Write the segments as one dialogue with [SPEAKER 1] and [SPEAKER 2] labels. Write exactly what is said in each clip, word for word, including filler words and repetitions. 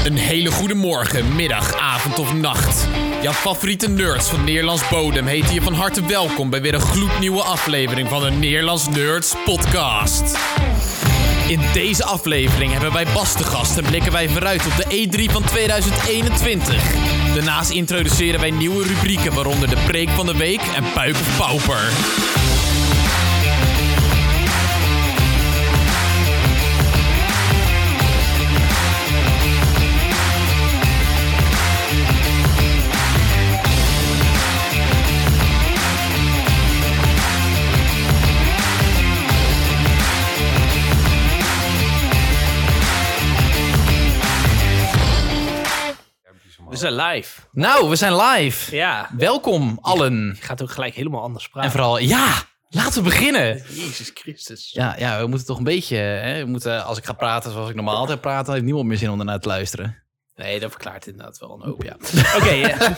[SPEAKER 1] Een hele goede morgen, middag, avond of nacht. Jouw favoriete nerds van Nederlands bodem heten je van harte welkom bij weer een gloednieuwe aflevering van de Nederlands Nerds podcast. In deze aflevering hebben wij Bas te gast en blikken wij vooruit op de E drie van tweeduizend eenentwintig. Daarnaast introduceren wij nieuwe rubrieken, waaronder de preek van de week en Puik of Pauper.
[SPEAKER 2] We zijn live.
[SPEAKER 3] Nou, we zijn live.
[SPEAKER 2] Ja.
[SPEAKER 3] Welkom allen.
[SPEAKER 2] Je gaat ook gelijk helemaal anders praten.
[SPEAKER 3] En vooral, ja, laten we beginnen.
[SPEAKER 2] Jezus Christus.
[SPEAKER 3] Ja, ja, we moeten toch een beetje, hè, we moeten, als ik ga praten zoals ik normaal altijd praat, dan heeft niemand meer zin om ernaar te luisteren.
[SPEAKER 2] Nee, dat verklaart inderdaad wel een hoop, ja. Oké, okay, ja.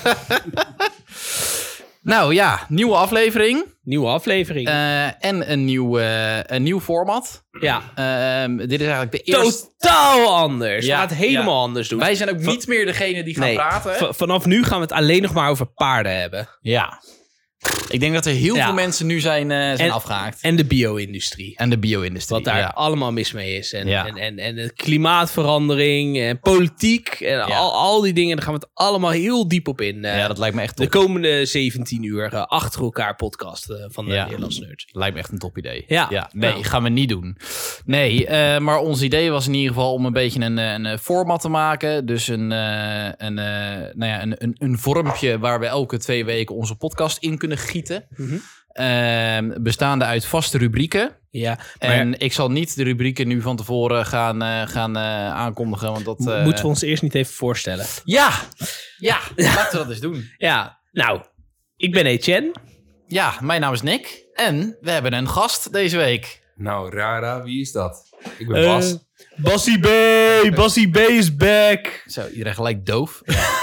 [SPEAKER 3] Nou ja, nieuwe aflevering.
[SPEAKER 2] Nieuwe aflevering.
[SPEAKER 3] Uh, en een nieuw, uh, een nieuw format.
[SPEAKER 2] Ja.
[SPEAKER 3] Uh, dit is eigenlijk de eerste...
[SPEAKER 2] Totaal anders.
[SPEAKER 3] Ja,
[SPEAKER 2] we gaan het helemaal
[SPEAKER 3] ja.
[SPEAKER 2] anders doen.
[SPEAKER 3] Wij zijn ook
[SPEAKER 2] Van...
[SPEAKER 3] niet meer degene die gaan
[SPEAKER 2] nee,
[SPEAKER 3] praten.
[SPEAKER 2] V- vanaf nu gaan we het alleen nog maar over paarden hebben.
[SPEAKER 3] Ja. Ik denk dat er heel
[SPEAKER 2] ja.
[SPEAKER 3] veel mensen nu zijn, uh, zijn
[SPEAKER 2] en,
[SPEAKER 3] afgehaakt.
[SPEAKER 2] En de bio-industrie.
[SPEAKER 3] En de bio-industrie.
[SPEAKER 2] Wat daar
[SPEAKER 3] ja.
[SPEAKER 2] allemaal mis mee is. En,
[SPEAKER 3] ja.
[SPEAKER 2] en, en, en de klimaatverandering en politiek. En ja. al, al die dingen, daar gaan we het allemaal heel diep op in. Uh,
[SPEAKER 3] ja, dat lijkt me echt top.
[SPEAKER 2] De komende zeventien uur uh, achter elkaar podcast uh, van de
[SPEAKER 3] ja.
[SPEAKER 2] Nederlands Nerds.
[SPEAKER 3] Lijkt me echt een top idee.
[SPEAKER 2] Ja.
[SPEAKER 3] ja nee,
[SPEAKER 2] ja.
[SPEAKER 3] gaan we niet doen. Nee, uh, maar ons idee was in ieder geval om een beetje een, een, een format te maken. Dus een, uh, een, uh, nou ja, een, een, een vormpje waar we elke twee weken onze podcast in kunnen gieten.
[SPEAKER 2] Mm-hmm.
[SPEAKER 3] Uh, bestaande uit vaste rubrieken.
[SPEAKER 2] Ja, maar...
[SPEAKER 3] En ik zal niet de rubrieken nu van tevoren gaan, uh, gaan uh, aankondigen. Want dat, uh...
[SPEAKER 2] Moeten we ons eerst niet even voorstellen?
[SPEAKER 3] Ja, ja, laten we dat eens doen.
[SPEAKER 2] Ja, nou, ik ben Etienne.
[SPEAKER 3] Ja, mijn naam is Nick. En we hebben een gast deze week.
[SPEAKER 4] Nou, Rara, wie is dat? Ik ben Bas. Uh,
[SPEAKER 2] Bassie B! Bassie B is back!
[SPEAKER 3] Zo, iedereen gelijk doof.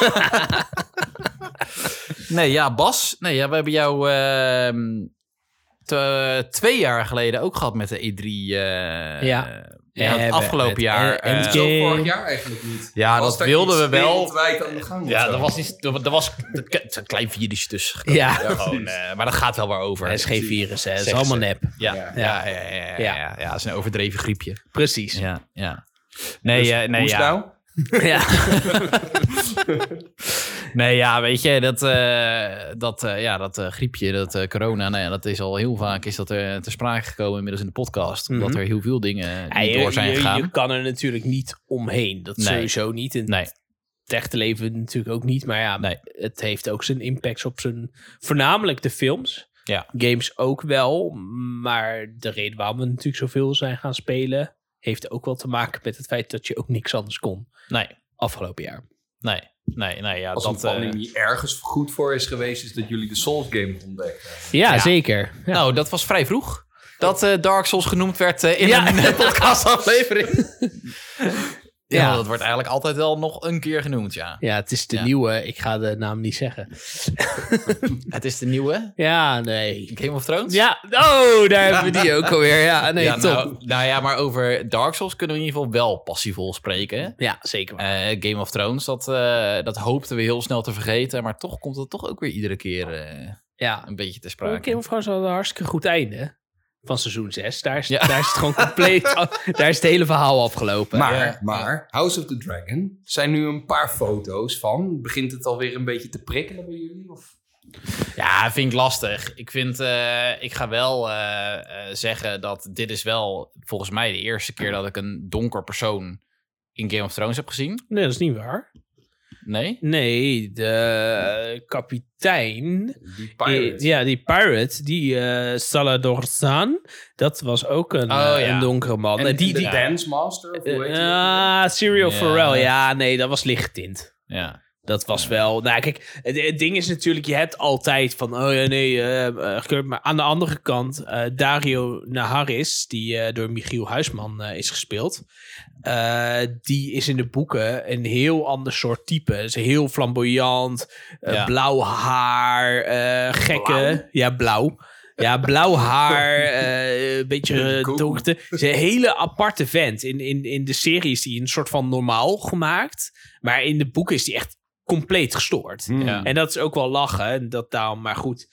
[SPEAKER 3] Nee, ja, Bas. Nee, ja, we hebben jou uh, te, twee jaar geleden ook gehad met de E drie. Uh,
[SPEAKER 2] ja.
[SPEAKER 3] Ja, het afgelopen jaar.
[SPEAKER 4] En het uh, vorig jaar eigenlijk niet.
[SPEAKER 3] Ja, was dat wilden we wel.
[SPEAKER 4] Wereldwijd aan de gang.
[SPEAKER 3] Ja, dat was niet. Dat was een klein virusje tussen.
[SPEAKER 2] Ja,
[SPEAKER 3] ja gewoon, uh, maar dat gaat wel weer over.
[SPEAKER 2] Het is geen virus, hè? Het is allemaal nep.
[SPEAKER 3] Ja, ja, ja, ja, ja, ja, ja, ja. Ja, het is een overdreven griepje.
[SPEAKER 2] Precies.
[SPEAKER 3] Ja, ja. Nee, dus, uh, nee,
[SPEAKER 4] hoe
[SPEAKER 3] ja.
[SPEAKER 4] nou?
[SPEAKER 2] Ja.
[SPEAKER 3] Nee, ja, weet je, dat, uh, dat, uh, ja, dat uh, griepje, dat uh, corona, nou ja, dat is al heel vaak is dat er te sprake gekomen inmiddels in de podcast. Mm-hmm. Omdat er heel veel dingen
[SPEAKER 2] ja,
[SPEAKER 3] niet
[SPEAKER 2] je,
[SPEAKER 3] door zijn
[SPEAKER 2] je,
[SPEAKER 3] gegaan.
[SPEAKER 2] Je kan er natuurlijk niet omheen. Dat nee. sowieso niet. In
[SPEAKER 3] nee.
[SPEAKER 2] het echte leven natuurlijk ook niet. Maar ja,
[SPEAKER 3] nee.
[SPEAKER 2] het heeft ook zijn impact op zijn... Voornamelijk de films.
[SPEAKER 3] Ja.
[SPEAKER 2] Games ook wel. Maar de reden waarom we natuurlijk zoveel zijn gaan spelen... heeft ook wel te maken met het feit dat je ook niks anders kon.
[SPEAKER 3] Nee.
[SPEAKER 2] Afgelopen jaar.
[SPEAKER 3] Nee. Nee, nee, ja,
[SPEAKER 4] Als
[SPEAKER 3] dat,
[SPEAKER 4] een pandemie uh, ergens goed voor is geweest... is dat jullie de Souls game ontdekten.
[SPEAKER 2] Ja, ja. zeker. Ja.
[SPEAKER 3] Nou, dat was vrij vroeg. Dat uh, Dark Souls genoemd werd uh, in ja. een podcastaflevering. Ja, ja, dat wordt eigenlijk altijd wel nog een keer genoemd, ja.
[SPEAKER 2] Ja, het is de
[SPEAKER 3] ja.
[SPEAKER 2] nieuwe... Ik ga de naam niet zeggen.
[SPEAKER 3] Het is de nieuwe?
[SPEAKER 2] Ja, nee.
[SPEAKER 3] Game of Thrones?
[SPEAKER 2] Ja, oh, daar hebben we die ook alweer. Ja, nee,
[SPEAKER 3] ja,
[SPEAKER 2] top.
[SPEAKER 3] Nou, nou ja, maar over Dark Souls kunnen we in ieder geval wel passievol spreken.
[SPEAKER 2] Ja, zeker.
[SPEAKER 3] Uh, Game of Thrones, dat, uh, dat hoopten we heel snel te vergeten. Maar toch komt het toch ook weer iedere keer uh, ja. een beetje te sprake.
[SPEAKER 2] Game of Thrones had een hartstikke goed einde. Van seizoen zes. Daar is, ja. daar is het gewoon compleet... daar is het hele verhaal afgelopen.
[SPEAKER 4] Maar,
[SPEAKER 2] ja.
[SPEAKER 4] maar House of the Dragon zijn nu een paar foto's van. Begint het alweer een beetje te prikkelen bij jullie? Of?
[SPEAKER 3] Ja, vind ik lastig. Ik vind... Uh, ik ga wel uh, uh, zeggen dat dit is wel volgens mij de eerste keer dat ik een donker persoon in Game of Thrones heb gezien.
[SPEAKER 2] Nee, dat is niet waar.
[SPEAKER 3] Nee?
[SPEAKER 2] Nee, de kapitein...
[SPEAKER 4] Die pirate.
[SPEAKER 2] Ja, die pirate, die uh, Salador Saan, dat was ook een,
[SPEAKER 3] oh,
[SPEAKER 2] uh,
[SPEAKER 3] ja.
[SPEAKER 2] een donkere man.
[SPEAKER 4] En
[SPEAKER 2] die,
[SPEAKER 4] die,
[SPEAKER 2] die,
[SPEAKER 4] die Dance Master? Of hoe heet
[SPEAKER 2] uh, Serial
[SPEAKER 3] ja.
[SPEAKER 2] Pharrell, ja, nee, dat was lichtgetint.
[SPEAKER 3] Ja.
[SPEAKER 2] Dat was wel... Nou, kijk, het, het ding is natuurlijk... Je hebt altijd van... Oh ja, nee... Uh, uh, maar aan de andere kant... Uh, Dario Naharis... Die uh, door Michiel Huisman uh, is gespeeld... Uh, die is in de boeken een heel ander soort type. Is heel flamboyant. Uh, ja. Blauw haar. Uh, gekke... Blauw. Ja, blauw. Ja, blauw haar, uh, een beetje uh, donkerte. Het is een hele aparte vent. In, in, in de serie is hij een soort van normaal gemaakt. Maar in de boeken is hij echt compleet gestoord.
[SPEAKER 4] Hmm.
[SPEAKER 3] Ja.
[SPEAKER 2] En dat is ook wel lachen. Dat daarom, maar goed.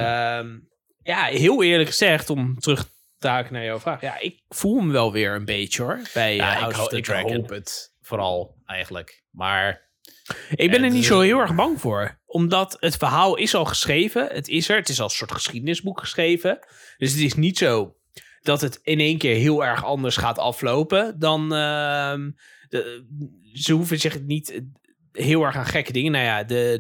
[SPEAKER 2] Um, ja, heel eerlijk gezegd, om terug te haken naar jouw vraag. Ja, ik voel hem wel weer een beetje hoor. Bij
[SPEAKER 3] Ja,
[SPEAKER 2] uh,
[SPEAKER 3] ik,
[SPEAKER 2] House
[SPEAKER 3] ho-
[SPEAKER 2] of the
[SPEAKER 3] ik
[SPEAKER 2] Dragon.
[SPEAKER 3] hoop het vooral eigenlijk. Maar
[SPEAKER 2] Ik ben
[SPEAKER 3] Ja,
[SPEAKER 2] er niet
[SPEAKER 3] het-
[SPEAKER 2] zo heel erg bang voor. Omdat het verhaal is al geschreven. Het is er. Het is als een soort geschiedenisboek geschreven. Dus het is niet zo dat het in één keer heel erg anders gaat aflopen. Dan uh, de, ze hoeven zich niet heel erg aan gekke dingen. Nou ja, de,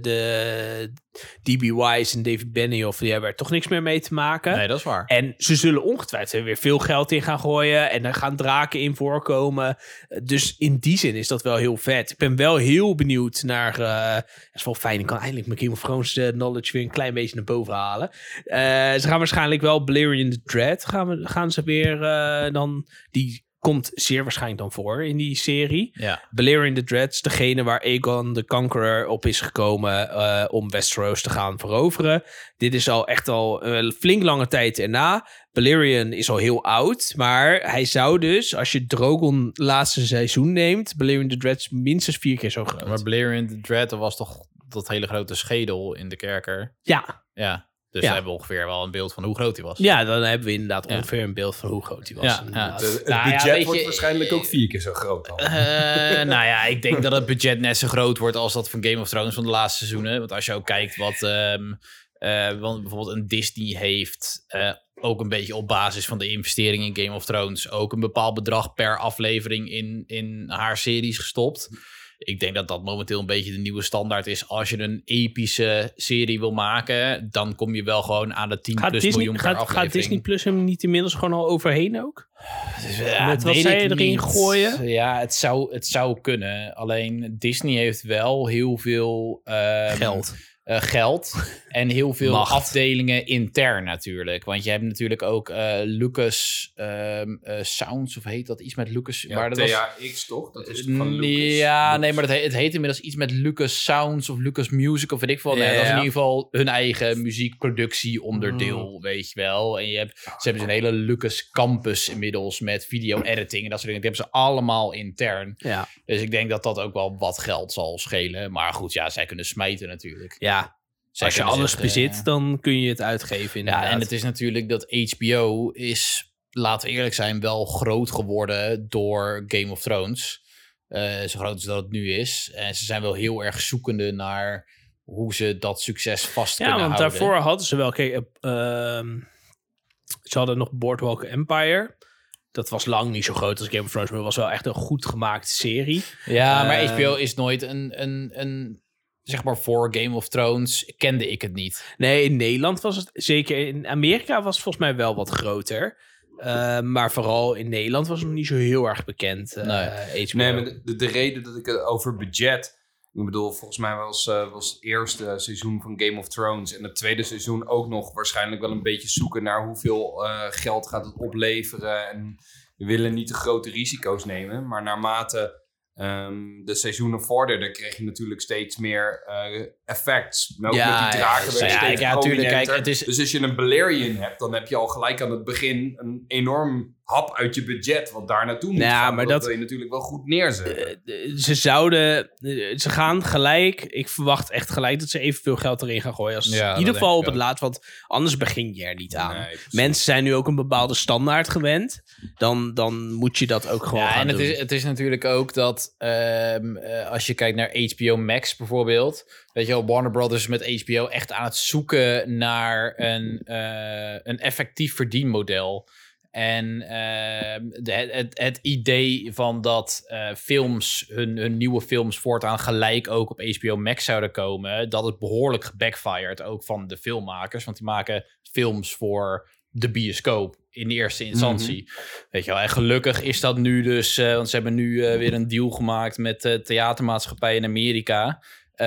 [SPEAKER 2] de D B Wise en David Benioff, die hebben er toch niks meer mee te maken.
[SPEAKER 3] nee, dat is waar.
[SPEAKER 2] En ze zullen ongetwijfeld er weer veel geld in gaan gooien. En er gaan draken in voorkomen. Dus in die zin is dat wel heel vet. Ik ben wel heel benieuwd naar... Uh, dat is wel fijn. Ik kan eindelijk mijn Game of Thrones uh, knowledge weer een klein beetje naar boven halen. Uh, ze gaan waarschijnlijk wel Balerion the Dread. Gaan, we, gaan ze weer uh, dan... Die komt zeer waarschijnlijk dan voor in die serie.
[SPEAKER 3] Ja.
[SPEAKER 2] Balerion the Dread is degene waar Aegon the Conqueror op is gekomen uh, om Westeros te gaan veroveren. Dit is al echt al een flink lange tijd erna. Balerion is al heel oud, maar hij zou dus, als je Drogon laatste seizoen neemt, Balerion the Dread is minstens vier keer zo groot.
[SPEAKER 3] Maar Balerion the Dread, dat was toch dat hele grote schedel in de kerker?
[SPEAKER 2] Ja.
[SPEAKER 3] Ja. Dus
[SPEAKER 2] Ja.
[SPEAKER 3] we hebben ongeveer wel een beeld van hoe groot hij was.
[SPEAKER 2] Ja, dan hebben we inderdaad
[SPEAKER 3] Ja.
[SPEAKER 2] ongeveer een beeld van hoe groot hij was.
[SPEAKER 3] Ja,
[SPEAKER 2] inderdaad.
[SPEAKER 3] ja.
[SPEAKER 4] De- het
[SPEAKER 3] Nou ja,
[SPEAKER 4] budget
[SPEAKER 3] weet
[SPEAKER 4] wordt
[SPEAKER 3] je-
[SPEAKER 4] waarschijnlijk ook vier keer zo groot dan.
[SPEAKER 3] Uh, nou ja, ik denk dat het budget net zo groot wordt als dat van Game of Thrones van de laatste seizoenen. Want als je ook kijkt wat um, uh, want bijvoorbeeld een Disney heeft, uh, ook een beetje op basis van de investering in Game of Thrones, ook een bepaald bedrag per aflevering in, in haar series gestopt. Ik denk dat dat momenteel een beetje de nieuwe standaard is. Als je een epische serie wil maken, dan kom je wel gewoon aan de tien
[SPEAKER 2] Gaat
[SPEAKER 3] plus
[SPEAKER 2] Disney,
[SPEAKER 3] miljoen per
[SPEAKER 2] gaat,
[SPEAKER 3] aflevering.
[SPEAKER 2] gaat Disney Plus hem niet inmiddels gewoon al overheen ook?
[SPEAKER 3] Ja,
[SPEAKER 2] Met wat
[SPEAKER 3] weet
[SPEAKER 2] zij
[SPEAKER 3] ik
[SPEAKER 2] erin
[SPEAKER 3] niet.
[SPEAKER 2] gooien?
[SPEAKER 3] Ja, het zou, het zou kunnen. Alleen Disney heeft wel heel veel ehm,
[SPEAKER 2] Geld.
[SPEAKER 3] uh, geld en heel veel
[SPEAKER 2] Macht.
[SPEAKER 3] afdelingen intern natuurlijk. Want je hebt natuurlijk ook uh, Lucas um, uh, Sounds, of heet dat iets met Lucas?
[SPEAKER 4] Ja,
[SPEAKER 3] maar dat was,
[SPEAKER 4] T H X toch? Dat is van Lucas.
[SPEAKER 3] ja,
[SPEAKER 4] Lucas.
[SPEAKER 3] nee, maar het heet, het heet inmiddels iets met Lucas Sounds of Lucas Music of weet ik veel. Nee,
[SPEAKER 2] Ja.
[SPEAKER 3] dat is in ieder geval hun eigen muziekproductie onderdeel, weet je wel. En je hebt, ze hebben zo'n hele Lucas campus inmiddels met video editing en dat soort dingen. Dat hebben ze allemaal intern.
[SPEAKER 2] Ja.
[SPEAKER 3] Dus ik denk dat dat ook wel wat geld zal schelen. Maar goed, ja, zij kunnen smijten natuurlijk.
[SPEAKER 2] Ja,
[SPEAKER 3] Zij
[SPEAKER 2] als je
[SPEAKER 3] kunnen
[SPEAKER 2] alles
[SPEAKER 3] zich,
[SPEAKER 2] bezit,
[SPEAKER 3] eh,
[SPEAKER 2] dan kun je het uitgeven inderdaad.
[SPEAKER 3] ja, en het is natuurlijk dat H B O is, laten we eerlijk zijn, wel groot geworden door Game of Thrones. Uh, zo groot als dat het nu is. En ze zijn wel heel erg zoekende naar hoe ze dat succes vast
[SPEAKER 2] Ja,
[SPEAKER 3] kunnen
[SPEAKER 2] want
[SPEAKER 3] houden.
[SPEAKER 2] daarvoor hadden ze wel... Kijk, uh, um, ze hadden nog Boardwalk Empire. Dat was lang niet zo groot als Game of Thrones, maar het was wel echt een goed gemaakte serie.
[SPEAKER 3] Ja, maar
[SPEAKER 2] Uh,
[SPEAKER 3] H B O is nooit een, een, een... Zeg maar voor Game of Thrones kende ik het niet.
[SPEAKER 2] Nee, in Nederland was het zeker. In Amerika was het volgens mij wel wat groter. Uh, maar vooral in Nederland was het nog niet zo heel erg bekend. Uh,
[SPEAKER 3] Nee.
[SPEAKER 2] H B O.
[SPEAKER 4] Nee, maar de, de, de reden dat ik het over budget... Ik bedoel, volgens mij was, uh, was het eerste seizoen van Game of Thrones... en het tweede seizoen ook nog waarschijnlijk wel een beetje zoeken... naar hoeveel uh, geld gaat het opleveren. En we willen niet de grote risico's nemen. Maar naarmate um, de seizoenen vorderden... kreeg je natuurlijk steeds meer uh, effects. Ook
[SPEAKER 2] Ja,
[SPEAKER 4] met die
[SPEAKER 2] ja,
[SPEAKER 4] draken
[SPEAKER 2] ja,
[SPEAKER 4] werden
[SPEAKER 3] ja,
[SPEAKER 4] steeds
[SPEAKER 3] ja, tuurlijk,
[SPEAKER 4] prominenter.
[SPEAKER 3] kijk, het is-
[SPEAKER 4] Dus als je een Balerion hebt... dan heb je al gelijk aan het begin een enorm hap uit je budget... wat daar naartoe moet
[SPEAKER 2] Ja,
[SPEAKER 4] gaan.
[SPEAKER 2] maar
[SPEAKER 4] dat
[SPEAKER 2] dat-
[SPEAKER 4] wil je natuurlijk wel goed neerzetten.
[SPEAKER 2] Uh, ze zouden... uh, ze gaan gelijk... Ik verwacht echt gelijk dat ze evenveel geld erin gaan gooien. Als,
[SPEAKER 3] Ja,
[SPEAKER 2] in
[SPEAKER 3] dat
[SPEAKER 2] ieder geval
[SPEAKER 3] denk
[SPEAKER 2] op
[SPEAKER 3] ik
[SPEAKER 2] het laatst. Want anders begin je er niet aan.
[SPEAKER 4] Nee, precies.
[SPEAKER 2] Mensen zijn nu ook een bepaalde standaard gewend. Dan, dan moet je dat ook gewoon
[SPEAKER 3] Ja,
[SPEAKER 2] gaan
[SPEAKER 3] en het
[SPEAKER 2] doen.
[SPEAKER 3] is, het is natuurlijk ook dat um, uh, als je kijkt naar H B O Max bijvoorbeeld, weet je wel, Warner Brothers met H B O echt aan het zoeken naar een, uh, een effectief verdienmodel. En uh, de, het, het idee van dat uh, films, hun, hun nieuwe films voortaan gelijk ook op H B O Max zouden komen, dat het behoorlijk gebackfired ook van de filmmakers. Want die maken films voor de bioscoop in de eerste instantie. Mm-hmm. Weet je wel, en gelukkig is dat nu dus, uh, want ze hebben nu uh, weer een deal gemaakt met de uh, theatermaatschappij in Amerika.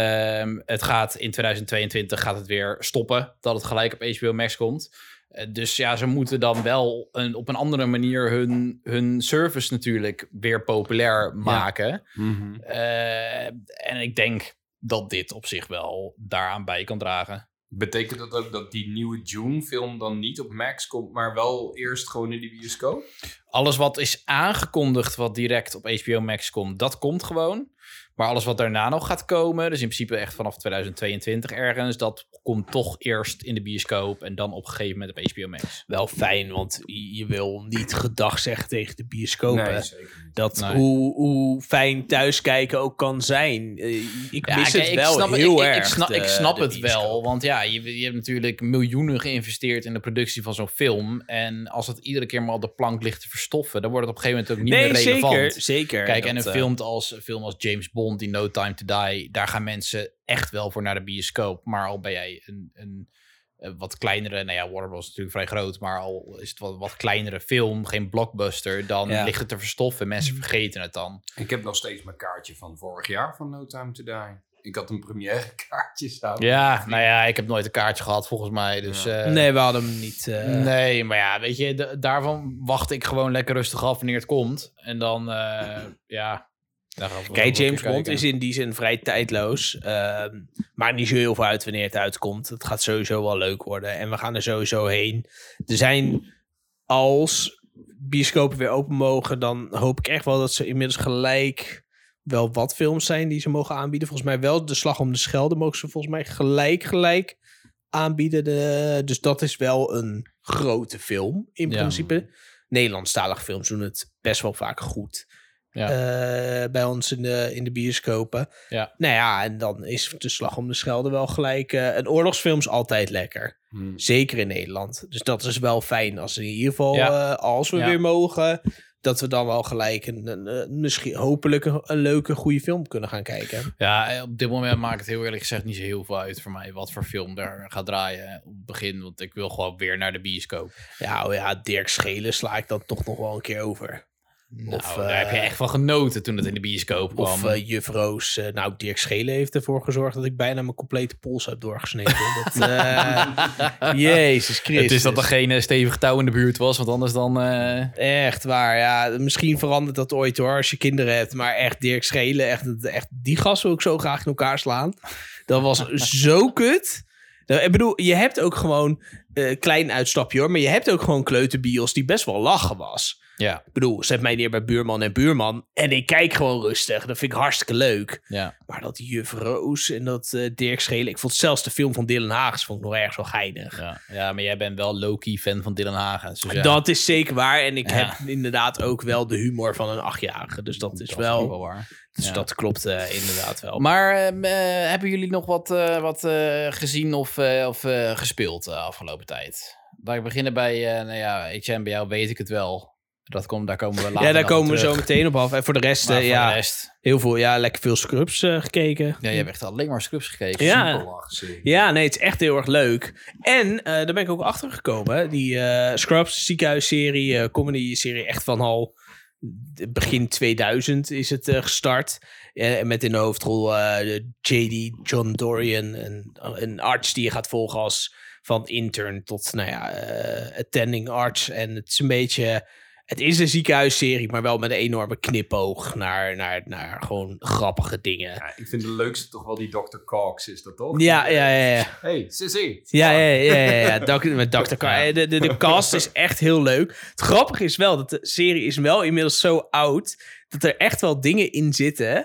[SPEAKER 3] Um, het gaat in tweeduizend tweeëntwintig gaat het weer stoppen, dat het gelijk op H B O Max komt. Uh, dus ja, ze moeten dan wel een, op een andere manier hun, hun service natuurlijk weer populair maken. Ja.
[SPEAKER 4] Mm-hmm.
[SPEAKER 3] Uh, en ik denk dat dit op zich wel daaraan bij kan dragen.
[SPEAKER 4] Betekent dat ook dat die nieuwe Dune-film dan niet op Max komt, maar wel eerst gewoon in de bioscoop?
[SPEAKER 3] Alles wat is aangekondigd wat direct op H B O Max komt, dat komt gewoon. Maar alles wat daarna nog gaat komen, dus in principe echt vanaf tweeduizend tweeëntwintig ergens, dat komt toch eerst in de bioscoop en dan op een gegeven moment op H B O Max.
[SPEAKER 2] Wel fijn, want je je wil niet gedag zeggen tegen de bioscoop.
[SPEAKER 4] Nee,
[SPEAKER 2] hè.
[SPEAKER 4] zeker niet.
[SPEAKER 2] Dat
[SPEAKER 3] Nee.
[SPEAKER 2] hoe, hoe fijn thuiskijken ook kan zijn. Eh, Ik
[SPEAKER 3] Ja,
[SPEAKER 2] mis
[SPEAKER 3] kijk,
[SPEAKER 2] het
[SPEAKER 3] ik
[SPEAKER 2] wel
[SPEAKER 3] snap,
[SPEAKER 2] heel
[SPEAKER 3] ik,
[SPEAKER 2] erg.
[SPEAKER 3] Ik, ik snap,
[SPEAKER 2] de-
[SPEAKER 3] ik snap
[SPEAKER 2] de
[SPEAKER 3] het wel,
[SPEAKER 2] bioscoop.
[SPEAKER 3] want ja, je, je hebt natuurlijk miljoenen geïnvesteerd in de productie van zo'n film. En als het iedere keer maar op de plank ligt te verstoffen, dan wordt het op een gegeven moment ook niet
[SPEAKER 2] Nee,
[SPEAKER 3] meer relevant.
[SPEAKER 2] zeker. zeker.
[SPEAKER 3] Kijk, en
[SPEAKER 2] Dat,
[SPEAKER 3] een
[SPEAKER 2] eh,
[SPEAKER 3] film als, een film als James Bond, die No Time to Die, daar gaan mensen echt wel voor naar de bioscoop. Maar al ben jij een, een, een wat kleinere, nou ja, Warner Bros. Is natuurlijk vrij groot, maar al is het wat, wat kleinere film, geen blockbuster, dan
[SPEAKER 2] Ja.
[SPEAKER 3] ligt het te verstoffen. Mensen vergeten het dan.
[SPEAKER 4] Ik heb nog steeds mijn kaartje van vorig jaar van No Time to Die. Ik had een première kaartje staan.
[SPEAKER 3] Ja, nou ja, ik heb nooit een kaartje gehad volgens mij, dus...
[SPEAKER 4] Ja.
[SPEAKER 3] eh,
[SPEAKER 2] nee, we hadden hem niet. eh,
[SPEAKER 3] Nee, maar ja, weet je, d- daarvan wacht ik gewoon lekker rustig af wanneer het komt. En dan, eh, ja... daar gaan we wel
[SPEAKER 2] Kijk,
[SPEAKER 3] een keer
[SPEAKER 2] James Bond
[SPEAKER 3] kijken.
[SPEAKER 2] is in die zin vrij tijdloos. Ehm maakt niet zo heel veel uit wanneer het uitkomt. Het gaat sowieso wel leuk worden. En we gaan er sowieso heen. Er zijn, als bioscopen weer open mogen, dan hoop ik echt wel dat ze inmiddels gelijk wel wat films zijn die ze mogen aanbieden. Volgens mij wel De Slag om de Schelde mogen ze volgens mij gelijk, gelijk aanbieden. De, dus dat is wel een grote film in
[SPEAKER 3] Ja.
[SPEAKER 2] principe. Nederlandstalige films doen het best wel vaak goed.
[SPEAKER 3] Ja.
[SPEAKER 2] eh, bij ons in de, in de bioscopen.
[SPEAKER 3] Ja.
[SPEAKER 2] Nou ja, en dan is De Slag om de Schelde wel gelijk... eh, een oorlogsfilm is altijd lekker.
[SPEAKER 4] Hmm.
[SPEAKER 2] Zeker in Nederland. Dus dat is wel fijn als in ieder geval,
[SPEAKER 3] Ja.
[SPEAKER 2] eh, als we
[SPEAKER 3] Ja.
[SPEAKER 2] weer mogen... dat we dan wel gelijk een, een, een- misschien hopelijk een, een leuke, goede film kunnen gaan kijken.
[SPEAKER 3] Ja, op dit moment maakt het heel eerlijk gezegd niet zo heel veel uit voor mij wat voor film er gaat draaien op het begin. Want ik wil gewoon weer naar de bioscoop.
[SPEAKER 2] Ja, oh ja, Dirk Schelen sla ik dan toch nog wel een keer over.
[SPEAKER 3] Nou,
[SPEAKER 2] Of,
[SPEAKER 3] daar
[SPEAKER 2] eh,
[SPEAKER 3] heb je echt van genoten toen het in de bioscoop kwam.
[SPEAKER 2] Of uh, Juf Roos. Uh, nou, Dirk Schelen heeft ervoor gezorgd dat ik bijna mijn complete pols heb doorgesneden. dat, uh, Jezus Christus.
[SPEAKER 3] Het is dat er geen uh, stevige touw in de buurt was, want anders dan... Uh...
[SPEAKER 2] Echt waar, ja. Misschien verandert dat ooit hoor, als je kinderen hebt. Maar echt, Dirk Schelen, echt, echt die gas wil ik zo graag in elkaar slaan. Dat was zo kut. Nou, ik bedoel, je hebt ook gewoon... Uh, klein uitstapje hoor, maar je hebt ook gewoon kleuterbios die best wel lachen was.
[SPEAKER 3] Ja.
[SPEAKER 2] Ik bedoel, zet mij neer bij Buurman en Buurman. En ik kijk gewoon rustig. Dat vind ik hartstikke leuk.
[SPEAKER 3] Ja.
[SPEAKER 2] Maar dat Juf Roos en dat uh, Dirk Schelen... Ik vond zelfs de film van Dylan Haags vond ik nog ergens wel geinig.
[SPEAKER 3] Ja. ja, maar jij bent wel low-key fan van Dylan Hagens. Dus ja.
[SPEAKER 2] Dat is zeker waar. En ik
[SPEAKER 3] Ja.
[SPEAKER 2] heb inderdaad ook wel de humor van een achtjarige. Dus dat is
[SPEAKER 3] dat
[SPEAKER 2] wel...
[SPEAKER 3] ook wel waar.
[SPEAKER 2] Dus
[SPEAKER 3] Ja.
[SPEAKER 2] dat klopt uh, inderdaad wel.
[SPEAKER 3] Maar uh, hebben jullie nog wat, uh, wat uh, gezien of, uh, of uh, gespeeld de uh, afgelopen tijd? Laat ik beginnen bij, uh, nou ja, H M, bij jou weet ik het wel. Dat komt, daar komen we later
[SPEAKER 2] Ja, daar
[SPEAKER 3] nog
[SPEAKER 2] komen we
[SPEAKER 3] terug.
[SPEAKER 2] zo meteen op af. En voor de rest,
[SPEAKER 3] Maar
[SPEAKER 2] uh,
[SPEAKER 3] voor
[SPEAKER 2] ja,
[SPEAKER 3] de rest...
[SPEAKER 2] heel veel, ja, lekker veel Scrubs uh, gekeken.
[SPEAKER 3] Ja, je hebt echt alleen maar Scrubs gekeken.
[SPEAKER 2] Ja.
[SPEAKER 4] Super lachen, serie.
[SPEAKER 2] Ja, nee, het is echt heel erg leuk. En uh, daar ben ik ook achter gekomen. Die uh, Scrubs ziekenhuisserie, uh, comedy-serie, echt van al begin tweeduizend is het uh, gestart. Uh, met in de hoofdrol uh, J D John Dorian, een, een arts die je gaat volgen als van intern tot, nou ja, uh, attending arts. En het is een beetje... Het is een ziekenhuisserie, maar wel met een enorme knipoog naar, naar, naar gewoon grappige dingen.
[SPEAKER 4] Ja, ik vind de leukste toch wel die dokter Cox, is dat toch?
[SPEAKER 2] Ja, ja, ja, ja.
[SPEAKER 4] Hey, Sissy.
[SPEAKER 2] Ja, ja, ja, ja, ja. Doc, met dokter Car. De, de, de cast is echt heel leuk. Het grappige is wel dat de serie is wel inmiddels zo oud dat er echt wel dingen in zitten.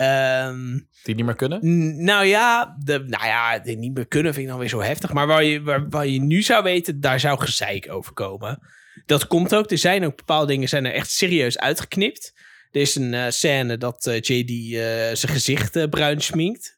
[SPEAKER 2] Um,
[SPEAKER 3] Die niet meer kunnen?
[SPEAKER 2] n- nou ja, de, nou ja, die niet meer kunnen vind ik dan weer zo heftig. Maar waar je, waar, waar je nu zou weten, daar zou gezeik over komen. Dat komt ook. Er zijn ook bepaalde dingen zijn er echt serieus uitgeknipt. Er is een uh, scène dat uh, J D uh, zijn gezicht uh, bruin schminkt.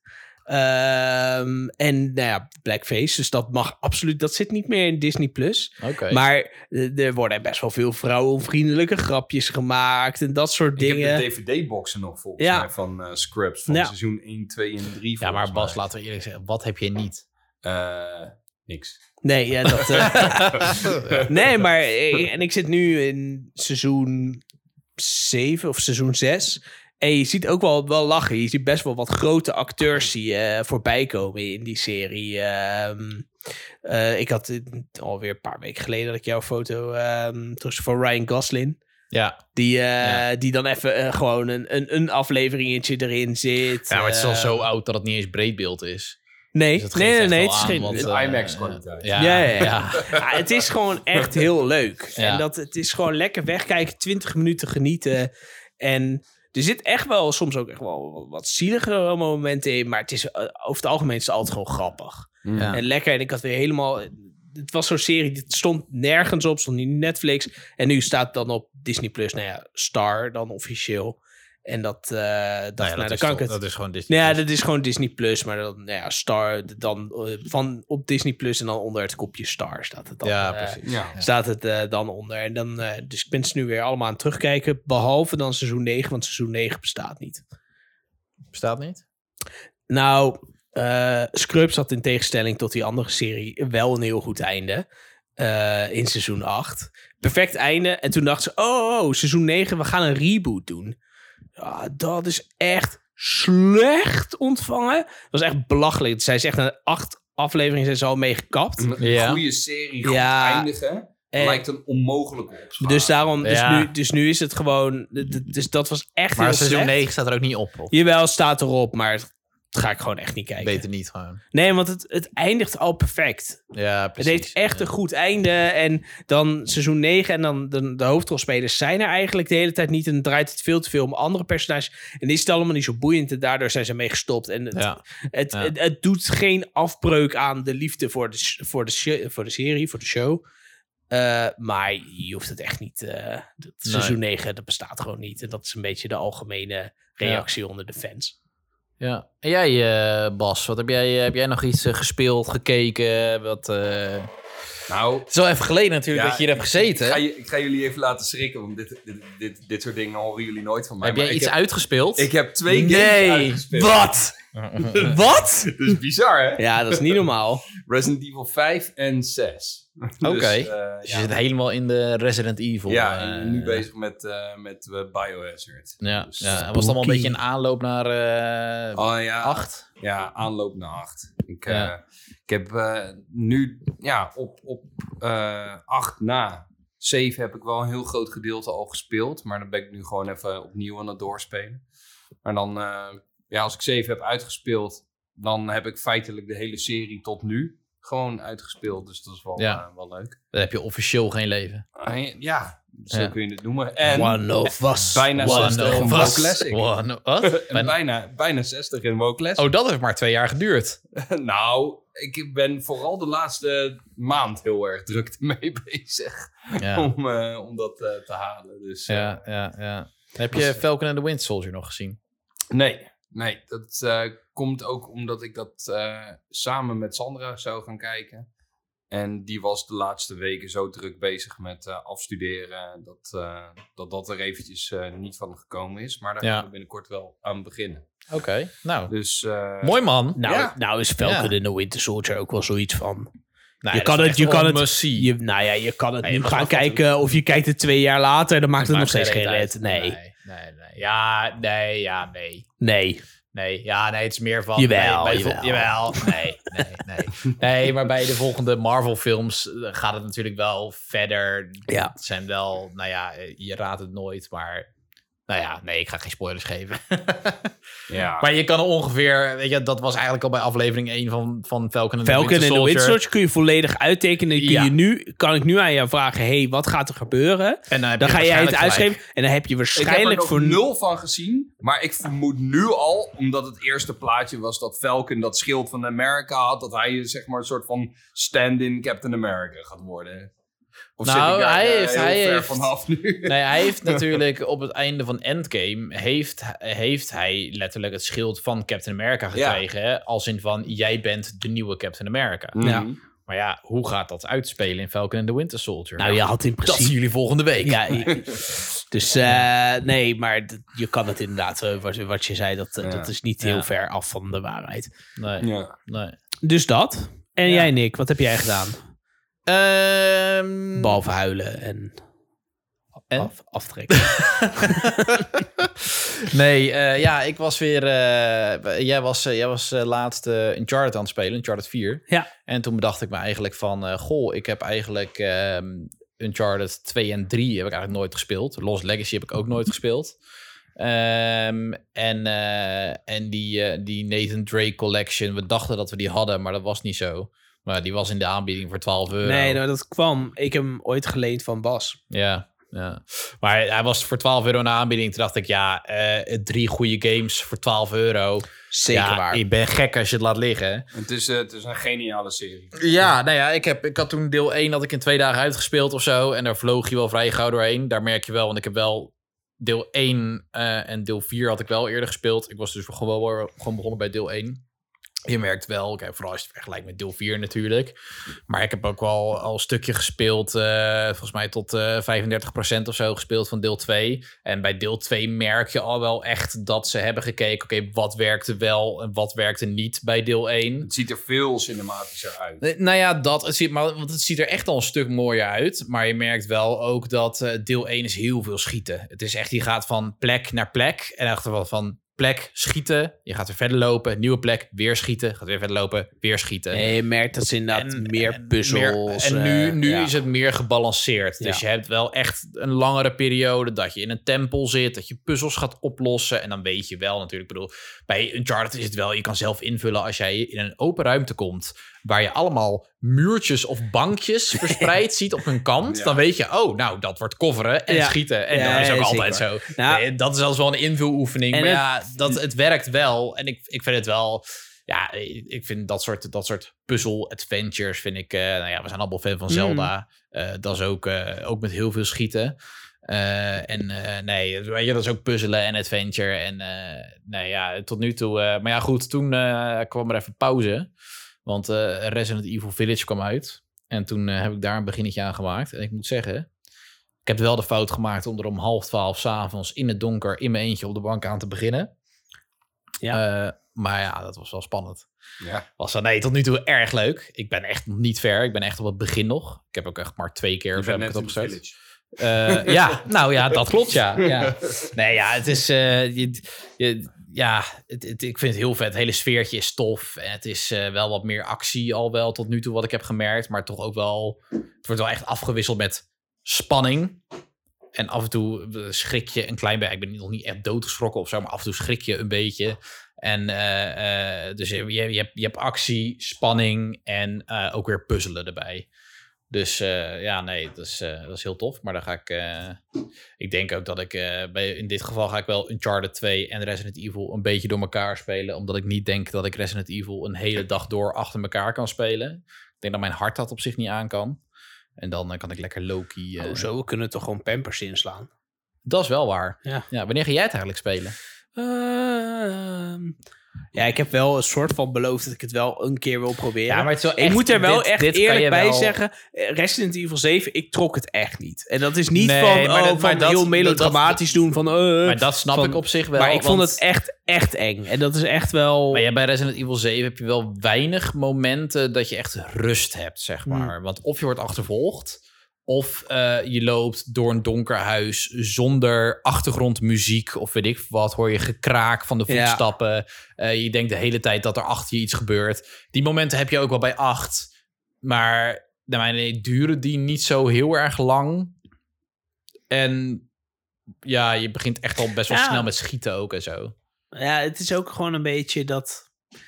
[SPEAKER 2] Um, en nou ja, blackface. Dus dat mag absoluut. Dat zit niet meer in Disney Plus.
[SPEAKER 3] Oké.
[SPEAKER 2] Maar uh, er worden best wel veel vrouwenvriendelijke grapjes gemaakt. En dat soort
[SPEAKER 4] Ik
[SPEAKER 2] dingen.
[SPEAKER 4] heb de D V D-boxen nog volgens
[SPEAKER 2] Ja.
[SPEAKER 4] mij van uh, Scrubs. Van
[SPEAKER 2] Ja.
[SPEAKER 4] seizoen één, twee en drie.
[SPEAKER 3] Ja, maar
[SPEAKER 4] volgens
[SPEAKER 3] Bas,
[SPEAKER 4] mij.
[SPEAKER 3] laten we eerlijk zeggen, wat heb je niet?
[SPEAKER 4] Uh, niks.
[SPEAKER 2] Nee, ja, dat... Uh... nee, maar... En ik zit nu in seizoen zeven of seizoen zes. En je ziet ook wel, wel lachen. Je ziet best wel wat grote acteurs die uh, voorbij komen in die serie. Um, uh, ik had uh, alweer een paar weken geleden dat ik jouw foto um, terug van Ryan Gosling.
[SPEAKER 3] Ja.
[SPEAKER 2] Die, uh,
[SPEAKER 3] Ja.
[SPEAKER 2] die dan even uh, gewoon een, een, een afleveringetje erin zit.
[SPEAKER 3] Ja, maar het is al
[SPEAKER 2] Uh,
[SPEAKER 3] zo oud dat het niet eens breedbeeld is.
[SPEAKER 2] Nee,
[SPEAKER 3] Dus het
[SPEAKER 2] nee,
[SPEAKER 3] geeft
[SPEAKER 2] nee,
[SPEAKER 3] echt
[SPEAKER 2] nee,
[SPEAKER 3] wel
[SPEAKER 2] het is
[SPEAKER 3] aan,
[SPEAKER 2] geen...
[SPEAKER 3] want, eh,
[SPEAKER 4] IMAX kwaliteit.
[SPEAKER 3] Ja,
[SPEAKER 2] Ja,
[SPEAKER 3] ja,
[SPEAKER 2] ja, ja.
[SPEAKER 3] ja.
[SPEAKER 2] Ja, het is gewoon echt heel leuk.
[SPEAKER 3] Ja.
[SPEAKER 2] En dat, het is gewoon lekker wegkijken, twintig minuten genieten. En er zit echt wel soms ook echt wel wat zieligere momenten in. Maar het is, uh, over het algemeen is het altijd gewoon grappig.
[SPEAKER 3] Ja.
[SPEAKER 2] En lekker. En ik had weer helemaal... Het was zo'n serie, dit stond nergens op. Stond niet op Netflix. En nu staat het dan op Disney Plus. Nou ja, Star dan officieel. En dat... Uh, dacht,
[SPEAKER 3] Nou ja,
[SPEAKER 2] nou,
[SPEAKER 3] dat,
[SPEAKER 2] dan
[SPEAKER 3] is
[SPEAKER 2] kan
[SPEAKER 3] toch-
[SPEAKER 2] ik het...
[SPEAKER 3] dat is gewoon Disney.
[SPEAKER 2] Nou ja,
[SPEAKER 3] Plus.
[SPEAKER 2] dat is gewoon Disney Plus, maar dan, nou ja, Star dan uh, van op Disney Plus en dan onder het kopje Star staat het dan.
[SPEAKER 3] Ja,
[SPEAKER 2] uh,
[SPEAKER 3] precies.
[SPEAKER 4] Ja.
[SPEAKER 2] Staat het uh, dan onder. En dan, uh, dus ik ben ze nu weer allemaal aan het terugkijken, behalve dan seizoen negen, want seizoen negen bestaat niet.
[SPEAKER 3] Bestaat niet?
[SPEAKER 2] Nou, uh, Scrubs had in tegenstelling tot die andere serie wel een heel goed einde. Uh, in seizoen acht. Perfect einde. En toen dachten ze, oh, oh, seizoen negen, we gaan een reboot doen. Ja, dat is echt slecht ontvangen. Dat was echt belachelijk. Zij is echt een acht afleveringen zijn ze al mee gekapt.
[SPEAKER 4] Een
[SPEAKER 3] Ja.
[SPEAKER 4] goede serie goed
[SPEAKER 2] Ja.
[SPEAKER 4] eindigen
[SPEAKER 2] En-
[SPEAKER 4] lijkt een onmogelijke opspraak.
[SPEAKER 2] Dus daarom, dus,
[SPEAKER 3] Ja.
[SPEAKER 2] nu, dus nu is het gewoon... d- d- Dus dat was echt
[SPEAKER 3] Maar
[SPEAKER 2] heel
[SPEAKER 3] seizoen
[SPEAKER 2] slecht.
[SPEAKER 3] negen staat er ook niet op. Of?
[SPEAKER 2] Jawel, staat erop, maar het ga ik gewoon echt niet kijken.
[SPEAKER 3] Beter niet gewoon.
[SPEAKER 2] Nee, want het, het eindigt al perfect.
[SPEAKER 3] Ja, precies.
[SPEAKER 2] Het heeft echt
[SPEAKER 3] Ja.
[SPEAKER 2] een goed einde. En dan seizoen negen en dan de, de hoofdrolspelers zijn er eigenlijk de hele tijd niet. En dan draait het veel te veel om andere personages. En is het allemaal niet zo boeiend. En daardoor zijn ze mee gestopt. En het,
[SPEAKER 3] Ja.
[SPEAKER 2] het,
[SPEAKER 3] Ja.
[SPEAKER 2] het, het doet geen afbreuk aan de liefde voor de, s- voor de, sh- voor de serie, voor de show. Uh, maar je hoeft het echt niet. Uh, dat seizoen negen, dat bestaat gewoon niet. En dat is een beetje de algemene reactie onder de fans.
[SPEAKER 3] Ja. En jij, eh, Bas, wat heb jij, heb jij nog iets eh, gespeeld, gekeken? Wat, eh,
[SPEAKER 4] Nou,
[SPEAKER 3] Het is wel even geleden natuurlijk
[SPEAKER 4] ja,
[SPEAKER 3] dat je hier hebt gezeten.
[SPEAKER 4] Ik ga, je, ik ga jullie even laten schrikken, want dit, dit, dit, dit soort dingen horen jullie nooit van mij.
[SPEAKER 3] heb jij
[SPEAKER 4] Maar
[SPEAKER 3] iets
[SPEAKER 4] ik heb,
[SPEAKER 3] uitgespeeld?
[SPEAKER 4] Ik heb twee games
[SPEAKER 2] Nee,
[SPEAKER 4] uitgespeeld.
[SPEAKER 2] wat? Wat?
[SPEAKER 4] Dat is bizar, hè?
[SPEAKER 2] Ja, dat is niet normaal.
[SPEAKER 4] Resident Evil vijf en zes.
[SPEAKER 3] Oké.
[SPEAKER 4] Dus, uh,
[SPEAKER 3] Dus je
[SPEAKER 4] ja,
[SPEAKER 3] zit helemaal in de Resident Evil.
[SPEAKER 4] ja,
[SPEAKER 3] eh,
[SPEAKER 4] ik ben nu bezig met, uh, met uh, Biohazard.
[SPEAKER 3] Ja,
[SPEAKER 4] Dus,
[SPEAKER 3] ja. En was het allemaal een beetje een aanloop naar uh,
[SPEAKER 4] oh, ja,
[SPEAKER 3] acht?
[SPEAKER 4] Ja, aanloop naar acht. Ik,
[SPEAKER 3] Ja.
[SPEAKER 4] uh, ik heb uh, nu ja, op, op uh, acht na zeven heb ik wel een heel groot gedeelte al gespeeld. Maar dan ben ik nu gewoon even opnieuw aan het doorspelen. Maar dan, uh, ja, als ik zeven heb uitgespeeld, dan heb ik feitelijk de hele serie tot nu gewoon uitgespeeld. Dus dat is wel,
[SPEAKER 3] Ja.
[SPEAKER 4] uh, wel leuk.
[SPEAKER 3] Dan heb je officieel geen leven.
[SPEAKER 4] Uh, ja, zo
[SPEAKER 3] Ja.
[SPEAKER 4] kun je het noemen. En
[SPEAKER 2] One of us.
[SPEAKER 4] bijna
[SPEAKER 2] One
[SPEAKER 4] zestig
[SPEAKER 2] of
[SPEAKER 4] in
[SPEAKER 2] us.
[SPEAKER 4] WoW Classic.
[SPEAKER 3] One, wat?
[SPEAKER 4] En bijna, bijna zestig in WoW Classic.
[SPEAKER 3] Oh, dat heeft maar twee jaar geduurd.
[SPEAKER 4] Nou, ik ben vooral de laatste maand heel erg druk ermee bezig
[SPEAKER 3] Ja,
[SPEAKER 4] om, uh, om dat uh, te halen. Dus, uh,
[SPEAKER 3] ja, ja, ja. Heb je Falcon and the Winter Soldier nog gezien?
[SPEAKER 4] Nee, nee, dat uh, komt ook omdat ik dat uh, samen met Sandra zou gaan kijken. En die was de laatste weken zo druk bezig met uh, afstuderen dat, uh, dat dat er eventjes uh, niet van gekomen is. Maar daar
[SPEAKER 3] Ja.
[SPEAKER 4] gaan we binnenkort wel aan beginnen.
[SPEAKER 3] Oké, okay, nou.
[SPEAKER 4] Dus, uh,
[SPEAKER 3] Mooi man.
[SPEAKER 2] Nou,
[SPEAKER 4] Ja.
[SPEAKER 2] nou is Falcon
[SPEAKER 3] Ja.
[SPEAKER 2] and the Winter Soldier ook wel zoiets van...
[SPEAKER 3] Nou,
[SPEAKER 2] je
[SPEAKER 3] dat
[SPEAKER 2] kan
[SPEAKER 3] is
[SPEAKER 2] het, je
[SPEAKER 3] echt
[SPEAKER 2] kan
[SPEAKER 3] wel
[SPEAKER 2] het,
[SPEAKER 3] een must-see.
[SPEAKER 2] je, nou ja, je kan het
[SPEAKER 3] Nee,
[SPEAKER 2] nu
[SPEAKER 3] maar
[SPEAKER 2] gaan
[SPEAKER 3] dat was
[SPEAKER 2] kijken of je kijkt het twee jaar later, dan maakt het nog
[SPEAKER 3] Maakt
[SPEAKER 2] steeds geen
[SPEAKER 3] reet
[SPEAKER 2] red.
[SPEAKER 3] uit.
[SPEAKER 2] Nee.
[SPEAKER 3] nee, nee, nee. Ja, nee, ja, nee.
[SPEAKER 2] Nee.
[SPEAKER 3] Nee, ja, nee, het is meer van...
[SPEAKER 2] Jawel,
[SPEAKER 3] bij, bij de
[SPEAKER 2] jawel.
[SPEAKER 3] vol- jawel. Nee, nee, nee. Nee, maar bij de volgende Marvel-films uh, gaat het natuurlijk wel verder.
[SPEAKER 2] Ja.
[SPEAKER 3] Het zijn wel, nou ja, uh, je raadt het nooit, maar... Nou ja, nee, ik ga geen spoilers geven.
[SPEAKER 4] ja.
[SPEAKER 3] Maar je kan ongeveer... Weet je, dat was eigenlijk al bij aflevering één van, van Falcon and the
[SPEAKER 2] Falcon
[SPEAKER 3] Winter
[SPEAKER 2] en de
[SPEAKER 3] Soldier.
[SPEAKER 2] Winter Soldier kun je volledig uittekenen. Kun
[SPEAKER 3] Ja.
[SPEAKER 2] je nu, kan ik nu aan jou vragen, hey, wat gaat er gebeuren?
[SPEAKER 3] En dan, heb
[SPEAKER 2] Dan
[SPEAKER 3] je
[SPEAKER 2] ga jij het
[SPEAKER 3] waarschijnlijk gelijk.
[SPEAKER 2] uitschrijven en dan heb je
[SPEAKER 4] Ik heb er
[SPEAKER 2] waarschijnlijk
[SPEAKER 4] nog
[SPEAKER 2] voor...
[SPEAKER 4] nul van gezien, maar ik vermoed nu al, omdat het eerste plaatje was dat Falcon dat schild van Amerika had, dat hij zeg maar een soort van stand-in Captain America gaat worden. Of
[SPEAKER 3] Nou,
[SPEAKER 4] zit ik daar,
[SPEAKER 3] hij
[SPEAKER 4] eh,
[SPEAKER 3] heeft-
[SPEAKER 4] heel
[SPEAKER 3] hij
[SPEAKER 4] ver
[SPEAKER 3] heeft-
[SPEAKER 4] vanaf nu?
[SPEAKER 3] Nee, hij heeft natuurlijk op het einde van Endgame... heeft, heeft hij letterlijk het schild van Captain America gekregen. Hè? Als in van, jij bent de nieuwe Captain America.
[SPEAKER 2] Ja.
[SPEAKER 4] Mhm.
[SPEAKER 3] Maar ja, hoe gaat dat uitspelen in Falcon and the Winter Soldier?
[SPEAKER 2] Nou, je had in
[SPEAKER 3] dat zien
[SPEAKER 2] principe...
[SPEAKER 3] jullie volgende week.
[SPEAKER 2] Ja, ik- dus uh, nee, maar d- je kan het inderdaad, uh, wat, wat je zei, dat, uh,
[SPEAKER 4] Ja.
[SPEAKER 2] dat is niet heel
[SPEAKER 3] Ja.
[SPEAKER 2] ver af van de waarheid.
[SPEAKER 3] Nee,
[SPEAKER 4] Ja.
[SPEAKER 3] nee.
[SPEAKER 2] Dus dat. En
[SPEAKER 3] Ja.
[SPEAKER 2] jij, Nick, wat heb jij gedaan?
[SPEAKER 3] Ehm,
[SPEAKER 2] Behalve huilen en,
[SPEAKER 3] En?
[SPEAKER 2] Af, aftrekken.
[SPEAKER 3] Nee, uh, ja, ik was weer... Uh, jij was, uh, jij was uh, laatst uh, Uncharted aan het spelen, Uncharted vier.
[SPEAKER 2] Ja.
[SPEAKER 3] En toen bedacht ik me eigenlijk van... Uh, goh, ik heb eigenlijk um, Uncharted twee en drie heb ik eigenlijk nooit gespeeld. Lost Legacy heb ik ook nooit gespeeld. Um, en uh, en die, uh, die Nathan Drake Collection, we dachten dat we die hadden, maar dat was niet zo. Maar die was in de aanbieding voor twaalf euro.
[SPEAKER 2] Nee, nou, dat kwam. Ik heb hem ooit geleend van Bas.
[SPEAKER 3] Ja, ja. Maar hij was voor twaalf euro in de aanbieding. Toen dacht ik, ja, uh, drie goede games voor twaalf euro.
[SPEAKER 2] Zeker
[SPEAKER 3] ja,
[SPEAKER 2] waar.
[SPEAKER 3] Ik ben gek als je het laat liggen.
[SPEAKER 4] Het is, uh, het is een geniale serie.
[SPEAKER 3] Ja, nou ja, ik, heb, ik had toen deel één had ik in twee dagen uitgespeeld of zo. En daar vloog je wel vrij gauw doorheen. Daar merk je wel, want ik heb wel deel één uh, en deel vier had ik wel eerder gespeeld. Ik was dus gewoon, gewoon begonnen bij deel één. Je merkt wel, kijk, vooral als je het vergelijkt met deel vier natuurlijk. Maar ik heb ook wel al een stukje gespeeld, uh, volgens mij tot uh, vijfendertig procent of zo gespeeld van deel twee. En bij deel twee merk je al wel echt dat ze hebben gekeken, oké, okay, wat werkte wel en wat werkte niet bij deel één.
[SPEAKER 4] Het ziet er veel cinematischer uit.
[SPEAKER 3] Uh, nou ja, dat, het ziet, maar, want het ziet er echt al een stuk mooier uit. Maar je merkt wel ook dat uh, deel één is heel veel schieten. Het is echt, die gaat van plek naar plek en echt wel van plek, schieten. Je gaat weer verder lopen. Nieuwe plek, weer schieten. Gaat weer verder lopen, weer schieten.
[SPEAKER 2] Nee, je merkt dat ze inderdaad en, meer en puzzels...
[SPEAKER 3] Meer, en nu, nu
[SPEAKER 2] uh,
[SPEAKER 3] is het meer gebalanceerd. Ja. Dus je hebt wel echt een langere periode dat je in een tempel zit, dat je puzzels gaat oplossen. En dan weet je wel natuurlijk, ik bedoel, bij Uncharted is het wel, je kan zelf invullen als jij in een open ruimte komt, waar je allemaal muurtjes of bankjes verspreid ziet op een kant. Ja. Dan weet je, oh, nou, dat wordt coveren en ja. schieten. En ja, dat is ook ja, altijd zo. Nou, nee, dat is zelfs wel een invuloefening. Maar het, ja, dat, het werkt wel. En ik, ik vind het wel... Ja, ik vind dat soort, dat soort puzzle-adventures vind ik... Uh, nou ja, we zijn allemaal fan van Zelda. Mm. Uh, dat is ook, uh, ook met heel veel schieten. Uh, en uh, nee, weet je, dat is ook puzzelen en adventure. En uh, nee, ja, tot nu toe... Uh, maar ja, goed, toen uh, kwam er even pauze. Want uh, Resident Evil Village kwam uit. En toen uh, heb ik daar een beginnetje aan gemaakt. En ik moet zeggen, ik heb wel de fout gemaakt om er om half twaalf 's avonds in het donker in mijn eentje op de bank aan te beginnen. Ja. Uh, maar ja, dat was wel spannend. Ja. Was dan, nee, tot nu toe erg leuk. Ik ben echt nog niet ver. Ik ben echt op het begin nog. Ik heb ook echt maar twee keer of heb ik het opgestart. Uh, ja, nou ja, dat klopt, ja. ja. Nee, ja, het is... Uh, je, je, ja, het, het, ik vind het heel vet. Het hele sfeertje is tof. En het is uh, wel wat meer actie al wel tot nu toe wat ik heb gemerkt. Maar toch ook wel... Het wordt wel echt afgewisseld met spanning. En af en toe schrik je een klein beetje. Ik ben nog niet echt doodgeschrokken of zo, maar af en toe schrik je een beetje. En uh, uh, dus je, je, hebt, je hebt actie, spanning en uh, ook weer puzzelen erbij. Dus uh, ja, nee, dat is, uh, dat is heel tof. Maar dan ga ik... Uh, ik denk ook dat ik... Uh, bij, in dit geval ga ik wel Uncharted twee en Resident Evil een beetje door elkaar spelen. Omdat ik niet denk dat ik Resident Evil een hele dag door achter elkaar kan spelen. Ik denk dat mijn hart dat op zich niet aan kan. En dan uh, kan ik lekker Loki... Uh,
[SPEAKER 2] oh, zo, we kunnen toch gewoon Pampers inslaan?
[SPEAKER 3] Dat is wel waar.
[SPEAKER 2] Ja.
[SPEAKER 3] Ja, wanneer ga jij het eigenlijk spelen?
[SPEAKER 2] Uh, ja, ik heb wel een soort van beloofd dat ik het wel een keer wil proberen.
[SPEAKER 3] Ja, maar het is
[SPEAKER 2] ik echt, moet er wel
[SPEAKER 3] dit,
[SPEAKER 2] echt
[SPEAKER 3] dit
[SPEAKER 2] eerlijk bij
[SPEAKER 3] wel...
[SPEAKER 2] zeggen. Resident Evil zeven, ik trok het echt niet. En dat is niet
[SPEAKER 3] nee,
[SPEAKER 2] van,
[SPEAKER 3] maar
[SPEAKER 2] oh,
[SPEAKER 3] dat,
[SPEAKER 2] van
[SPEAKER 3] maar
[SPEAKER 2] heel
[SPEAKER 3] dat,
[SPEAKER 2] melodramatisch
[SPEAKER 3] dat,
[SPEAKER 2] doen. Van, uh,
[SPEAKER 3] maar dat snap
[SPEAKER 2] van,
[SPEAKER 3] ik op zich wel.
[SPEAKER 2] Maar ik
[SPEAKER 3] want...
[SPEAKER 2] vond het echt, echt eng. En dat is echt wel...
[SPEAKER 3] Maar ja, bij Resident Evil zeven heb je wel weinig momenten dat je echt rust hebt, zeg maar. Hmm. Want of je wordt achtervolgd... Of uh, je loopt door een donker huis zonder achtergrondmuziek of weet ik wat. Hoor je gekraak van de voetstappen. Ja. Uh, je denkt de hele tijd dat er achter je iets gebeurt. Die momenten heb je ook wel bij acht. Maar naar mijn idee duren die niet zo heel erg lang. En ja, je begint echt al best wel ja. snel met schieten ook en zo.
[SPEAKER 2] Ja, het is ook gewoon een beetje dat...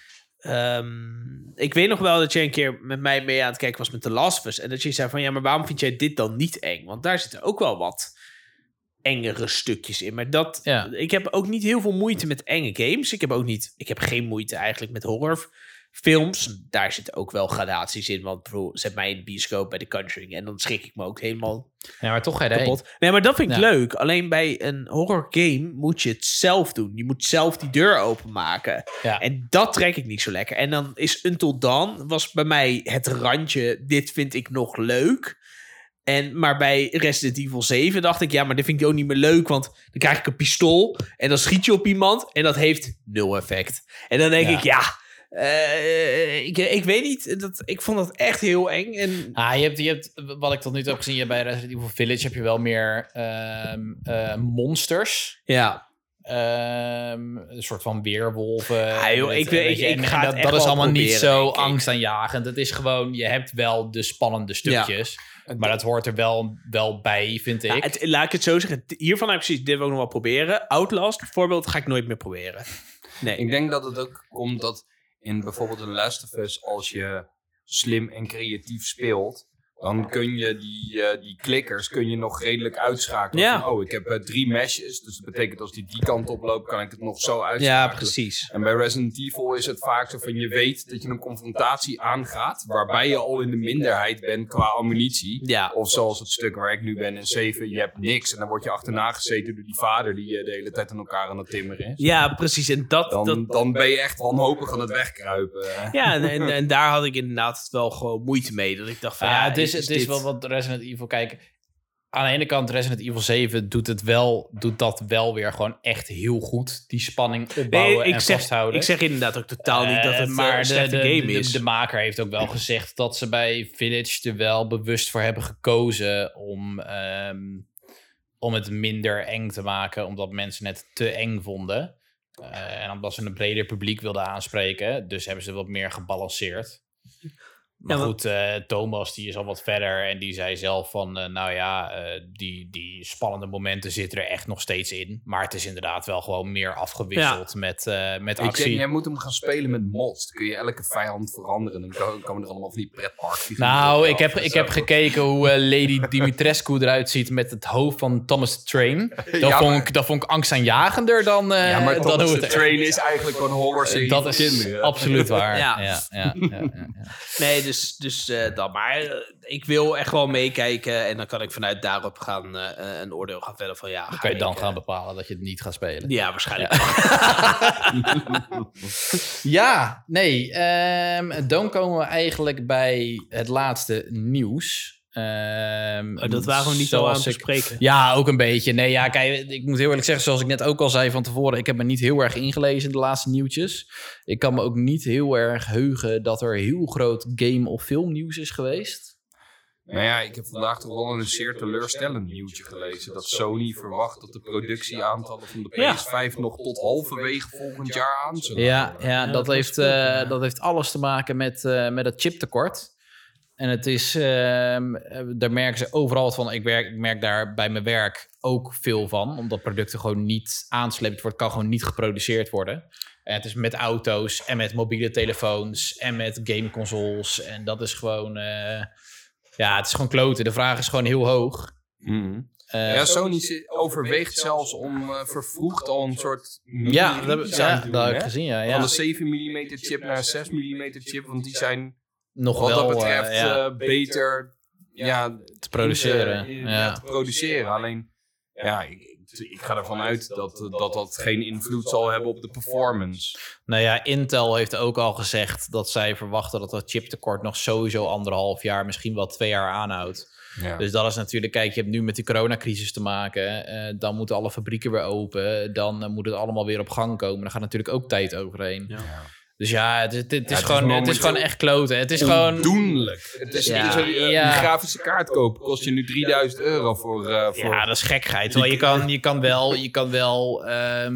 [SPEAKER 2] Um, ik weet nog wel dat je een keer met mij mee aan het kijken was met The Last of Us. En dat je zei van, ja, maar waarom vind jij dit dan niet eng? Want daar zitten ook wel wat engere stukjes in. Maar dat, ja. ik heb ook niet heel veel moeite met enge games. Ik heb ook niet, ik heb geen moeite eigenlijk met horrorfilms. Daar zitten ook wel gradaties in. Want bro, zet mij in de bioscoop bij The Conjuring en dan schrik ik me ook helemaal
[SPEAKER 3] ja, maar toch ga je
[SPEAKER 2] kapot. Nee, maar dat vind ik ja. leuk. Alleen bij een horror game moet je het zelf doen. Je moet zelf die deur openmaken. Ja. En dat trek ik niet zo lekker. En dan is Until Dawn was bij mij het randje. Dit vind ik nog leuk. En, maar bij Resident Evil zeven dacht ik... ja, maar dit vind ik ook niet meer leuk... want dan krijg ik een pistool... en dan schiet je op iemand... en dat heeft nul effect. En dan denk ja. ik, ja... Uh, ik, ik weet niet... Dat, ik vond dat echt heel eng. En...
[SPEAKER 3] Ah, je hebt, je hebt, wat ik tot nu toe heb gezien... Je bij Resident Evil Village heb je wel meer uh, uh, monsters...
[SPEAKER 2] Ja.
[SPEAKER 3] Um, een soort van weerwolven.
[SPEAKER 2] Ja, joh,
[SPEAKER 3] met,
[SPEAKER 2] ik, weet,
[SPEAKER 3] weet
[SPEAKER 2] ik,
[SPEAKER 3] je,
[SPEAKER 2] ik
[SPEAKER 3] en-
[SPEAKER 2] ga
[SPEAKER 3] en
[SPEAKER 2] het
[SPEAKER 3] dat,
[SPEAKER 2] echt
[SPEAKER 3] dat is
[SPEAKER 2] wel
[SPEAKER 3] allemaal niet
[SPEAKER 2] proberen,
[SPEAKER 3] zo
[SPEAKER 2] denk ik.
[SPEAKER 3] angstaanjagend. Het is gewoon, je hebt wel de spannende stukjes. Maar dat hoort er wel, wel bij, vind ik.
[SPEAKER 2] Ja, het, laat ik het zo zeggen. t- Hiervan heb ik precies, dit wil ik nog wel proberen. Outlast bijvoorbeeld ga ik nooit meer proberen. Nee.
[SPEAKER 4] Ik denk dat het ook komt dat in bijvoorbeeld een Last of Us, als je slim en creatief speelt, dan kun je die, uh, die klikkers kun je nog redelijk uitschakelen.
[SPEAKER 2] Ja.
[SPEAKER 4] Van, oh, ik heb uh, drie meshes, dus dat betekent als die die kant op loopt, kan ik het nog zo uitschakelen.
[SPEAKER 2] Ja, precies.
[SPEAKER 4] En bij Resident Evil is het vaak zo van, je weet dat je een confrontatie aangaat, waarbij je al in de minderheid bent qua ammunitie.
[SPEAKER 2] Ja.
[SPEAKER 4] Of zoals het stuk waar ik nu ben in zeven, je hebt niks. En dan word je achterna gezeten door die vader die uh, de hele tijd aan elkaar aan het timmeren is.
[SPEAKER 2] Ja, precies. En dat,
[SPEAKER 4] Dan,
[SPEAKER 2] dat,
[SPEAKER 4] dan ben je echt wanhopig aan het wegkruipen.
[SPEAKER 2] ja, en, en, en daar had ik inderdaad wel gewoon moeite mee. Dat ik dacht van,
[SPEAKER 3] Ja,
[SPEAKER 2] ja,
[SPEAKER 3] het is,
[SPEAKER 2] is
[SPEAKER 3] het is
[SPEAKER 2] dit-
[SPEAKER 3] wel wat Resident Evil... Kijk, aan de ene kant Resident Evil zeven doet, het wel, doet dat wel weer gewoon echt heel goed. Die spanning opbouwen
[SPEAKER 2] Nee, ik
[SPEAKER 3] en
[SPEAKER 2] zeg,
[SPEAKER 3] vasthouden.
[SPEAKER 2] ik zeg inderdaad ook totaal niet dat
[SPEAKER 3] Eh,
[SPEAKER 2] het
[SPEAKER 3] maar
[SPEAKER 2] maar een
[SPEAKER 3] de,
[SPEAKER 2] slechte
[SPEAKER 3] de,
[SPEAKER 2] game
[SPEAKER 3] de,
[SPEAKER 2] is.
[SPEAKER 3] De, maker heeft ook wel gezegd dat ze bij Village er wel bewust voor hebben gekozen om, ehm, om het minder eng te maken, omdat mensen het te eng vonden. Uh, en omdat ze een breder publiek wilden aanspreken. Dus hebben ze wat meer gebalanceerd. Maar
[SPEAKER 2] Ja,
[SPEAKER 3] goed, uh, Thomas die is al wat verder en die zei zelf van, uh, nou ja, uh, die, die spannende momenten zitten er echt nog steeds in. Maar het is inderdaad wel gewoon meer afgewisseld
[SPEAKER 2] Ja.
[SPEAKER 3] met, uh, met
[SPEAKER 4] Ik
[SPEAKER 3] actie.
[SPEAKER 4] denk, jij moet hem gaan spelen met mods. Dan kun je elke vijand veranderen. Dan ko- komen er allemaal van die pretparkfiguren.
[SPEAKER 3] Nou, ik
[SPEAKER 4] af
[SPEAKER 3] heb,
[SPEAKER 4] en
[SPEAKER 3] ik
[SPEAKER 4] zo.
[SPEAKER 3] heb gekeken hoe uh, Lady Dimitrescu eruit ziet met het hoofd van Thomas the Train. Dat,
[SPEAKER 4] Ja,
[SPEAKER 3] vond,
[SPEAKER 4] maar-
[SPEAKER 3] ik, dat vond ik angstaanjagender dan, uh,
[SPEAKER 4] Ja, maar
[SPEAKER 3] dan
[SPEAKER 4] Thomas
[SPEAKER 3] hoe
[SPEAKER 4] the
[SPEAKER 3] het
[SPEAKER 4] Train is eigenlijk gewoon een horrorserie
[SPEAKER 3] Dat
[SPEAKER 4] voor
[SPEAKER 3] is
[SPEAKER 4] kinderen.
[SPEAKER 3] absoluut waar.
[SPEAKER 2] Ja.
[SPEAKER 3] Ja. Ja, ja, ja, ja, ja.
[SPEAKER 2] Nee, dus, dus uh, dat. Maar uh, ik wil echt wel meekijken. En dan kan ik vanuit daarop gaan uh, een oordeel gaan vellen van ja.
[SPEAKER 3] Dan
[SPEAKER 2] ga
[SPEAKER 3] kan je dan
[SPEAKER 2] ik, uh,
[SPEAKER 3] gaan bepalen dat je het niet gaat spelen.
[SPEAKER 2] Ja, waarschijnlijk.
[SPEAKER 3] Ja, nee. ehm, dan komen we eigenlijk bij het laatste nieuws. Ehm,
[SPEAKER 2] Oh, dat waren we niet al aan
[SPEAKER 3] zoals
[SPEAKER 2] het
[SPEAKER 3] ik-
[SPEAKER 2] bespreken.
[SPEAKER 3] Ja, ook een beetje. Nee, ja, kijk, ik moet heel eerlijk zeggen, zoals ik net ook al zei van tevoren, ik heb me niet heel erg ingelezen in de laatste nieuwtjes. Ik kan me ook niet heel erg heugen dat er heel groot game- of filmnieuws is geweest.
[SPEAKER 4] Nou ja, ik heb vandaag toch wel een zeer teleurstellend nieuwtje gelezen. Dat Sony verwacht dat de productieaantallen van de
[SPEAKER 2] Ja.
[SPEAKER 4] P S vijf nog tot halverwege volgend jaar aan zullen
[SPEAKER 3] Ja,
[SPEAKER 4] houden.
[SPEAKER 3] ja, dat,
[SPEAKER 2] dat
[SPEAKER 3] heeft,
[SPEAKER 2] klopt,
[SPEAKER 3] eh,
[SPEAKER 2] ja.
[SPEAKER 3] dat heeft alles te maken met, eh, met het chiptekort. En het is, ehm, eh, daar merken ze overal wat van. Ik, werk, ik merk daar bij mijn werk ook veel van. Omdat producten gewoon niet aansleept wordt, kan gewoon niet geproduceerd worden. En het is met auto's en met mobiele telefoons en met gameconsoles. En dat is gewoon, eh, ja, het is gewoon kloten. De vraag is gewoon heel hoog.
[SPEAKER 4] Mhm.
[SPEAKER 3] Eh,
[SPEAKER 4] Ja, Sony zi- overweegt zelfs om uh, vervroegd al een soort
[SPEAKER 3] ja, dat, heb-
[SPEAKER 4] mini-redesign
[SPEAKER 3] ja,
[SPEAKER 4] te
[SPEAKER 3] dat
[SPEAKER 4] doen,
[SPEAKER 3] heb ik
[SPEAKER 4] hè?
[SPEAKER 3] gezien, ja. ja.
[SPEAKER 4] Van de zeven millimeter chip naar een zes millimeter chip, want die zijn
[SPEAKER 3] Nog
[SPEAKER 4] wat
[SPEAKER 3] wel
[SPEAKER 4] dat betreft
[SPEAKER 3] eh, ja,
[SPEAKER 4] uh, beter ja,
[SPEAKER 3] te produceren.
[SPEAKER 4] in- in-
[SPEAKER 3] ja.
[SPEAKER 4] ja, te produceren. Alleen, ja, ik, ik, ik ga ervan uit dat, dat dat geen invloed zal hebben op de performance.
[SPEAKER 3] Nou ja, Intel heeft ook al gezegd dat zij verwachten dat dat chiptekort nog sowieso anderhalf jaar, misschien wel twee jaar aanhoudt.
[SPEAKER 4] Ja.
[SPEAKER 3] Dus dat is natuurlijk, kijk, je hebt nu met die coronacrisis te maken. Eh, dan moeten alle fabrieken weer open. Dan eh, moet het allemaal weer op gang komen. Daar gaat natuurlijk ook tijd overheen.
[SPEAKER 2] Ja.
[SPEAKER 3] Dus ja, het, het, het is,
[SPEAKER 4] is
[SPEAKER 3] gewoon, het is
[SPEAKER 4] momenteel
[SPEAKER 3] gewoon echt kloten. Het is gewoon...
[SPEAKER 4] Ondoenlijk. Het is,
[SPEAKER 3] Ja,
[SPEAKER 4] het is een,
[SPEAKER 3] ja.
[SPEAKER 4] een grafische kaart kopen kost je nu drieduizend euro voor... uh, voor
[SPEAKER 3] Ja, dat is gekheid. Terwijl je kan, je kan wel, je kan wel ehm,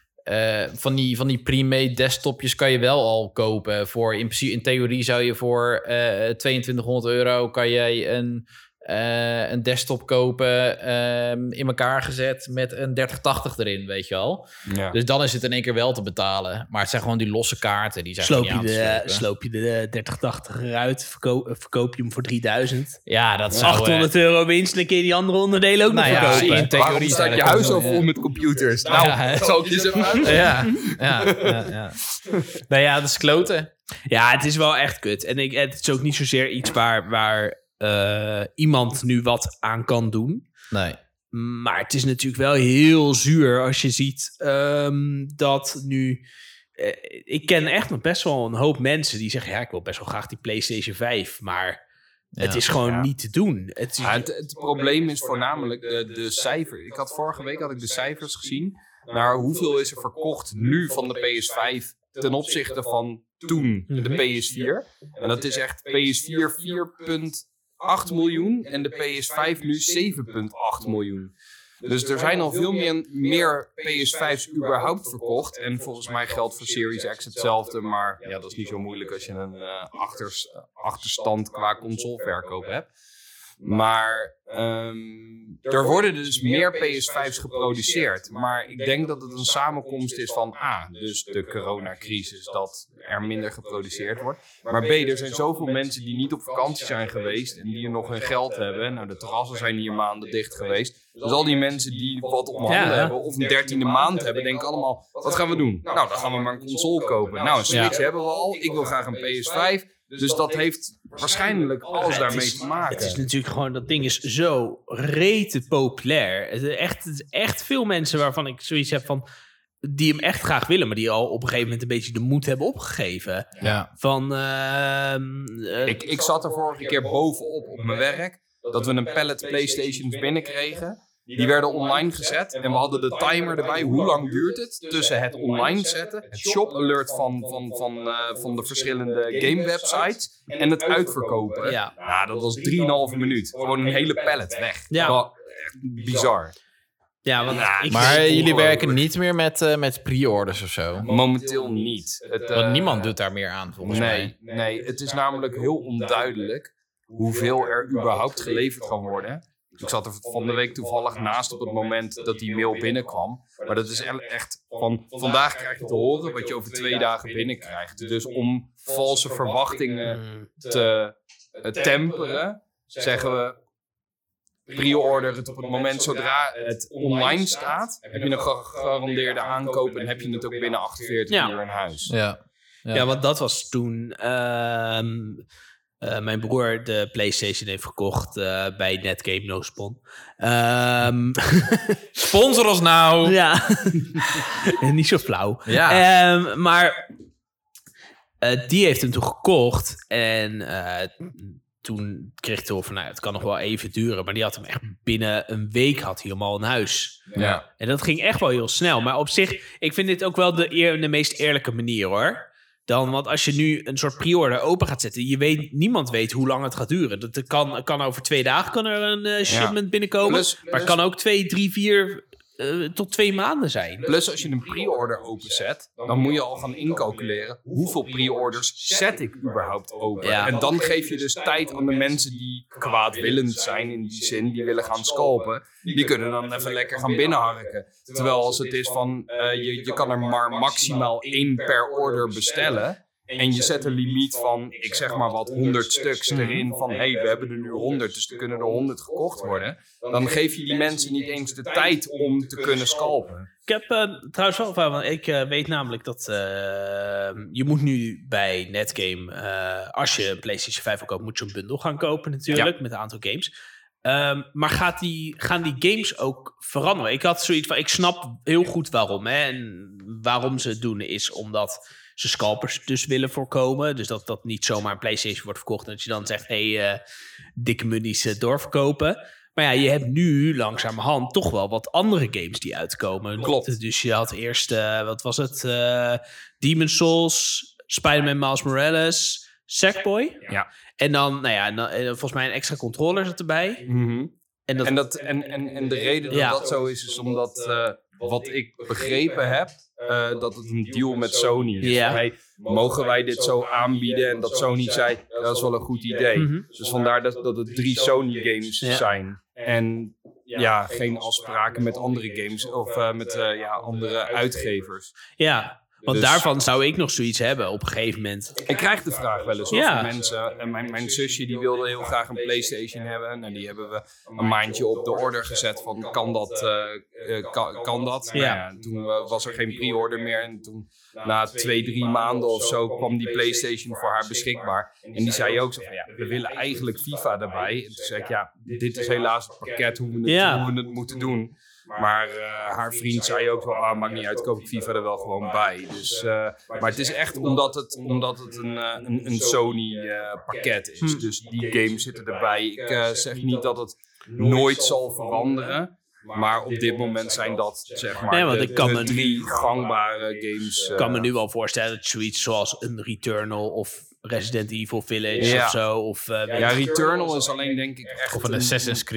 [SPEAKER 3] eh, van die, van die pre-made desktopjes kan je wel al kopen. Voor, in, principe, in theorie zou je voor eh tweeëntwintighonderd euro kan je een, eh, een desktop kopen ehm, in elkaar gezet met een dertig tachtig erin, weet je wel.
[SPEAKER 4] ja.
[SPEAKER 3] Dus dan is het in één keer wel te betalen. Maar het zijn gewoon die losse kaarten. Die zijn
[SPEAKER 2] Sloop
[SPEAKER 3] gewoon
[SPEAKER 2] je,
[SPEAKER 3] niet aan te
[SPEAKER 2] de,
[SPEAKER 3] slepen.
[SPEAKER 2] sloop je de dertig tachtig eruit, verkoop, verkoop je hem voor drieduizend.
[SPEAKER 3] Ja, dat zou... eh,
[SPEAKER 2] achthonderd euro winst, dan kun je die andere onderdelen ook
[SPEAKER 3] Nou
[SPEAKER 2] nog
[SPEAKER 3] ja,
[SPEAKER 2] verkopen.
[SPEAKER 3] in theorie
[SPEAKER 4] Waarom
[SPEAKER 3] zou
[SPEAKER 4] staat
[SPEAKER 3] dat
[SPEAKER 4] je huis
[SPEAKER 3] kunnen
[SPEAKER 4] al
[SPEAKER 3] doen,
[SPEAKER 4] vol
[SPEAKER 3] ja.
[SPEAKER 4] met computers? Nou,
[SPEAKER 3] Ja.
[SPEAKER 4] zal ik je eens even uit.
[SPEAKER 3] Ja, ja, ja, ja. Nou ja, dat is kloten.
[SPEAKER 2] Ja, het is wel echt kut. En ik, het is ook niet zozeer iets waar, waar uh, iemand nu wat aan kan doen.
[SPEAKER 3] Nee.
[SPEAKER 2] Maar het is natuurlijk wel heel zuur als je ziet um, dat nu... Uh, ik ken echt nog best wel een hoop mensen die zeggen... ja, ik wil best wel graag die PlayStation vijf, maar...
[SPEAKER 3] Ja.
[SPEAKER 2] Het is gewoon
[SPEAKER 4] Ja.
[SPEAKER 2] niet te doen. Het is,
[SPEAKER 4] Ja, het, het probleem is voornamelijk de, de cijfer. Ik had vorige week had ik de cijfers gezien. Naar hoeveel is er verkocht nu van de P S vijf ten opzichte van toen de P S vier. En dat is echt P S vier vier komma acht miljoen en de P S vijf nu zeven komma acht miljoen. Dus er zijn al veel meer, meer P S vijf's überhaupt verkocht. En volgens mij geldt voor Series X hetzelfde. Maar ja, dat is niet zo moeilijk als je een uh, achters, uh, achterstand qua consoleverkoop hebt. Maar um, er worden dus meer P S vijf's geproduceerd. Maar ik denk dat het een samenkomst is van A, dus de coronacrisis, dat er minder geproduceerd wordt. Maar B, er zijn zoveel mensen die niet op vakantie zijn geweest en die er nog hun geld hebben. Nou, de terrassen zijn hier maanden dicht geweest. Dus al die mensen die wat op handen ja. hebben of een dertiende maand hebben, denken allemaal, wat gaan we doen? Nou, dan gaan we maar een console kopen. Nou, een Switch ja. hebben we al. Ik wil graag een P S vijf. Dus dat heeft waarschijnlijk alles daarmee te maken.
[SPEAKER 2] Het is natuurlijk gewoon, dat ding is zo rete populair. Het is echt, het is echt veel mensen waarvan ik zoiets heb van, die hem echt graag willen, maar die al op een gegeven moment een beetje de moed hebben opgegeven. Ja. Van, uh, uh,
[SPEAKER 4] ik, ik zat er vorige keer bovenop op mijn werk, dat we een pallet PlayStations binnenkregen. Die werden online gezet en we hadden de timer erbij. Hoe lang duurt het tussen het online zetten, het shop alert van, van, van, uh, van de verschillende game websites en het uitverkopen? Ja, nou, dat was drieënhalve minuut. Gewoon een hele pallet weg. Ja. Dat was echt bizar.
[SPEAKER 2] Ja, want
[SPEAKER 3] nou, maar jullie werken niet meer met, uh, met pre-orders of zo?
[SPEAKER 4] Momenteel niet. Het, uh,
[SPEAKER 3] want niemand doet daar meer aan, volgens
[SPEAKER 4] nee,
[SPEAKER 3] mij.
[SPEAKER 4] Nee, het is namelijk heel onduidelijk hoeveel er überhaupt geleverd kan worden. Ik zat er van de week toevallig naast op het moment dat die mail binnenkwam. Maar dat is echt van, vandaag krijg je te horen wat je over twee dagen binnenkrijgt. Dus om valse verwachtingen te uh, temperen, zeggen we, pre-order het op het moment zodra het online staat. Heb je een gegarandeerde aankoop en heb je het ook binnen achtenveertig ja. uur in huis.
[SPEAKER 3] Ja,
[SPEAKER 2] ja. ja, want dat was toen... Uh, Uh, mijn broer de PlayStation heeft gekocht uh, bij Netgame No Spon. Um,
[SPEAKER 3] Sponsor ons nou!
[SPEAKER 2] Ja, niet zo flauw.
[SPEAKER 3] Ja.
[SPEAKER 2] Um, maar uh, die heeft hem toen gekocht. En uh, toen kreeg hij door van, nou, het kan nog wel even duren. Maar die had hem echt binnen een week had hij hem al in huis.
[SPEAKER 3] Ja.
[SPEAKER 2] En dat ging echt wel heel snel. Maar op zich, ik vind dit ook wel de, eer, de meest eerlijke manier, hoor. Dan, want als je nu een soort pre-order open gaat zetten, je weet, niemand weet hoe lang het gaat duren. Dat kan, kan over twee dagen kan er een uh, shipment ja. binnenkomen. Plus, plus, maar het kan ook twee, drie, vier uh, tot twee maanden zijn.
[SPEAKER 4] Plus als je een pre-order openzet, dan moet je al gaan incalculeren hoeveel pre-orders zet ik überhaupt open. Ja. En dan geef je dus tijd aan de mensen die kwaadwillend zijn in die zin, die willen gaan scalpen. Die kunnen dan even lekker gaan binnenharken. Terwijl als het is van, uh, je, je kan er maar maximaal één per order bestellen. En je zet een limiet van, ik zeg maar wat, honderd stuks erin. Van, hé, hey, we hebben er nu honderd, dus er kunnen er honderd gekocht worden. Dan geef je die mensen niet eens de tijd om te kunnen scalpen.
[SPEAKER 2] Ik heb uh, trouwens wel van, want ik uh, weet namelijk dat uh, je moet nu bij Netgame, uh, als je een PlayStation vijf wil kopen, moet je een bundel gaan kopen natuurlijk, ja. met een aantal games. Um, maar gaat die, gaan die games ook veranderen? Ik had zoiets van, ik snap heel goed waarom. Hè? En waarom ze het doen is omdat ze scalpers dus willen voorkomen. Dus dat dat niet zomaar een PlayStation wordt verkocht en dat je dan zegt, hé, hey, uh, dikke munies uh, doorverkopen. Maar ja, je hebt nu langzamerhand toch wel wat andere games die uitkomen.
[SPEAKER 4] Klopt.
[SPEAKER 2] Dus je had eerst, uh, wat was het? Uh, Demon's Souls, Spider-Man Miles Morales, Sackboy.
[SPEAKER 4] Ja.
[SPEAKER 2] En dan, nou ja, dan, volgens mij een extra controller zat erbij.
[SPEAKER 4] Mm-hmm. En, dat, en, dat, en, en, en de reden dat ja. dat zo is, is omdat, uh, wat ik begrepen heb, uh, dat het een deal met Sony is. Ja. Hey, mogen wij dit zo aanbieden? En dat Sony zei, dat is wel een goed idee. Mm-hmm. Dus vandaar dat, dat het drie Sony games ja. zijn. En ja, geen afspraken met andere games of uh, met uh, ja, andere uitgevers.
[SPEAKER 2] Ja. Want dus, daarvan zou ik nog zoiets hebben op een gegeven moment.
[SPEAKER 4] Ik krijg de vraag wel eens hoor, ja. van mensen. En mijn, mijn zusje die wilde heel graag een PlayStation hebben. En die hebben we een maandje op de order gezet van kan dat? Uh, uh, kan, kan dat? Ja. Nou ja, toen uh, was er geen pre-order meer. En toen na twee, drie maanden of zo kwam die PlayStation voor haar beschikbaar. En die zei ook zo van ja, we willen eigenlijk FIFA erbij. En toen zei ik ja, dit is helaas het pakket hoe we het, ja. hoe we het moeten doen. Maar uh, haar vriend zei ook wel, ah, maakt niet uit, koop ik FIFA er wel gewoon bij. Dus, uh, maar het is echt omdat het, omdat het een, uh, een, een Sony uh, pakket is. Dus die games zitten erbij. Ik uh, zeg niet dat het nooit zal veranderen. Maar op dit moment zijn dat zeg maar
[SPEAKER 2] nee, want
[SPEAKER 4] de,
[SPEAKER 2] ik kan
[SPEAKER 4] de
[SPEAKER 2] me
[SPEAKER 4] drie
[SPEAKER 2] nu,
[SPEAKER 4] gangbare games. Ik
[SPEAKER 2] uh, kan me nu wel voorstellen dat zoiets zoals een Returnal of Resident Evil Village ja. of zo. Of, uh,
[SPEAKER 4] ja, Returnal is alleen denk ik echt
[SPEAKER 3] of een Assassin's Creed.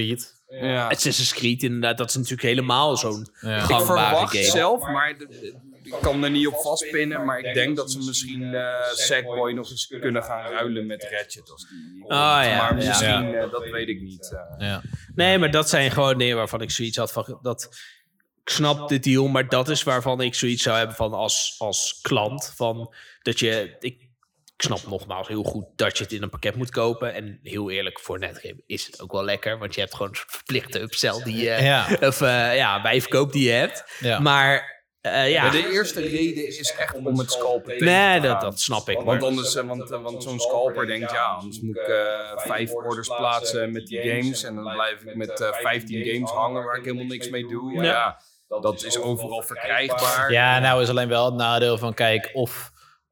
[SPEAKER 4] Ja.
[SPEAKER 2] Assassin's Creed inderdaad, dat is natuurlijk helemaal zo'n
[SPEAKER 3] Ja.
[SPEAKER 4] Ik
[SPEAKER 2] gangbare
[SPEAKER 4] verwacht
[SPEAKER 2] game.
[SPEAKER 4] zelf, maar de- de- ik kan er niet op vastpinnen. Maar ik denk dat ze misschien uh, Sackboy nog eens kunnen gaan ruilen met Ratchet. Als die
[SPEAKER 2] Oh, ja,
[SPEAKER 4] maar
[SPEAKER 2] ja.
[SPEAKER 4] misschien, uh, dat weet ik niet. Uh.
[SPEAKER 3] Ja.
[SPEAKER 2] Nee, maar dat zijn gewoon dingen waarvan ik zoiets had van... Dat, ik snap de deal, maar dat is waarvan ik zoiets zou hebben van als, als klant. Van dat je... Ik, ik snap nogmaals heel goed dat je het in een pakket moet kopen. En heel eerlijk, voor Netgame is het ook wel lekker. Want je hebt gewoon een verplichte upsell die je...
[SPEAKER 3] Ja.
[SPEAKER 2] Of uh, ja, bijverkoop die je hebt.
[SPEAKER 3] Ja.
[SPEAKER 2] Maar uh, ja...
[SPEAKER 4] Maar de eerste reden is echt om het scalpen tegen
[SPEAKER 2] Nee,
[SPEAKER 4] te
[SPEAKER 2] dat,
[SPEAKER 4] gaan.
[SPEAKER 2] dat snap ik.
[SPEAKER 4] Want,
[SPEAKER 2] Maar,
[SPEAKER 4] anders, uh, want, uh, want zo'n scalper denkt, ja, anders moet ik uh, vijf orders plaatsen met die games. En dan blijf ik met uh, vijftien games hangen waar ik helemaal niks mee doe. Ja, ja dat is overal verkrijgbaar.
[SPEAKER 3] Ja, nou is alleen wel het nadeel van, kijk, of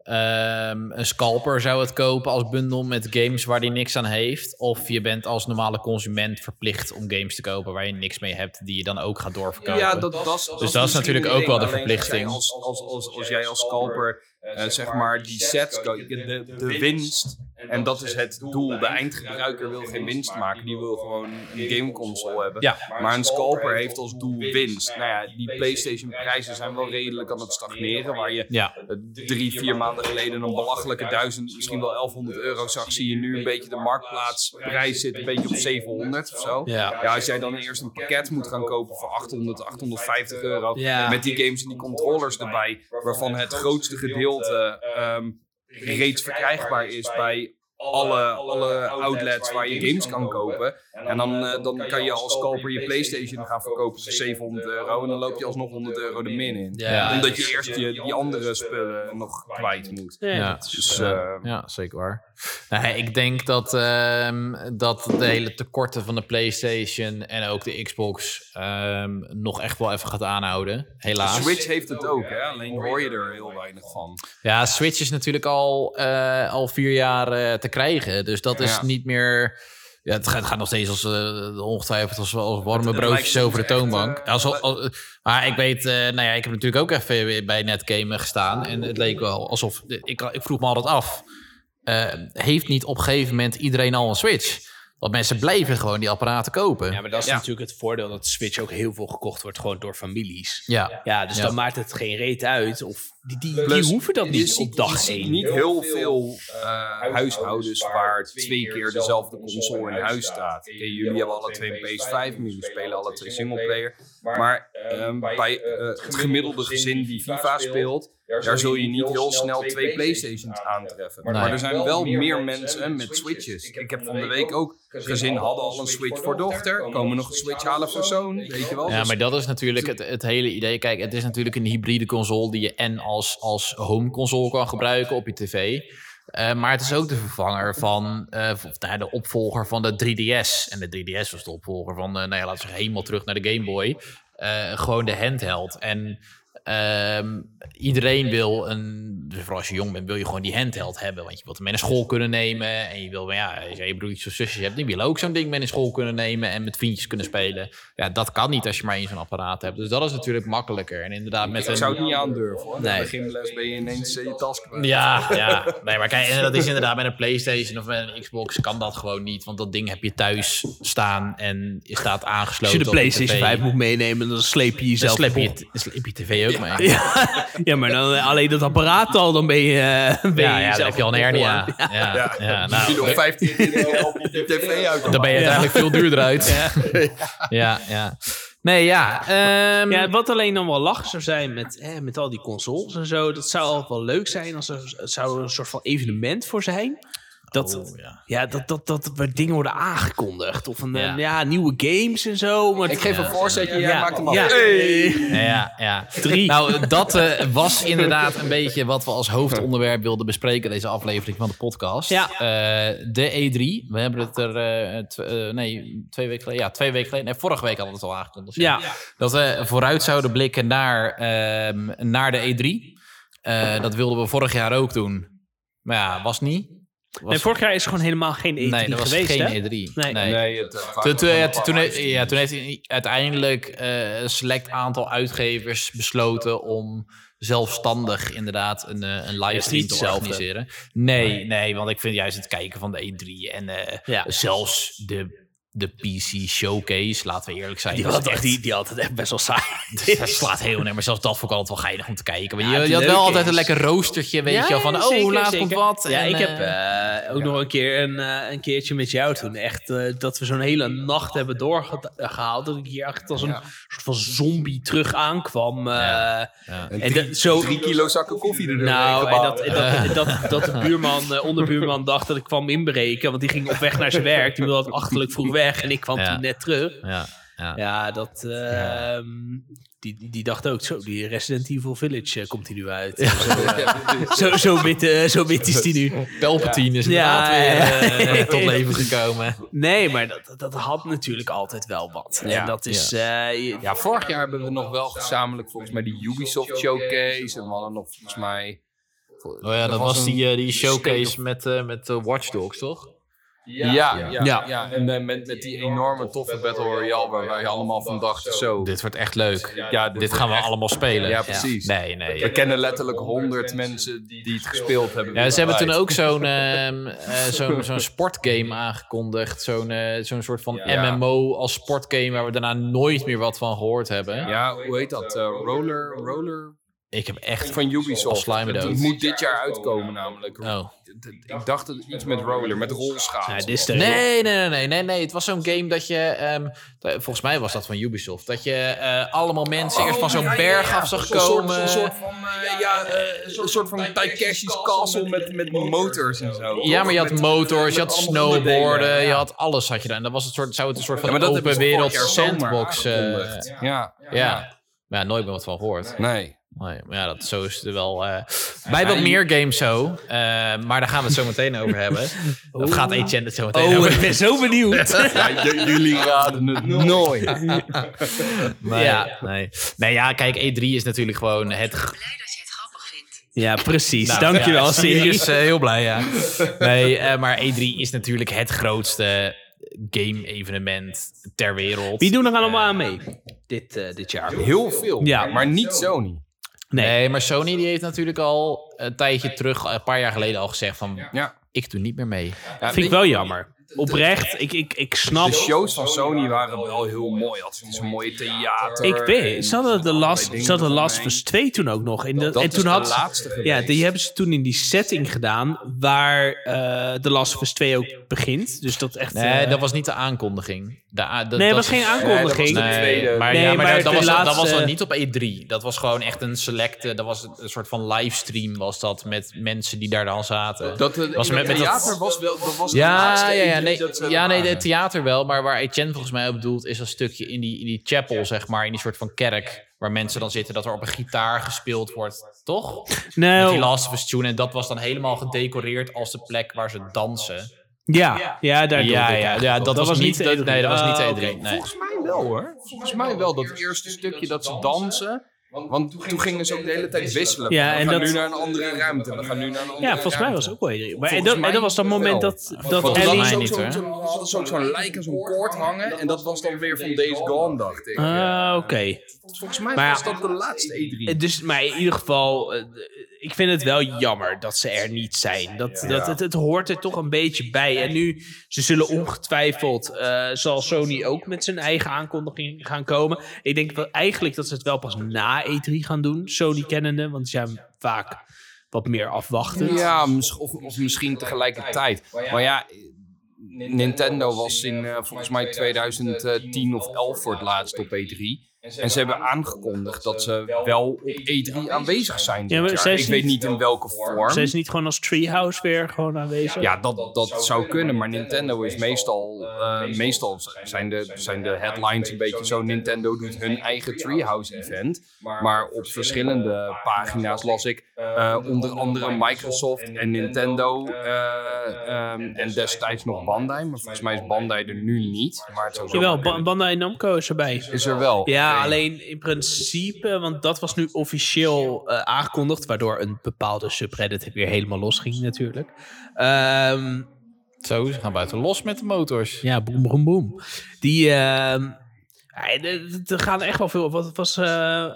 [SPEAKER 3] um, een scalper zou het kopen als bundel met games waar die niks aan heeft. Of je bent als normale consument verplicht om games te kopen waar je niks mee hebt, die je dan ook gaat doorverkopen.
[SPEAKER 4] Ja, dat, dat, dat,
[SPEAKER 3] dus dat is natuurlijk ook wel de verplichting.
[SPEAKER 4] Als, als, als, als jij als scalper uh, zeg maar die sets, de, de, de winst, en dat is het doel. De eindgebruiker wil geen winst maken, die wil gewoon een gameconsole hebben.
[SPEAKER 3] Ja.
[SPEAKER 4] Maar een scalper heeft als doel winst. Nou ja, die PlayStation prijzen zijn wel redelijk aan het stagneren. Waar je
[SPEAKER 3] Ja.
[SPEAKER 4] drie, vier maanden geleden een belachelijke duizend, misschien wel elfhonderd euro zag, zie je nu een beetje de marktplaatsprijs zit een beetje op zevenhonderd of zo.
[SPEAKER 2] Ja.
[SPEAKER 4] Ja, als jij dan eerst een pakket moet gaan kopen voor achthonderd, achthonderdvijftig euro.
[SPEAKER 2] Ja.
[SPEAKER 4] Met die games en die controllers erbij. Waarvan het grootste gedeelte um, reeds verkrijgbaar is bij alle, alle outlets waar je games kan kopen. En dan, uh, dan kan je als scalper je PlayStation gaan verkopen voor zevenhonderd euro. En dan loop je alsnog honderd euro de min in.
[SPEAKER 2] Ja.
[SPEAKER 4] Omdat je eerst je, die andere spullen nog kwijt moet.
[SPEAKER 2] Ja,
[SPEAKER 3] Ja.
[SPEAKER 2] dat is-
[SPEAKER 4] Dus,
[SPEAKER 3] Ja,
[SPEAKER 4] uh,
[SPEAKER 3] ja, zeker waar. Nou, ik denk dat, um, dat de hele tekorten van de PlayStation en ook de Xbox um, nog echt wel even gaat aanhouden. Helaas.
[SPEAKER 4] Switch heeft het ook, hè? Alleen hoor je er heel weinig van.
[SPEAKER 3] Ja, Switch is natuurlijk al, uh, al vier jaar uh, te krijgen. Dus dat is
[SPEAKER 4] Ja.
[SPEAKER 3] niet meer... Ja, het gaat, het gaat nog steeds als uh, ongetwijfeld als, als warme
[SPEAKER 4] Het
[SPEAKER 3] broodjes
[SPEAKER 4] lijkt
[SPEAKER 3] over de
[SPEAKER 4] soms echt,
[SPEAKER 3] toonbank.
[SPEAKER 4] uh,
[SPEAKER 3] Als, als, als, maar ik weet, uh, nou ja, ik heb natuurlijk ook even bij Netgame gestaan. En het leek wel alsof... Ik, ik vroeg me altijd af... Uh, heeft niet op een gegeven moment iedereen al een Switch? Want mensen blijven gewoon die apparaten kopen.
[SPEAKER 2] Ja, maar dat is
[SPEAKER 4] Ja.
[SPEAKER 2] natuurlijk het voordeel dat de Switch ook heel veel gekocht wordt gewoon door families.
[SPEAKER 3] Ja.
[SPEAKER 2] Ja, dus
[SPEAKER 3] Ja.
[SPEAKER 2] dan maakt het geen reet uit. Of die, die, die
[SPEAKER 4] Plus,
[SPEAKER 2] hoeven dat
[SPEAKER 4] je
[SPEAKER 2] niet
[SPEAKER 4] ziet-
[SPEAKER 2] op dag
[SPEAKER 4] je ziet
[SPEAKER 2] één.
[SPEAKER 4] niet heel veel uh, huishoudens waar twee keer dezelfde console in huis staat. Kijk, jullie hebben alle twee een P S vijf, jullie spelen alle twee singleplayer. Maar um, bij uh, het gemiddelde gezin die FIFA speelt, daar zul je niet heel snel twee PlayStations aantreffen.
[SPEAKER 3] Nee.
[SPEAKER 4] Maar er zijn wel meer mensen met Switches. Ik heb van de week ook gezin hadden al een Switch voor dochter, komen nog een Switch halen voor zoon, weet je wel.
[SPEAKER 3] Ja,
[SPEAKER 4] Dus-
[SPEAKER 3] maar dat is natuurlijk het, het hele idee. Kijk, het is natuurlijk een hybride console die je en als, als home console kan gebruiken op je tv. Uh, maar het is ook de vervanger van, uh, of, nou, de opvolger van de drie D S. En de drie D S was de opvolger van, uh, nou ja, laten we zeggen, helemaal terug naar de Game Boy. Uh, gewoon de handheld. En um, iedereen wil een, dus vooral als je jong bent, wil je gewoon die handheld hebben. Want je wilt hem mee naar school kunnen nemen. En je wil, ja, als je broertjes of zusjes hebt, die willen ook zo'n ding mee naar school kunnen nemen en met vriendjes kunnen spelen. Ja, dat kan niet als je maar één zo'n apparaat hebt. Dus dat is natuurlijk makkelijker. En inderdaad met
[SPEAKER 4] ik
[SPEAKER 3] een...
[SPEAKER 4] zou het niet aandurven hoor.
[SPEAKER 3] Nee.
[SPEAKER 4] Bij de gymles ben je ineens uh, je tas kwijt.
[SPEAKER 3] Ja, ja. Nee, maar kijk, en dat is inderdaad met een PlayStation of met een Xbox kan dat gewoon niet. Want dat ding heb je thuis staan en je staat aangesloten.
[SPEAKER 2] Als je de
[SPEAKER 3] op
[SPEAKER 2] PlayStation
[SPEAKER 3] tv.
[SPEAKER 2] vijf moet meenemen, dan sleep je
[SPEAKER 3] Dan
[SPEAKER 2] jezelf
[SPEAKER 3] sleep je,
[SPEAKER 2] op.
[SPEAKER 3] dan sleep je tv ook mee.
[SPEAKER 2] Ja, ja, maar dan alleen dat apparaat al, dan ben je, uh, ben
[SPEAKER 3] Ja,
[SPEAKER 2] je
[SPEAKER 3] ja,
[SPEAKER 2] jezelf
[SPEAKER 3] dan heb je al een
[SPEAKER 2] op-
[SPEAKER 3] hernia. Ja, ja,
[SPEAKER 4] Ja,
[SPEAKER 3] ja,
[SPEAKER 4] nou, je
[SPEAKER 3] nou,
[SPEAKER 4] nog vijftien keer op je tv uit.
[SPEAKER 3] dan ben je uiteindelijk veel duurder uit. Ja, ja. ja. Nee, ja. Um,
[SPEAKER 2] Ja, wat alleen dan wel lachen zou zijn met, hè, met al die consoles en zo. Dat zou al wel leuk zijn als er, het zou er een soort van evenement voor zijn. Dat,
[SPEAKER 3] Oh, ja.
[SPEAKER 2] ja, dat, dat, dat er dingen worden aangekondigd. Of een,
[SPEAKER 3] Ja.
[SPEAKER 2] ja. ja, nieuwe games en zo. Maar
[SPEAKER 4] Ik geef een voorzetje, jij
[SPEAKER 2] Ja.
[SPEAKER 4] maakt hem af.
[SPEAKER 2] Ja.
[SPEAKER 4] Hey.
[SPEAKER 3] Ja, ja.
[SPEAKER 2] Drie.
[SPEAKER 3] Nou, dat uh, was inderdaad een beetje wat we als hoofdonderwerp wilden bespreken deze aflevering van de podcast.
[SPEAKER 2] Ja.
[SPEAKER 3] Uh, de E drie. We hebben het er, uh, tw- uh, nee, twee weken geleden. Ja, twee weken geleden. Nee, vorige week hadden we het al aangekondigd.
[SPEAKER 2] Ja.
[SPEAKER 3] Dat we vooruit zouden blikken naar, uh, naar de E drie. Uh, dat wilden we vorig jaar ook doen. Maar ja, was niet. Was...
[SPEAKER 2] Nee, vorig jaar is er gewoon helemaal geen E drie
[SPEAKER 3] nee, dat was
[SPEAKER 2] geweest,
[SPEAKER 3] geen
[SPEAKER 2] hè?
[SPEAKER 3] E drie.
[SPEAKER 2] Nee.
[SPEAKER 4] Nee, het, uh,
[SPEAKER 3] Toen, toen, ja, toen, heeft, ja, toen heeft hij uiteindelijk uh, een select aantal uitgevers besloten om zelfstandig inderdaad een, uh, een livestream
[SPEAKER 2] niet
[SPEAKER 3] te
[SPEAKER 2] hetzelfde.
[SPEAKER 3] organiseren. Nee, nee, want ik vind juist het kijken van de E drie en uh,
[SPEAKER 2] Ja.
[SPEAKER 3] zelfs de de P C Showcase, laten we eerlijk zijn.
[SPEAKER 2] Die,
[SPEAKER 3] dat
[SPEAKER 2] had,
[SPEAKER 3] is echt,
[SPEAKER 2] die, die had het echt best wel saai.
[SPEAKER 3] dat slaat heel neer, maar zelfs dat vond ik altijd wel geinig om te kijken. Maar
[SPEAKER 2] Ja,
[SPEAKER 3] je,
[SPEAKER 2] het
[SPEAKER 3] je had
[SPEAKER 2] leuke
[SPEAKER 3] wel altijd
[SPEAKER 2] is-
[SPEAKER 3] een lekker roostertje, weet je wel, van oh,
[SPEAKER 2] zeker,
[SPEAKER 3] hoe laat
[SPEAKER 2] zeker.
[SPEAKER 3] komt wat.
[SPEAKER 2] Ja,
[SPEAKER 3] En,
[SPEAKER 2] ik heb
[SPEAKER 3] eh,
[SPEAKER 2] eh, ook nog een keer een, eh, een keertje met jou toen. Echt eh, dat we zo'n hele nacht hebben doorgehaald. Dat ik hier echt als een
[SPEAKER 4] Ja.
[SPEAKER 2] soort van zombie terug aankwam. eh,
[SPEAKER 3] Ja.
[SPEAKER 4] En
[SPEAKER 2] En
[SPEAKER 4] drie,
[SPEAKER 2] dat- zo-
[SPEAKER 4] drie kilo zakken koffie er
[SPEAKER 2] Nou, en dat,
[SPEAKER 4] gebouwd.
[SPEAKER 2] en dat, dat, dat de buurman, de onderbuurman dacht dat ik kwam inbreken. Want die ging op weg naar zijn werk. Die wilde achterlijk vroeg weg. En ik kwam
[SPEAKER 3] Ja.
[SPEAKER 2] toen net terug.
[SPEAKER 3] ja, ja.
[SPEAKER 2] Ja, dat... eh, die, die- die dacht ook, zo, die Resident Evil Village eh, komt hij nu uit. Zo, zo, zo, wit, eh, zo wit is die nu.
[SPEAKER 3] Palpatine is
[SPEAKER 2] Ja,
[SPEAKER 3] inderdaad
[SPEAKER 2] ja.
[SPEAKER 3] weer eh, tot leven gekomen.
[SPEAKER 2] Nee, maar dat, dat had natuurlijk altijd wel wat.
[SPEAKER 4] Ja.
[SPEAKER 2] En dat is... eh, je-
[SPEAKER 4] Ja, vorig jaar hebben we nog wel gezamenlijk volgens mij die Ubisoft Showcase. En we hadden nog volgens mij...
[SPEAKER 3] Oh ja, dat was
[SPEAKER 4] een
[SPEAKER 3] die, eh, die
[SPEAKER 4] State
[SPEAKER 3] showcase
[SPEAKER 4] of-
[SPEAKER 3] met, eh, met uh, Watch Dogs, toch?
[SPEAKER 4] Ja, ja, ja.
[SPEAKER 2] Ja.
[SPEAKER 4] En eh, met, met die enorme toffe Battle Royale waar wij allemaal van dachten zo...
[SPEAKER 3] Dit wordt echt leuk.
[SPEAKER 4] Ja,
[SPEAKER 3] Dit gaan we allemaal spelen.
[SPEAKER 4] Ja, precies.
[SPEAKER 3] Nee, nee.
[SPEAKER 4] We kennen letterlijk honderd mensen die het gespeeld hebben.
[SPEAKER 3] Ja, ze hebben toen
[SPEAKER 4] wereldwijd.
[SPEAKER 3] ook zo'n ehm, eh, zo'n zo'n sportgame aangekondigd. Zo'n eh, zo'n soort van
[SPEAKER 4] Ja.
[SPEAKER 3] M M O als sportgame waar we daarna nooit meer wat van gehoord hebben.
[SPEAKER 4] Ja, hoe heet dat? Eh, roller, roller
[SPEAKER 3] Ik heb echt
[SPEAKER 4] van Ubisoft.
[SPEAKER 3] slijmen dood.
[SPEAKER 4] Het moet dit jaar uitkomen namelijk.
[SPEAKER 3] Oh.
[SPEAKER 4] Ik dacht dat het iets met roller, met rolschaats.
[SPEAKER 2] Ja, dit is de-
[SPEAKER 3] Nee, nee, nee, nee, nee, nee. Het was zo'n game dat je, ehm, dat- volgens mij was dat van Ubisoft, dat je eh, allemaal mensen eerst van zo'n berg af zag
[SPEAKER 4] Een soort,
[SPEAKER 3] komen.
[SPEAKER 4] een soort van, eh, ja, eh, een soort van Takeshi's Castle met, met motors en zo.
[SPEAKER 3] Ja, maar je had
[SPEAKER 4] Met-
[SPEAKER 3] motors, je
[SPEAKER 4] met
[SPEAKER 3] had
[SPEAKER 4] allemaal onderdelen,
[SPEAKER 3] snowboarden, je
[SPEAKER 4] ja.
[SPEAKER 3] had alles had je daar. En dat was een soort, zou het een soort van
[SPEAKER 4] Ja, maar dat hebben
[SPEAKER 3] open
[SPEAKER 4] ze
[SPEAKER 3] wereld
[SPEAKER 4] vorig jaar zomaar
[SPEAKER 3] sandbox. eh,
[SPEAKER 4] aangekondigd. ja,
[SPEAKER 3] ja. Maar ja, nooit meer wat van gehoord.
[SPEAKER 4] Nee.
[SPEAKER 3] Nee, maar ja, dat, zo is het er wel. eh, bij wat meer games zo. eh, maar daar gaan we het zo meteen over hebben. Dat gaat Etienne het zo meteen
[SPEAKER 2] Oh,
[SPEAKER 3] over.
[SPEAKER 2] ik ben zo benieuwd.
[SPEAKER 4] Ja, j- jullie raden het nooit.
[SPEAKER 3] Nee,
[SPEAKER 2] Ja.
[SPEAKER 3] nee. nee, ja, kijk, E drie is natuurlijk gewoon het. g-
[SPEAKER 5] Blij dat je het grappig vindt.
[SPEAKER 2] Ja, precies.
[SPEAKER 3] Nou,
[SPEAKER 2] Dankjewel,
[SPEAKER 3] ja,
[SPEAKER 2] Siri.
[SPEAKER 3] Siri is eh, heel blij, ja. Nee, eh, maar E drie is natuurlijk het grootste game-evenement ter wereld.
[SPEAKER 2] Wie doen er allemaal aan mee dit, eh, dit jaar?
[SPEAKER 4] Heel veel,
[SPEAKER 2] Ja.
[SPEAKER 4] maar niet Sony.
[SPEAKER 2] Nee.
[SPEAKER 3] Nee, maar Sony die heeft natuurlijk al een tijdje terug, een paar jaar geleden al gezegd van...
[SPEAKER 4] Ja.
[SPEAKER 3] Ik doe niet meer mee.
[SPEAKER 4] Ja,
[SPEAKER 2] Vind ik wel jammer. Oprecht, ik, ik, ik snap...
[SPEAKER 4] De shows van Sony waren wel heel mooi. Had zo'n mooie theater.
[SPEAKER 2] Ik weet,
[SPEAKER 4] en
[SPEAKER 2] ze hadden de
[SPEAKER 4] allerlei
[SPEAKER 2] Last,
[SPEAKER 4] dingen
[SPEAKER 2] ze hadden Last
[SPEAKER 4] eromheen.
[SPEAKER 2] of Us twee toen ook nog. In de,
[SPEAKER 4] Dat
[SPEAKER 2] en
[SPEAKER 4] is
[SPEAKER 2] toen
[SPEAKER 4] de
[SPEAKER 2] had,
[SPEAKER 4] laatste geweest.
[SPEAKER 2] ja, die hebben ze toen in die setting gedaan waar eh de Last of Us twee ook begint. Dus dat echt...
[SPEAKER 3] Nee,
[SPEAKER 2] eh,
[SPEAKER 3] dat was niet de aankondiging. De, a- de-
[SPEAKER 2] nee, het
[SPEAKER 3] dat
[SPEAKER 2] was geen
[SPEAKER 3] is-
[SPEAKER 2] aankondiging.
[SPEAKER 4] Nee, dat was de
[SPEAKER 3] Nee,
[SPEAKER 4] tweede.
[SPEAKER 3] maar,
[SPEAKER 2] Nee,
[SPEAKER 3] ja, maar,
[SPEAKER 2] maar
[SPEAKER 3] dat, dat
[SPEAKER 2] de
[SPEAKER 3] was, dat was
[SPEAKER 2] laatste-
[SPEAKER 3] dan niet op E drie. Dat was gewoon echt een selecte... Dat was een soort van livestream was dat met mensen die daar dan zaten.
[SPEAKER 4] Dat het
[SPEAKER 3] Was
[SPEAKER 4] was
[SPEAKER 3] met-
[SPEAKER 4] met,
[SPEAKER 3] met dat-
[SPEAKER 4] theater was wel... Dat was de
[SPEAKER 3] Ja,
[SPEAKER 4] laatste
[SPEAKER 3] ja, ja,
[SPEAKER 4] E drie
[SPEAKER 3] nee,
[SPEAKER 4] dat ze
[SPEAKER 3] ja, nee,
[SPEAKER 4] waren.
[SPEAKER 3] het theater wel. Maar waar Etienne volgens mij op bedoelt... is dat stukje in die, in die chapel, zeg maar. In die soort van kerk... waar mensen dan zitten... dat er op een gitaar gespeeld wordt. Toch? Met die
[SPEAKER 2] nou,
[SPEAKER 3] Last of Us tune. En dat was dan helemaal gedecoreerd... als de plek waar ze dansen.
[SPEAKER 2] ja, ja, daar
[SPEAKER 3] Ja,
[SPEAKER 2] doelde ik
[SPEAKER 3] ja,
[SPEAKER 2] eigenlijk
[SPEAKER 3] ja,
[SPEAKER 2] op.
[SPEAKER 3] dat was niet
[SPEAKER 2] de
[SPEAKER 3] dat-
[SPEAKER 2] E drie.
[SPEAKER 3] nee, dat was niet de
[SPEAKER 2] Ah,
[SPEAKER 3] E drie,
[SPEAKER 2] oké.
[SPEAKER 3] nee.
[SPEAKER 4] Volgens mij wel hoor. Volgens mij wel. Dat eerste stukje dat ze dansen. Want toen gingen ze ook de hele tijd wisselen.
[SPEAKER 2] Ja,
[SPEAKER 4] we
[SPEAKER 2] en
[SPEAKER 4] gaan
[SPEAKER 2] dat-
[SPEAKER 4] nu naar een andere ruimte. We gaan nu naar een andere
[SPEAKER 2] Ja, volgens mij was
[SPEAKER 4] ruimte.
[SPEAKER 2] het ook wel E drie. Maar en
[SPEAKER 4] Volgens
[SPEAKER 2] dat, en
[SPEAKER 4] mij
[SPEAKER 2] dat was dat moment
[SPEAKER 4] wel.
[SPEAKER 2] dat,
[SPEAKER 4] Want
[SPEAKER 2] dat
[SPEAKER 4] we
[SPEAKER 3] Ellie-
[SPEAKER 4] hadden
[SPEAKER 3] mij
[SPEAKER 4] zo-
[SPEAKER 3] niet,
[SPEAKER 4] zo-
[SPEAKER 3] hoor.
[SPEAKER 4] zo- we hadden zo- zo'n lijk en zo'n koord hangen. En dat was dan weer van Days Gone, dacht ik.
[SPEAKER 2] Ah, oké.
[SPEAKER 4] Volgens mij
[SPEAKER 2] Maar ja,
[SPEAKER 4] was dat de laatste E drie.
[SPEAKER 2] Eh, Dus, maar in ieder geval, eh, ik vind het wel jammer dat ze er niet zijn. Dat, dat, het, het hoort er toch een beetje bij. En nu, ze zullen ongetwijfeld, eh, zal Sony ook met zijn eigen aankondiging gaan komen. Ik denk wel eigenlijk dat ze het wel pas na E drie gaan doen, Sony kennende. Want ze zijn vaak wat meer afwachtend.
[SPEAKER 4] Ja, mis- of, of misschien tegelijkertijd. Maar ja, Nintendo was in eh, volgens mij twintig tien of elf voor het laatst op E drie. En ze hebben aangekondigd dat ze wel op E drie aanwezig zijn dit
[SPEAKER 2] Ja, maar
[SPEAKER 4] jaar.
[SPEAKER 2] zijn ze
[SPEAKER 4] Ik weet
[SPEAKER 2] niet-
[SPEAKER 4] niet in welke vorm.
[SPEAKER 2] Zijn ze niet gewoon als Treehouse weer gewoon aanwezig?
[SPEAKER 4] Ja, dat, dat zou kunnen, maar Nintendo is meestal, eh, meestal zijn de, zijn de headlines een beetje zo. Nintendo doet hun eigen Treehouse event, maar op verschillende pagina's las ik eh, onder andere Microsoft en Nintendo eh, ehm, en destijds nog Bandai, maar volgens mij is Bandai er nu niet. Maar het zou zo
[SPEAKER 2] Jawel, Ba- Bandai Namco is erbij.
[SPEAKER 4] is er wel.
[SPEAKER 2] Ja,
[SPEAKER 4] Oké.
[SPEAKER 2] alleen in principe, want dat was nu officieel eh, aangekondigd, waardoor een bepaalde subreddit weer helemaal losging natuurlijk. Ehm,
[SPEAKER 3] Zo, ze gaan buiten los met de motors.
[SPEAKER 2] ja, boem, boem, boem. Die, ehm, ja, de- de- er gaan echt wel veel. Wat was, eh,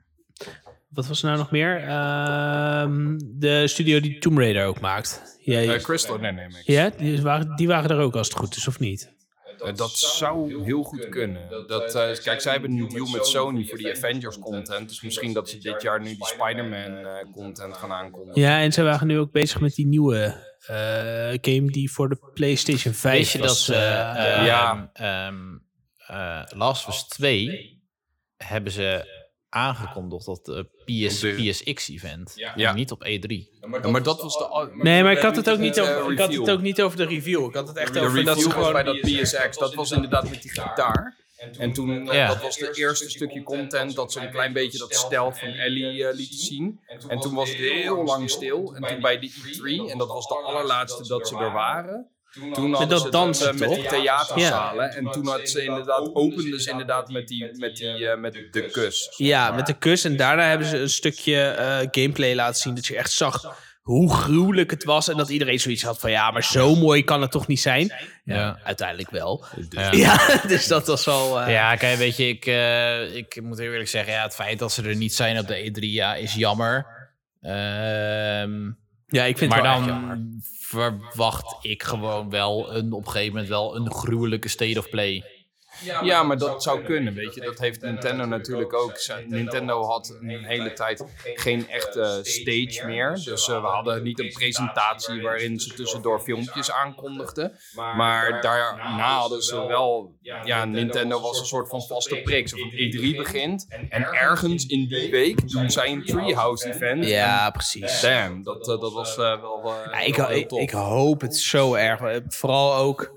[SPEAKER 2] wat was er nou nog meer? Ehm, de studio die Tomb Raider ook maakt. Ja,
[SPEAKER 4] Eh, Crystal Dynamics.
[SPEAKER 2] ja die, waren, die waren er ook als het goed is, of niet?
[SPEAKER 4] Uh, dat zou heel goed kunnen. Dat, uh, kijk, zij hebben een deal met Sony voor die Avengers content. Dus misschien dat ze dit jaar nu die Spider-Man uh, content gaan aankondigen.
[SPEAKER 2] Ja, en ze waren nu ook bezig met die nieuwe uh, game die voor de PlayStation vijf
[SPEAKER 3] Weet je
[SPEAKER 2] was.
[SPEAKER 3] dat ze uh,
[SPEAKER 4] uh, ja.
[SPEAKER 3] um, uh, Last of Us twee hebben ze aangekondigd op het P S, P S X-event. Ja.
[SPEAKER 4] Ja.
[SPEAKER 3] Niet op E drie.
[SPEAKER 4] Ja, maar, dat, maar dat was de... Maar
[SPEAKER 2] nee, maar ik had, het ook niet over,
[SPEAKER 4] uh,
[SPEAKER 2] ik had het ook niet over de review. Ik had het echt
[SPEAKER 4] de
[SPEAKER 2] over
[SPEAKER 4] review
[SPEAKER 2] dat ze gewoon...
[SPEAKER 4] bij dat P S X. Dat was inderdaad met die gitaar. En toen,
[SPEAKER 3] Ja.
[SPEAKER 4] dat was de eerste stukje content dat ze een klein beetje dat stealth van Ellie uh, lieten zien. En toen was het heel lang stil. En toen bij de E drie, en dat was de allerlaatste dat ze er waren... Toen hadden
[SPEAKER 2] dat
[SPEAKER 4] ze
[SPEAKER 2] dansen,
[SPEAKER 4] dat, uh, met
[SPEAKER 2] toch?
[SPEAKER 4] die theaterzalen. Ja. En toen had ze inderdaad, openden ze inderdaad met, die, met, die, uh, met de kus.
[SPEAKER 2] Ja, met de kus. En daarna hebben ze een stukje uh, gameplay laten zien. Dat je echt zag hoe gruwelijk het was. En dat iedereen zoiets had van... Ja, maar zo mooi kan het toch niet zijn? Ja,
[SPEAKER 3] Ja.
[SPEAKER 2] uiteindelijk wel.
[SPEAKER 3] Ja.
[SPEAKER 2] Ja, dus dat was wel... Uh...
[SPEAKER 3] Ja, kijk, weet je, ik, uh, ik moet heel eerlijk zeggen... Ja, het feit dat ze er niet zijn op de E drie, ja, is jammer. Ehm...
[SPEAKER 2] Ja, ik vind
[SPEAKER 3] maar
[SPEAKER 2] het wel
[SPEAKER 3] dan
[SPEAKER 2] echt jammer.
[SPEAKER 3] verwacht ik gewoon wel een, op een gegeven moment wel een gruwelijke state of play.
[SPEAKER 4] Ja, maar dat zou kunnen, weet je. Dat heeft Nintendo natuurlijk ook. Nintendo had een hele tijd geen echte stage meer. Dus uh, we hadden niet een presentatie waarin ze tussendoor filmpjes aankondigden. Maar daarna hadden ze wel... Ja, Nintendo was een soort van vaste prik. Zo van E drie begint en ergens in die week doen zij een Treehouse event.
[SPEAKER 2] Ja, precies.
[SPEAKER 4] Damn, dat, uh, dat was uh, wel, uh,
[SPEAKER 2] ja, ik,
[SPEAKER 4] wel heel
[SPEAKER 2] ik,
[SPEAKER 4] tof.
[SPEAKER 2] ik hoop het zo erg. Vooral ook...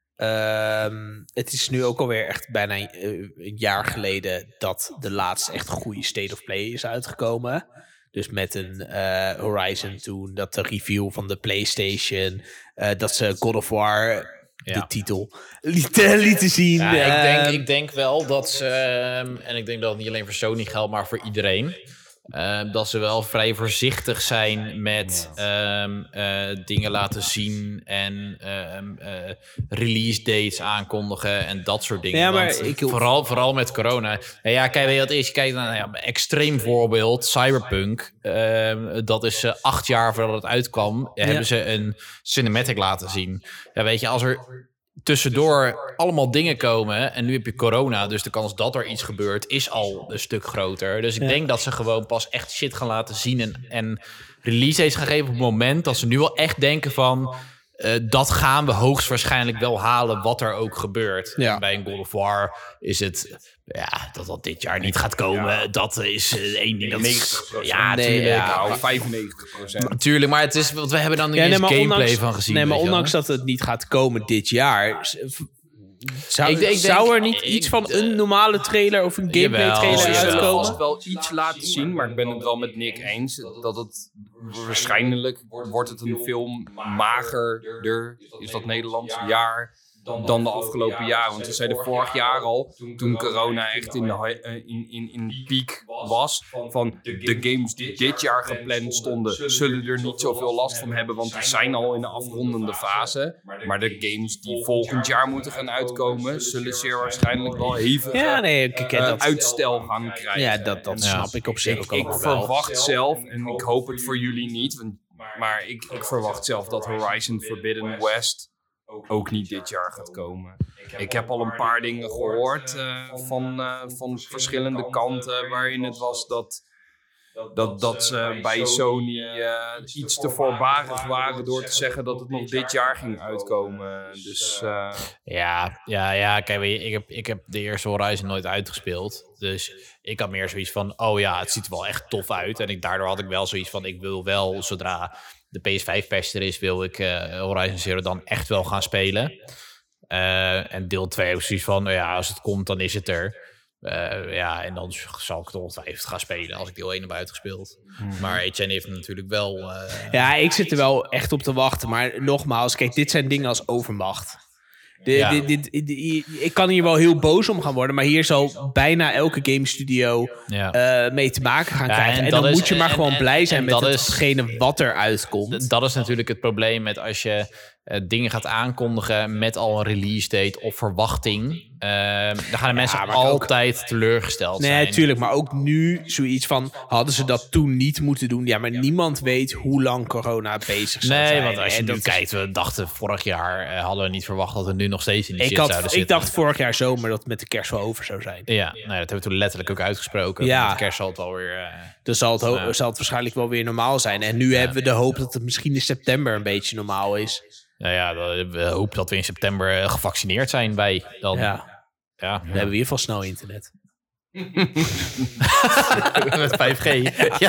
[SPEAKER 2] Um, het is nu ook alweer echt bijna een, een jaar geleden dat de laatste echt goede State of Play is uitgekomen. Dus met een uh, Horizon toen, dat de review van de PlayStation, uh, dat ze God of War,
[SPEAKER 3] Ja.
[SPEAKER 2] de titel, lieten, lieten zien.
[SPEAKER 3] Ja, ik, denk,
[SPEAKER 2] Um,
[SPEAKER 3] ik denk wel dat ze, um, en ik denk dat het niet alleen voor Sony geldt, maar voor iedereen... Uh, dat ze wel vrij voorzichtig zijn met um, uh, dingen laten zien en um, uh, release dates aankondigen en dat soort dingen.
[SPEAKER 2] Ja, maar
[SPEAKER 3] Want
[SPEAKER 2] ik-
[SPEAKER 3] vooral, vooral met corona. Ja, ja, kijk, weet je wat het is? Je kijkt naar nou ja, een extreem voorbeeld, Cyberpunk. Uh, dat is uh, acht jaar voordat het uitkwam, ja. hebben ze een cinematic laten zien. Ja, weet je, als er tussendoor allemaal dingen komen en nu heb je corona, dus de kans dat er iets gebeurt is al een stuk groter. Dus ik
[SPEAKER 2] Ja.
[SPEAKER 3] denk dat ze gewoon pas echt shit gaan laten zien en, en release dates gaan geven op het moment dat ze nu wel echt denken van uh, dat gaan we hoogstwaarschijnlijk wel halen wat er ook gebeurt.
[SPEAKER 2] Ja.
[SPEAKER 3] En bij een God of War is het ja, dat dat dit jaar niet gaat komen. Ja. Dat is uh, één ding. Dat
[SPEAKER 4] negentig procent.
[SPEAKER 3] Ja,
[SPEAKER 2] Nee,
[SPEAKER 3] natuurlijk.
[SPEAKER 2] ja.
[SPEAKER 4] Nou, vijfennegentig procent.
[SPEAKER 3] Natuurlijk, maar het is, want we hebben dan niet
[SPEAKER 2] ja,
[SPEAKER 3] eens
[SPEAKER 2] nee, maar
[SPEAKER 3] gameplay
[SPEAKER 2] ondanks,
[SPEAKER 3] van gezien.
[SPEAKER 2] Nee, maar
[SPEAKER 3] weet je wel.
[SPEAKER 2] ondanks dat het niet gaat komen dit jaar... z- v- Zou,
[SPEAKER 3] Ik denk- ik
[SPEAKER 2] zou
[SPEAKER 3] denk-
[SPEAKER 2] er niet
[SPEAKER 3] ik-
[SPEAKER 2] iets van
[SPEAKER 3] uh,
[SPEAKER 2] een normale trailer of een gameplay
[SPEAKER 3] jawel,
[SPEAKER 2] trailer
[SPEAKER 4] Ze
[SPEAKER 3] ja.
[SPEAKER 4] zullen
[SPEAKER 2] uitkomen?
[SPEAKER 4] vast wel iets laten zien, maar ik ben het wel met Nick eens dat het waarschijnlijk wordt het een veel magerder, is dat Nederlands, jaar dan de afgelopen jaren. Want we zeiden vorig jaar al, toen corona echt in, de, hi- in, in, in piek was, van de games die dit jaar gepland stonden, zullen er niet zoveel last van hebben, want die zijn al in de afrondende fase. Maar de games die volgend jaar moeten gaan uitkomen, zullen zeer waarschijnlijk wel hevig
[SPEAKER 2] Ja, nee, ik ken
[SPEAKER 4] uh,
[SPEAKER 2] dat.
[SPEAKER 4] uitstel gaan krijgen.
[SPEAKER 2] Ja, dat, dat
[SPEAKER 4] En,
[SPEAKER 2] snap ik op zich
[SPEAKER 4] ik,
[SPEAKER 2] ook wel.
[SPEAKER 4] ik verwacht zelf, en ik hoop het voor jullie niet, want, maar ik, ik verwacht zelf dat Horizon Forbidden West ook niet dit jaar gaat komen. Ik heb al een paar dingen gehoord uh, van, uh, van verschillende kanten waarin het was dat, dat, dat ze bij Sony uh, iets te voorbarig waren door te zeggen dat het nog dit jaar ging uitkomen. Dus uh,
[SPEAKER 3] Ja, ja, ja, kijk, weet je, ik heb, ik heb de eerste Horizon nooit uitgespeeld. Dus ik had meer zoiets van, oh ja, het ziet er wel echt tof uit. En ik, daardoor had ik wel zoiets van, ik wil wel, zodra de P S vijf patch er is, wil ik uh, Horizon Zero dan echt wel gaan spelen. Uh, en deel twee ook zoiets van, nou ja, als het komt, dan is het er. Uh, ja, en dan zal ik het ongetwijfeld gaan spelen als ik deel één heb uitgespeeld. Mm-hmm. Maar Etienne heeft natuurlijk wel... Uh,
[SPEAKER 2] Ja, ik zit er wel echt op te wachten. Maar nogmaals, kijk, dit zijn dingen als overmacht. De,
[SPEAKER 3] Ja.
[SPEAKER 2] dit, dit, dit- dit- ik kan hier wel heel boos om gaan worden, maar hier zal bijna elke game studio
[SPEAKER 3] ja.
[SPEAKER 2] uh, mee te maken gaan
[SPEAKER 3] Ja,
[SPEAKER 2] krijgen.
[SPEAKER 3] en
[SPEAKER 2] En,
[SPEAKER 3] dat
[SPEAKER 2] dan
[SPEAKER 3] is-
[SPEAKER 2] moet je maar
[SPEAKER 3] en-
[SPEAKER 2] gewoon
[SPEAKER 3] en-
[SPEAKER 2] blij zijn
[SPEAKER 3] en
[SPEAKER 2] met
[SPEAKER 3] dat
[SPEAKER 2] het-
[SPEAKER 3] is-
[SPEAKER 2] hetgene wat er uitkomt.
[SPEAKER 3] Dat is natuurlijk het probleem met als je uh, dingen gaat aankondigen met al een release date of verwachting, uh, dan gaan de mensen
[SPEAKER 2] maar
[SPEAKER 3] altijd
[SPEAKER 2] ook,
[SPEAKER 3] teleurgesteld
[SPEAKER 2] nee,
[SPEAKER 3] zijn.
[SPEAKER 2] Nee, natuurlijk. Maar ook nu zoiets van, hadden ze dat toen niet moeten doen? Ja, maar niemand weet hoe lang corona bezig zou
[SPEAKER 3] nee,
[SPEAKER 2] zijn.
[SPEAKER 3] Nee, want als je
[SPEAKER 2] en
[SPEAKER 3] nu
[SPEAKER 2] dat
[SPEAKER 3] kijkt, we dachten vorig jaar, uh, hadden we niet verwacht dat we nu nog steeds in die
[SPEAKER 2] ik
[SPEAKER 3] shit
[SPEAKER 2] had,
[SPEAKER 3] zouden
[SPEAKER 2] ik
[SPEAKER 3] zitten.
[SPEAKER 2] dacht vorig jaar zomer dat het met de kerst wel over zou zijn.
[SPEAKER 3] Ja, nee, dat hebben we toen letterlijk ook uitgesproken.
[SPEAKER 2] Ja.
[SPEAKER 3] Met de kerst zal het wel weer... Uh,
[SPEAKER 2] Dan zal het, ho-
[SPEAKER 3] Ja.
[SPEAKER 2] zal het waarschijnlijk wel weer normaal zijn. En nu
[SPEAKER 3] Ja.
[SPEAKER 2] hebben we de hoop dat het misschien in september een beetje normaal is.
[SPEAKER 3] nou ja, we hopen dat we in september uh, gevaccineerd zijn bij. Dan, ja.
[SPEAKER 2] Ja,
[SPEAKER 3] Ja.
[SPEAKER 2] dan hebben we in ieder geval snel internet.
[SPEAKER 3] Met vijf G. Ja.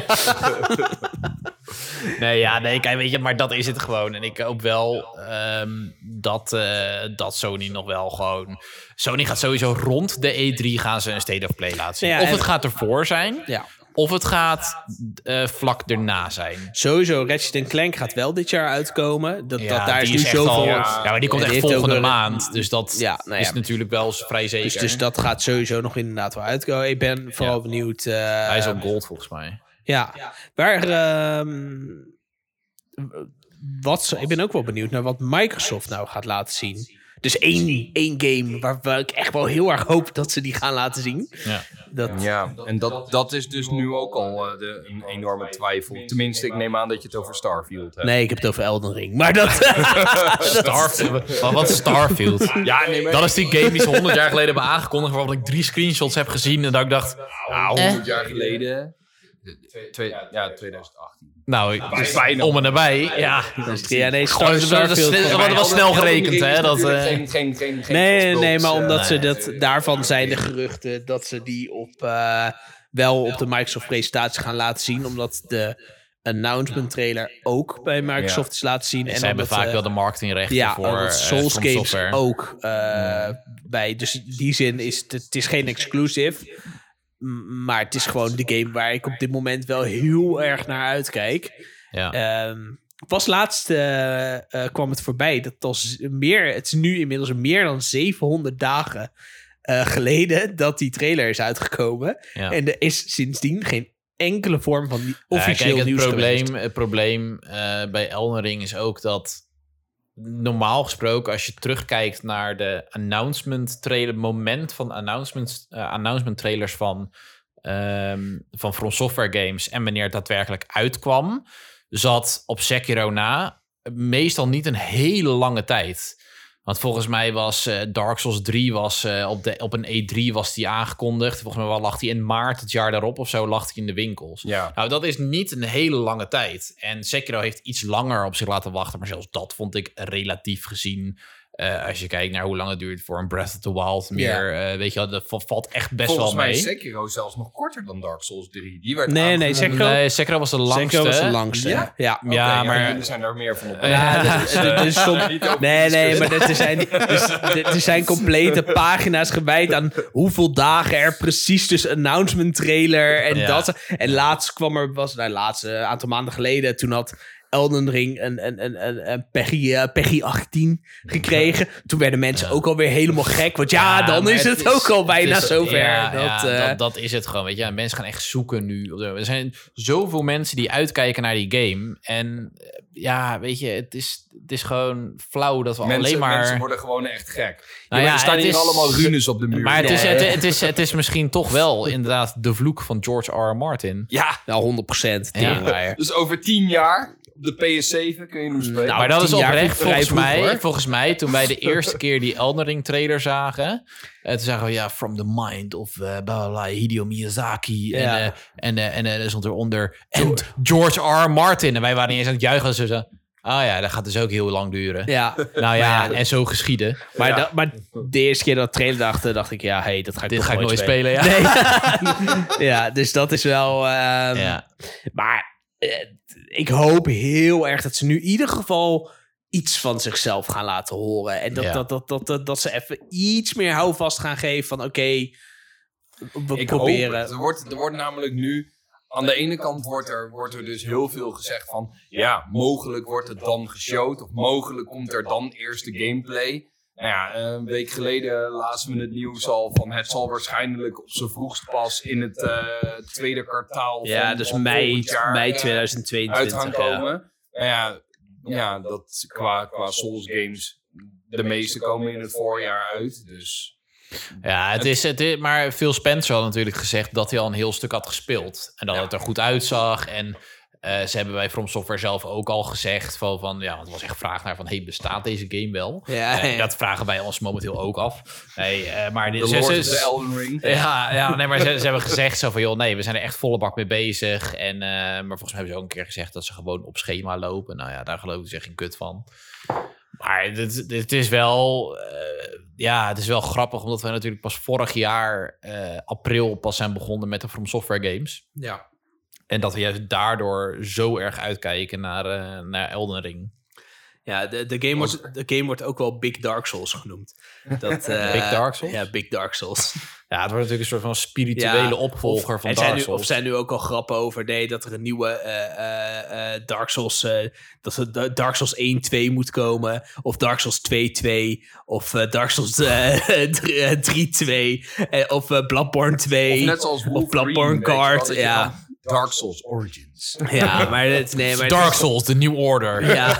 [SPEAKER 3] Nee, ja, nee, kijk, weet je, maar dat is het gewoon. En ik hoop wel um, dat, uh, dat Sony nog wel gewoon... Sony gaat sowieso rond de E drie gaan ze een State of Play laten zien.
[SPEAKER 2] Ja,
[SPEAKER 3] of
[SPEAKER 2] en-
[SPEAKER 3] het gaat ervoor zijn,
[SPEAKER 2] Ja.
[SPEAKER 3] of het gaat uh, vlak erna zijn.
[SPEAKER 2] Sowieso, Ratchet Clank gaat wel dit jaar uitkomen. Dat, dat, daar is
[SPEAKER 3] die
[SPEAKER 2] nu
[SPEAKER 3] echt
[SPEAKER 2] zoveel...
[SPEAKER 3] al- ja, maar die komt
[SPEAKER 2] En
[SPEAKER 3] echt
[SPEAKER 2] die heeft
[SPEAKER 3] volgende
[SPEAKER 2] ook een-
[SPEAKER 3] maand. Dus dat
[SPEAKER 2] Ja, nou ja.
[SPEAKER 3] is natuurlijk wel vrij zeker.
[SPEAKER 2] Dus, dus dat gaat sowieso nog inderdaad wel uitkomen. Ik ben vooral
[SPEAKER 3] Ja.
[SPEAKER 2] benieuwd... Uh,
[SPEAKER 3] Hij is op gold volgens mij.
[SPEAKER 2] Ja, waar... ehm, wat, ze- ik ben ook wel benieuwd naar wat Microsoft nou gaat laten zien. Dus één, één game waar, waar ik echt wel heel erg hoop dat ze die gaan laten zien.
[SPEAKER 3] Ja.
[SPEAKER 2] Dat,
[SPEAKER 4] Ja, en dat, dat is dus nu ook al uh, de, een enorme twijfel. Tenminste, ik neem aan dat je het over Starfield hebt.
[SPEAKER 2] Nee, ik heb het over Elden Ring. Maar dat...
[SPEAKER 3] Starfield. Maar wat is Starfield?
[SPEAKER 4] Ja, nee, maar...
[SPEAKER 3] Dat is die game die ze honderd jaar geleden hebben aangekondigd, waarvan ik drie screenshots heb gezien en dat ik dacht,
[SPEAKER 4] Nou, honderd jaar geleden... Twee, twee, ja, tweeduizend achttien.
[SPEAKER 3] nou, ik,
[SPEAKER 4] is bijna.
[SPEAKER 3] om en nabij, ja.
[SPEAKER 2] Ja, nee, Star,
[SPEAKER 3] Gewoon, dat, dat, dat,
[SPEAKER 2] Starfield...
[SPEAKER 3] dat, dat was snel gerekend, hè? Dat, uh,
[SPEAKER 4] geen, geen, geen, geen
[SPEAKER 2] Nee,
[SPEAKER 4] Xbox,
[SPEAKER 2] nee, maar
[SPEAKER 4] uh,
[SPEAKER 2] omdat ze
[SPEAKER 3] nee.
[SPEAKER 2] dat... Daarvan zijn de geruchten dat ze die op... Uh, wel op de Microsoft-presentatie gaan laten zien. Omdat de announcement trailer ook bij Microsoft is laten zien.
[SPEAKER 3] ze
[SPEAKER 2] En
[SPEAKER 3] hebben
[SPEAKER 2] omdat,
[SPEAKER 3] vaak
[SPEAKER 2] uh,
[SPEAKER 3] wel de marketingrechten
[SPEAKER 2] Ja,
[SPEAKER 3] voor
[SPEAKER 2] omdat
[SPEAKER 3] uh,
[SPEAKER 2] Souls
[SPEAKER 3] From
[SPEAKER 2] Games
[SPEAKER 3] Software.
[SPEAKER 2] ook uh, bij. Dus in die zin is het, het is geen exclusive. M- Maar het is gewoon de game waar ik op dit moment wel heel erg naar uitkijk.
[SPEAKER 3] Ja.
[SPEAKER 2] Um, pas laatst uh, uh, kwam het voorbij. Dat was meer, het is nu inmiddels meer dan zevenhonderd dagen uh, geleden dat die trailer is uitgekomen.
[SPEAKER 3] Ja.
[SPEAKER 2] En er is sindsdien geen enkele vorm van die
[SPEAKER 3] Ja,
[SPEAKER 2] officieel
[SPEAKER 3] kijk, het
[SPEAKER 2] nieuws
[SPEAKER 3] probleem,
[SPEAKER 2] geweest.
[SPEAKER 3] het probleem uh, bij Elden Ring is ook dat normaal gesproken, als je terugkijkt naar de announcement trailer, moment van announcement, uh, announcement trailers van, um, van From Software games en wanneer het daadwerkelijk uitkwam, zat op Sekiro na meestal niet een hele lange tijd. Want volgens mij was uh, Dark Souls drie was, uh, op, de, op een E drie was die aangekondigd. Volgens mij lag die in maart het jaar daarop of zo lag die in de winkels.
[SPEAKER 4] Ja.
[SPEAKER 3] Nou, dat is niet een hele lange tijd. En Sekiro heeft iets langer op zich laten wachten. Maar zelfs dat vond ik relatief gezien. Uh, als je kijkt naar hoe lang het duurt voor een Breath of the Wild. Meer,
[SPEAKER 2] Ja.
[SPEAKER 3] uh, weet je wel, dat v- valt echt best
[SPEAKER 4] Volgens
[SPEAKER 3] wel mee.
[SPEAKER 4] mij is Sekiro zelfs nog korter dan Dark Souls drie. Die werd
[SPEAKER 2] Nee, nee,
[SPEAKER 4] aangekondigd.
[SPEAKER 2] Sekiro-
[SPEAKER 3] Nee, Sekiro was de langste.
[SPEAKER 2] Sekiro was de langste.
[SPEAKER 4] Ja?
[SPEAKER 2] Ja, ja.
[SPEAKER 4] Oké,
[SPEAKER 3] Ja, maar-
[SPEAKER 4] jullie zijn daar meer van op.
[SPEAKER 2] Ja, dus, dus soms, nee, nee, maar er zijn, dus, er zijn complete pagina's gewijd aan hoeveel dagen er precies tussen announcement trailer en
[SPEAKER 3] Ja.
[SPEAKER 2] dat. En laatst kwam er, was nou, laatst, een aantal maanden geleden, toen had Elden Ring een, een, een, een, een Peggy, uh, Peggy achttien gekregen. Toen werden mensen ook alweer helemaal gek, want ja,
[SPEAKER 3] Ja,
[SPEAKER 2] dan
[SPEAKER 3] maar
[SPEAKER 2] is het,
[SPEAKER 3] het is-
[SPEAKER 2] ook al bijna
[SPEAKER 3] het is-
[SPEAKER 2] zover.
[SPEAKER 3] Ja,
[SPEAKER 2] dat,
[SPEAKER 3] ja,
[SPEAKER 2] uh,
[SPEAKER 3] dat, dat is het gewoon. Weet je, mensen gaan echt zoeken nu. Er zijn zoveel mensen die uitkijken naar die game. En eh, ja, weet je, het is, het is gewoon flauw dat we
[SPEAKER 4] Mensen,
[SPEAKER 3] alleen maar...
[SPEAKER 4] mensen worden gewoon echt gek.
[SPEAKER 3] Nou
[SPEAKER 4] Ja,
[SPEAKER 3] ja,
[SPEAKER 4] er staan
[SPEAKER 3] het
[SPEAKER 4] hier
[SPEAKER 3] is-
[SPEAKER 4] allemaal runes op de muur.
[SPEAKER 3] Maar het is,
[SPEAKER 2] Ja.
[SPEAKER 3] het, het, is, het is misschien toch wel inderdaad de vloek van George R. R. Martin.
[SPEAKER 4] Ja,
[SPEAKER 2] nou, honderd procent.
[SPEAKER 3] Ja.
[SPEAKER 4] dus over tien jaar op de P S zeven kun je hem spelen.
[SPEAKER 2] Nou,
[SPEAKER 3] maar dat is
[SPEAKER 2] tien jaar
[SPEAKER 3] oprecht
[SPEAKER 2] vind ik vrij
[SPEAKER 3] volgens
[SPEAKER 2] vroeg,
[SPEAKER 3] mij,
[SPEAKER 2] hoor.
[SPEAKER 3] volgens mij, toen wij de eerste keer die Elden Ring trailer zagen. Uh, toen zagen we, ja, from the mind of uh, blah, blah, blah, Hideo Miyazaki.
[SPEAKER 2] Ja.
[SPEAKER 3] En, uh, en, uh, en uh, er stond eronder, en George R. R. Martin. En wij waren niet eens aan het juichen. Dus we zo, ah ja, dat gaat dus ook heel lang duren.
[SPEAKER 2] Ja,
[SPEAKER 3] Nou ja,
[SPEAKER 2] Maar ja,
[SPEAKER 3] en zo geschieden.
[SPEAKER 2] maar,
[SPEAKER 4] Ja.
[SPEAKER 2] dat, maar de eerste keer dat ik trailer dacht, dacht ik, ja, hey, dat ga ik
[SPEAKER 3] Dit
[SPEAKER 2] nog
[SPEAKER 3] ga ik nooit
[SPEAKER 2] spelen.
[SPEAKER 3] spelen, ja.
[SPEAKER 2] Nee. Ja, dus dat is wel... ehm,
[SPEAKER 3] Ja.
[SPEAKER 2] Maar eh, ik hoop heel erg dat ze nu in ieder geval iets van zichzelf gaan laten horen. En dat,
[SPEAKER 3] Ja.
[SPEAKER 2] dat, dat, dat, dat, dat ze even iets meer houvast gaan geven van oké, we
[SPEAKER 4] Ik
[SPEAKER 2] proberen.
[SPEAKER 4] hoop het. Er wordt, er wordt namelijk nu... Aan de ene kant wordt er, wordt er dus heel veel gezegd van... Ja, mogelijk wordt het dan geshowd. Of mogelijk komt er dan eerst de gameplay. Nou ja, een week geleden lazen we het nieuws al van... Het zal waarschijnlijk op z'n vroegst pas in het uh, tweede kwartaal
[SPEAKER 2] Ja,
[SPEAKER 4] van,
[SPEAKER 2] dus
[SPEAKER 4] van
[SPEAKER 2] mei,
[SPEAKER 4] volgend jaar,
[SPEAKER 2] mei
[SPEAKER 4] uh,
[SPEAKER 2] tweeduizend tweeëntwintig.
[SPEAKER 4] uit gaan
[SPEAKER 2] ja.
[SPEAKER 4] komen. Nou ja, ja, dat qua, qua Souls games, de meeste komen in het voorjaar uit. Dus
[SPEAKER 3] Ja, het is, het is, maar Phil Spencer had natuurlijk gezegd dat hij al een heel stuk had gespeeld. En dat
[SPEAKER 4] Ja.
[SPEAKER 3] het er goed uitzag. En uh, ze hebben bij From Software zelf ook al gezegd van, van ja, want er was echt vraag naar van, hey, bestaat deze game wel?
[SPEAKER 2] Ja,
[SPEAKER 3] Uh,
[SPEAKER 2] ja.
[SPEAKER 3] Dat vragen wij ons momenteel ook af. Nee, uh, maar
[SPEAKER 4] de
[SPEAKER 3] ze,
[SPEAKER 4] Lord
[SPEAKER 3] ze,
[SPEAKER 4] of the Elden Ring.
[SPEAKER 3] Ja, ja, nee, maar ze, ze hebben gezegd zo van, joh, nee, we zijn er echt volle bak mee bezig. En, uh, maar volgens mij hebben ze ook een keer gezegd dat ze gewoon op schema lopen. Nou ja, daar geloof ik dus echt geen kut van. Maar dit, dit is wel, uh, ja, het is wel grappig, omdat we natuurlijk pas vorig jaar, uh, april, pas zijn begonnen met de From Software games.
[SPEAKER 4] Ja.
[SPEAKER 3] En dat we juist daardoor zo erg uitkijken naar, uh, naar Elden Ring.
[SPEAKER 2] Ja, de, de, game wordt, de game wordt ook wel Big Dark Souls genoemd. Dat, uh,
[SPEAKER 3] Big Dark Souls?
[SPEAKER 2] Ja, Big Dark Souls.
[SPEAKER 3] Ja, het wordt natuurlijk een soort van spirituele
[SPEAKER 2] Ja,
[SPEAKER 3] opvolger
[SPEAKER 2] of,
[SPEAKER 3] van
[SPEAKER 2] er
[SPEAKER 3] Dark
[SPEAKER 2] zijn nu,
[SPEAKER 3] Souls.
[SPEAKER 2] Of zijn nu ook al grappen over nee, dat er een nieuwe uh, uh, uh, Dark Souls... Uh, dat er Dark Souls één twee moet komen. Of Dark Souls twee twee. Of uh, Dark Souls uh, drie twee. Uh, of uh, Bloodborne twee.
[SPEAKER 4] Of net zoals Wolverine,
[SPEAKER 2] Of Bloodborne
[SPEAKER 4] weet je wel,
[SPEAKER 2] Card.
[SPEAKER 4] dat je
[SPEAKER 2] Ja.
[SPEAKER 4] dan Dark Souls Origins.
[SPEAKER 2] Ja, maar het... Nee, maar
[SPEAKER 3] Dark
[SPEAKER 2] het is-
[SPEAKER 3] Souls, The New Order.
[SPEAKER 2] Ja.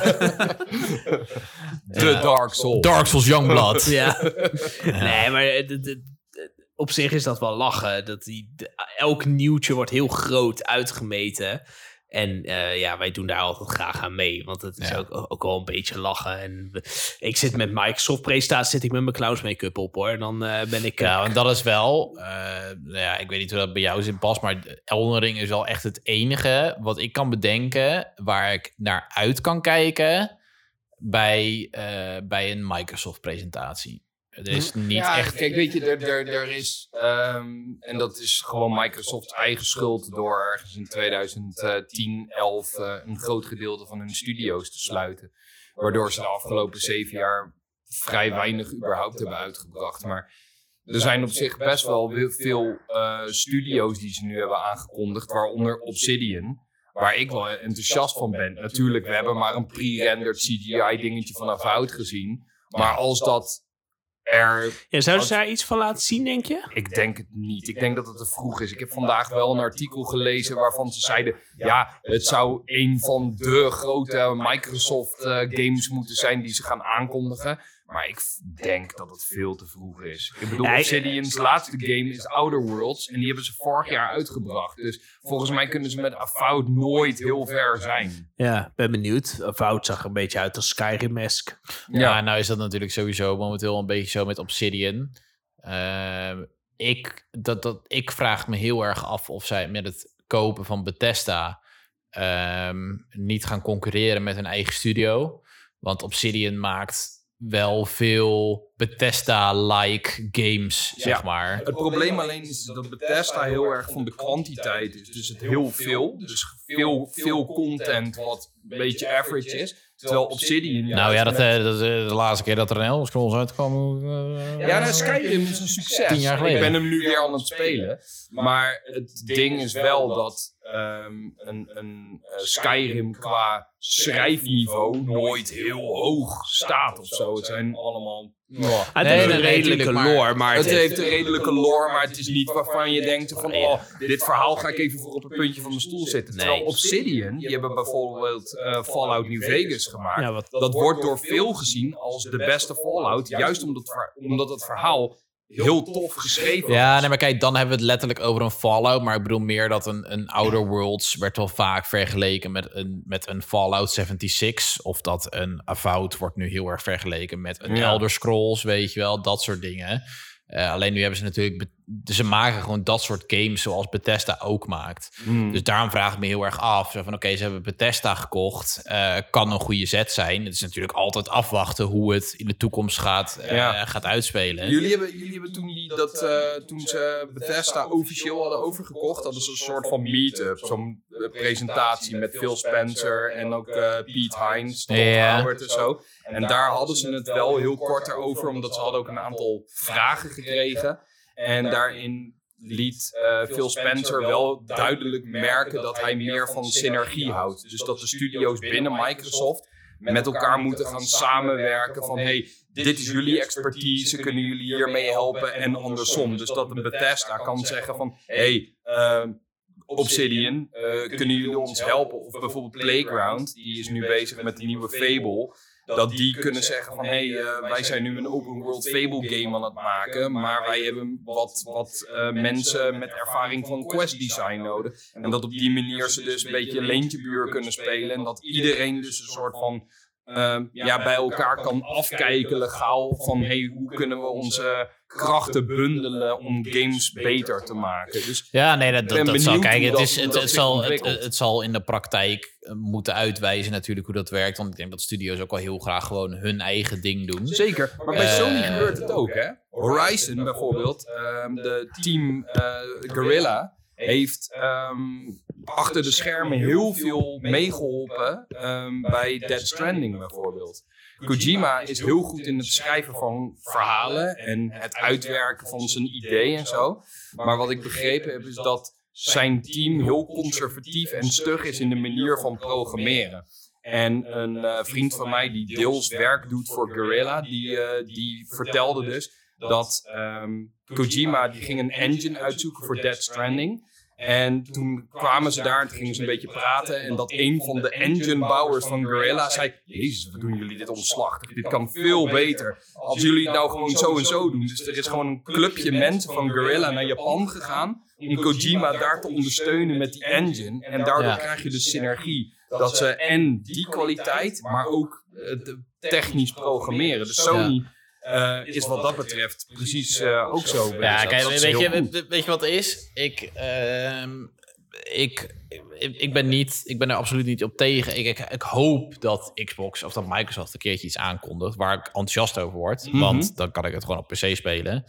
[SPEAKER 4] De Dark Souls.
[SPEAKER 3] Dark Souls Youngblood.
[SPEAKER 2] Ja. Nee, maar de- de- de- op zich is dat wel lachen. Dat die, de- elk nieuwtje wordt heel groot uitgemeten. En uh, ja, wij doen daar altijd graag aan mee. Want het is
[SPEAKER 3] Ja.
[SPEAKER 2] ook, ook wel een beetje lachen. En we- ik zit met Microsoft presentatie zit ik met mijn clowns make-up op hoor. Dan uh, ben ik... uh,
[SPEAKER 3] Ja, want dat is wel... Uh, nou ja, ik weet niet hoe dat bij jou zin past, maar Elden Ring is wel echt het enige wat ik kan bedenken waar ik naar uit kan kijken bij, uh, bij een Microsoft-presentatie. Het is niet
[SPEAKER 4] ja,
[SPEAKER 3] echt...
[SPEAKER 4] Kijk, weet je, er, er, er is... Um, en dat is gewoon Microsofts eigen schuld door ergens in twintig tien, elf uh, een groot gedeelte van hun studio's te sluiten. Waardoor ze de afgelopen zeven jaar vrij weinig überhaupt hebben uitgebracht. Maar er zijn op zich best wel veel uh, studio's die ze nu hebben aangekondigd, waaronder Obsidian. Waar ik wel enthousiast van ben. Natuurlijk, we hebben maar een pre-rendered C G I dingetje van Avowed gezien. Maar als dat er...
[SPEAKER 2] ja, zouden ze daar iets van laten zien, denk je?
[SPEAKER 4] Ik denk het niet. Ik denk dat het te vroeg is. Ik heb vandaag wel een artikel gelezen waarvan ze zeiden... ja, het zou een van de grote Microsoft uh, games moeten zijn die ze gaan aankondigen. Maar ik denk dat het veel te vroeg is. Ik bedoel,
[SPEAKER 2] Ja, ik-
[SPEAKER 4] Obsidian's laatste game is Outer Worlds. En die hebben ze vorig jaar uitgebracht. Dus volgens mij kunnen ze met Avowed nooit heel ver zijn.
[SPEAKER 2] Ja, ben benieuwd. Avowed zag er een beetje uit als Skyrim-esque.
[SPEAKER 3] Ja, nou is dat natuurlijk sowieso momenteel een beetje zo met Obsidian. Uh, ik, dat, dat, ik vraag me heel erg af of zij met het kopen van Bethesda um, niet gaan concurreren met hun eigen studio. Want Obsidian maakt wel veel Bethesda-like games, zeg
[SPEAKER 4] Ja.
[SPEAKER 3] maar.
[SPEAKER 4] Het probleem alleen is dat Bethesda heel erg van de kwantiteit is. Dus het heel veel. Dus veel, veel content wat een beetje average is. Terwijl Obsidian...
[SPEAKER 3] Nou ja, dat,
[SPEAKER 4] met-
[SPEAKER 3] uh, dat, uh, de laatste keer dat er een Elder Scrolls uitkwam... Uh,
[SPEAKER 4] Ja, nou, Skyrim is een succes.
[SPEAKER 3] Tien jaar geleden.
[SPEAKER 4] Ik ben hem nu weer aan het spelen. Maar het ding is wel dat um, een, een uh, Skyrim qua schrijfniveau nooit heel hoog staat of zo. Het zijn allemaal... Ja.
[SPEAKER 2] Het
[SPEAKER 3] Nee,
[SPEAKER 2] heeft
[SPEAKER 3] nee,
[SPEAKER 2] een
[SPEAKER 3] nee,
[SPEAKER 2] redelijke
[SPEAKER 3] tuurlijk, maar-
[SPEAKER 2] lore, maar
[SPEAKER 4] Het heeft een redelijke lore, maar het is niet waarvan je denkt van... oh, dit verhaal ga ik even voor op het puntje van mijn stoel zitten. Terwijl
[SPEAKER 2] Nee.
[SPEAKER 4] Obsidian, die hebben bijvoorbeeld uh, Fallout New Vegas gemaakt.
[SPEAKER 2] Ja, wat-
[SPEAKER 4] Dat wordt door veel gezien als de beste Fallout. Juist omdat, het ver- omdat het verhaal heel tof geschreven
[SPEAKER 3] Ja,
[SPEAKER 4] was.
[SPEAKER 3] nee, maar kijk, dan hebben we het letterlijk over een Fallout. Maar ik bedoel meer dat een, een Outer Worlds werd wel vaak vergeleken met een, met een Fallout zevenenzeventig. Of dat een Avowed wordt nu heel erg vergeleken met een
[SPEAKER 4] Ja.
[SPEAKER 3] Elder Scrolls, weet je wel. Dat soort dingen. Uh, alleen nu hebben ze natuurlijk... Be- dus ze maken gewoon dat soort games zoals Bethesda ook maakt.
[SPEAKER 4] Hmm.
[SPEAKER 3] Dus daarom vraag ik me heel erg af. Zo van, oké, okay, ze hebben Bethesda gekocht. Uh, kan een goede zet zijn. Het is natuurlijk altijd afwachten hoe het in de toekomst gaat, uh,
[SPEAKER 4] Ja.
[SPEAKER 3] gaat uitspelen.
[SPEAKER 4] Jullie hebben, jullie hebben toen, die, dat, uh, toen ze Bethesda officieel hadden overgekocht, hadden ze een soort van meet-up. Zo'n uh, presentatie met Phil Spencer en ook uh, Pete Hines, Todd
[SPEAKER 3] Ja.
[SPEAKER 4] Howard en zo. En daar hadden ze het wel heel kort over, omdat ze hadden ook een aantal vragen gekregen. En daarin liet uh, Phil Spencer wel duidelijk merken dat hij meer van synergie houdt. Dus dat de studio's binnen Microsoft met elkaar moeten gaan samenwerken van... hey, dit is jullie expertise, kunnen jullie hiermee helpen en andersom. Dus dat een Bethesda kan zeggen van... hey, uh, Obsidian, uh, kunnen jullie ons helpen? Of bijvoorbeeld Playground, die is nu bezig met de nieuwe Fable. Dat die kunnen zeggen van, hé, hey, uh, wij zijn nu een open world Fable game aan het maken, maar wij hebben wat, wat uh, mensen met ervaring van quest design nodig. En dat op die manier ze dus een beetje leentjebuur kunnen spelen en dat iedereen dus een soort van uh, ja, bij elkaar kan afkijken legaal van, hé, hey, hoe kunnen we onze krachten bundelen om games beter te maken. Dus
[SPEAKER 3] ja, nee, dat, dat, dat zal kijken. Het,
[SPEAKER 4] dat,
[SPEAKER 3] is, het, het, zal, het, het zal in de praktijk moeten uitwijzen natuurlijk hoe dat werkt. Want ik denk dat studio's ook wel heel graag gewoon hun eigen ding doen.
[SPEAKER 4] Zeker, maar bij uh, Sony gebeurt het ook, hè? Horizon bijvoorbeeld, um, de team uh, Guerrilla heeft um, achter de schermen heel veel meegeholpen um, bij Death Stranding bijvoorbeeld. Kojima is heel goed in het schrijven van verhalen en het uitwerken van zijn idee en zo. Maar wat ik begrepen heb is dat zijn team heel conservatief en stug is in de manier van programmeren. En een uh, vriend van mij die deels werk doet voor Guerrilla, die, uh, die vertelde dus dat um, Kojima die ging een engine uitzoeken voor Death Stranding. En toen kwamen ze daar en toen gingen ze een beetje praten. En dat een van de enginebouwers van Guerrilla zei, jezus, wat doen jullie dit omslachtig? Dit kan veel beter. Als jullie het nou gewoon zo en zo doen. Dus er is gewoon een clubje mensen van Guerrilla naar Japan gegaan om Kojima daar te ondersteunen met die engine. En daardoor ja. krijg je dus synergie. Dat ze en die kwaliteit, maar ook uh, technisch programmeren. Dus Sony... Ja. Uh, is wat dat betreft precies uh, ook zo.
[SPEAKER 3] Ja, kijk, weet, weet, je, weet je wat het is? Ik, uh, ik, ik, ik ben niet, ik ben er absoluut niet op tegen. Ik, ik, ik hoop dat Xbox of dat Microsoft een keertje iets aankondigt waar ik enthousiast over word. Mm-hmm. Want dan kan ik het gewoon op P C spelen.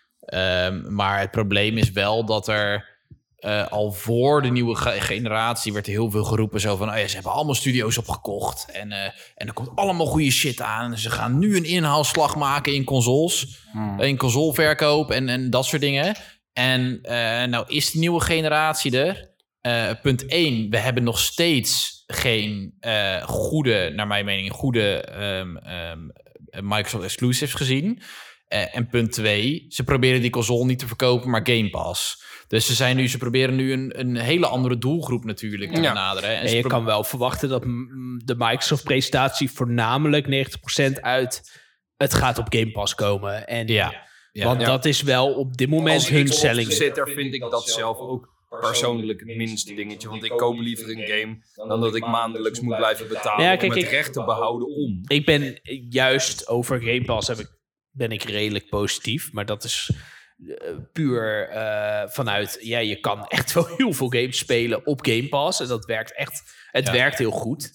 [SPEAKER 3] Um, maar het probleem is wel dat er... Uh, al voor de nieuwe ge- generatie werd er heel veel geroepen zo van... Oh ja, ze hebben allemaal studio's opgekocht en, uh, en er komt allemaal goede shit aan. En ze gaan nu een inhaalslag maken in consoles, hmm. in consoleverkoop en, en dat soort dingen. En uh, nou is de nieuwe generatie er. Uh, punt één, we hebben nog steeds geen uh, goede, naar mijn mening, goede um, um, Microsoft exclusives gezien. Uh, en punt twee, ze proberen die console niet te verkopen, maar Game Pass... Dus ze, zijn nu, ze proberen nu een, een hele andere doelgroep natuurlijk te benaderen.
[SPEAKER 2] Ja. En, en je pro- kan wel verwachten dat m- de Microsoft-presentatie voornamelijk negentig procent uit het gaat op Game Pass komen. En,
[SPEAKER 3] ja. Ja.
[SPEAKER 2] Want
[SPEAKER 3] ja.
[SPEAKER 2] dat is wel op dit moment
[SPEAKER 4] Als
[SPEAKER 2] hun
[SPEAKER 4] Xbox
[SPEAKER 2] selling.
[SPEAKER 4] Zitter vind ik dat zelf ook persoonlijk het minste dingetje. Want ik koop liever een game dan dat ik maandelijks moet blijven betalen ja, kijk, om het ik, recht te behouden om.
[SPEAKER 2] Ik ben juist over Game Pass heb ik, ben ik redelijk positief. Maar dat is... Uh, puur uh, vanuit, ja, je kan echt wel heel veel games spelen op Game Pass. En dat werkt echt, het ja. werkt heel goed.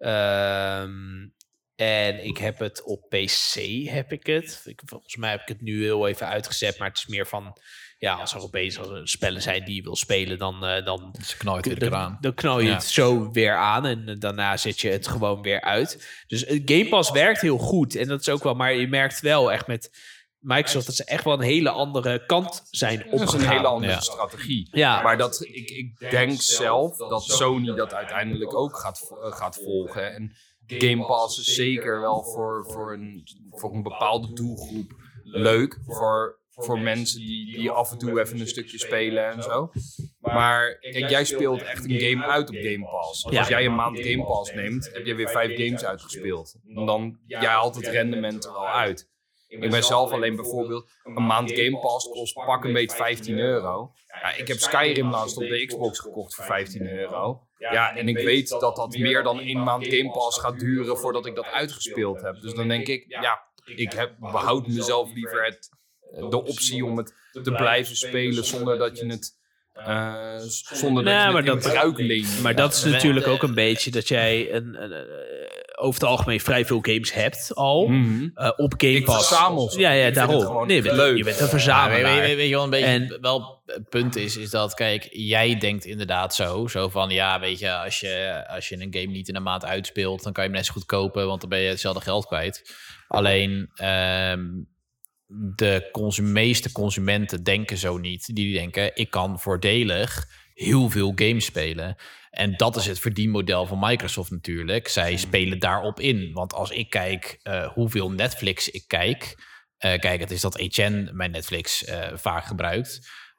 [SPEAKER 2] Um, en ik heb het op P C, heb ik het. Ik, volgens mij heb ik het nu heel even uitgezet, maar het is meer van, ja, als er opeens spellen zijn die je wil spelen, dan, uh, dan,
[SPEAKER 3] dus knal je het weer
[SPEAKER 2] dan, dan knal je ja. het zo weer aan en uh, daarna zet je het gewoon weer uit. Dus uh, Game Pass werkt heel goed en dat is ook wel, maar je merkt wel echt met Microsoft dat ze echt wel een hele andere kant zijn opgegaan.
[SPEAKER 4] Dat is een hele andere ja. strategie.
[SPEAKER 2] Ja.
[SPEAKER 4] Maar dat, ik, ik denk zelf dat Sony dat uiteindelijk ook gaat, uh, gaat volgen. En Game Pass is zeker wel voor, voor, een, voor een bepaalde doelgroep leuk. Voor, voor mensen die, die af en toe even een stukje spelen en zo. Maar kijk, jij speelt echt een game uit op Game Pass. Als ja. jij een maand Game Pass neemt, heb je weer vijf games uitgespeeld. En dan jij haalt het rendement er wel uit. Ik ben zelf alleen bijvoorbeeld een maand Game Pass kost pak een beetje vijftien euro. Ja, ik heb Skyrim laatst op de Xbox gekocht voor vijftien euro. Ja, en ik weet dat dat meer dan één maand Game Pass gaat duren voordat ik dat uitgespeeld heb. Dus dan denk ik, ja, ik heb, behoud mezelf liever het, de optie om het te blijven spelen zonder dat je het... Uh, zonder dat
[SPEAKER 2] nou,
[SPEAKER 4] je het
[SPEAKER 2] maar
[SPEAKER 4] in gebruik leent.
[SPEAKER 2] Maar dat is natuurlijk ook een beetje dat jij een, een, een, over het algemeen vrij veel games hebt al mm-hmm. uh, op Game Pass.
[SPEAKER 4] Ik verzamel.
[SPEAKER 2] Ja, ja, daarom. Nee, je bent, leuk. Je bent een verzamelaar.
[SPEAKER 3] Ja, weet, weet, weet je wel een beetje en, wel het punt is, is dat, kijk, jij denkt inderdaad zo, zo van, ja, weet je, als je, als je een game niet in een maand uitspeelt, dan kan je hem net zo goed kopen, want dan ben je hetzelfde geld kwijt. Alleen, um, de consum- meeste consumenten denken zo niet. Die denken, ik kan voordelig heel veel games spelen. En dat is het verdienmodel van Microsoft natuurlijk. Zij spelen daarop in. Want als ik kijk uh, hoeveel Netflix ik kijk... Uh, kijk, het is dat Etienne mijn Netflix uh, vaak gebruikt.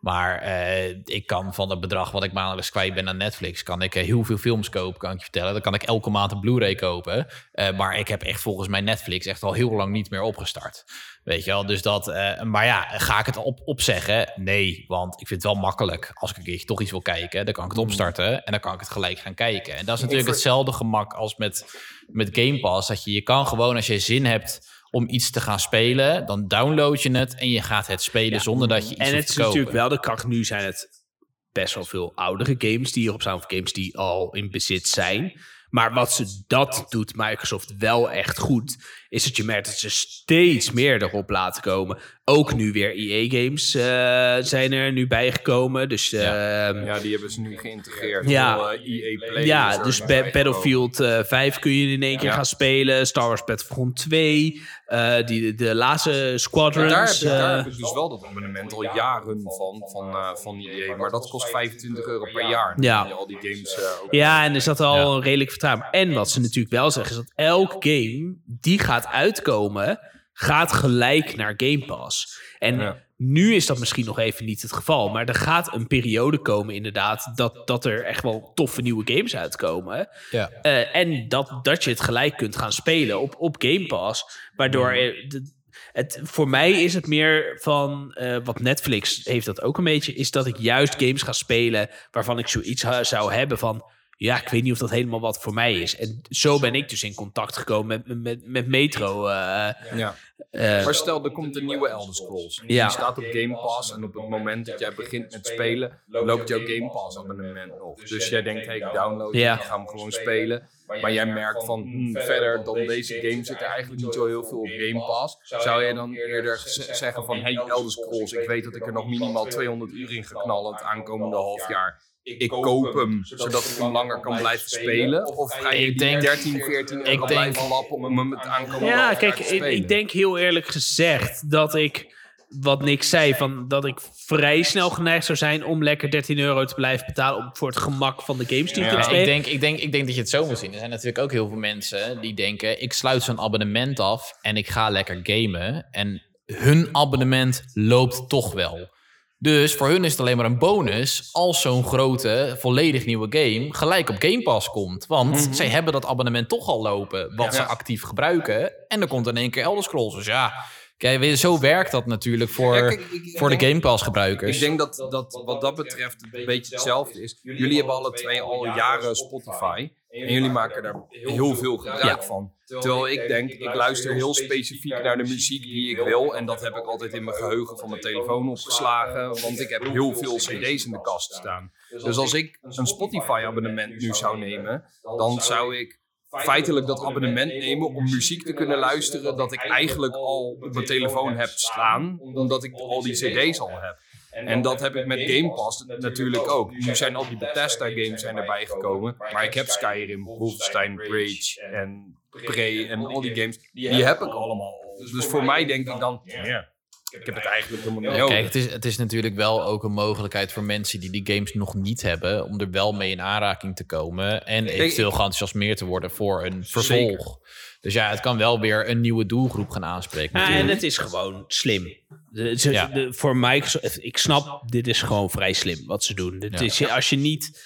[SPEAKER 3] Maar uh, ik kan van het bedrag wat ik maandelijks kwijt ben aan Netflix... kan ik uh, heel veel films kopen, kan ik je vertellen. Dan kan ik elke maand een Blu-ray kopen. Uh, maar ik heb echt volgens mij Netflix echt al heel lang niet meer opgestart. Weet je wel, dus dat... Uh, maar ja, ga ik het op, opzeggen? Nee, want ik vind het wel makkelijk. Als ik een keertje toch iets wil kijken, dan kan ik het opstarten... en dan kan ik het gelijk gaan kijken. En dat is natuurlijk hetzelfde gemak als met, met Game Pass. Dat je, je kan gewoon, als je zin hebt... om iets te gaan spelen, dan download je het en je gaat het spelen ja. zonder dat je iets
[SPEAKER 2] en
[SPEAKER 3] hoeft
[SPEAKER 2] het
[SPEAKER 3] te
[SPEAKER 2] is
[SPEAKER 3] kopen.
[SPEAKER 2] natuurlijk wel de kracht. Nu zijn het best wel veel oudere games die hierop staan, of games die al in bezit zijn. Maar wat ze dat doet Microsoft wel echt goed, is dat je merkt dat ze steeds meer erop laten komen. Ook nu weer E A-games uh, zijn er nu bijgekomen. Dus, uh,
[SPEAKER 4] ja. ja, die hebben ze nu geïntegreerd.
[SPEAKER 2] Ja,
[SPEAKER 4] Heel, uh, E A Play
[SPEAKER 2] ja dus ba- Battlefield uh, vijf kun je in één keer ja. gaan spelen. Star Wars Battlefront twee. Uh, die, de laatste Squadrons.
[SPEAKER 4] Ja, daar, heb je, daar uh, heb ik dus wel dat abonnement al jaren van, van, uh, van E A. Maar dat kost vijfentwintig euro per jaar.
[SPEAKER 2] Ja,
[SPEAKER 4] al die games, uh, ook
[SPEAKER 2] ja en is dat al ja. een redelijk vertraging. En wat ze natuurlijk wel zeggen, is dat elke game die gaat uitkomen, gaat gelijk naar Game Pass. En ja. nu is dat misschien nog even niet het geval, maar er gaat een periode komen inderdaad dat, dat er echt wel toffe nieuwe games uitkomen. Ja. Uh, en dat, dat je het gelijk kunt gaan spelen op, op Game Pass, waardoor er, de, het, voor mij is het meer van, uh, wat Netflix heeft dat ook een beetje, is dat ik juist games ga spelen waarvan ik zoiets ha- zou hebben van, ja, ik weet niet of dat helemaal wat voor mij is. En zo ben ik dus in contact gekomen met, met, met Metro. Uh,
[SPEAKER 4] ja. Uh, maar stel, er komt een nieuwe Elder Scrolls.
[SPEAKER 2] Ja.
[SPEAKER 4] Die staat op Game Pass. En op het moment dat jij begint met spelen, loopt jouw Game Pass abonnement nog. Dus jij denkt, hey, ik download
[SPEAKER 2] ja.
[SPEAKER 4] en ik ga hem gewoon spelen. Maar jij merkt van, hmm, verder dan deze game zit er eigenlijk niet zo heel veel op Game Pass. Zou jij dan eerder z- zeggen van, hey, Elder Scrolls, ik weet dat ik er nog minimaal tweehonderd uur in ga knallen het aankomende half jaar. Ik koop hem, zodat ik hem langer kan blijven spelen? Of ga je
[SPEAKER 3] ik denk,
[SPEAKER 4] dertien, veertien euro
[SPEAKER 3] ik
[SPEAKER 4] blijven
[SPEAKER 3] denk,
[SPEAKER 4] lappen om hem het aankomende
[SPEAKER 2] Ja,
[SPEAKER 4] half
[SPEAKER 2] kijk,
[SPEAKER 4] jaar te
[SPEAKER 2] ik,
[SPEAKER 4] spelen?
[SPEAKER 2] ik denk heel eerlijk gezegd dat ik, wat Nick zei, van dat ik vrij snel geneigd zou zijn om lekker dertien euro te blijven betalen om, voor het gemak van de games die
[SPEAKER 3] ja,
[SPEAKER 2] ik kunt spelen.
[SPEAKER 3] Ik denk, ik, denk, ik denk dat je het zo moet zien. Er zijn natuurlijk ook heel veel mensen die denken, ik sluit zo'n abonnement af en ik ga lekker gamen. En hun abonnement loopt toch wel. Dus voor hun is het alleen maar een bonus als zo'n grote, volledig nieuwe game gelijk op Game Pass komt. Want mm-hmm. zij hebben dat abonnement toch al lopen, wat ja. ze actief gebruiken. En er komt in één keer Elder Scrolls. Dus ja, kijk, zo werkt dat natuurlijk voor, ja, kijk, ik, ik voor denk, de Game Pass gebruikers.
[SPEAKER 4] Ik denk dat, dat wat dat betreft een beetje hetzelfde is. Jullie hebben alle twee al jaren Spotify. En jullie maken daar heel veel gebruik ja. van. Terwijl ik denk, ik luister heel specifiek naar de muziek die ik wil. En dat heb ik altijd in mijn geheugen van mijn telefoon opgeslagen. Want ik heb heel veel cd's in de kast staan. Dus als ik een Spotify-abonnement nu zou nemen, dan zou ik feitelijk dat abonnement nemen om muziek te kunnen luisteren dat ik eigenlijk al op mijn telefoon heb staan. Omdat ik al die cd's al heb. En dat heb ik met Game Pass natuurlijk ook. Nu zijn al die Bethesda games zijn erbij gekomen. Maar ik heb Skyrim, Wolfenstein, Rage en Prey en al die games. Die heb ik allemaal al. Dus voor mij denk ik dan, ja, ik heb het eigenlijk helemaal niet nodig.
[SPEAKER 3] Kijk, het is, het is natuurlijk wel ook een mogelijkheid voor mensen die die games nog niet hebben, om er wel mee in aanraking te komen en eventueel geenthousiasmeerd te worden voor een vervolg. Zeker. Dus ja, het kan wel weer een nieuwe doelgroep gaan aanspreken.
[SPEAKER 2] Ja, en het is gewoon slim. De, ze, ja. de, voor Microsoft, ik snap, dit is gewoon vrij slim wat ze doen. Het ja. is, als je niet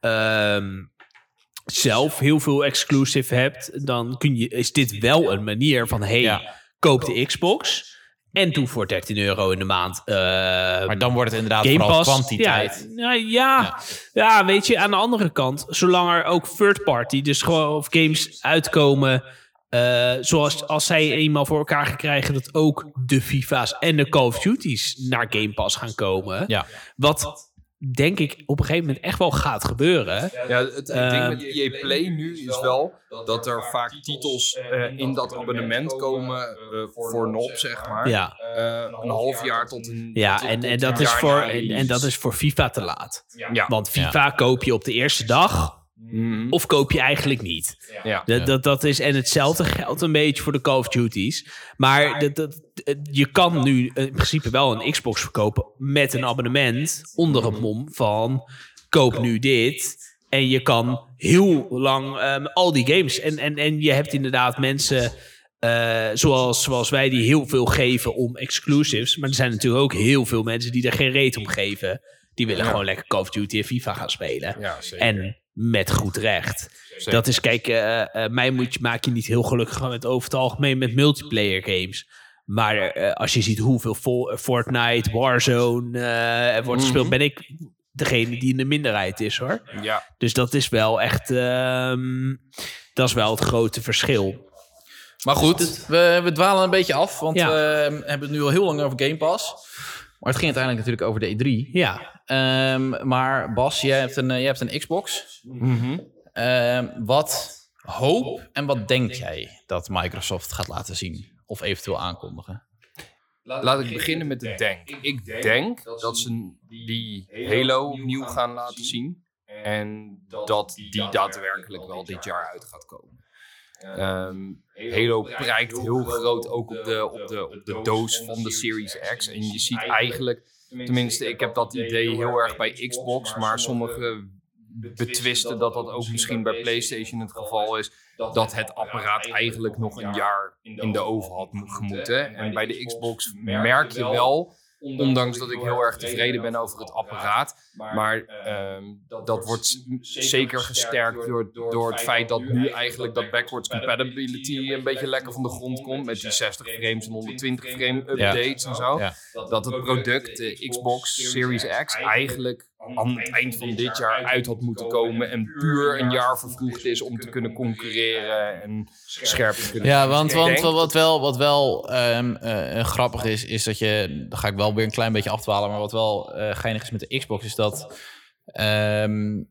[SPEAKER 2] um, zelf heel veel exclusive hebt, dan kun je, is dit wel een manier van, hey, ja. koop de Xbox en doe voor dertien euro in de maand. Uh,
[SPEAKER 3] maar dan wordt het inderdaad
[SPEAKER 2] Game
[SPEAKER 3] vooral
[SPEAKER 2] Pass.
[SPEAKER 3] kwantiteit.
[SPEAKER 2] Ja, nou, ja, ja. ja, weet je, aan de andere kant, zolang er ook third party, dus gewoon of games uitkomen, Uh, zoals als zij eenmaal voor elkaar gaan krijgen dat ook de FIFA's en de Call of Duty's naar Game Pass gaan komen. Ja. Wat denk ik op een gegeven moment echt wel gaat gebeuren.
[SPEAKER 4] Ja, het uh, ding met E A Play nu is wel dat er vaak titels uh, in dat abonnement komen uh, voor nop, zeg maar. Ja. Uh, een half jaar tot een
[SPEAKER 2] Ja,
[SPEAKER 4] tot,
[SPEAKER 2] en,
[SPEAKER 4] tot
[SPEAKER 2] en, dat is voor, en, en dat is voor FIFA te laat. Ja. Want FIFA ja. koop je op de eerste dag. Mm-hmm. Of koop je eigenlijk niet. Ja. Dat, dat, dat is, en hetzelfde geldt een beetje voor de Call of Duty's. Maar dat, dat, je kan nu in principe wel een Xbox verkopen met een abonnement onder een mom van koop nu dit. En je kan heel lang um, al die games. En, en, en je hebt inderdaad mensen Uh, zoals, zoals wij die heel veel geven om exclusives. Maar er zijn natuurlijk ook heel veel mensen die er geen reet om geven. Die willen ja. gewoon lekker Call of Duty en FIFA gaan spelen.
[SPEAKER 4] Ja, zeker.
[SPEAKER 2] En met goed recht. Zeker. Dat is, kijk, uh, uh, mij moet je, maak je niet heel gelukkig met over het algemeen met multiplayer games. Maar uh, als je ziet hoeveel vo- Fortnite, Warzone uh, er wordt mm-hmm. gespeeld, ben ik degene die in de minderheid is, hoor.
[SPEAKER 4] Ja.
[SPEAKER 2] Dus dat is wel echt, uh, dat is wel het grote verschil.
[SPEAKER 3] Maar goed, we, we dwalen een beetje af, want
[SPEAKER 2] ja.
[SPEAKER 3] we hebben het nu al heel lang over Game Pass. Maar het ging uiteindelijk natuurlijk over de E drie.
[SPEAKER 2] Ja.
[SPEAKER 3] Um, maar Bas, jij hebt een, jij hebt een Xbox.
[SPEAKER 4] Mm-hmm.
[SPEAKER 3] Um, wat hoop en wat denk jij dat Microsoft gaat laten zien? Of eventueel aankondigen?
[SPEAKER 4] Laat ik beginnen met de denk. Ik denk dat ze die Halo opnieuw gaan laten zien. En dat die daadwerkelijk wel dit jaar uit gaat komen. Um, Halo prijkt heel groot ook op de, op, de, op de doos van de Series X. En je ziet eigenlijk, tenminste ik heb dat idee heel erg bij Xbox, maar sommigen betwisten dat dat ook misschien bij PlayStation het geval is, dat het apparaat eigenlijk nog een jaar in de oven had gemoeten. En bij de Xbox merk je wel, ondanks dat ik heel erg tevreden ben over het apparaat, maar um, dat wordt zeker gesterkt door, door het feit dat nu eigenlijk dat backwards compatibility een beetje lekker van de grond komt, met die zestig frames en honderdtwintig frame updates ja. en zo. Ja. Dat het product, de Xbox Series X, eigenlijk aan het eind van dit jaar uit had moeten komen en puur een jaar vervroegd is om te kunnen concurreren en scherp te kunnen.
[SPEAKER 3] Ja, want, want wat wel, wat wel um, uh, grappig is, is dat je, dan ga ik wel weer een klein beetje afdwalen, maar wat wel uh, geinig is met de Xbox is dat um,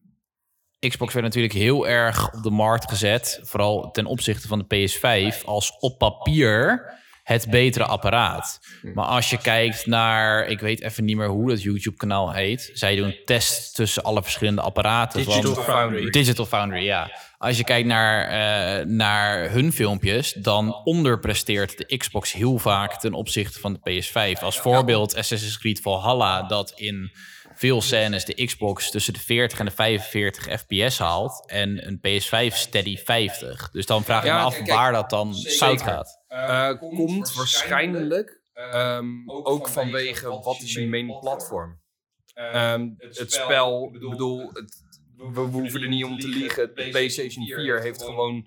[SPEAKER 3] Xbox werd natuurlijk heel erg op de markt gezet, vooral ten opzichte van de P S vijf, als op papier het betere apparaat. Maar als je kijkt naar, ik weet even niet meer hoe dat YouTube-kanaal heet. Zij doen een test tussen alle verschillende apparaten.
[SPEAKER 2] Digital
[SPEAKER 3] van,
[SPEAKER 2] Foundry.
[SPEAKER 3] Digital Foundry, ja. Als je kijkt naar, uh, naar hun filmpjes, dan onderpresteert de Xbox heel vaak ten opzichte van de P S vijf. Als voorbeeld Assassin's Creed Valhalla, dat in veel scènes de Xbox tussen de veertig en de vijfenveertig F P S haalt en een P S vijf steady vijftig. Dus dan vraag ik ja, me af kijk, waar dat dan fout gaat.
[SPEAKER 4] Uh, komt waarschijnlijk um, ook vanwege wat is je main platform. Um, het spel, ik bedoel, het, we hoeven er niet om te liegen. De PlayStation vier heeft gewoon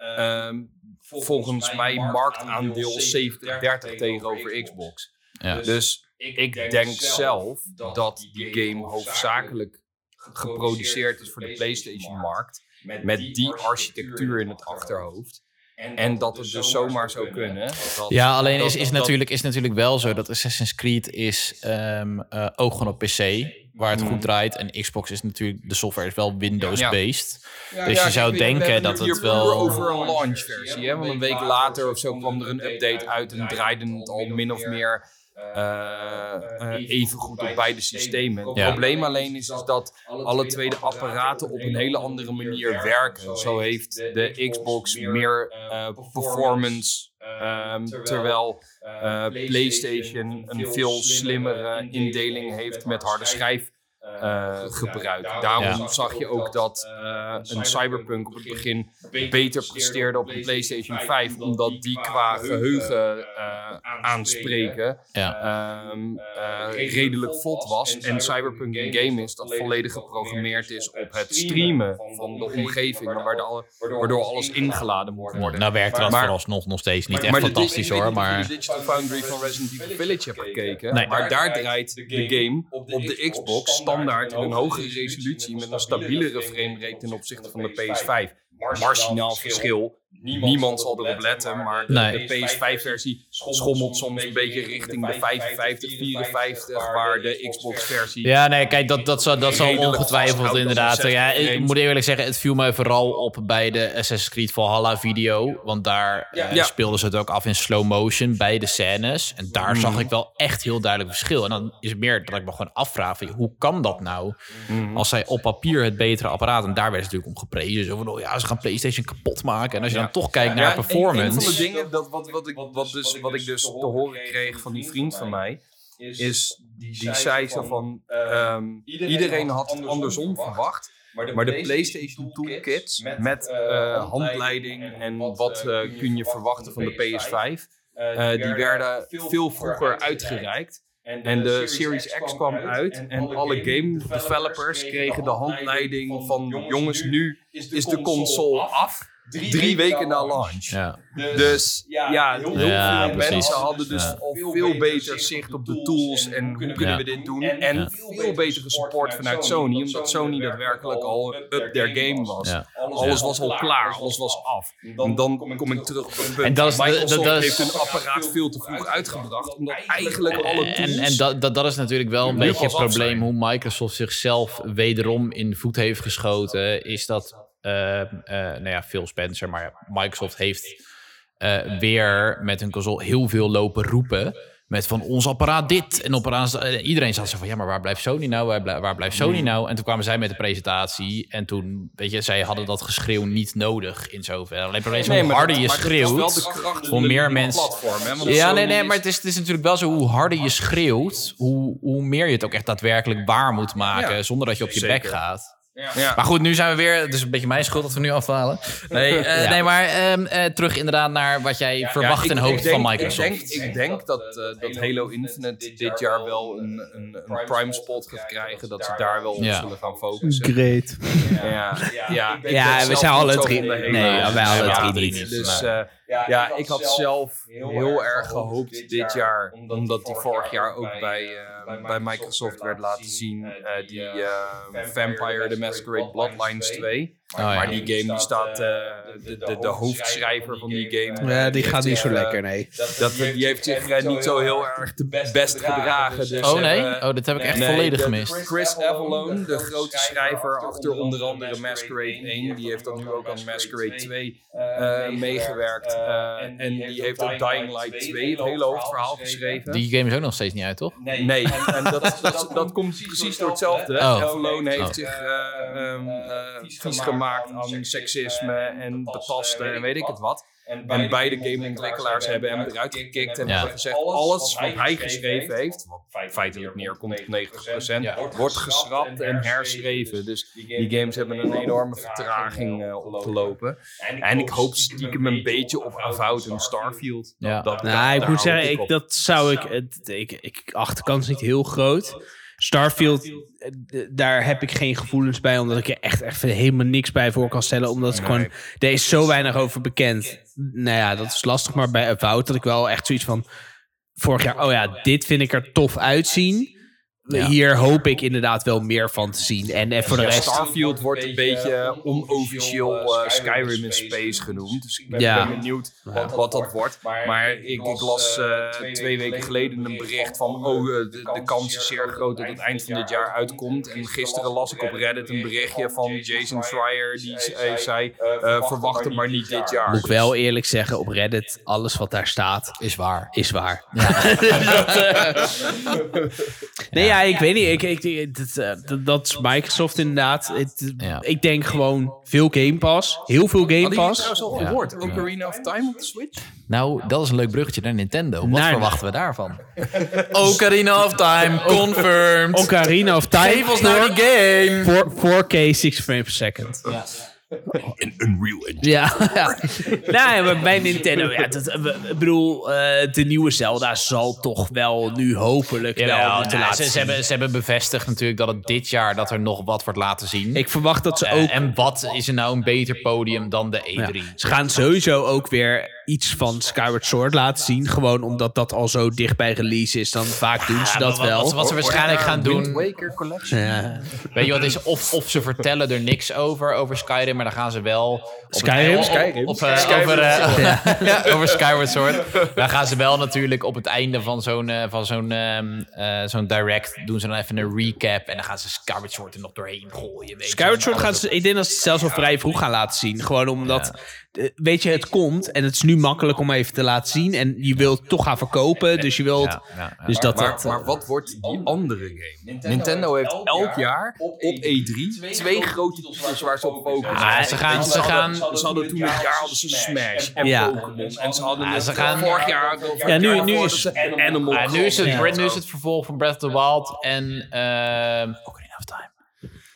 [SPEAKER 4] um, volgens mij marktaandeel zeventig dertig tegenover Xbox.
[SPEAKER 3] Ja.
[SPEAKER 4] Dus ik denk zelf dat die game hoofdzakelijk geproduceerd is voor de PlayStation-markt. Met die architectuur in het achterhoofd. En dat het dus zomaar zou kunnen. Dat,
[SPEAKER 3] ja, alleen
[SPEAKER 4] dat,
[SPEAKER 3] is, is,
[SPEAKER 4] dat,
[SPEAKER 3] natuurlijk, is natuurlijk wel zo dat Assassin's Creed is um, uh, ook gewoon op P C, waar het mm. goed draait. En Xbox is natuurlijk, de software is wel Windows-based. Ja. Dus ja, je zou denken dat het wel
[SPEAKER 4] over een launch-versie, hè? Want een week later of zo kwam er een update uit en draaide het al min of meer Uh, uh, even goed op beide systemen. Het ja. probleem alleen is, is dat alle twee de apparaten op een hele andere manier werken. Zo heeft de Xbox meer uh, performance, um, terwijl uh, PlayStation een veel slimmere indeling heeft met harde schijf. Uh, gebruik. Daarom ja. zag je ook dat uh, een Cyberpunk op het begin beter presteerde op een PlayStation vijf, omdat die qua geheugen uh, aanspreken
[SPEAKER 3] ja.
[SPEAKER 4] um, uh, redelijk vlot was. En Cyberpunk een game is dat volledig geprogrammeerd is op het streamen van de omgeving, waardoor, waardoor alles ingeladen moet worden.
[SPEAKER 3] Nou werkt dat vooralsnog nog steeds niet echt
[SPEAKER 4] maar
[SPEAKER 3] fantastisch
[SPEAKER 4] de,
[SPEAKER 3] hoor. Maar
[SPEAKER 4] ik weet niet of je de Digital Foundry van Resident Evil Village hebt gekeken,
[SPEAKER 3] nee.
[SPEAKER 4] maar daar draait de game op de Xbox standaard in een hogere resolutie met een stabielere framerate ten opzichte van de P S vijf. Marginaal verschil. Niemand zal erop letten, maar
[SPEAKER 3] nee.
[SPEAKER 4] de P S vijf-versie schommelt soms een beetje richting de vijfenvijftig, vierenvijftig, waar de Xbox-versie...
[SPEAKER 3] Ja, nee, kijk, dat, dat, zal, dat zal ongetwijfeld inderdaad... Ja, ik moet eerlijk zeggen, het viel mij vooral op bij de Assassin's Creed Valhalla video, want daar ja. uh, ja. speelden ze het ook af in slow motion bij de scènes. En daar mm. zag ik wel echt heel duidelijk verschil. En dan is het meer dat ik me gewoon afvraag, van, hoe kan dat nou? Mm. Als zij op papier het betere apparaat, en daar werd het natuurlijk om geprezen, zo van, oh, ja, ze gaan PlayStation kapot maken. En als je ja. dan toch kijkt naar ja, performance...
[SPEAKER 4] Een van de dingen, dat, wat, wat, ik, wat, dus, wat ik dus te horen kreeg van die vriend van mij, is, die zei zo van, um, iedereen had het andersom verwacht. Maar de PlayStation Toolkits met uh, handleiding en wat uh, kun je verwachten van de P S vijf, uh, die werden veel vroeger uitgereikt. En de Series X kwam uit en alle game developers kregen de handleiding van jongens, nu is de console af. Drie, Drie weken na launch. Ja. Dus ja, heel veel ja, mensen hadden dus ja. al veel beter zicht op de tools en hoe kunnen ja. we dit doen. En ja. veel betere support vanuit Sony, omdat Sony daadwerkelijk al up their game was. Ja. Alles was al klaar, alles was af. En dan kom ik terug op het punt. En dat is, Microsoft dat, dat is, heeft een apparaat veel te vroeg uitgebracht, omdat eigenlijk alle tools...
[SPEAKER 3] En, en dat, dat, dat is natuurlijk wel een beetje het probleem hoe Microsoft zichzelf wederom in de voet heeft geschoten, is dat... Uh, uh, nou ja, Phil Spencer, maar ja, Microsoft heeft uh, weer met hun console heel veel lopen roepen. Met van ons apparaat dit en apparaat... Uh, iedereen zat zo van, ja, maar waar blijft Sony nou? Waar, blij, waar blijft Sony mm. nou? En toen kwamen zij met de presentatie. En toen, weet je, zij hadden dat geschreeuw niet nodig in zover. Alleen probleem is nee, hoe harder dat, je schreeuwt, hoe meer mensen... Platform, ja, nee, nee, maar het is, het is natuurlijk wel zo, hoe harder je schreeuwt, hoe, hoe meer je het ook echt daadwerkelijk waar moet maken, ja, zonder dat je op je bek gaat. Ja. Ja. Maar goed, nu zijn we weer... Het is een beetje mijn schuld dat we nu afdwalen. Nee, uh, ja. nee maar um, uh, terug inderdaad naar wat jij ja, verwacht ja, ik, en hoopt van Microsoft.
[SPEAKER 4] Ik denk, ik denk dat, uh, dat Halo Infinite dit jaar wel een, een, een prime spot gaat krijgen. Dat ze daar wel op ja. zullen gaan focussen.
[SPEAKER 2] Great.
[SPEAKER 4] Ja, ja, ja,
[SPEAKER 2] ja we zijn alle drie. Nee, nee wij alle drie, drie niet.
[SPEAKER 4] Dus... Uh, Ja, ja, ik had, ik had zelf heel, heel erg gehoopt dit, dit jaar, omdat, omdat die vorig jaar ook bij, uh, bij Microsoft werd laten zien, uh, die uh, Vampire the Masquerade Bloodlines twee. Oh, ja. Maar die game die staat, uh, de, de, de hoofdschrijver van die game...
[SPEAKER 2] Ja, die gaat niet zo uh, lekker, nee.
[SPEAKER 4] Dat, die heeft zich uh, niet zo heel erg de best gedragen. Dus,
[SPEAKER 3] oh nee? Uh, oh, dat heb ik echt nee, volledig de, gemist.
[SPEAKER 4] Chris Avallone, de grote schrijver achter onder andere Masquerade één, die heeft dan nu ook aan Masquerade twee uh, meegewerkt. Uh, en die heeft ook Dying Light twee, het hele hoofdverhaal geschreven.
[SPEAKER 3] Die game is ook nog steeds niet uit, toch?
[SPEAKER 4] Nee, nee. en, en dat, dat, dat komt precies door hetzelfde. Oh. Avallone heeft oh. zich uh, um, uh, vies gemaakt aan seksisme en betasten en weet ik het wat. En beide, en beide gameontwikkelaars hebben hem eruit gekikt en ja. hebben gezegd, alles wat hij geschreven heeft, wat feitelijk neerkomt op negentig procent, ja. wordt geschrapt en herschreven. Dus die games hebben een enorme vertraging uh, opgelopen. En ik hoop stiekem een beetje op Avowed en Starfield.
[SPEAKER 2] Ja. Dat, nou, daar, ik daar moet zeggen, ik, dat zou ik, het, ik, ik acht de kans niet heel groot. Starfield, daar heb ik geen gevoelens bij, omdat ik er echt, echt helemaal niks bij voor kan stellen. Omdat het nee. gewoon, er is zo weinig over bekend. Nou ja, dat is lastig, maar bij Avowed had ik wel echt zoiets van, vorig jaar, oh ja, dit vind ik er tof uitzien. Ja. Hier hoop ik inderdaad wel meer van te zien. En, en voor de
[SPEAKER 4] ja,
[SPEAKER 2] rest...
[SPEAKER 4] Starfield wordt een beetje onofficieel uh, Skyrim in Space genoemd. Dus ik ben, ja. ben benieuwd wat, wat dat wordt. Maar ik, ik las uh, twee weken geleden een bericht van... oh, de, de kans is zeer groot dat het eind van dit jaar uitkomt. En gisteren las ik op Reddit een berichtje van Jason Schreier. Die uh, zei, uh, verwacht hem maar niet dit jaar.
[SPEAKER 2] Moet ik wel eerlijk zeggen, op Reddit, alles wat daar staat...
[SPEAKER 3] Is waar.
[SPEAKER 2] Is waar. Ja. dat, uh... Nee, ja, ik weet niet. Ik, ik, ik, dat, dat, dat is Microsoft inderdaad. Het, ja. Ik denk gewoon veel Game Pass. Heel veel Game Pass.
[SPEAKER 4] Had je trouwens al gehoord? Ja. Ocarina of Time op de Switch?
[SPEAKER 3] Nou, dat is een leuk bruggetje naar Nintendo. Wat naar verwachten we daarvan? Ocarina of Time, confirmed.
[SPEAKER 2] Ocarina of Time.
[SPEAKER 3] Geef ons nou die game.
[SPEAKER 2] four K, six frames per second. Ja.
[SPEAKER 4] In Unreal Engine.
[SPEAKER 2] Ja, ja. Nou, maar bij Nintendo, ja, dat, ik bedoel, uh, de nieuwe Zelda zal toch wel nu hopelijk ja, wel moeten nou, laten
[SPEAKER 3] ze,
[SPEAKER 2] zien.
[SPEAKER 3] Ze hebben, ze hebben bevestigd natuurlijk dat het dit jaar dat er nog wat wordt laten zien.
[SPEAKER 2] Ik verwacht dat ze uh, ook...
[SPEAKER 3] En wat is er nou een beter podium dan de E drie?
[SPEAKER 2] Ja, ze gaan sowieso ook weer iets van Skyward Sword laten zien. Gewoon omdat dat al zo dicht bij release is. Dan vaak doen ze ja, dat
[SPEAKER 3] wat,
[SPEAKER 2] wel.
[SPEAKER 3] Wat, wat ze waarschijnlijk gaan doen...
[SPEAKER 4] Wind Waker Collection.
[SPEAKER 2] Ja.
[SPEAKER 3] Weet je wat is? Of, of ze vertellen er niks over, over Skyrim. Maar dan gaan ze wel...
[SPEAKER 2] Skyrim?
[SPEAKER 3] Op, Skyrim? Op, op, uh, Skyrim. Over, uh, ja. ja, over Skyward Sword. Dan gaan ze wel natuurlijk op het einde van zo'n, uh, van zo'n, um, uh, zo'n direct... doen ze dan even een recap. En dan gaan ze Skyward Sword er nog doorheen gooien. Weet
[SPEAKER 2] Skyward Sword gaan ze... Ik denk dat ze het zelfs al vrij vroeg gaan laten zien. Gewoon omdat... Ja. Weet je, het komt en het is nu makkelijk om even te laten zien. En je wilt toch gaan verkopen, dus je wilt... Ja, ja, ja.
[SPEAKER 4] Dus maar, dat, maar, dat, maar wat wordt die andere game? Nintendo, Nintendo heeft elk jaar op E drie twee grote titels waar ze op focussen.
[SPEAKER 3] Ah, ze gaan... Ze, gaan
[SPEAKER 4] ze, ze hadden toen het jaar hadden ze Smash en ja. Pokémon. En ze hadden ah,
[SPEAKER 3] ze gaan,
[SPEAKER 4] vorig jaar...
[SPEAKER 2] Ja, nu, nu, is,
[SPEAKER 4] Animal
[SPEAKER 3] ah, nu, is het, ja. nu is het vervolg van Breath of the Wild en... Uh, Ocarina of Time.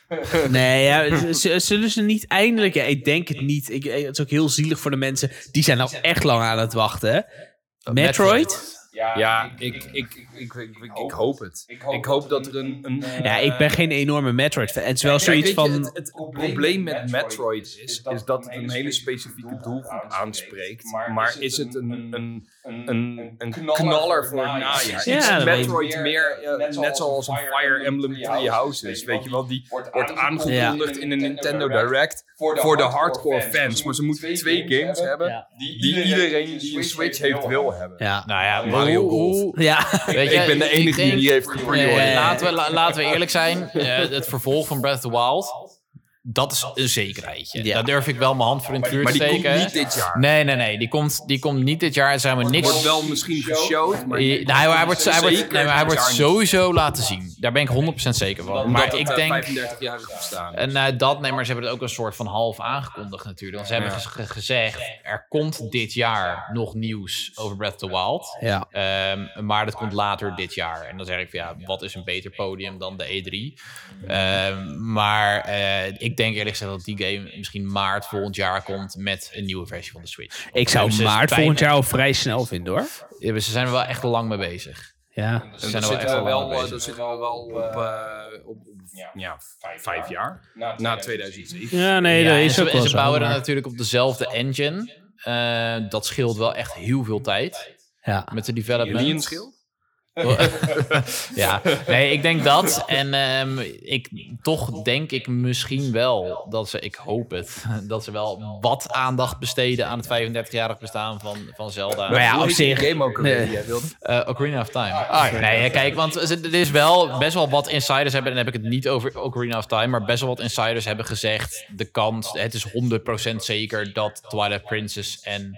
[SPEAKER 2] Nee, ja, z- z- zullen ze niet eindelijk... Ja, ik denk het niet. Ik, het is ook heel zielig voor de mensen. Die zijn al echt lang aan het wachten. Hè? Metroid?
[SPEAKER 4] Ja, ik, ik, ik, ik, ik, ik, ik hoop het. Ik hoop dat er een... een
[SPEAKER 2] Ja, ik ben geen enorme Metroid-fan. Het is wel
[SPEAKER 4] Kijk,
[SPEAKER 2] zoiets
[SPEAKER 4] weet je,
[SPEAKER 2] van...
[SPEAKER 4] het, het probleem met Metroid is, is dat het een hele specifieke doelgroep aanspreekt. Maar is het een, een, een, een knaller voor het najaar?
[SPEAKER 2] Ja,
[SPEAKER 4] Is
[SPEAKER 2] dat weet
[SPEAKER 4] Metroid
[SPEAKER 2] ik.
[SPEAKER 4] meer, uh, net zoals een Fire Emblem Three Houses, weet je wel? Die wordt aangekondigd in een Nintendo Direct voor de hardcore fans. Maar ze moeten twee games hebben die iedereen die een Switch heeft wil hebben.
[SPEAKER 2] Ja.
[SPEAKER 3] Nou ja,
[SPEAKER 4] Mario
[SPEAKER 3] hoe-
[SPEAKER 4] Golf.
[SPEAKER 3] hoe-
[SPEAKER 2] Ja.
[SPEAKER 3] Weet je,
[SPEAKER 4] Ik ben de enige
[SPEAKER 3] ik
[SPEAKER 4] die
[SPEAKER 3] denk-
[SPEAKER 4] die heeft gepreorderd.
[SPEAKER 3] Nee, laten, we, la- laten we eerlijk zijn. Uh, het vervolg van Breath of the Wild, dat is een zekerheidje.
[SPEAKER 2] Ja.
[SPEAKER 3] Daar durf ik wel mijn hand voor in het vuur
[SPEAKER 4] Maar
[SPEAKER 3] te
[SPEAKER 4] die
[SPEAKER 3] steken.
[SPEAKER 4] komt niet dit jaar.
[SPEAKER 3] Nee, nee, nee. Die komt, die komt niet dit jaar. Er zijn we niks...
[SPEAKER 4] Wordt wel misschien geshowd, maar...
[SPEAKER 3] Nee, hij, hij wordt, hij wordt,
[SPEAKER 4] Zeker
[SPEAKER 3] nee, maar hij
[SPEAKER 4] dit
[SPEAKER 3] wordt
[SPEAKER 4] jaar niet.
[SPEAKER 3] sowieso laten zien. Daar ben ik honderd procent zeker van.
[SPEAKER 4] Omdat
[SPEAKER 3] Maar
[SPEAKER 4] het,
[SPEAKER 3] ik
[SPEAKER 4] eh,
[SPEAKER 3] denk...
[SPEAKER 4] vijfendertig-jarig bestaan.
[SPEAKER 3] En uh, dat, nee, maar ze hebben het ook een soort van half aangekondigd natuurlijk. Want ze hebben
[SPEAKER 4] Ja.
[SPEAKER 3] gez- ge- gezegd, er komt dit jaar nog nieuws over Breath of the Wild.
[SPEAKER 2] Ja.
[SPEAKER 3] Ehm, maar dat komt later dit jaar. En dan zeg ik van ja, wat is een beter podium dan de E drie? Ehm, maar eh, ik denk eerlijk gezegd dat die game misschien maart volgend jaar komt met een nieuwe versie van de Switch.
[SPEAKER 2] Ik zou
[SPEAKER 3] Dus ze
[SPEAKER 2] maart
[SPEAKER 3] bijna-
[SPEAKER 2] volgend jaar al vrij snel vinden, hoor.
[SPEAKER 3] Ja, ze zijn er wel echt lang mee bezig.
[SPEAKER 2] Ja.
[SPEAKER 3] Ze
[SPEAKER 4] En
[SPEAKER 3] zijn
[SPEAKER 4] daar
[SPEAKER 3] er wel echt
[SPEAKER 4] zitten we
[SPEAKER 3] al lang
[SPEAKER 4] wel,
[SPEAKER 3] mee
[SPEAKER 4] eh,
[SPEAKER 3] bezig.
[SPEAKER 4] daar zitten we wel op, eh, op, op ja, vijf jaar. Na tweeduizend zeven.
[SPEAKER 2] Ja, nee,
[SPEAKER 3] Ja,
[SPEAKER 2] dat
[SPEAKER 3] en
[SPEAKER 2] is
[SPEAKER 3] ze,
[SPEAKER 2] ook
[SPEAKER 3] en
[SPEAKER 2] wel
[SPEAKER 3] ze
[SPEAKER 2] zo,
[SPEAKER 3] bouwen dan
[SPEAKER 2] maar-
[SPEAKER 3] natuurlijk op dezelfde engine. Uh, dat scheelt wel echt heel veel tijd
[SPEAKER 2] Ja.
[SPEAKER 3] met de development.
[SPEAKER 4] Alien Schild?
[SPEAKER 3] Ja, nee, ik denk dat. En um, ik, toch denk ik misschien wel dat ze, ik hoop het, dat ze wel wat aandacht besteden aan het vijfendertig-jarig bestaan van, van Zelda.
[SPEAKER 2] Maar ja,
[SPEAKER 4] Hoe
[SPEAKER 2] op
[SPEAKER 4] heet die
[SPEAKER 2] zich...
[SPEAKER 4] game ook alweer
[SPEAKER 2] Nee.
[SPEAKER 4] die jij wilde?
[SPEAKER 3] Uh, Ocarina of Time. Ah, nee, kijk, want er is wel best wel wat insiders hebben, en dan heb ik het niet over Ocarina of Time, maar best wel wat insiders hebben gezegd, de kans, het is honderd procent zeker dat Twilight Princess en...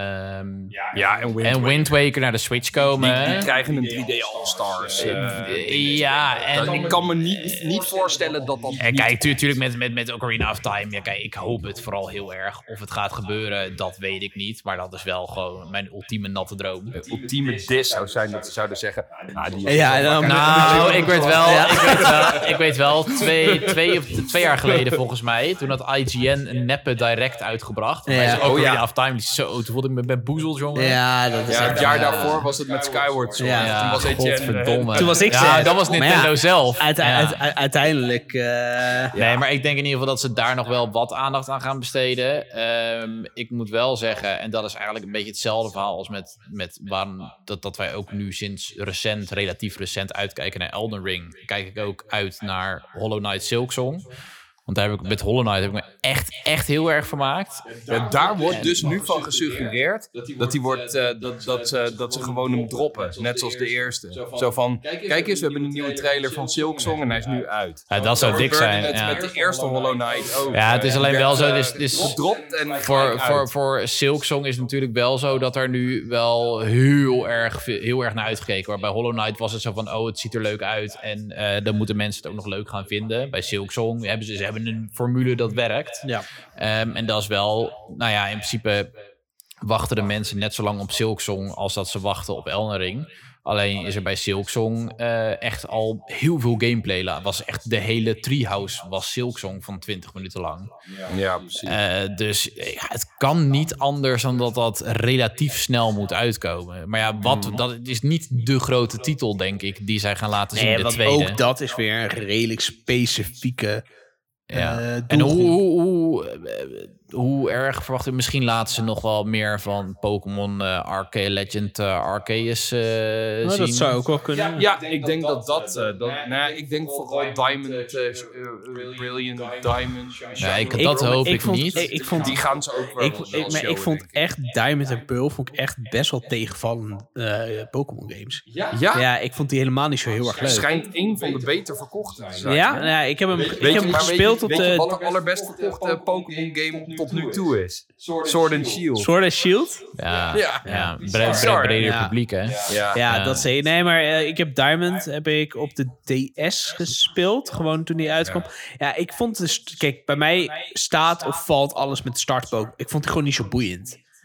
[SPEAKER 3] Um,
[SPEAKER 4] Ja, en Wind
[SPEAKER 3] en
[SPEAKER 4] Waker.
[SPEAKER 3] Wind Waker naar de Switch komen.
[SPEAKER 4] Die, die krijgen een drie D All-Stars. eh,
[SPEAKER 3] ja, en...
[SPEAKER 4] ik kan me niet, niet voorstellen dat dat
[SPEAKER 3] En
[SPEAKER 4] niet-
[SPEAKER 3] kijk, natuurlijk met, met, met Ocarina of Time. Ja, kijk, ik hoop het vooral heel erg. Of het gaat gebeuren, dat weet ik niet. Maar dat is wel gewoon mijn ultieme natte droom.
[SPEAKER 4] ultieme dis zou zijn dat ze zouden zeggen... Ah, die
[SPEAKER 2] Ja, en dan-
[SPEAKER 3] Nou, ik weet wel, ik weet wel, ik weet wel twee, twee, of twee jaar geleden volgens mij, toen had I G N een neppe direct uitgebracht. En
[SPEAKER 2] Ja.
[SPEAKER 3] hij zei, Ocarina
[SPEAKER 4] Oh, ja.
[SPEAKER 3] of Time, die is zo, toen voelde ik me beboezeld, jongen.
[SPEAKER 2] Ja, dat is
[SPEAKER 4] Ja,
[SPEAKER 2] echt-
[SPEAKER 4] het jaar
[SPEAKER 2] ja.
[SPEAKER 4] daarvoor was het met Skyward Sword.
[SPEAKER 2] Ja.
[SPEAKER 3] Ja,
[SPEAKER 4] Toen was Etienne, eh,
[SPEAKER 3] godverdomme.
[SPEAKER 2] Toen was ik
[SPEAKER 3] Ja,
[SPEAKER 2] zes.
[SPEAKER 3] dat was
[SPEAKER 2] Maar
[SPEAKER 3] Nintendo
[SPEAKER 2] ja,
[SPEAKER 3] zelf.
[SPEAKER 2] Uite-
[SPEAKER 3] Ja.
[SPEAKER 2] uite- uite- uiteindelijk... eh,
[SPEAKER 3] Nee, maar ik denk in ieder geval dat ze daar nog wel wat aandacht aan gaan besteden. Ehm, ik moet wel zeggen, en dat is eigenlijk een beetje hetzelfde verhaal als met, met waarom dat, dat wij ook nu sinds recent, relatief recent uitkijken naar Elden Ring. Kijk ik ook uit naar Hollow Knight Silksong. Want daar heb ik met Hollow Knight heb ik me echt, echt heel erg vermaakt.
[SPEAKER 4] Ja, daar wordt dus nu van gesuggereerd dat, die wordt, eh, dat, dat, ze, dat ze gewoon hem droppen. Net zoals de eerste. Zo van, kijk eens, we hebben een nieuwe trailer van Silksong en hij is nu uit.
[SPEAKER 3] Ja, dat zou dik
[SPEAKER 4] gebeurde
[SPEAKER 3] zijn.
[SPEAKER 4] Met,
[SPEAKER 3] Ja.
[SPEAKER 4] met de eerste Hollow Knight ook.
[SPEAKER 3] Ja, het is alleen
[SPEAKER 4] Die
[SPEAKER 3] wel
[SPEAKER 4] werd,
[SPEAKER 3] zo,
[SPEAKER 4] eh,
[SPEAKER 3] het is- het is-
[SPEAKER 4] gedropt en
[SPEAKER 3] Voor,
[SPEAKER 4] gelijk
[SPEAKER 3] voor,
[SPEAKER 4] uit.
[SPEAKER 3] voor Silksong is het natuurlijk wel zo dat er nu wel heel erg, veel- heel erg naar uitgekeken wordt. Bij Hollow Knight was het zo van, oh, het ziet er leuk uit. En eh, dan moeten mensen het ook nog leuk gaan vinden. Bij Silksong hebben ze, ze hebben een formule dat werkt.
[SPEAKER 2] Ja.
[SPEAKER 3] Ehm, en dat is wel, nou ja, in principe wachten de mensen net zo lang op Silksong als dat ze wachten op Elden Ring. Alleen is er bij Silksong eh, echt al heel veel gameplay. La- Was echt de hele treehouse was Silksong van twintig minuten lang.
[SPEAKER 4] Ja, precies.
[SPEAKER 3] Eh, dus eh, ja, het kan niet anders dan dat dat relatief snel moet uitkomen. Maar ja, wat, dat is niet de grote titel, denk ik, die zij gaan laten zien.
[SPEAKER 2] Nee,
[SPEAKER 3] de
[SPEAKER 2] want
[SPEAKER 3] tweede.
[SPEAKER 2] ook dat is weer een redelijk specifieke
[SPEAKER 3] Ja.
[SPEAKER 2] eh,
[SPEAKER 3] En hoe,
[SPEAKER 2] doelgroep.
[SPEAKER 3] hoe, hoe, eh, hoe erg verwacht u? Misschien laten ze nog wel meer van Pokémon uh, Arceus Legend uh, Arceus uh,
[SPEAKER 2] Nou,
[SPEAKER 3] zien.
[SPEAKER 2] dat zou ook wel kunnen.
[SPEAKER 4] Ja, ik denk dat dat... eh, dat nou, ja, ik denk vooral Diamond, eh, eh, Brilliant Diamond.
[SPEAKER 3] Ja, ik,
[SPEAKER 2] Ik-
[SPEAKER 3] dat hoop ik,
[SPEAKER 2] ik vond-
[SPEAKER 3] niet.
[SPEAKER 2] ik- ik vond-
[SPEAKER 4] Die gaan ze ook wel
[SPEAKER 2] Ik,
[SPEAKER 4] wel
[SPEAKER 2] ik, maar
[SPEAKER 4] showen,
[SPEAKER 2] ik vond
[SPEAKER 4] denk
[SPEAKER 2] echt Diamond en Pearl vond ik echt best wel tegenvallende eh, Pokémon games.
[SPEAKER 4] Ja?
[SPEAKER 2] Ja, ik vond die helemaal niet zo heel erg leuk.
[SPEAKER 4] Schijnt een van de beter verkochte te zijn.
[SPEAKER 2] Ja,
[SPEAKER 4] hè?
[SPEAKER 2] nou ja, ik heb hem, ik
[SPEAKER 4] Weet
[SPEAKER 2] heb
[SPEAKER 4] je,
[SPEAKER 2] hem
[SPEAKER 4] maar
[SPEAKER 2] gespeeld
[SPEAKER 4] weet
[SPEAKER 2] op
[SPEAKER 4] je, weet je
[SPEAKER 2] de
[SPEAKER 4] wat de allerbest verkochte Pokémon game tot nu toe is? Sword and Shield.
[SPEAKER 2] Sword and Shield.
[SPEAKER 3] Ja,
[SPEAKER 4] Ja.
[SPEAKER 3] ja. bre- bre-
[SPEAKER 4] Bizar.
[SPEAKER 3] breder
[SPEAKER 2] Ja.
[SPEAKER 3] publiek, hè?
[SPEAKER 4] Ja.
[SPEAKER 2] Ja,
[SPEAKER 3] Ja.
[SPEAKER 2] dat zie je. Nee, maar eh, ik heb Diamond heb ik op de D S gespeeld. Gewoon toen die uitkwam. Ja, ik vond dus... Kijk, bij mij staat of valt alles met start Pokémon. Ik vond die gewoon niet zo boeiend.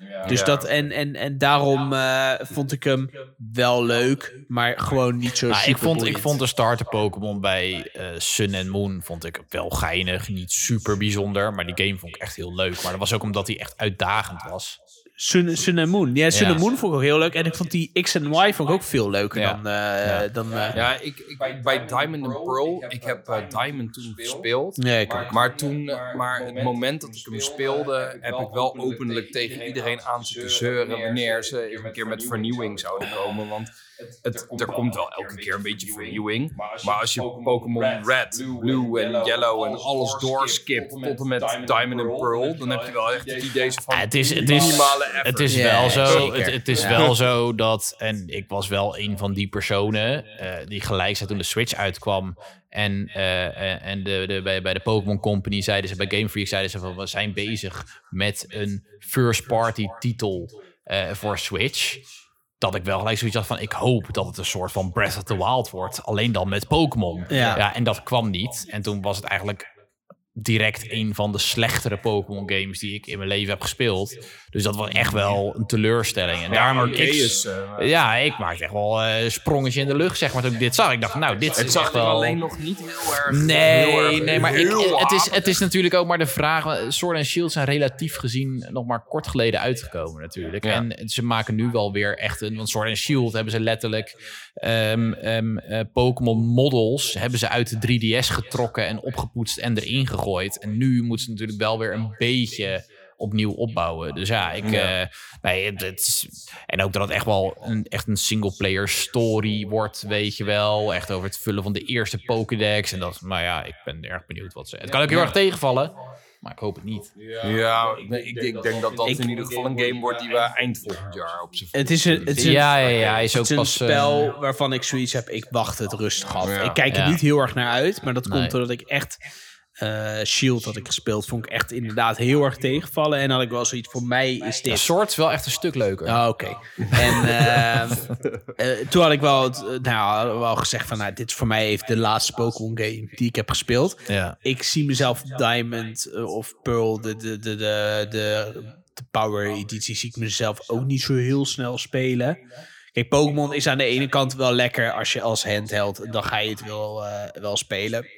[SPEAKER 4] Ja.
[SPEAKER 2] Dus
[SPEAKER 4] Ja.
[SPEAKER 2] dat, en, en, en daarom uh, vond ik hem wel leuk, maar gewoon niet zo
[SPEAKER 3] Nou,
[SPEAKER 2] super
[SPEAKER 3] ik, vond, ik
[SPEAKER 2] boeiend.
[SPEAKER 3] vond de starter Pokémon bij uh, Sun en Moon vond ik wel geinig. Niet super bijzonder, maar die game vond ik echt heel leuk. Maar dat was ook omdat hij echt uitdagend was.
[SPEAKER 2] Sun, Sun en Moon. Ja, Sun
[SPEAKER 3] Ja.
[SPEAKER 2] en Moon vond ik ook heel leuk. En ik vond die X en Y vond ik ook veel leuker
[SPEAKER 3] Ja.
[SPEAKER 2] dan... Uh,
[SPEAKER 3] Ja.
[SPEAKER 2] dan uh,
[SPEAKER 4] Ja, ik, ik, bij Diamond and Pearl, ik heb uh, Diamond toen gespeeld.
[SPEAKER 2] nee, ik ook.
[SPEAKER 4] Maar toen, uh, maar het moment dat ik hem speelde, heb ik wel openlijk tegen iedereen aan zitten zeuren wanneer ze een keer met vernieuwing zouden komen. Want het, er komt wel elke keer een beetje vernieuwing. Maar als je Pokémon Red, Blue en Yellow en alles doorskipt tot en met Diamond and Pearl, dan heb je wel echt het idee van
[SPEAKER 3] Ja, het is, het is,
[SPEAKER 4] minimale effort.
[SPEAKER 3] het is
[SPEAKER 2] Ja,
[SPEAKER 3] wel
[SPEAKER 2] ja,
[SPEAKER 3] zo.
[SPEAKER 2] zeker.
[SPEAKER 3] Het, het is
[SPEAKER 2] Ja.
[SPEAKER 3] wel zo dat, en ik was wel een van die personen uh, die gelijk zei toen de Switch uitkwam. En, uh, en de, de, bij, bij de Pokémon Company zeiden ze, bij Game Freak zeiden ze van we zijn bezig met een first party titel uh, voor Switch. Dat ik wel gelijk zoiets had van ik hoop dat het een soort van Breath of the Wild wordt. Alleen dan met Pokémon.
[SPEAKER 2] Ja.
[SPEAKER 3] Ja, en dat kwam niet. En toen was het eigenlijk direct een van de slechtere Pokémon games die ik in mijn leven heb gespeeld. Dus dat was echt wel een teleurstelling. En daarom ik,
[SPEAKER 4] is, uh,
[SPEAKER 3] ja, ik maakte echt wel een uh, sprongetje in de lucht, zeg maar, toen ik dit zag. Ik dacht, nou, dit
[SPEAKER 4] het
[SPEAKER 3] is
[SPEAKER 4] zag
[SPEAKER 3] echt
[SPEAKER 4] er
[SPEAKER 3] wel...
[SPEAKER 4] alleen nog niet heel erg...
[SPEAKER 3] Nee,
[SPEAKER 4] heel erg,
[SPEAKER 3] nee, maar ik,
[SPEAKER 4] heel
[SPEAKER 3] het, is,
[SPEAKER 4] hard.
[SPEAKER 3] het is natuurlijk ook maar de vraag. Sword and Shield zijn relatief gezien nog maar kort geleden uitgekomen natuurlijk.
[SPEAKER 4] Ja.
[SPEAKER 3] En ze maken nu wel weer echt een... Want Sword and Shield hebben ze letterlijk um, um, uh, Pokémon models hebben ze uit de drie D S getrokken en opgepoetst en erin gegooid. En nu moeten ze natuurlijk wel weer een beetje opnieuw opbouwen. Dus ja, ik...
[SPEAKER 4] Ja.
[SPEAKER 3] Uh, nee, het, het is, en ook dat het echt wel een, echt een single-player story wordt, weet je wel. Echt over het vullen van de eerste Pokédex. En dat, maar ja, ik ben erg benieuwd wat ze... Het kan ook heel erg tegenvallen, maar ik hoop het niet.
[SPEAKER 4] Ja, nee, ik, ik denk dat dat
[SPEAKER 2] Ik-
[SPEAKER 4] in ieder geval een game wordt die we eind volgend jaar op z'n
[SPEAKER 2] Het is een, het is een,
[SPEAKER 3] Ja, ja, ja, hij is
[SPEAKER 2] het
[SPEAKER 3] ook
[SPEAKER 2] is een
[SPEAKER 3] pas... uh,
[SPEAKER 2] spel waarvan ik zoiets heb, ik wacht het rustig af.
[SPEAKER 4] Ja.
[SPEAKER 2] Ik kijk er
[SPEAKER 3] Ja.
[SPEAKER 2] niet heel erg naar uit, maar dat
[SPEAKER 3] Nee.
[SPEAKER 2] komt doordat ik echt... Uh, Shield had ik gespeeld, vond ik echt inderdaad heel erg tegenvallen. En had ik wel zoiets, voor mij is
[SPEAKER 3] de
[SPEAKER 2] dit...
[SPEAKER 3] soort is wel echt een stuk leuker.
[SPEAKER 2] Oh, oké. En uh, uh, toen had ik wel, het, uh, nou, wel gezegd van, nou, dit is voor mij even de laatste Pokémon game die ik heb gespeeld.
[SPEAKER 3] Ja.
[SPEAKER 2] Ik zie mezelf Diamond uh, of Pearl, de, de, de, de, de, de Power editie, zie ik mezelf ook niet zo heel snel spelen. Kijk, Pokémon is aan de ene kant wel lekker als je als handheld, dan ga je het wel, uh, wel spelen.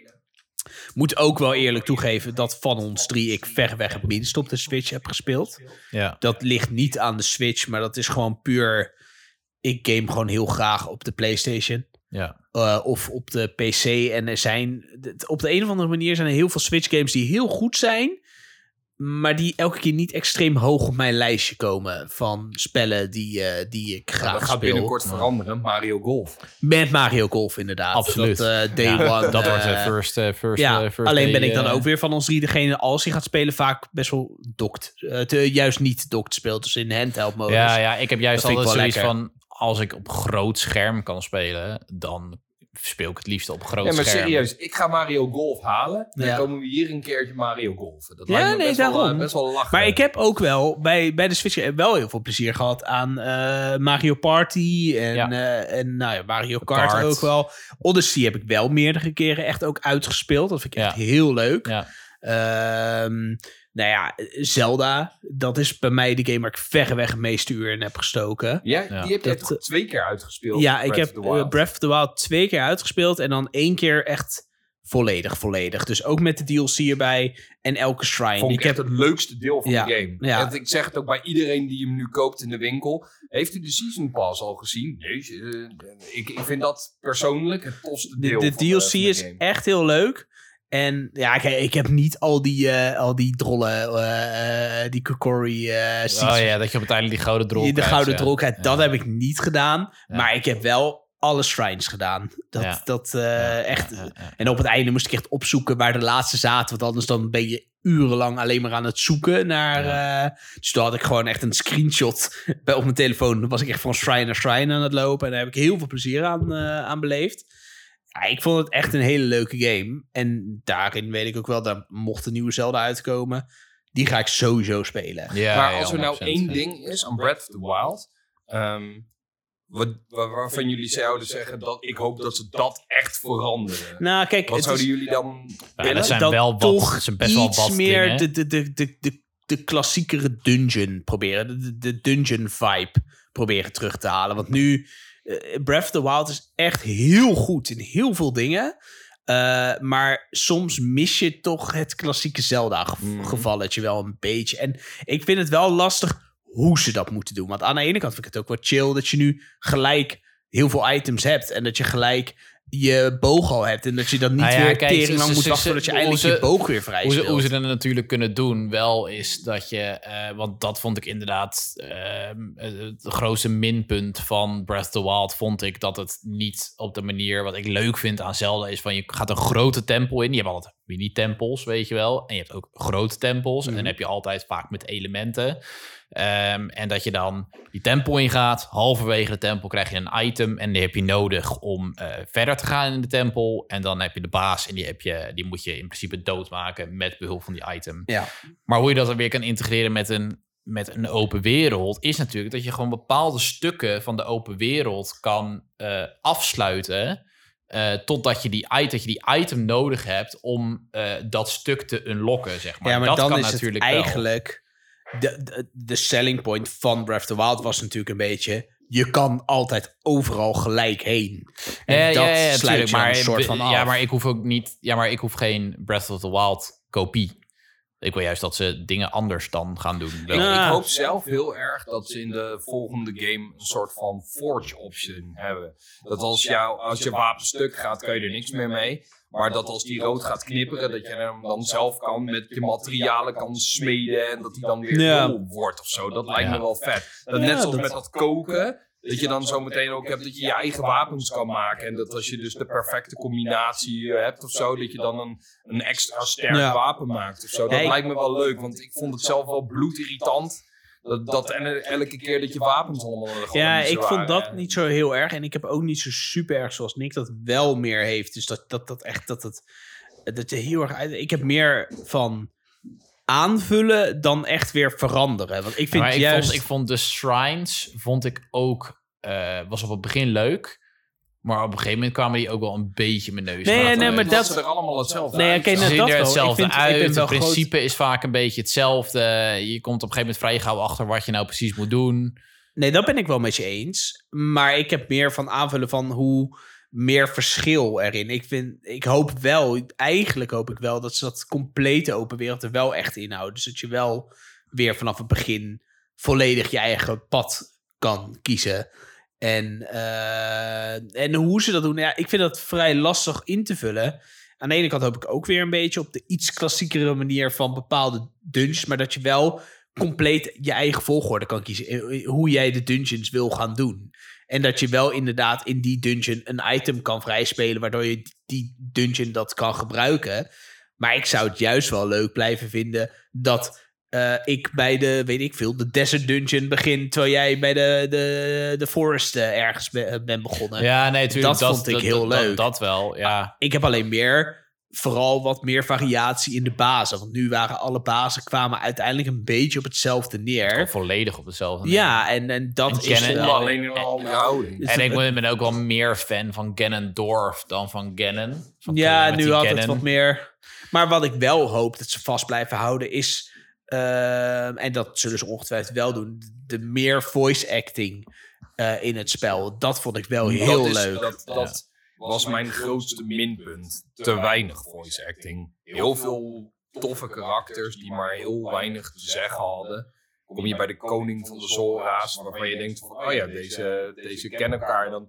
[SPEAKER 2] Moet ook wel eerlijk toegeven dat van ons drie ik verreweg het minst op de Switch heb gespeeld.
[SPEAKER 3] Ja.
[SPEAKER 2] Dat ligt niet aan de Switch, maar dat is gewoon puur... Ik game gewoon heel graag op de PlayStation.
[SPEAKER 3] Ja.
[SPEAKER 2] Uh, of op de P C. En er zijn... Op de een of andere manier zijn er heel veel Switch games die heel goed zijn... maar die elke keer niet extreem hoog op mijn lijstje komen... van spellen die, uh, die ik graag
[SPEAKER 4] dat gaat
[SPEAKER 2] speel.
[SPEAKER 4] binnenkort veranderen. Mario Golf.
[SPEAKER 2] Met Mario Golf inderdaad.
[SPEAKER 3] Absoluut.
[SPEAKER 2] Dat, uh, day
[SPEAKER 3] Ja,
[SPEAKER 2] one.
[SPEAKER 3] dat wordt de
[SPEAKER 2] uh,
[SPEAKER 3] first, uh, first,
[SPEAKER 2] ja,
[SPEAKER 3] uh, first
[SPEAKER 2] alleen
[SPEAKER 3] day,
[SPEAKER 2] ben ik dan
[SPEAKER 3] uh,
[SPEAKER 2] ook weer van ons drie degene... als hij gaat spelen vaak best wel dokt. Uh, te, juist niet dokt speelt, dus in handheld modus.
[SPEAKER 3] Ja, ja, ik heb juist
[SPEAKER 2] Dat vind ik
[SPEAKER 3] altijd
[SPEAKER 2] wel
[SPEAKER 3] zoiets
[SPEAKER 2] lekker.
[SPEAKER 3] van... als ik op groot scherm kan spelen... dan speel ik het liefst op groot
[SPEAKER 4] Ja, maar
[SPEAKER 3] scherm.
[SPEAKER 4] serieus, ik ga Mario Golf halen. Dan
[SPEAKER 2] Ja.
[SPEAKER 4] komen we hier een keertje Mario Golfen. Dat
[SPEAKER 2] Ja,
[SPEAKER 4] lijkt me
[SPEAKER 2] nee,
[SPEAKER 4] best, wel,
[SPEAKER 2] daarom.
[SPEAKER 4] uh, best wel lachen.
[SPEAKER 2] Maar ik heb ook wel bij, bij de Switch wel heel veel plezier gehad aan uh, Mario Party en,
[SPEAKER 3] Ja.
[SPEAKER 2] uh, en nou ja, Mario Kart,
[SPEAKER 3] Kart.
[SPEAKER 2] ook wel. Odyssey heb ik wel meerdere keren echt ook uitgespeeld. Dat vind ik echt
[SPEAKER 3] Ja.
[SPEAKER 2] heel leuk.
[SPEAKER 3] Ja.
[SPEAKER 2] Um, nou ja, Zelda, dat is bij mij de game waar ik verreweg het meeste uur in heb gestoken.
[SPEAKER 4] Ja,
[SPEAKER 3] Ja.
[SPEAKER 4] die heb je
[SPEAKER 2] Dat,
[SPEAKER 4] toch twee keer uitgespeeld?
[SPEAKER 2] Ja, ik
[SPEAKER 4] Breath
[SPEAKER 2] heb
[SPEAKER 4] of the Wild.
[SPEAKER 2] uh, Breath of the Wild twee keer uitgespeeld en dan één keer echt volledig, volledig. Dus ook met de D L C erbij en elke shrine.
[SPEAKER 4] Vond ik,
[SPEAKER 2] ik
[SPEAKER 4] echt
[SPEAKER 2] heb
[SPEAKER 4] het leukste deel van
[SPEAKER 2] Ja,
[SPEAKER 4] de game.
[SPEAKER 2] ja.
[SPEAKER 4] En ik zeg het ook bij iedereen die hem nu koopt in de winkel. Heeft u de Season Pass al gezien? Nee, uh, ik, ik vind dat persoonlijk het tofste
[SPEAKER 2] de,
[SPEAKER 4] deel
[SPEAKER 2] de
[SPEAKER 4] van
[SPEAKER 2] D L C
[SPEAKER 4] van de
[SPEAKER 2] is
[SPEAKER 4] game.
[SPEAKER 2] echt heel leuk. En ja, kijk, ik heb niet al die, uh, al die drollen, uh, uh, die Kokori uh,
[SPEAKER 3] Oh
[SPEAKER 2] seasons-
[SPEAKER 3] ja, dat je uiteindelijk die gouden drol
[SPEAKER 2] die- de
[SPEAKER 3] krijgt,
[SPEAKER 2] gouden
[SPEAKER 3] ja.
[SPEAKER 2] drol krijgt. Dat
[SPEAKER 3] Ja.
[SPEAKER 2] heb ik niet gedaan.
[SPEAKER 3] Ja.
[SPEAKER 2] Maar ik heb wel alle shrines gedaan. Dat,
[SPEAKER 3] Ja.
[SPEAKER 2] dat uh,
[SPEAKER 3] Ja,
[SPEAKER 2] echt...
[SPEAKER 3] ja, ja, ja.
[SPEAKER 2] En op het einde moest ik echt opzoeken waar de laatste zaten. Want anders dan ben je urenlang alleen maar aan het zoeken naar... Uh, dus toen had ik gewoon echt een screenshot bij, op mijn telefoon. Dan was ik echt van shrine naar shrine aan het lopen. En daar heb ik heel veel plezier aan, uh, aan beleefd. Ja, ik vond het echt een hele leuke game. En daarin weet ik ook wel, daar mocht een nieuwe Zelda uitkomen. Die ga ik sowieso spelen.
[SPEAKER 3] Ja,
[SPEAKER 4] maar
[SPEAKER 3] ja,
[SPEAKER 4] als er nou
[SPEAKER 3] honderd procent.
[SPEAKER 4] één ding is aan Breath of the Wild... Um, wat, waar- waarvan jullie zouden zeggen dat ik hoop dat ze dat echt veranderen.
[SPEAKER 2] Nou, kijk,
[SPEAKER 4] Wat
[SPEAKER 2] het
[SPEAKER 4] zouden
[SPEAKER 2] is
[SPEAKER 4] jullie dan
[SPEAKER 3] Ja,
[SPEAKER 4] willen?
[SPEAKER 3] dat zijn
[SPEAKER 2] dat
[SPEAKER 3] wel wat,
[SPEAKER 2] toch
[SPEAKER 3] dat zijn best wel
[SPEAKER 2] iets
[SPEAKER 3] wat
[SPEAKER 2] meer
[SPEAKER 3] dingen.
[SPEAKER 2] de, de, de, de, de de klassiekere dungeon proberen. De, de dungeon vibe proberen terug te halen. Want nu, uh, Breath of the Wild is echt heel goed in heel veel dingen. Uh, maar soms mis je toch het klassieke Zelda-gevalletje mm. wel een beetje. En ik vind het wel lastig hoe ze dat moeten doen. Want aan de ene kant vind ik het ook wel chill dat je nu gelijk heel veel items hebt. En dat je gelijk je boog al hebt. En dat je dan niet nou ja, weer kijk, tering lang moet wachten voordat je eindelijk ze, je boog weer vrij
[SPEAKER 3] hoe
[SPEAKER 2] speelt.
[SPEAKER 3] Ze, hoe ze dat natuurlijk kunnen doen wel is dat je... Uh, want dat vond ik inderdaad uh, het grootste minpunt van Breath of the Wild. Vond ik dat het niet op de manier wat ik leuk vind aan Zelda is van je gaat een grote tempel in. Je hebt altijd mini-tempels, weet je wel. En je hebt ook grote tempels. Mm. En dan heb je altijd vaak met elementen. Um, en dat je dan die tempel ingaat. Halverwege de tempel krijg je een item. En die heb je nodig om uh, verder te gaan in de tempel. En dan heb je de baas. En die, heb je, die moet je in principe doodmaken met behulp van die item.
[SPEAKER 2] Ja.
[SPEAKER 3] Maar hoe je dat dan weer kan integreren met een, met een open wereld... is natuurlijk dat je gewoon bepaalde stukken van de open wereld kan uh, afsluiten... Uh, totdat je, die, dat je die item nodig hebt om uh, dat stuk te unlocken, zeg maar.
[SPEAKER 2] Ja, maar
[SPEAKER 3] dat
[SPEAKER 2] dan
[SPEAKER 3] kan
[SPEAKER 2] is
[SPEAKER 3] natuurlijk
[SPEAKER 2] het
[SPEAKER 3] wel.
[SPEAKER 2] eigenlijk... De, de, de selling point van Breath of the Wild was natuurlijk een beetje... je kan altijd overal gelijk heen. En
[SPEAKER 3] ja,
[SPEAKER 2] dat
[SPEAKER 3] ja, ja,
[SPEAKER 2] sluit je
[SPEAKER 3] maar,
[SPEAKER 2] een soort van af.
[SPEAKER 3] Ja, maar ik hoef ook niet... Ja, maar ik hoef geen Breath of the Wild kopie. Ik wil juist dat ze dingen anders dan gaan doen.
[SPEAKER 4] Ik, ik hoop zelf heel erg dat ze in de volgende game een soort van forge option hebben. Dat als, jou, als je wapen stuk gaat, kan je er niks meer mee. Maar dat als die rood gaat knipperen, dat je hem dan zelf kan met je materialen kan smeden. En dat die dan weer
[SPEAKER 2] ja.
[SPEAKER 4] nul wordt of zo. Dat lijkt
[SPEAKER 3] ja.
[SPEAKER 4] me wel vet. Dat net
[SPEAKER 2] ja,
[SPEAKER 4] zoals
[SPEAKER 2] dat...
[SPEAKER 4] met dat koken. Dat je dan zo meteen ook hebt dat je je eigen wapens kan maken. En dat als je dus de perfecte combinatie hebt of zo, dat je dan een, een extra sterk ja. wapen maakt of zo. Dat ja, lijkt me wel leuk, want ik vond het zelf wel bloedirritant. Dat, dat en elke keer dat je wapens allemaal
[SPEAKER 2] ja, ik
[SPEAKER 4] waren.
[SPEAKER 2] vond dat niet zo heel erg. En ik heb ook niet zo super erg zoals Nick dat wel meer heeft. Dus dat dat, dat echt, dat het, dat je heel erg uit... Ik heb meer van aanvullen dan echt weer veranderen. Want ik vind
[SPEAKER 3] maar ik
[SPEAKER 2] juist...
[SPEAKER 3] Vond, ik vond de shrines, vond ik ook... Uh, was op het begin leuk... Maar op een gegeven moment kwamen die ook wel een beetje mijn neus.
[SPEAKER 2] Nee, nee, nee, maar dat
[SPEAKER 4] ze er allemaal hetzelfde
[SPEAKER 2] nee,
[SPEAKER 4] uit.
[SPEAKER 2] Okay, nou,
[SPEAKER 3] ze
[SPEAKER 2] zien
[SPEAKER 3] er hetzelfde
[SPEAKER 2] ik vind,
[SPEAKER 3] uit.
[SPEAKER 2] Ik
[SPEAKER 3] Het principe
[SPEAKER 2] groot...
[SPEAKER 3] is vaak een beetje hetzelfde. Je komt op een gegeven moment vrij gauw achter wat je nou precies moet doen.
[SPEAKER 2] Nee, dat ben ik wel met je eens. Maar ik heb meer van aanvullen van hoe meer verschil erin. Ik vind, ik hoop wel, eigenlijk hoop ik wel dat ze dat complete open wereld er wel echt inhouden. Dus dat je wel weer vanaf het begin volledig je eigen pad kan kiezen. En, uh, en hoe ze dat doen, ja, ik vind dat vrij lastig in te vullen. Aan de ene kant hoop ik ook weer een beetje op de iets klassiekere manier van bepaalde dungeons, maar dat je wel compleet je eigen volgorde kan kiezen. Hoe jij de dungeons wil gaan doen. En dat je wel inderdaad in die dungeon een item kan vrijspelen, waardoor je die dungeon dat kan gebruiken. Maar ik zou het juist wel leuk blijven vinden dat... Uh, ik bij de, weet ik veel, de Desert Dungeon begin... terwijl jij bij de, de, de Forest uh, ergens be, bent begonnen.
[SPEAKER 3] Ja, nee, tuurlijk.
[SPEAKER 2] Dat,
[SPEAKER 3] dat
[SPEAKER 2] vond ik
[SPEAKER 3] dat,
[SPEAKER 2] heel
[SPEAKER 3] dat,
[SPEAKER 2] leuk.
[SPEAKER 3] Dat, dat wel, ja.
[SPEAKER 2] Ik heb alleen meer, vooral wat meer variatie in de bazen. Want nu waren alle bazen kwamen uiteindelijk een beetje op hetzelfde neer.
[SPEAKER 3] Of volledig op hetzelfde neer.
[SPEAKER 2] Ja, en, en dat
[SPEAKER 3] en
[SPEAKER 2] is
[SPEAKER 3] Ganon,
[SPEAKER 2] wel...
[SPEAKER 4] alleen in een andere houding.
[SPEAKER 3] En ik ben ook wel meer fan van Ganondorf dan van Ganon. Van
[SPEAKER 2] ja, nu had
[SPEAKER 3] Ganon.
[SPEAKER 2] het wat meer... Maar wat ik wel hoop dat ze vast blijven houden is... Uh, en dat zullen ze ongetwijfeld wel doen. De meer voice acting uh, in het spel. Dat vond ik wel heel
[SPEAKER 4] dat is,
[SPEAKER 2] leuk.
[SPEAKER 4] Dat, dat ja. was mijn grootste minpunt. Te weinig voice acting. Heel veel toffe karakters die maar heel weinig te zeggen hadden. Kom je bij de koning van de Zora's, waarvan je denkt van, oh ja, deze, deze kennen elkaar. En dan...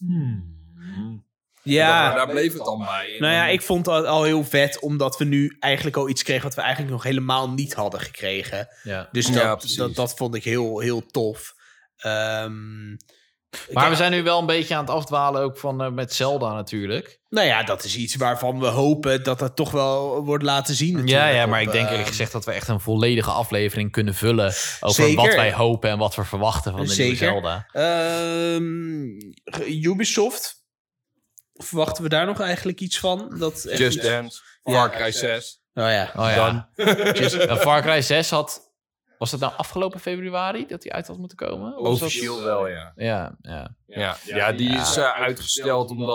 [SPEAKER 4] Hmm.
[SPEAKER 2] Ja,
[SPEAKER 4] daar, daar bleef het dan bij.
[SPEAKER 2] Nou ja, ik vond het al heel vet, omdat we nu eigenlijk al iets kregen wat we eigenlijk nog helemaal niet hadden gekregen.
[SPEAKER 3] Ja.
[SPEAKER 2] Dus dat,
[SPEAKER 4] ja,
[SPEAKER 2] dat, dat vond ik heel, heel tof. Um,
[SPEAKER 3] maar
[SPEAKER 2] ja,
[SPEAKER 3] we zijn nu wel een beetje aan het afdwalen ook van uh, met Zelda natuurlijk.
[SPEAKER 2] Nou ja, dat is iets waarvan we hopen dat dat toch wel wordt laten zien.
[SPEAKER 3] Ja, ja, maar
[SPEAKER 2] op,
[SPEAKER 3] ik denk eerlijk
[SPEAKER 2] uh,
[SPEAKER 3] gezegd dat we echt een volledige aflevering kunnen vullen over
[SPEAKER 2] zeker.
[SPEAKER 3] wat wij hopen en wat we verwachten van de
[SPEAKER 2] zeker.
[SPEAKER 3] nieuwe Zelda.
[SPEAKER 2] Um, Ubisoft... Verwachten we daar nog eigenlijk iets van? Dat echt
[SPEAKER 4] Just
[SPEAKER 2] iets...
[SPEAKER 4] Dance, Far Cry zes.
[SPEAKER 2] Oh ja.
[SPEAKER 3] Oh ja. Just, uh, Far Cry zes had... Was dat nou afgelopen februari dat die uit had moeten komen?
[SPEAKER 4] Officieel wel, ja.
[SPEAKER 3] Ja, ja.
[SPEAKER 4] Ja, ja die is uh, uitgesteld omdat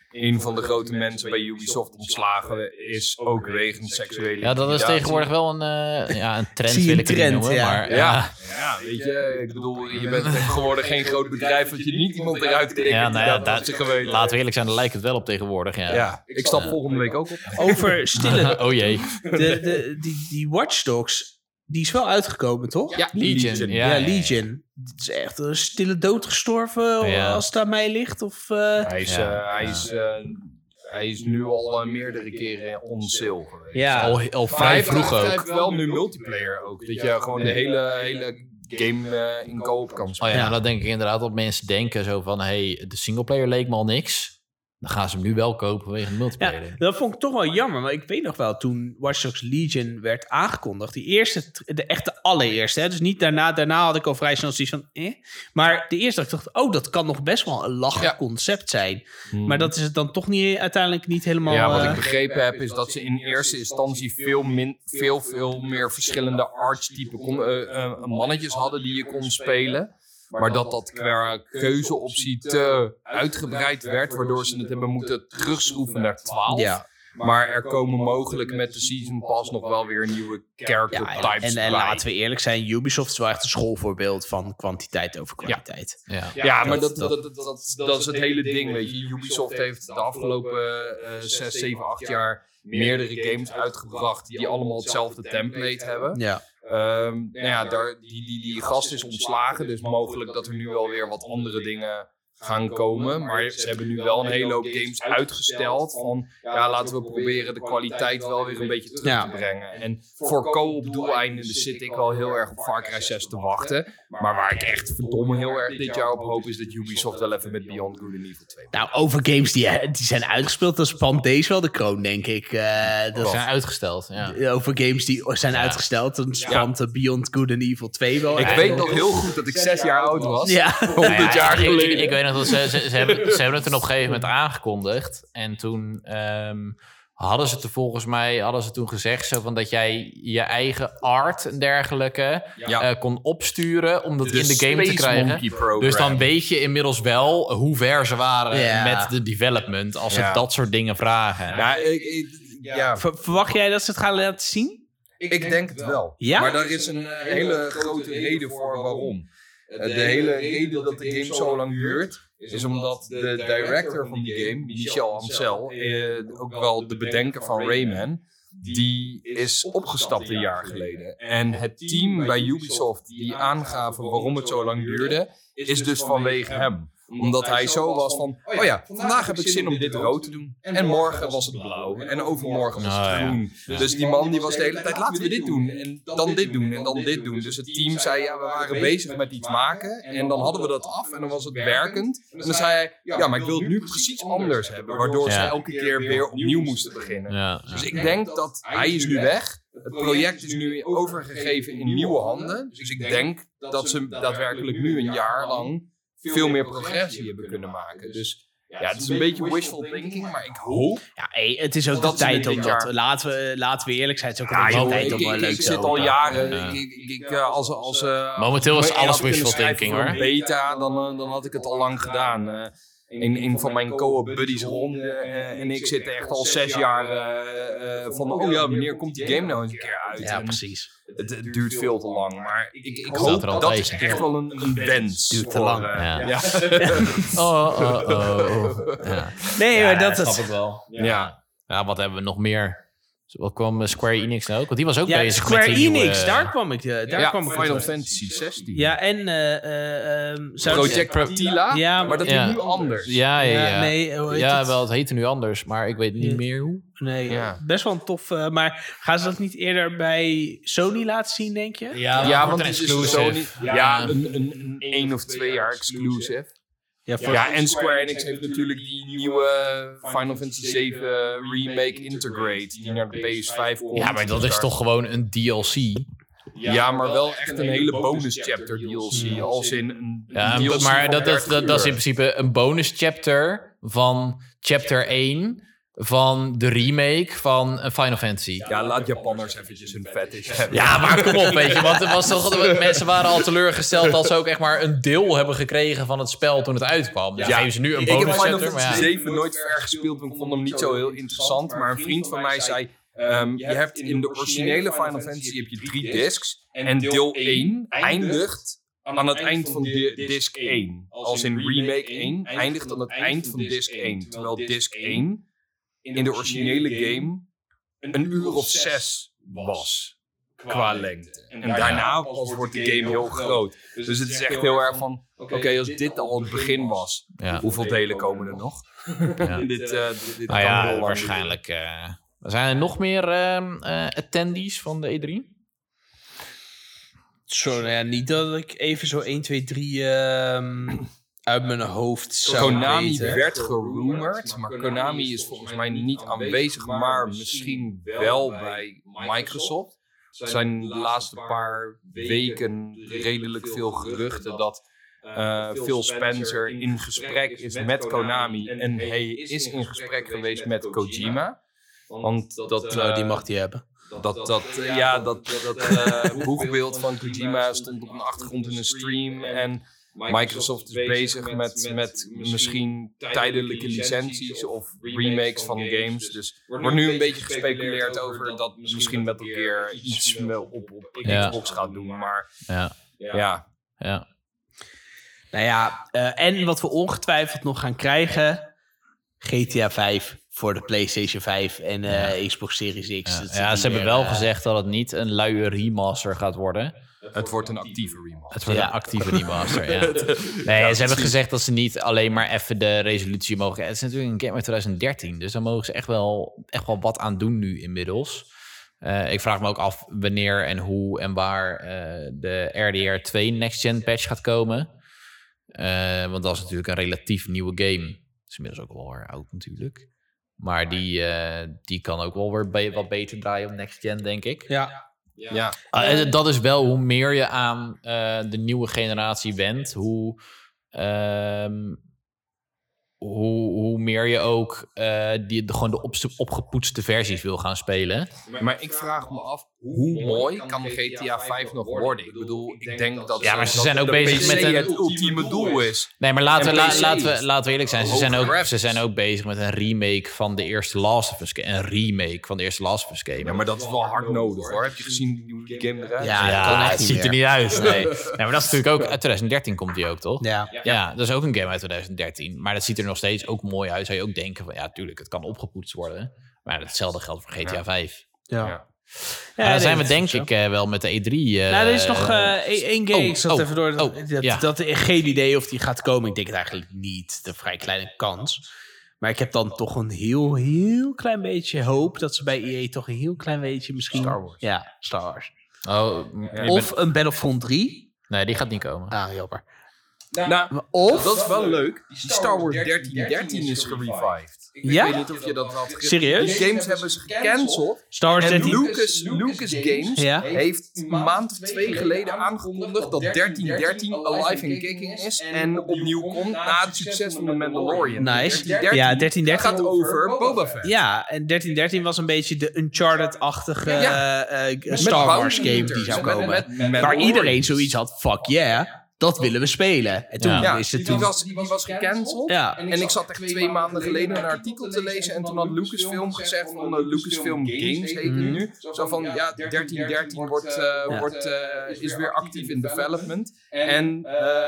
[SPEAKER 4] een van de grote mensen bij Ubisoft ontslagen is ook wegens seksuele
[SPEAKER 3] Ja, dat is
[SPEAKER 4] intimidatie.
[SPEAKER 3] tegenwoordig wel een, uh, ja, een trend,
[SPEAKER 2] Zie je
[SPEAKER 3] wil
[SPEAKER 2] een
[SPEAKER 3] ik het niet
[SPEAKER 2] trend,
[SPEAKER 3] noemen.
[SPEAKER 2] ja.
[SPEAKER 3] Maar,
[SPEAKER 4] Ja,
[SPEAKER 3] ja.
[SPEAKER 4] ja, weet je, ik bedoel, je bent tegenwoordig geen groot bedrijf dat je niet iemand eruit knikt.
[SPEAKER 3] Ja, nou ja, dat,
[SPEAKER 4] geweten.
[SPEAKER 3] laten we eerlijk zijn, daar lijkt het wel op tegenwoordig. Ja,
[SPEAKER 4] Ja, ik stap volgende week ook op.
[SPEAKER 2] Over stille...
[SPEAKER 3] oh jee.
[SPEAKER 2] de, de, die, die Watch Dogs, die is wel uitgekomen, toch?
[SPEAKER 4] Ja,
[SPEAKER 3] Legion.
[SPEAKER 2] Ja,
[SPEAKER 3] Ja, ja, ja.
[SPEAKER 2] Legion. Het is echt een stille dood gestorven
[SPEAKER 3] Ja.
[SPEAKER 2] als het aan mij ligt. Of, uh...
[SPEAKER 4] Hij is,
[SPEAKER 3] Ja.
[SPEAKER 4] uh, hij is, uh, hij is nu al uh, meerdere keren on sale geweest.
[SPEAKER 2] Ja.
[SPEAKER 3] Al, al
[SPEAKER 4] Maar
[SPEAKER 3] vrij
[SPEAKER 4] hij heeft-
[SPEAKER 3] vroeg
[SPEAKER 4] hij
[SPEAKER 3] ook.
[SPEAKER 4] heeft wel nu multiplayer ook. Dat je gewoon de hele, hele game uh, in co-op kan
[SPEAKER 3] Oh
[SPEAKER 4] spelen.
[SPEAKER 3] ja, nou, dat denk ik inderdaad dat mensen denken zo van... hey, de singleplayer leek me al niks. Dan gaan ze hem nu wel kopen vanwege de multiplayer.
[SPEAKER 2] Ja, dat vond ik toch wel jammer. Maar ik weet nog wel, toen Watch Dogs Legion werd aangekondigd... die eerste, de echte allereerste. Hè, dus niet daarna. Daarna had ik al vrij snel zoiets van... Eh. Maar de eerste dacht ik dacht... oh, dat kan nog best wel een lachig
[SPEAKER 4] Ja.
[SPEAKER 2] concept zijn.
[SPEAKER 3] Hmm.
[SPEAKER 2] Maar dat is het dan toch niet, uiteindelijk niet helemaal...
[SPEAKER 4] Ja, wat
[SPEAKER 2] eh,
[SPEAKER 4] ik begrepen heb is dat ze in eerste instantie veel, min, veel, veel meer verschillende archetypen kon, uh, uh, mannetjes hadden die je kon spelen. Maar dat dat qua keuzeoptie te uitgebreid werd, waardoor ze het hebben moeten terugschroeven naar twaalf.
[SPEAKER 2] Ja.
[SPEAKER 4] Maar er komen mogelijk met de Season Pass nog wel weer nieuwe character
[SPEAKER 2] Ja,
[SPEAKER 4] types
[SPEAKER 2] en, en
[SPEAKER 4] bij.
[SPEAKER 2] laten we eerlijk zijn, Ubisoft is wel echt een schoolvoorbeeld van kwantiteit over kwaliteit.
[SPEAKER 3] Ja.
[SPEAKER 4] Ja, maar dat, dat, dat, dat, dat is het hele ding, weet je. Ubisoft heeft de afgelopen uh, zes, zeven, acht jaar meerdere games uitgebracht die allemaal hetzelfde template hebben.
[SPEAKER 2] Ja.
[SPEAKER 4] Um, nou ja, daar, die, die, die gast is ontslagen, dus mogelijk dat er nu wel weer wat andere dingen gaan komen. Maar ze hebben nu wel een hele hoop games uitgesteld van, ja, laten we proberen de kwaliteit wel weer een beetje terug
[SPEAKER 2] Ja.
[SPEAKER 4] te brengen. En voor co-op doeleinden zit ik wel heel erg op Far Cry zes te wachten. Maar waar ik echt verdomme heel erg dit jaar op hoop is dat Ubisoft wel even met Beyond Good and Evil twee.
[SPEAKER 2] Nou, over games die, die zijn uitgespeeld, dan spant deze wel de kroon, denk ik. Uh, dat
[SPEAKER 3] Ze zijn uitgesteld, ja.
[SPEAKER 2] Over games die zijn
[SPEAKER 3] Ja.
[SPEAKER 2] uitgesteld, dan spant ja. Beyond Good and Evil twee wel.
[SPEAKER 4] Ik
[SPEAKER 2] uit.
[SPEAKER 4] weet nog heel goed dat ik zes jaar oud was.
[SPEAKER 2] Ja.
[SPEAKER 4] honderd
[SPEAKER 3] Nou ja,
[SPEAKER 4] jaar
[SPEAKER 3] ik, ik,
[SPEAKER 4] geleden.
[SPEAKER 3] ik weet nog dat ze, ze, ze, hebben, ze hebben het toen op een gegeven moment aangekondigd. En toen um, hadden ze het volgens mij hadden ze toen gezegd zo van dat jij je eigen art en dergelijke
[SPEAKER 4] Ja.
[SPEAKER 3] uh, kon opsturen om dat
[SPEAKER 4] De
[SPEAKER 3] in de game te
[SPEAKER 4] Space
[SPEAKER 3] krijgen.
[SPEAKER 4] Monkey Program.
[SPEAKER 3] Dus dan weet je inmiddels wel hoe ver ze waren
[SPEAKER 2] Ja.
[SPEAKER 3] met de development als ze
[SPEAKER 4] Ja.
[SPEAKER 3] dat soort dingen vragen.
[SPEAKER 4] Ja, ik, ik, ja.
[SPEAKER 2] Ver- verwacht jij dat ze het gaan laten zien?
[SPEAKER 4] Ik denk het wel.
[SPEAKER 2] Ja?
[SPEAKER 4] Maar daar is een uh, hele grote reden voor waarom. Uh, de hele reden dat de game zo lang duurt, is omdat de director van die game, Michel Ancel, uh, ook wel de bedenker van Rayman, die is opgestapt een jaar geleden. En het team bij Ubisoft die aangaven waarom het zo lang duurde, is dus vanwege hem. Omdat hij zo was van, oh ja, vandaag heb ik zin om dit rood te doen. En morgen was het blauw. En overmorgen was het
[SPEAKER 3] Oh, ja.
[SPEAKER 4] groen. Dus die man die was de hele tijd, laten we dit doen. En dan dit doen. En dan dit doen. Dus het team zei, ja, we waren bezig met iets maken. En dan hadden we dat af. En dan was het werkend. En dan zei hij, ja, maar ik wil het nu precies anders hebben. Waardoor ze
[SPEAKER 3] Ja.
[SPEAKER 4] elke keer weer opnieuw moesten beginnen.
[SPEAKER 3] Ja, ja.
[SPEAKER 4] Dus ik denk dat hij is nu weg. Het project is nu overgegeven in nieuwe handen. Dus ik denk dat ze daadwerkelijk nu een jaar lang veel meer progressie hebben kunnen maken. Dus ja, het is een beetje wishful thinking, maar ik hoop...
[SPEAKER 2] Ja, hey, het is ook
[SPEAKER 4] Dat
[SPEAKER 2] de
[SPEAKER 4] ze
[SPEAKER 2] tijd
[SPEAKER 4] dit
[SPEAKER 2] om
[SPEAKER 4] jaar-
[SPEAKER 2] dat... Laten we, laten we eerlijk zijn, het is ook een
[SPEAKER 4] Ja,
[SPEAKER 2] beetje
[SPEAKER 4] joh,
[SPEAKER 2] tijd
[SPEAKER 4] ik,
[SPEAKER 2] om
[SPEAKER 4] ik,
[SPEAKER 2] een
[SPEAKER 4] ik,
[SPEAKER 2] leuk
[SPEAKER 4] ik
[SPEAKER 2] te
[SPEAKER 4] zit al
[SPEAKER 2] openen.
[SPEAKER 4] jaren...
[SPEAKER 3] Ja.
[SPEAKER 4] Ik, ik, ik, uh, als, als, uh,
[SPEAKER 3] Momenteel is
[SPEAKER 4] me in
[SPEAKER 3] alles
[SPEAKER 4] had kunnen
[SPEAKER 3] wishful
[SPEAKER 4] schrijven
[SPEAKER 3] thinking,
[SPEAKER 4] voor
[SPEAKER 3] hoor.
[SPEAKER 4] een beta, dan, uh, dan had ik het al lang gedaan. Uh, een, een van mijn co-op buddies Ron uh, en ik zitten echt al zes jaar uh, uh, van... Oh ja, wanneer komt die game nou eens een keer uit?
[SPEAKER 2] Ja,
[SPEAKER 4] En
[SPEAKER 2] precies.
[SPEAKER 4] Het, het duurt veel te lang, maar ik, ik
[SPEAKER 3] Staat
[SPEAKER 4] hoop
[SPEAKER 3] er al
[SPEAKER 4] dat
[SPEAKER 3] een
[SPEAKER 4] is
[SPEAKER 3] tijdje.
[SPEAKER 4] echt wel een, een wens.
[SPEAKER 2] Duurt te
[SPEAKER 4] voor,
[SPEAKER 2] lang.
[SPEAKER 4] uh,
[SPEAKER 3] Ja.
[SPEAKER 4] ja.
[SPEAKER 3] Oh, oh, oh, oh. Ja.
[SPEAKER 2] Nee, maar dat
[SPEAKER 3] snap
[SPEAKER 2] is...
[SPEAKER 3] ik wel.
[SPEAKER 4] Ja.
[SPEAKER 3] Ja, wat hebben we nog meer? Wat kwam uh, Square Enix nou ook? Want die was ook
[SPEAKER 2] Ja,
[SPEAKER 3] bezig
[SPEAKER 2] Square
[SPEAKER 3] met die
[SPEAKER 2] Enix,
[SPEAKER 3] nieuwe-
[SPEAKER 2] daar kwam ik... uh, daar
[SPEAKER 4] Ja,
[SPEAKER 2] kwam ik
[SPEAKER 4] Final
[SPEAKER 2] terug.
[SPEAKER 4] Fantasy zestien.
[SPEAKER 2] Ja, en... uh, uh, um, zou
[SPEAKER 4] Project Tila,
[SPEAKER 2] Ja,
[SPEAKER 4] maar dat
[SPEAKER 3] Ja.
[SPEAKER 4] is nu anders.
[SPEAKER 3] Ja, ja, ja.
[SPEAKER 2] Ja, nee, hoe heet
[SPEAKER 3] ja,
[SPEAKER 2] het?
[SPEAKER 3] wel, het heette nu anders, maar ik weet niet
[SPEAKER 2] Ja.
[SPEAKER 3] meer hoe.
[SPEAKER 2] Nee,
[SPEAKER 4] Ja.
[SPEAKER 2] best wel een tof... uh, maar gaan ze dat niet eerder bij Sony laten zien, denk je?
[SPEAKER 4] Ja, want
[SPEAKER 3] een
[SPEAKER 4] het is
[SPEAKER 3] exclusive.
[SPEAKER 4] Sony. Ja, een, een, een één of twee jaar exclusive.
[SPEAKER 2] Ja, voor-
[SPEAKER 4] Ja, en Square Enix heeft natuurlijk die nieuwe Final Fantasy zeven Remake Integrate die naar de P S vijf komt.
[SPEAKER 3] Ja, maar dat is toch gewoon een D L C?
[SPEAKER 4] Ja, maar wel echt een hele bonus chapter D L C. Als in een
[SPEAKER 3] Ja,
[SPEAKER 4] D L C
[SPEAKER 3] maar
[SPEAKER 4] van
[SPEAKER 3] dat, dat,
[SPEAKER 4] dertig
[SPEAKER 3] dat, dat is in
[SPEAKER 4] uur.
[SPEAKER 3] principe een bonus chapter van chapter één. van de remake van een Final Fantasy.
[SPEAKER 4] Ja, laat Japanners eventjes hun fetish hebben.
[SPEAKER 3] Ja, maar kom op, weet je. Want er was toch, mensen waren al teleurgesteld als ze ook echt maar een deel hebben gekregen van het spel toen het uitkwam. Dus
[SPEAKER 4] Ja,
[SPEAKER 3] geven ze nu een
[SPEAKER 4] ik heb
[SPEAKER 3] bonus
[SPEAKER 4] Final
[SPEAKER 3] chapter. Maar
[SPEAKER 4] Fantasy
[SPEAKER 3] ja.
[SPEAKER 4] zeven nooit ver gespeeld, want ik vond hem niet zo heel interessant. Maar een vriend van mij zei... Um, je hebt in de originele Final Fantasy heb je drie discs. En deel één eindigt aan het eind van di- disc één. Als in remake één eindigt aan het eind van disc één. Terwijl disc één in de originele game een uur of zes was qua lengte. En daarna pas wordt de game heel groot. Dus het is echt heel erg van... Oké, okay, als dit al het begin was,
[SPEAKER 3] Ja.
[SPEAKER 4] hoeveel delen komen er nog?
[SPEAKER 3] Ja.
[SPEAKER 4] dit, uh, dit, dit
[SPEAKER 3] Nou
[SPEAKER 4] kan
[SPEAKER 3] ja,
[SPEAKER 4] heel lang
[SPEAKER 3] waarschijnlijk. Uh, zijn er nog meer uh, uh, attendees van de E drie?
[SPEAKER 2] Zo, nou ja, niet dat ik even zo één, twee, drie um, uit mijn hoofd zou
[SPEAKER 4] Konami
[SPEAKER 2] weten.
[SPEAKER 4] werd gerumored, maar Konami is volgens mij niet aanwezig, maar misschien wel bij Microsoft. Er zijn de laatste paar weken redelijk veel geruchten dat uh, Phil Spencer in gesprek is met Konami en hij is in gesprek geweest met Kojima. Want dat...
[SPEAKER 2] Nou,
[SPEAKER 4] Uh,
[SPEAKER 2] die mag die hebben.
[SPEAKER 4] Dat, dat, uh, ja, dat, dat uh, boegbeeld van Kojima stond op een achtergrond in een stream. En Microsoft is bezig met, met misschien tijdelijke licenties of remakes van games. Dus er wordt nu een beetje gespeculeerd over dat misschien Metal Gear iets op, op, op
[SPEAKER 3] Ja.
[SPEAKER 4] Xbox gaat doen. Maar
[SPEAKER 3] Ja.
[SPEAKER 4] ja,
[SPEAKER 3] Ja.
[SPEAKER 2] Nou ja, uh, en wat we ongetwijfeld nog gaan krijgen... G T A vijf voor de PlayStation vijf en uh, ja. Xbox Series X.
[SPEAKER 3] Ja,
[SPEAKER 2] Dat
[SPEAKER 3] ja,
[SPEAKER 2] die
[SPEAKER 3] ze hebben
[SPEAKER 2] weer,
[SPEAKER 3] wel
[SPEAKER 2] uh,
[SPEAKER 3] gezegd dat het niet een luie remaster gaat worden.
[SPEAKER 4] het wordt een actieve remaster.
[SPEAKER 3] Het wordt
[SPEAKER 2] Ja.
[SPEAKER 3] een actieve remaster, ja. Nee, ze hebben gezegd dat ze niet alleen maar even de resolutie mogen... Het is natuurlijk een game uit twintig dertien, dus daar mogen ze echt wel, echt wel wat aan doen nu inmiddels. Uh, ik vraag me ook af wanneer en hoe en waar uh, de R D R twee Next Gen patch gaat komen. Uh, want dat is natuurlijk een relatief nieuwe game. Dat is inmiddels ook wel weer oud natuurlijk. Maar die, uh, die kan ook wel weer be- wat beter draaien op Next Gen, denk ik.
[SPEAKER 2] Ja.
[SPEAKER 4] Ja,
[SPEAKER 3] Uh, dat is wel hoe meer je aan uh, de nieuwe generatie went, hoe, um, hoe, hoe meer je ook uh, die, de, gewoon de op, opgepoetste versies wil gaan spelen.
[SPEAKER 4] maar ik vraag me af, hoe mooi kan G T A vijf nog worden? Ik bedoel, ik denk dat...
[SPEAKER 3] Ja, maar ze
[SPEAKER 4] dat
[SPEAKER 3] zijn ook
[SPEAKER 4] de
[SPEAKER 3] bezig
[SPEAKER 4] P C
[SPEAKER 3] met een-
[SPEAKER 4] het ultieme doel is.
[SPEAKER 3] Nee, maar laten we,
[SPEAKER 4] En
[SPEAKER 3] la,
[SPEAKER 4] P C
[SPEAKER 3] laten, we,
[SPEAKER 4] is
[SPEAKER 3] laten we eerlijk zijn. Ze
[SPEAKER 4] hoge
[SPEAKER 3] zijn, ook,
[SPEAKER 4] graphics.
[SPEAKER 3] ze zijn ook bezig met een remake van de eerste Last of Us game. Een remake van de eerste Last of Us game.
[SPEAKER 4] Ja, maar dat is wel hard nodig, hoor. Heb je gezien hoe die game eruit ziet?
[SPEAKER 2] Ja,
[SPEAKER 3] Ja,
[SPEAKER 2] dat kan echt
[SPEAKER 3] het
[SPEAKER 2] niet
[SPEAKER 3] ziet er
[SPEAKER 2] meer.
[SPEAKER 3] niet uit. Nee. Nee, maar dat is natuurlijk ook... Uit twintig dertien komt die ook, toch?
[SPEAKER 2] Ja.
[SPEAKER 3] Ja, dat is ook een game uit twintig dertien. Maar dat ziet er nog steeds ook mooi uit. Zou je ook denken van, ja, tuurlijk, het kan opgepoetst worden. Maar hetzelfde geldt voor G T A vijf.
[SPEAKER 2] Ja.
[SPEAKER 4] Ja.
[SPEAKER 3] Ja, dan
[SPEAKER 2] nee,
[SPEAKER 3] zijn we
[SPEAKER 2] dat
[SPEAKER 3] denk
[SPEAKER 2] is zo.
[SPEAKER 3] ik uh, wel met de E drie. Uh,
[SPEAKER 2] Nou, er is nog uh, één game.
[SPEAKER 3] oh,
[SPEAKER 2] ik zat
[SPEAKER 3] oh,
[SPEAKER 2] even door. Dat,
[SPEAKER 3] oh,
[SPEAKER 2] dat,
[SPEAKER 3] ja.
[SPEAKER 2] dat, geen idee of die gaat komen. Ik denk het eigenlijk niet. De vrij kleine kans. Maar ik heb dan toch een heel, heel klein beetje hoop dat ze bij E A toch een heel klein beetje misschien...
[SPEAKER 4] Star Wars.
[SPEAKER 2] Ja, Star Wars.
[SPEAKER 3] Oh, je
[SPEAKER 2] Of
[SPEAKER 3] bent-
[SPEAKER 2] een Battlefront drie.
[SPEAKER 3] Nee, die gaat niet komen.
[SPEAKER 2] Ah, jammer.
[SPEAKER 4] Nou,
[SPEAKER 2] Of...
[SPEAKER 4] dat is wel leuk. Die Star Wars dertien dertien is gerevived. Ik
[SPEAKER 2] Ja?
[SPEAKER 4] weet niet of je dat had ge-
[SPEAKER 2] Serieus?
[SPEAKER 4] Die games hebben ze gecanceld.
[SPEAKER 2] Star Wars
[SPEAKER 4] En
[SPEAKER 2] dertien.
[SPEAKER 4] Lucas, Lucas Games
[SPEAKER 2] Ja?
[SPEAKER 4] heeft een maand of twee geleden aangekondigd dat dertien dertien alive and kicking is. En opnieuw komt na het succes van The Mandalorian.
[SPEAKER 2] Nice.
[SPEAKER 4] dertien dertien
[SPEAKER 2] Ja, dertien dertien
[SPEAKER 4] gaat over Boba Fett.
[SPEAKER 2] Ja, en dertien dertien was een beetje de Uncharted-achtige
[SPEAKER 4] Ja.
[SPEAKER 2] uh, uh,
[SPEAKER 4] Met
[SPEAKER 2] Star Wars
[SPEAKER 4] bounty
[SPEAKER 2] game die
[SPEAKER 4] hunters.
[SPEAKER 2] zou
[SPEAKER 4] Met-
[SPEAKER 2] komen.
[SPEAKER 4] met- met
[SPEAKER 2] waar
[SPEAKER 4] Mandalorian.
[SPEAKER 2] iedereen zoiets had, fuck yeah, dat willen we spelen. En toen
[SPEAKER 3] Ja.
[SPEAKER 4] Ja,
[SPEAKER 2] is het
[SPEAKER 4] die
[SPEAKER 2] toen...
[SPEAKER 4] was, die was gecanceld.
[SPEAKER 2] Ja.
[SPEAKER 4] En ik zat echt twee maanden geleden een artikel te lezen. En toen had Lucasfilm gezegd van uh, Lucasfilm Games heet het nu. Zo van, ja, dertien dertien wordt, uh,
[SPEAKER 2] Ja.
[SPEAKER 4] wordt, uh, is weer actief in development. En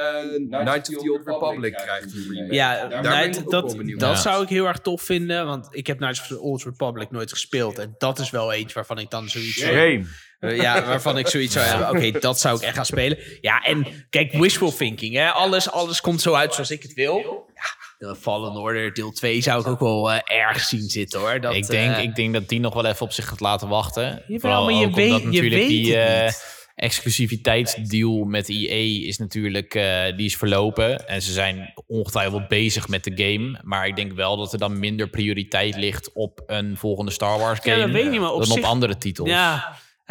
[SPEAKER 4] uh, Knights of the Old Republic krijgt een remake.
[SPEAKER 2] Ja,
[SPEAKER 4] Daar ben
[SPEAKER 2] Knight-
[SPEAKER 4] ik ook
[SPEAKER 2] dat,
[SPEAKER 4] wel benieuwd
[SPEAKER 2] dat
[SPEAKER 3] naar.
[SPEAKER 2] zou ik heel erg tof vinden. Want ik heb Knights of the Old Republic nooit gespeeld. En dat is wel eentje waarvan ik dan zoiets...
[SPEAKER 4] Shame.
[SPEAKER 2] Uh, ja, waarvan ik zoiets zou hebben. Oké, dat zou ik echt gaan spelen. Ja, en kijk, wishful thinking. Hè? Alles, alles komt zo uit zoals ik het wil. Ja, de Fallen Order deel twee zou ik ook wel uh, erg zien zitten, hoor. Dat,
[SPEAKER 3] ik, denk,
[SPEAKER 2] uh,
[SPEAKER 3] ik denk dat die nog wel even op zich gaat laten wachten.
[SPEAKER 2] Jawel,
[SPEAKER 3] Vooral
[SPEAKER 2] maar je
[SPEAKER 3] ook
[SPEAKER 2] weet-
[SPEAKER 3] omdat
[SPEAKER 2] je
[SPEAKER 3] natuurlijk
[SPEAKER 2] weet
[SPEAKER 3] die
[SPEAKER 2] het
[SPEAKER 3] uh,
[SPEAKER 2] niet.
[SPEAKER 3] exclusiviteitsdeal met E A is natuurlijk uh, die is verlopen. En ze zijn ongetwijfeld bezig met de game. Maar ik denk wel dat er dan minder prioriteit ligt op een volgende Star Wars
[SPEAKER 2] Ja,
[SPEAKER 3] game
[SPEAKER 2] dat weet ik niet, maar op
[SPEAKER 3] dan
[SPEAKER 2] zich-
[SPEAKER 3] op andere titels.
[SPEAKER 2] Ja, hij,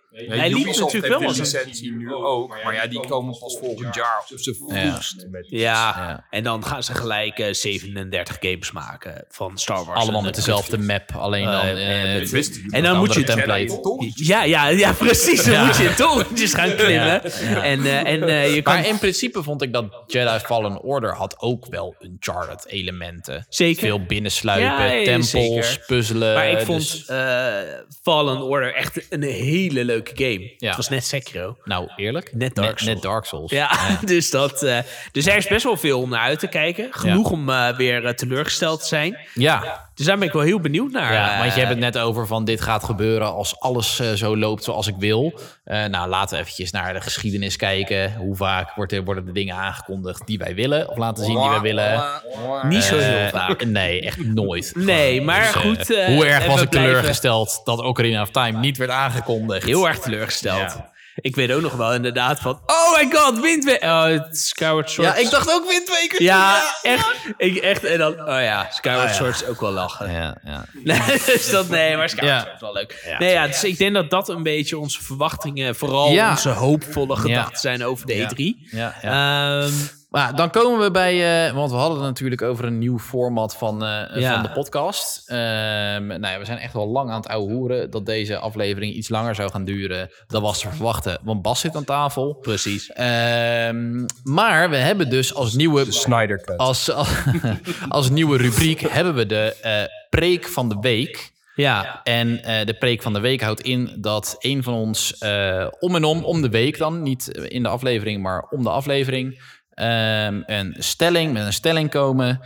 [SPEAKER 4] Ja,
[SPEAKER 2] Hij liep
[SPEAKER 4] Ubisoft
[SPEAKER 2] natuurlijk wel
[SPEAKER 4] heeft
[SPEAKER 2] als
[SPEAKER 4] de
[SPEAKER 2] een-
[SPEAKER 4] licentie nu ook, maar ja, die komen pas volgend jaar op zijn vroegst. Met
[SPEAKER 2] Ja,
[SPEAKER 3] Ja.
[SPEAKER 2] en dan gaan ze gelijk uh, zevenendertig games maken van Star Wars.
[SPEAKER 3] Allemaal
[SPEAKER 2] En
[SPEAKER 3] met
[SPEAKER 2] dat-
[SPEAKER 3] dezelfde map, alleen dan
[SPEAKER 2] Uh,
[SPEAKER 3] eh,
[SPEAKER 2] en-
[SPEAKER 3] het-
[SPEAKER 4] wist-
[SPEAKER 2] En dan
[SPEAKER 3] een
[SPEAKER 2] moet je...
[SPEAKER 3] andere template.
[SPEAKER 2] Ja, ja, ja, precies. Dan
[SPEAKER 3] Ja.
[SPEAKER 2] moet je in torentjes gaan klimmen. En, uh, en uh, je kan...
[SPEAKER 3] Maar in principe vond ik dat Jedi Fallen Order had ook wel Uncharted elementen.
[SPEAKER 2] Zeker.
[SPEAKER 3] Veel binnensluipen,
[SPEAKER 2] Ja, ja,
[SPEAKER 3] tempels,
[SPEAKER 2] zeker.
[SPEAKER 3] puzzelen.
[SPEAKER 2] Maar ik vond
[SPEAKER 3] dus-
[SPEAKER 2] uh, Fallen Order echt een hele leuke game.
[SPEAKER 3] Ja.
[SPEAKER 2] Het was net Sekiro.
[SPEAKER 3] nou, eerlijk?
[SPEAKER 2] Net Dark
[SPEAKER 3] Net,
[SPEAKER 2] Souls.
[SPEAKER 3] net Dark Souls.
[SPEAKER 2] Ja, dus, dat, uh, dus er is best wel veel om naar uit te kijken. Genoeg
[SPEAKER 3] Ja.
[SPEAKER 2] om uh, weer uh, teleurgesteld te zijn.
[SPEAKER 3] Ja.
[SPEAKER 2] Dus daar ben ik wel heel benieuwd naar.
[SPEAKER 3] Ja,
[SPEAKER 2] uh,
[SPEAKER 3] want je hebt het net over van dit gaat gebeuren als alles uh, zo loopt zoals ik wil. Uh, nou, laten we eventjes naar de geschiedenis kijken. Hoe vaak wordt er, worden de dingen aangekondigd die wij willen? Of laten zien die wij willen?
[SPEAKER 2] Niet zo heel
[SPEAKER 3] Uh,
[SPEAKER 2] vaak.
[SPEAKER 3] Nee, echt nooit.
[SPEAKER 2] Nee, maar
[SPEAKER 3] Dus, uh,
[SPEAKER 2] goed. uh,
[SPEAKER 3] hoe erg
[SPEAKER 2] en
[SPEAKER 3] was
[SPEAKER 2] we
[SPEAKER 3] ik
[SPEAKER 2] blijven
[SPEAKER 3] teleurgesteld dat Ocarina of Time niet werd aangekondigd?
[SPEAKER 2] Heel erg teleurgesteld.
[SPEAKER 3] Ja.
[SPEAKER 2] Ik weet ook nog wel inderdaad van... Oh my god, Wind Waker. Oh, het Skyward Sword.
[SPEAKER 3] Ja, ik dacht ook Wind Waker.
[SPEAKER 2] Ja, echt. Ik, echt. En dan... Oh ja, Skyward
[SPEAKER 3] Ah, ja.
[SPEAKER 2] Sword is ook wel lachen.
[SPEAKER 3] Ja, ja.
[SPEAKER 2] Nee, dus dat, nee, maar Skyward
[SPEAKER 3] Ja.
[SPEAKER 2] Sword is wel leuk.
[SPEAKER 3] Ja.
[SPEAKER 2] Nee, ja, dus ik denk dat dat een beetje onze verwachtingen... Vooral
[SPEAKER 3] Ja.
[SPEAKER 2] onze hoopvolle gedachten
[SPEAKER 3] Ja.
[SPEAKER 2] zijn over de
[SPEAKER 3] Ja.
[SPEAKER 2] E drie.
[SPEAKER 3] Ja, ja.
[SPEAKER 2] Ehm,
[SPEAKER 3] Maar dan komen we bij, uh, want we hadden het natuurlijk over een nieuw format van, uh,
[SPEAKER 2] Ja.
[SPEAKER 3] van de podcast. Ehm nou ja, we zijn echt wel lang aan het ouwehoeren dat deze aflevering iets langer zou gaan duren. Dat was te verwachten, want Bas zit aan tafel.
[SPEAKER 2] precies.
[SPEAKER 3] Ehm, maar we hebben dus als nieuwe,
[SPEAKER 4] de Snyder Cut.
[SPEAKER 3] als, als, als nieuwe rubriek hebben we de uh, preek van de week.
[SPEAKER 2] Ja,
[SPEAKER 3] En uh, de preek van de week houdt in dat een van ons uh, om en om, om de week dan, niet in de aflevering, maar om de aflevering, um, een stelling, met een stelling komen,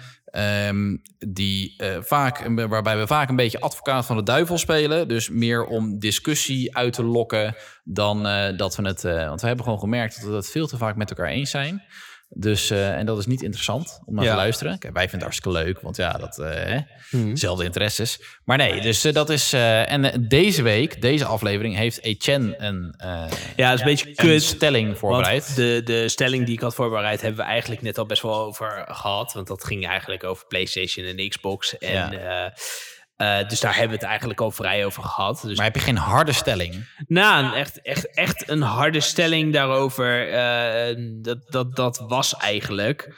[SPEAKER 3] um, die, uh, vaak, waarbij we vaak een beetje advocaat van de duivel spelen. Dus meer om discussie uit te lokken dan uh, dat we het, uh, want we hebben gewoon gemerkt dat we het veel te vaak met elkaar eens zijn. Dus, uh, en dat is niet interessant om naar
[SPEAKER 2] Ja.
[SPEAKER 3] te luisteren. Kijk, wij vinden het hartstikke leuk, want ja, dat, uh, hè,
[SPEAKER 2] Hmm.
[SPEAKER 3] zelfde interesses. Maar nee, dus uh, dat is... Uh, en uh, deze week, deze aflevering, heeft Etienne een, uh,
[SPEAKER 2] ja, dat is een beetje
[SPEAKER 3] een
[SPEAKER 2] kut.
[SPEAKER 3] stelling voorbereid.
[SPEAKER 2] Want de, de stelling die ik had voorbereid hebben we eigenlijk net al best wel over gehad. Want dat ging eigenlijk over PlayStation en Xbox. En,
[SPEAKER 3] Ja.
[SPEAKER 2] uh, uh, dus daar hebben we het eigenlijk al vrij over gehad. Dus
[SPEAKER 3] Maar heb je geen harde stelling?
[SPEAKER 2] nou, een echt, echt, echt een harde stelling daarover. Uh, dat, dat, dat was eigenlijk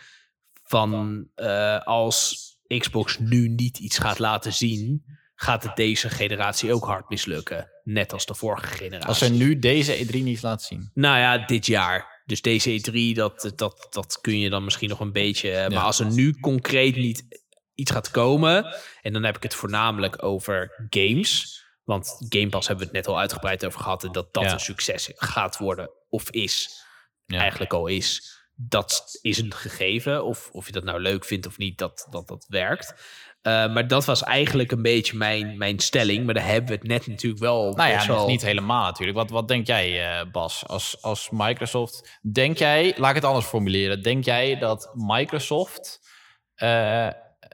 [SPEAKER 2] van uh, als Xbox nu niet iets gaat laten zien, gaat het deze generatie ook hard mislukken. Net als de vorige generatie.
[SPEAKER 3] Als er nu deze E drie niet laat zien.
[SPEAKER 2] Nou ja, dit jaar. Dus deze E drie, dat, dat, dat kun je dan misschien nog een beetje... Ja. Maar als er nu concreet niet iets gaat komen... en dan heb ik het voornamelijk over games... want Game Pass hebben we het net al uitgebreid over gehad... en dat dat
[SPEAKER 3] Ja.
[SPEAKER 2] een succes gaat worden of is.
[SPEAKER 3] Ja.
[SPEAKER 2] Eigenlijk al is. Dat is een gegeven. Of, of je dat nou leuk vindt of niet, dat dat, dat werkt. Uh, maar dat was eigenlijk een beetje mijn, mijn stelling. Maar daar hebben we het net natuurlijk wel...
[SPEAKER 3] Nou ja,
[SPEAKER 2] best
[SPEAKER 3] nog
[SPEAKER 2] wel-
[SPEAKER 3] niet helemaal natuurlijk. Wat, wat denk jij, uh, Bas, als, als Microsoft... Denk jij, laat ik het anders formuleren. Denk jij dat Microsoft uh,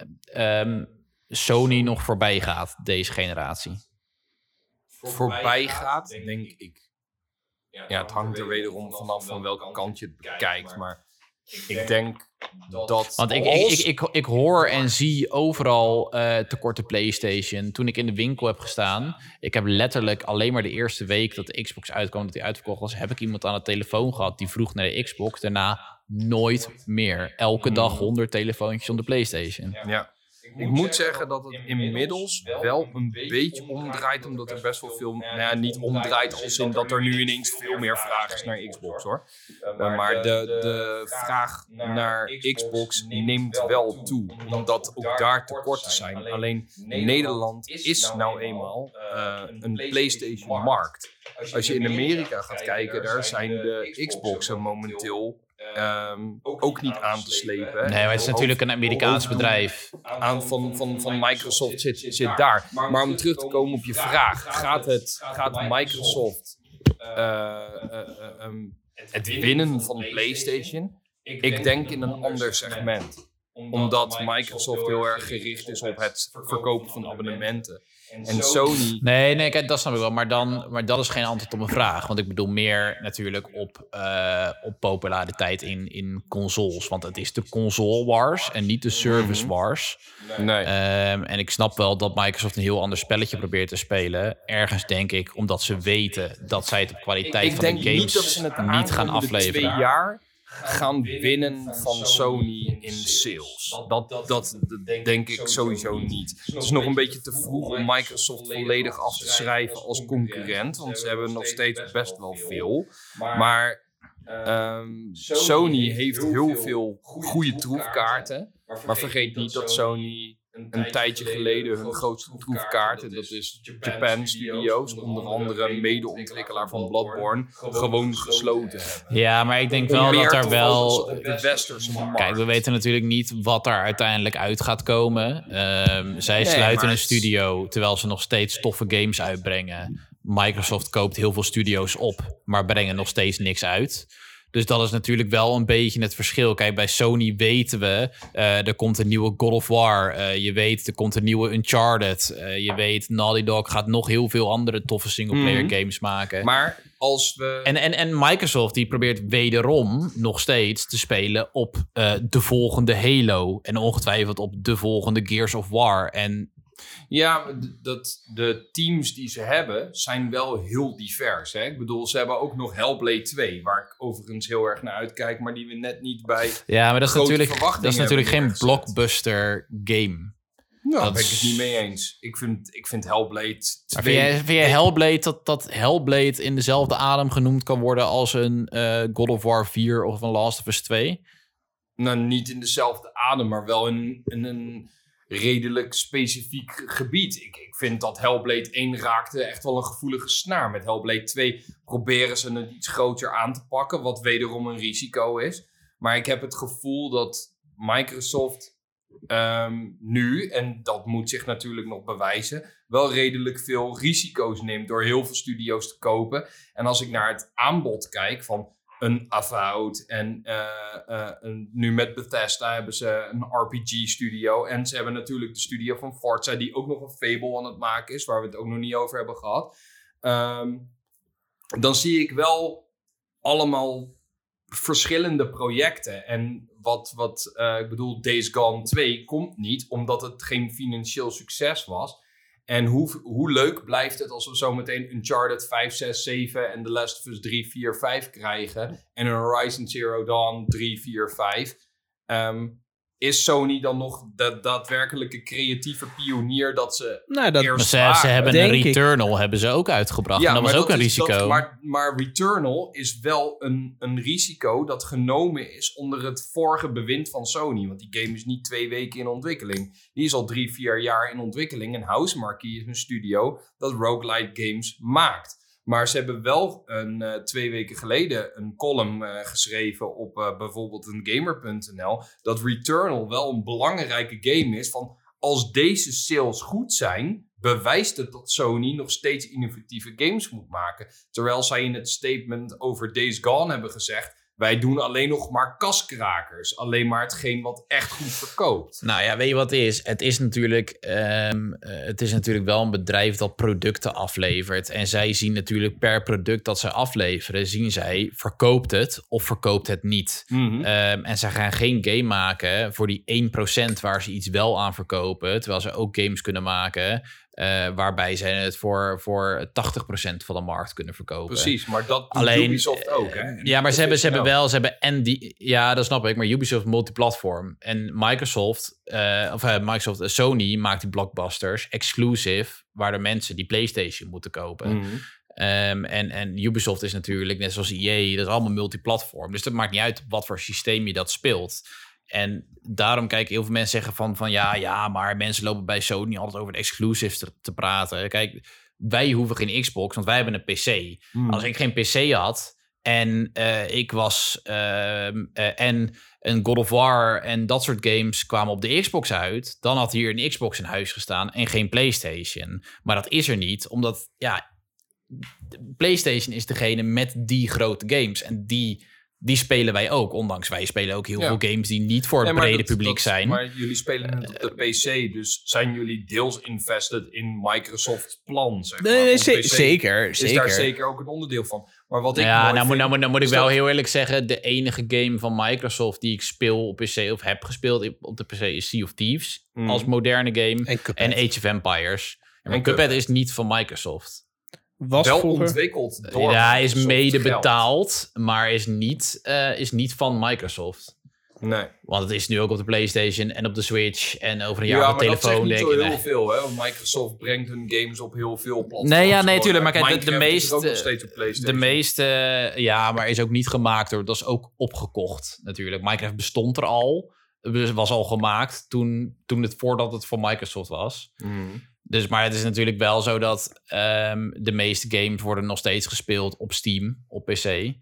[SPEAKER 3] um, Sony nog voorbij gaat, deze generatie?
[SPEAKER 4] Voorbij gaat, denk ik. Ja, het hangt er wederom vanaf van welke kant je het bekijkt. Maar ik denk dat...
[SPEAKER 3] Want ik, ik, ik, ik, ik hoor en zie overal uh, tekorten PlayStation. Toen ik in de winkel heb gestaan... Ik heb letterlijk alleen maar de eerste week dat de Xbox uitkwam... dat die uitverkocht was, heb ik iemand aan de telefoon gehad... die vroeg naar de Xbox. Daarna nooit meer. Elke dag honderd telefoontjes om de PlayStation.
[SPEAKER 4] Ja. Ik moet zeggen dat het inmiddels wel een beetje omdraait, omdat er best wel veel, nou ja, niet omdraait als in dat er nu ineens veel meer vraag is naar Xbox, hoor. Uh, maar de, de vraag naar Xbox neemt wel toe, omdat ook daar tekorten zijn. Alleen Nederland is nou eenmaal uh, een PlayStation-markt. Als je in Amerika gaat kijken, daar zijn de Xboxen momenteel Um, ook niet aan te slepen.
[SPEAKER 3] Nee, maar het is natuurlijk een Amerikaans bedrijf.
[SPEAKER 4] Aan van, van, van Microsoft zit, zit daar. Maar om terug te komen op je vraag. Gaat, het, gaat Microsoft uh, uh, um, het winnen van PlayStation? Ik denk in een ander segment. omdat Microsoft heel erg gericht is op het verkopen van abonnementen. En Sony...
[SPEAKER 3] Nee, nee, kijk, dat snap ik wel. Maar, dan, maar dat is geen antwoord op mijn vraag. Want ik bedoel meer natuurlijk op, uh, op populariteit in, in consoles. Want het is de console wars en niet de service wars.
[SPEAKER 4] Nee.
[SPEAKER 3] Um, en ik snap wel dat Microsoft een heel ander spelletje probeert te spelen. Ergens denk ik, omdat ze weten dat zij het op kwaliteit
[SPEAKER 4] ik, ik
[SPEAKER 3] van de
[SPEAKER 4] denk
[SPEAKER 3] games
[SPEAKER 4] niet, dat ze het
[SPEAKER 3] niet gaan afleveren.
[SPEAKER 4] Twee jaar gaan winnen van Sony in sales. Dat, dat, dat denk ik sowieso niet. Het is nog een beetje te vroeg om Microsoft volledig af te schrijven als concurrent. Want ze hebben nog steeds best wel veel. Maar um, Sony heeft heel veel goede troefkaarten. Maar vergeet niet dat Sony een tijdje geleden hun grootste troefkaarten, dat is Japan Studios, onder andere medeontwikkelaar van Bloodborne, gewoon gesloten hebben.
[SPEAKER 3] Ja, maar ik denk wel dat er wel...
[SPEAKER 4] de westerse markt.
[SPEAKER 3] Kijk, we weten natuurlijk niet wat er uiteindelijk uit gaat komen. Um, zij
[SPEAKER 4] Nee,
[SPEAKER 3] sluiten
[SPEAKER 4] maar
[SPEAKER 3] een
[SPEAKER 4] het-
[SPEAKER 3] studio, terwijl ze nog steeds toffe games uitbrengen. Microsoft koopt heel veel studio's op, maar brengen nog steeds niks uit. Dus dat is natuurlijk wel een beetje het verschil. Kijk, bij Sony weten we, uh, er komt een nieuwe God of War. Uh, je weet, er komt een nieuwe Uncharted. Uh, je weet, Naughty Dog gaat nog heel veel andere toffe singleplayer
[SPEAKER 4] Mhm.
[SPEAKER 3] games maken.
[SPEAKER 4] Maar als we...
[SPEAKER 3] En, en, en Microsoft die probeert wederom nog steeds te spelen op uh, de volgende Halo. En ongetwijfeld op de volgende Gears of War. En
[SPEAKER 4] Ja, maar d- dat, de teams die ze hebben zijn wel heel divers. Hè? Ik bedoel, ze hebben ook nog Hellblade twee, waar ik overigens heel erg naar uitkijk, maar die we net niet bij...
[SPEAKER 3] ja, maar dat is
[SPEAKER 4] grote
[SPEAKER 3] natuurlijk,
[SPEAKER 4] verwachtingen
[SPEAKER 3] dat is natuurlijk geen
[SPEAKER 4] hebben neergezet.
[SPEAKER 3] blockbuster game.
[SPEAKER 4] Nou, daar
[SPEAKER 3] Dat
[SPEAKER 4] ben ik
[SPEAKER 3] is-
[SPEAKER 4] het niet mee eens. Ik vind, ik vind Hellblade
[SPEAKER 3] Maar
[SPEAKER 4] twee...
[SPEAKER 3] vind jij, vind jij Hellblade dat, dat Hellblade in dezelfde adem genoemd kan worden als een uh, God of War vier of een Last of Us twee?
[SPEAKER 4] Nou, niet in dezelfde adem, maar wel in, in een redelijk specifiek gebied. Ik, ik vind dat Hellblade één raakte echt wel een gevoelige snaar. Met Hellblade twee proberen ze het iets groter aan te pakken, wat wederom een risico is. Maar ik heb het gevoel dat Microsoft um, nu, en dat moet zich natuurlijk nog bewijzen, wel redelijk veel risico's neemt door heel veel studio's te kopen. En als ik naar het aanbod kijk van een Avowed en uh, uh, een, nu met Bethesda hebben ze een R P G-studio. En ze hebben natuurlijk de studio van Forza, die ook nog een Fable aan het maken is, waar we het ook nog niet over hebben gehad. Um, dan zie ik wel allemaal verschillende projecten. En wat, wat uh, ik bedoel, Days Gone twee komt niet, omdat het geen financieel succes was. En hoe, hoe leuk blijft het als we zometeen Uncharted vijf, zes, zeven en The Last of Us drie, vier, vijf krijgen. En een Horizon Zero Dawn drie, vier, vijf. Um, is Sony dan nog de daadwerkelijke creatieve pionier dat ze
[SPEAKER 2] Nou, dat,
[SPEAKER 4] eerst
[SPEAKER 3] Maar ze,
[SPEAKER 4] waren?
[SPEAKER 3] ze hebben
[SPEAKER 2] denk
[SPEAKER 3] een
[SPEAKER 2] ik.
[SPEAKER 3] Returnal hebben ze ook uitgebracht. en dat was
[SPEAKER 4] maar
[SPEAKER 3] ook een
[SPEAKER 4] is-
[SPEAKER 3] risico.
[SPEAKER 4] dat- maar, maar Returnal is wel een, een risico dat genomen is onder het vorige bewind van Sony. Want die game is niet twee weken in ontwikkeling. Die is al drie, vier jaar in ontwikkeling. En Housemarque is een studio dat roguelike games maakt. Maar ze hebben wel een, uh, twee weken geleden een column uh, geschreven op uh, bijvoorbeeld een gamer punt n l. Dat Returnal wel een belangrijke game is van als deze sales goed zijn, bewijst het dat Sony nog steeds innovatieve games moet maken. Terwijl zij in het statement over Days Gone hebben gezegd, wij doen alleen nog maar kaskrakers. Alleen maar hetgeen wat echt goed verkoopt.
[SPEAKER 3] Nou ja, weet je wat het is? Het is natuurlijk, um, uh, het is natuurlijk wel een bedrijf dat producten aflevert. En zij zien natuurlijk per product dat zij afleveren, zien zij, verkoopt het of verkoopt het niet.
[SPEAKER 4] Mm-hmm.
[SPEAKER 3] Um, en zij gaan geen game maken voor die één procent waar ze iets wel aan verkopen. Terwijl ze ook games kunnen maken uh, waarbij zij het voor, voor tachtig procent van de markt kunnen verkopen.
[SPEAKER 4] Precies, maar dat doet
[SPEAKER 3] Alleen,
[SPEAKER 4] Ubisoft ook. Hè?
[SPEAKER 3] Ja, maar ze hebben, ze hebben
[SPEAKER 4] wel.
[SPEAKER 3] wel, ze hebben en die, ja, dat snap ik, maar Ubisoft multiplatform en Microsoft, uh, of uh, Microsoft, uh, Sony maakt die blockbusters exclusive, waar de mensen die PlayStation moeten kopen.
[SPEAKER 4] Mm-hmm.
[SPEAKER 3] Um, en, en Ubisoft is natuurlijk, net zoals E A, dat is allemaal multiplatform. Dus dat maakt niet uit wat voor systeem je dat speelt. En daarom kijk heel veel mensen zeggen van, van ja, ja, maar mensen lopen bij Sony altijd over de exclusives te, te praten. Kijk, wij hoeven geen Xbox, want wij hebben een P C.
[SPEAKER 4] Mm.
[SPEAKER 3] Als ik geen P C had en uh, ik was uh, uh, en een God of War en dat soort games kwamen op de Xbox uit, dan had hier een Xbox in huis gestaan en geen PlayStation. Maar dat is er niet, omdat ja, PlayStation is degene met die grote games en die die spelen wij ook. Ondanks wij spelen ook heel
[SPEAKER 4] Ja.
[SPEAKER 3] veel games die niet voor het
[SPEAKER 4] Nee, maar
[SPEAKER 3] brede
[SPEAKER 4] dat-
[SPEAKER 3] publiek
[SPEAKER 4] dat-
[SPEAKER 3] zijn.
[SPEAKER 4] Maar jullie spelen het op de P C, dus zijn jullie deels invested in Microsoft's plan, zeg maar.
[SPEAKER 2] Nee, nee,
[SPEAKER 4] Op
[SPEAKER 2] ze-
[SPEAKER 4] P C
[SPEAKER 2] zeker.
[SPEAKER 4] is
[SPEAKER 2] zeker.
[SPEAKER 4] daar zeker ook een onderdeel van. Maar wat ik
[SPEAKER 3] ja,
[SPEAKER 4] mooi
[SPEAKER 3] nou, moet,
[SPEAKER 4] vind,
[SPEAKER 3] nou, moet- nou moet ik
[SPEAKER 4] is
[SPEAKER 3] wel
[SPEAKER 4] dat-
[SPEAKER 3] heel eerlijk zeggen... de enige game van Microsoft die ik speel op P C... of heb gespeeld op de P C is Sea of Thieves.
[SPEAKER 4] Mm.
[SPEAKER 3] Als moderne game.
[SPEAKER 2] En Cuphead.
[SPEAKER 3] En Age of Empires. Ja, maar
[SPEAKER 4] En
[SPEAKER 3] Cuphead
[SPEAKER 4] Cuphead.
[SPEAKER 3] is niet van Microsoft.
[SPEAKER 2] Was
[SPEAKER 4] wel
[SPEAKER 2] vroeger...
[SPEAKER 4] ontwikkeld door
[SPEAKER 3] Ja, hij is
[SPEAKER 4] Microsoft
[SPEAKER 3] mede
[SPEAKER 4] geld.
[SPEAKER 3] betaald, maar is niet, eh, is niet van Microsoft.
[SPEAKER 4] Nee.
[SPEAKER 3] Want het is nu ook op de PlayStation en op de Switch en over een jaar
[SPEAKER 4] Ja,
[SPEAKER 3] op de
[SPEAKER 4] maar dat
[SPEAKER 3] telefoon.
[SPEAKER 4] zegt niet
[SPEAKER 3] denk
[SPEAKER 4] zo
[SPEAKER 3] ik,
[SPEAKER 4] heel
[SPEAKER 3] nee.
[SPEAKER 4] veel, hè? Want Microsoft brengt hun games op heel veel platforms.
[SPEAKER 3] Nee, ja, nee,
[SPEAKER 4] Gewoon,
[SPEAKER 3] tuurlijk, maar
[SPEAKER 4] eh,
[SPEAKER 3] kijk, de- de
[SPEAKER 4] Minecraft is er ook
[SPEAKER 3] meeste-
[SPEAKER 4] nog steeds op
[SPEAKER 3] De
[SPEAKER 4] PlayStation.
[SPEAKER 3] meeste, ja, maar is ook niet gemaakt door. Dat is ook opgekocht natuurlijk. Minecraft bestond er al, dus was al gemaakt toen, toen het voordat het voor Microsoft was.
[SPEAKER 4] Mm.
[SPEAKER 3] Dus, maar het is natuurlijk wel zo dat ehm, de meeste games worden nog steeds gespeeld op Steam, op P C.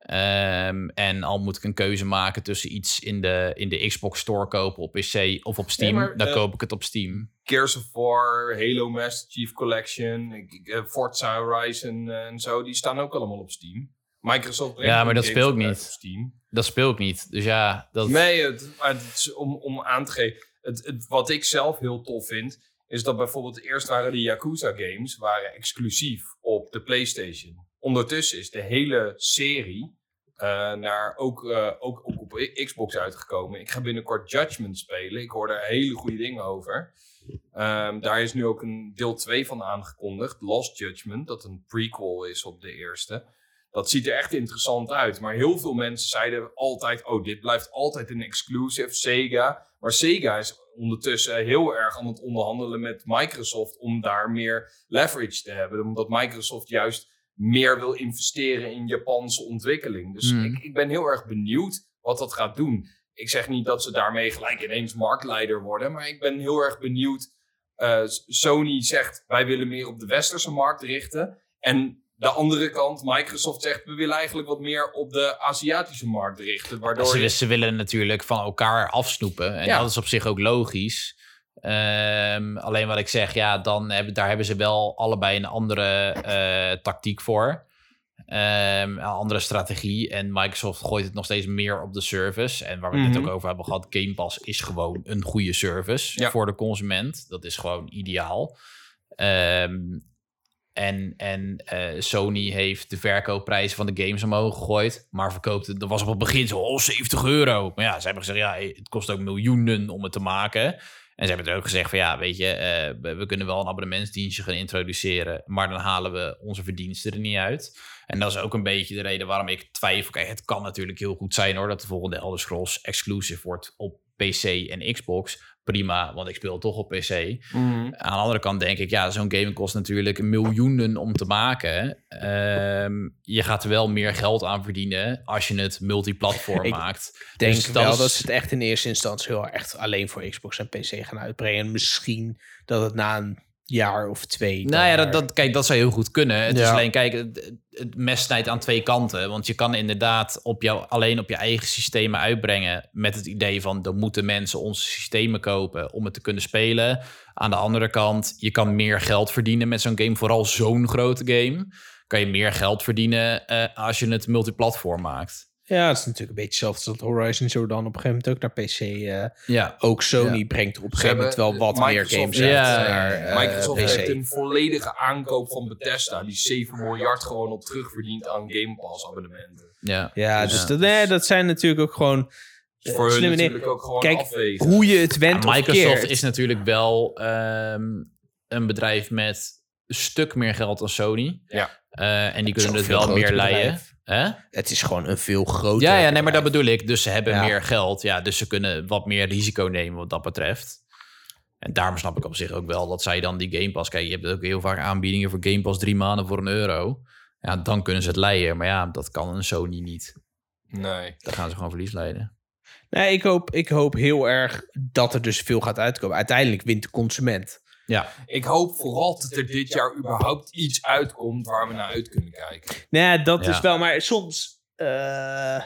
[SPEAKER 3] Ehm, en al moet ik een keuze maken tussen iets in de, in de Xbox Store kopen op P C of op Steam,
[SPEAKER 4] Nee, maar,
[SPEAKER 3] dan
[SPEAKER 4] eh,
[SPEAKER 3] koop ik het op Steam.
[SPEAKER 4] Gears of War, Halo Master Chief Collection, ik- eh, Forza Horizon eh, en zo, die staan ook allemaal op Steam. Microsoft brengt
[SPEAKER 3] Ja, maar
[SPEAKER 4] hun
[SPEAKER 3] dat
[SPEAKER 4] games
[SPEAKER 3] speel ik
[SPEAKER 4] ook uit
[SPEAKER 3] niet.
[SPEAKER 4] op Steam.
[SPEAKER 3] Dat speel ik niet. Dus ja, dat...
[SPEAKER 4] Nee, het, maar het is om, om aan te geven. Het, het, wat ik zelf heel tof vind, is dat bijvoorbeeld eerst waren de Yakuza games waren exclusief op de PlayStation. Ondertussen is de hele serie uh, naar ook, uh, ook, ook op Xbox uitgekomen. Ik ga binnenkort Judgment spelen. Ik hoor daar hele goede dingen over. Um, daar is nu ook een deel twee van aangekondigd. Lost Judgment, dat een prequel is op de eerste. Dat ziet er echt interessant uit. Maar heel veel mensen zeiden altijd... oh, dit blijft altijd een exclusive, Sega. Maar Sega is ondertussen heel erg aan het onderhandelen met Microsoft... om daar meer leverage te hebben. Omdat Microsoft juist meer wil investeren in Japanse ontwikkeling. Dus
[SPEAKER 3] Hmm.
[SPEAKER 4] ik, ik ben heel erg benieuwd wat dat gaat doen. Ik zeg niet dat ze daarmee gelijk ineens marktleider worden... maar ik ben heel erg benieuwd... Uh, Sony zegt, wij willen meer op de westerse markt richten... en de andere kant, Microsoft zegt... we willen eigenlijk wat meer op de Aziatische markt richten. Waardoor
[SPEAKER 3] Ze,
[SPEAKER 4] je...
[SPEAKER 3] ze willen natuurlijk van elkaar afsnoepen. En
[SPEAKER 4] Ja.
[SPEAKER 3] dat is op zich ook logisch. Ehm, alleen wat ik zeg, ja, dan hebben, daar hebben ze wel allebei een andere uh, tactiek voor. Um, een andere strategie. En Microsoft gooit het nog steeds meer op de service. En waar we het
[SPEAKER 4] Mhm.
[SPEAKER 3] net ook over hebben gehad... Game Pass is gewoon een goede service
[SPEAKER 4] Ja.
[SPEAKER 3] voor de consument. Dat is gewoon ideaal. Um, En, en uh, Sony heeft de verkoopprijzen van de games omhoog gegooid. Maar verkoopt het, dat was op het begin zo, oh, zeventig euro. Maar ja, ze hebben gezegd, ja, het kost ook miljoenen om het te maken. En ze hebben het ook gezegd van, ja, weet je, uh, we, we kunnen wel een abonnementsdienstje gaan introduceren. Maar dan halen we onze verdiensten er niet uit. En dat is ook een beetje de reden waarom ik twijfel. Kijk, het kan natuurlijk heel goed zijn hoor, dat de volgende Elder Scrolls exclusive wordt op P C en Xbox. Prima, want ik speel toch op P C.
[SPEAKER 4] Mm-hmm.
[SPEAKER 3] Aan de andere kant denk ik, ja, zo'n game kost natuurlijk miljoenen om te maken. Um, je gaat er wel meer geld aan verdienen als je het multiplatform
[SPEAKER 2] Ik
[SPEAKER 3] maakt.
[SPEAKER 2] Ik denk
[SPEAKER 3] Dus
[SPEAKER 2] wel
[SPEAKER 3] is-
[SPEAKER 2] dat ze het echt in eerste instantie heel echt alleen voor Xbox en P C gaan uitbrengen. Misschien dat het na een jaar of twee...
[SPEAKER 3] Nou ja,
[SPEAKER 2] dan
[SPEAKER 3] dat, dat, kijk, dat zou heel goed kunnen. Het is
[SPEAKER 2] Ja.
[SPEAKER 3] alleen, kijk, het, het mes snijdt aan twee kanten. Want je kan inderdaad op jou, alleen op je eigen systemen uitbrengen... met het idee van, dan moeten mensen onze systemen kopen om het te kunnen spelen. Aan de andere kant, je kan meer geld verdienen met zo'n game. Vooral zo'n grote game. Kan je meer geld verdienen uh, als je het multiplatform maakt.
[SPEAKER 2] Ja, het is natuurlijk een beetje hetzelfde als dat Horizon zo dan op een gegeven moment ook naar P C... Uh,
[SPEAKER 3] Ja.
[SPEAKER 2] ook Sony
[SPEAKER 3] Ja.
[SPEAKER 2] brengt er op een
[SPEAKER 4] Ze
[SPEAKER 2] gegeven moment wel
[SPEAKER 4] hebben-
[SPEAKER 2] wat meer
[SPEAKER 4] Microsoft-
[SPEAKER 2] games
[SPEAKER 3] Ja,
[SPEAKER 2] uit
[SPEAKER 3] ja,
[SPEAKER 2] naar
[SPEAKER 3] ja.
[SPEAKER 2] uh,
[SPEAKER 4] Microsoft
[SPEAKER 2] P C.
[SPEAKER 4] heeft een volledige aankoop van Bethesda... die zeven miljard gewoon op terugverdient aan Game Pass abonnementen.
[SPEAKER 3] Ja,
[SPEAKER 2] Ja, dus
[SPEAKER 3] Ja.
[SPEAKER 2] dat, nee, dat zijn natuurlijk ook gewoon...
[SPEAKER 4] Dus voor hun
[SPEAKER 2] slimme dingen.
[SPEAKER 4] natuurlijk ook gewoon
[SPEAKER 2] Kijk,
[SPEAKER 4] afwegen.
[SPEAKER 2] Hoe je het went
[SPEAKER 3] Ja,
[SPEAKER 2] of
[SPEAKER 3] Microsoft
[SPEAKER 2] keert.
[SPEAKER 3] is natuurlijk wel um, een bedrijf met een stuk meer geld dan Sony.
[SPEAKER 4] Ja.
[SPEAKER 3] Uh, en die
[SPEAKER 2] is
[SPEAKER 3] kunnen
[SPEAKER 2] ook
[SPEAKER 3] het
[SPEAKER 2] veel
[SPEAKER 3] wel meer
[SPEAKER 2] groter
[SPEAKER 3] leiden.
[SPEAKER 2] bedrijf.
[SPEAKER 3] Hè?
[SPEAKER 2] Het is gewoon een veel groter
[SPEAKER 3] Ja, ja, nee, maar
[SPEAKER 2] bedrijf.
[SPEAKER 3] dat bedoel ik. Dus ze hebben
[SPEAKER 2] Ja.
[SPEAKER 3] meer geld. Ja, dus ze kunnen wat meer risico nemen wat dat betreft. En daarom snap ik op zich ook wel dat zij dan die Game Pass... Kijk, je hebt ook heel vaak aanbiedingen voor Game Pass drie maanden voor een euro. Ja, dan kunnen ze het leiden. Maar ja, dat kan een Sony niet.
[SPEAKER 4] Nee.
[SPEAKER 3] Dan gaan ze gewoon verlies leiden.
[SPEAKER 2] Nee, ik hoop, ik hoop heel erg dat er dus veel gaat uitkomen. Uiteindelijk wint de consument.
[SPEAKER 3] Ja,
[SPEAKER 4] Ik hoop vooral dat er dit jaar überhaupt iets uitkomt... waar we naar uit kunnen kijken.
[SPEAKER 2] Nee, dat
[SPEAKER 3] Ja.
[SPEAKER 2] is wel, maar soms... Uh,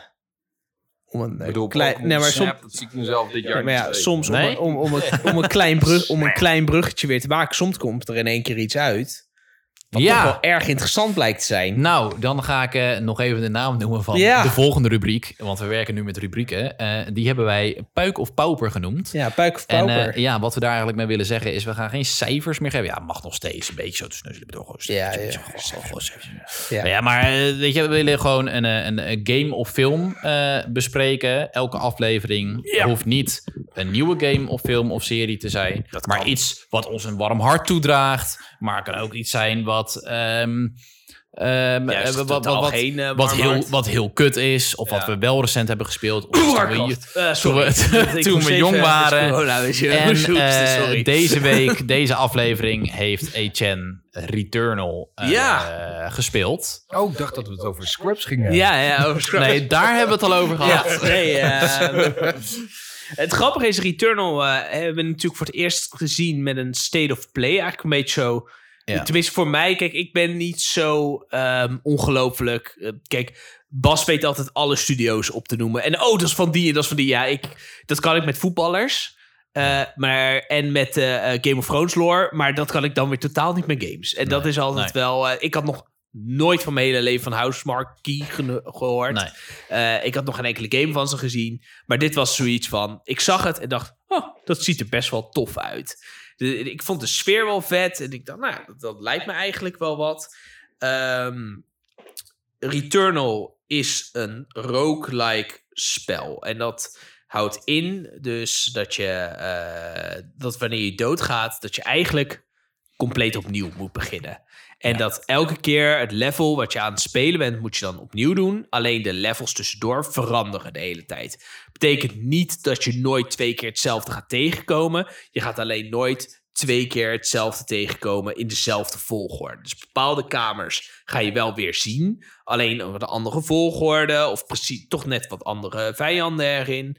[SPEAKER 2] om een
[SPEAKER 4] Ik bedoel,
[SPEAKER 2] klein,
[SPEAKER 4] Pokémon
[SPEAKER 2] nee, maar
[SPEAKER 4] Snap,
[SPEAKER 2] soms,
[SPEAKER 4] dat zie ik mezelf dit jaar
[SPEAKER 2] nee, maar
[SPEAKER 4] niet
[SPEAKER 2] ja,
[SPEAKER 4] spelen.
[SPEAKER 2] soms om,
[SPEAKER 3] Nee?
[SPEAKER 2] een, om, om, een, om, een klein brug, om een klein bruggetje weer te maken. Soms komt er in één keer iets uit. Wat
[SPEAKER 3] Ja.
[SPEAKER 2] toch wel erg interessant blijkt te zijn.
[SPEAKER 3] Nou, dan ga ik uh, nog even de naam noemen van
[SPEAKER 2] Ja.
[SPEAKER 3] de volgende rubriek. Want we werken nu met rubrieken. Uh, die hebben wij Puik of Pauper genoemd.
[SPEAKER 2] Ja, Puik of
[SPEAKER 3] En
[SPEAKER 2] Pauper.
[SPEAKER 3] uh, ja, wat we daar eigenlijk mee willen zeggen is... we gaan geen cijfers meer geven. Ja, mag nog steeds een beetje zo tussen neus en lippen door. Gewoon
[SPEAKER 2] Ja,
[SPEAKER 3] steeds,
[SPEAKER 2] ja.
[SPEAKER 3] beetje, gewoon- gewoon steeds.
[SPEAKER 2] Ja.
[SPEAKER 3] Ja, maar uh, weet je, we willen gewoon een, een, een game of film uh, bespreken. Elke aflevering
[SPEAKER 2] Ja.
[SPEAKER 3] hoeft niet een nieuwe game of film of serie te zijn.
[SPEAKER 2] Dat
[SPEAKER 3] maar
[SPEAKER 2] kan.
[SPEAKER 3] iets wat ons een warm hart toedraagt. Maar het kan ook iets zijn wat... Um, Um,
[SPEAKER 2] Juist,
[SPEAKER 3] wat, wat,
[SPEAKER 2] totaal
[SPEAKER 3] wat,
[SPEAKER 2] geen, uh,
[SPEAKER 3] wat,
[SPEAKER 2] warm
[SPEAKER 3] heel,
[SPEAKER 2] hart.
[SPEAKER 3] wat heel kut is. Of
[SPEAKER 2] Ja.
[SPEAKER 3] wat we wel recent hebben gespeeld. Of toen we,
[SPEAKER 2] Warcraft. Uh,
[SPEAKER 3] toen
[SPEAKER 2] sorry.
[SPEAKER 3] we,
[SPEAKER 2] Ik
[SPEAKER 3] toen
[SPEAKER 2] moest
[SPEAKER 3] we
[SPEAKER 2] even-
[SPEAKER 3] jong
[SPEAKER 2] het is
[SPEAKER 3] waren.
[SPEAKER 2] corona, weet je.
[SPEAKER 3] En
[SPEAKER 2] Oeps,
[SPEAKER 3] uh,
[SPEAKER 2] sorry.
[SPEAKER 3] deze week, deze aflevering, heeft Etienne Returnal uh,
[SPEAKER 2] Ja.
[SPEAKER 3] gespeeld.
[SPEAKER 6] Oh, ik dacht dat we het over Scraps gingen.
[SPEAKER 2] Ja, ja, over Scrubs.
[SPEAKER 3] Nee, daar hebben we het al over gehad.
[SPEAKER 2] Ja, nee, uh, het grappige is, Returnal uh, hebben we natuurlijk voor het eerst gezien met een state of play. Eigenlijk een beetje zo...
[SPEAKER 3] Ja.
[SPEAKER 2] Tenminste voor mij, kijk, ik ben niet zo um, ongelooflijk... Uh, kijk, Bas weet altijd alle studio's op te noemen. En oh, dat is van die en dat is van die. Ja, ik, dat kan ik met voetballers. Uh, maar, en met uh, Game of Thrones lore. Maar dat kan ik dan weer totaal niet met games. En dat is altijd
[SPEAKER 3] nee.
[SPEAKER 2] wel... Uh, ik had nog nooit van mijn hele leven van Housemarque geno- gehoord.
[SPEAKER 3] Nee.
[SPEAKER 2] Uh, ik had nog geen enkele game van ze gezien. Maar dit was zoiets van... Ik zag het en dacht... Oh, dat ziet er best wel tof uit. De, ik vond de sfeer wel vet. En ik dacht, nou, dat, dat lijkt me eigenlijk wel wat. Um, Returnal is een roguelike spel. En dat houdt in dus dat je... Uh, dat wanneer je doodgaat... dat je eigenlijk compleet opnieuw moet beginnen. En ja. dat elke keer het level wat je aan het spelen bent... moet je dan opnieuw doen. Alleen de levels tussendoor veranderen de hele tijd. Betekent niet dat je nooit twee keer hetzelfde gaat tegenkomen. Je gaat alleen nooit twee keer hetzelfde tegenkomen in dezelfde volgorde. Dus bepaalde kamers ga je wel weer zien. Alleen op een andere volgorde of precies toch net wat andere vijanden erin.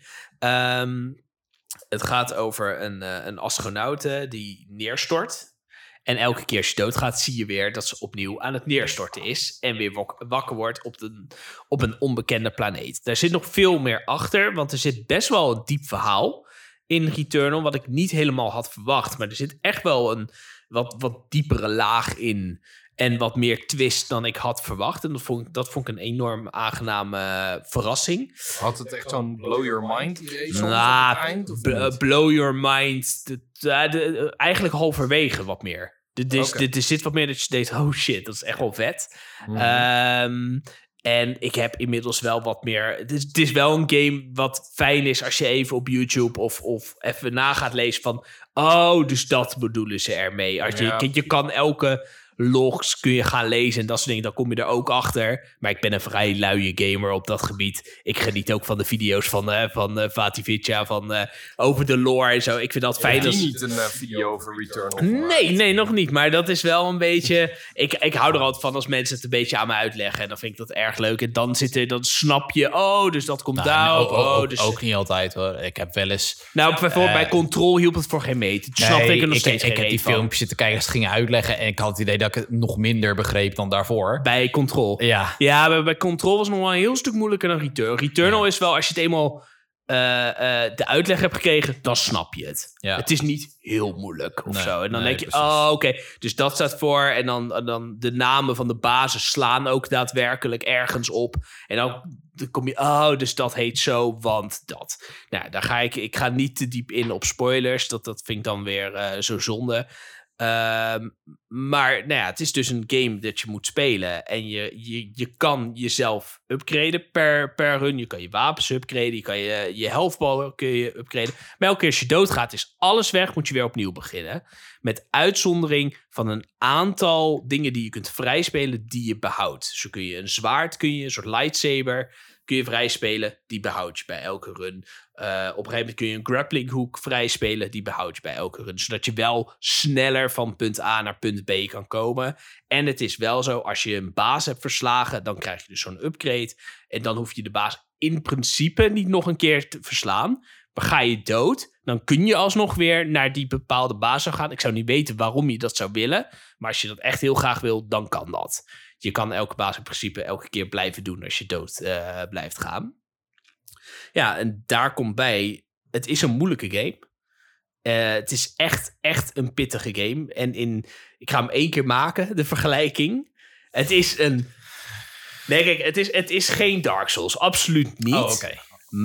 [SPEAKER 2] Um, het gaat over een, uh, een astronaute die neerstort. En elke keer als je doodgaat, zie je weer dat ze opnieuw aan het neerstorten is. En weer wak- wakker wordt op, de, op een onbekende planeet. Daar zit nog veel meer achter, want er zit best wel een diep verhaal in Returnal. Wat ik niet helemaal had verwacht. Maar er zit echt wel een wat, wat diepere laag in. En wat meer twist dan ik had verwacht. En dat vond ik, dat vond ik een enorm aangename uh, verrassing.
[SPEAKER 6] Had het echt zo'n blow your mind idee soms
[SPEAKER 2] Nou,
[SPEAKER 6] op het eind? Of
[SPEAKER 2] b-
[SPEAKER 6] niet?
[SPEAKER 2] blow your mind. De, de, de, eigenlijk halverwege wat meer. Dit is,
[SPEAKER 6] Oké.
[SPEAKER 2] dit, er zit wat meer dat je denkt, oh shit, dat is echt wel vet.
[SPEAKER 6] Mhm.
[SPEAKER 2] Um, en ik heb inmiddels wel wat meer... Het is, het is wel een game wat fijn is als je even op YouTube of, of even na gaat lezen van... Oh, dus dat bedoelen ze ermee. Als je,
[SPEAKER 6] Ja.
[SPEAKER 2] je, je kan elke logs kun je gaan lezen en dat soort dingen. Dan kom je er ook achter. Maar ik ben een vrij luie gamer op dat gebied. Ik geniet ook van de video's van, uh, van uh, Vativitja, van uh, over de lore en zo. Ik vind dat fijn.
[SPEAKER 6] Heb
[SPEAKER 2] als...
[SPEAKER 6] je niet een uh, video over Returnal?
[SPEAKER 2] Nee, nee, nog niet. Maar dat is wel een beetje... Ik, ik hou er altijd van als mensen het een beetje aan me uitleggen. En dan vind ik dat erg leuk. En dan zit er, dan snap je... Oh, dus dat komt
[SPEAKER 3] Nou,
[SPEAKER 2] daar.
[SPEAKER 3] ook, ook,
[SPEAKER 2] Oh,
[SPEAKER 3] ook,
[SPEAKER 2] dus...
[SPEAKER 3] ook niet altijd hoor. Ik heb wel eens...
[SPEAKER 2] Nou, bijvoorbeeld
[SPEAKER 3] Uh,
[SPEAKER 2] bij Control hielp het voor geen meet. Toen snapte
[SPEAKER 3] Nee,
[SPEAKER 2] ik er nog
[SPEAKER 3] ik,
[SPEAKER 2] steeds
[SPEAKER 3] ik
[SPEAKER 2] geen
[SPEAKER 3] heb die
[SPEAKER 2] reet van.
[SPEAKER 3] filmpjes zitten kijken, ze gingen uitleggen. En ik had het idee dat ik het nog minder begreep dan daarvoor.
[SPEAKER 2] Bij Control.
[SPEAKER 3] Ja.
[SPEAKER 2] Ja, bij, bij Control was het nog wel een heel stuk moeilijker dan Return. Returnal ja. is wel, als je het eenmaal uh, uh, de uitleg hebt gekregen, dan snap je het.
[SPEAKER 3] Ja.
[SPEAKER 2] Het is niet heel moeilijk of
[SPEAKER 3] Nee,
[SPEAKER 2] zo. En dan
[SPEAKER 3] nee,
[SPEAKER 2] denk je,
[SPEAKER 3] precies.
[SPEAKER 2] oh, oké, okay. Dus dat staat voor. En dan, dan de namen van de bazen slaan ook daadwerkelijk ergens op. En dan, dan kom je, oh, dus dat heet zo, want dat. Nou, daar ga ik, ik ga niet te diep in op spoilers. Dat, dat vind ik dan weer uh, zo zonde. Um, maar nou ja, het is dus een game dat je moet spelen. En je, je, je kan jezelf upgraden per, per run. Je kan je wapens upgraden. Je kan je, je healthballen kun je upgraden. Maar elke keer als je doodgaat is alles weg. Moet je weer opnieuw beginnen. Met uitzondering van een aantal dingen die je kunt vrijspelen die je behoudt. Zo kun je een zwaard, kun je een soort lightsaber... kun je vrijspelen, die behoud je bij elke run. Uh, op een gegeven moment kun je een grappling hook vrijspelen, die behoud je bij elke run. Zodat je wel sneller van punt A naar punt B kan komen. En het is wel zo, als je een baas hebt verslagen, dan krijg je dus zo'n upgrade. En dan hoef je de baas in principe niet nog een keer te verslaan. Maar ga je dood, dan kun je alsnog weer naar die bepaalde baas gaan. Ik zou niet weten waarom je dat zou willen. Maar als je dat echt heel graag wil, dan kan dat. Je kan elke baas in principe elke keer blijven doen als je dood uh, blijft gaan. Ja, en daar komt bij, het is een moeilijke game. Uh, het is echt, echt een pittige game. En in, ik ga hem één keer maken, de vergelijking. Het is een... Nee, kijk, het is, het is geen Dark Souls. Absoluut niet.
[SPEAKER 3] Oh, oké. Okay.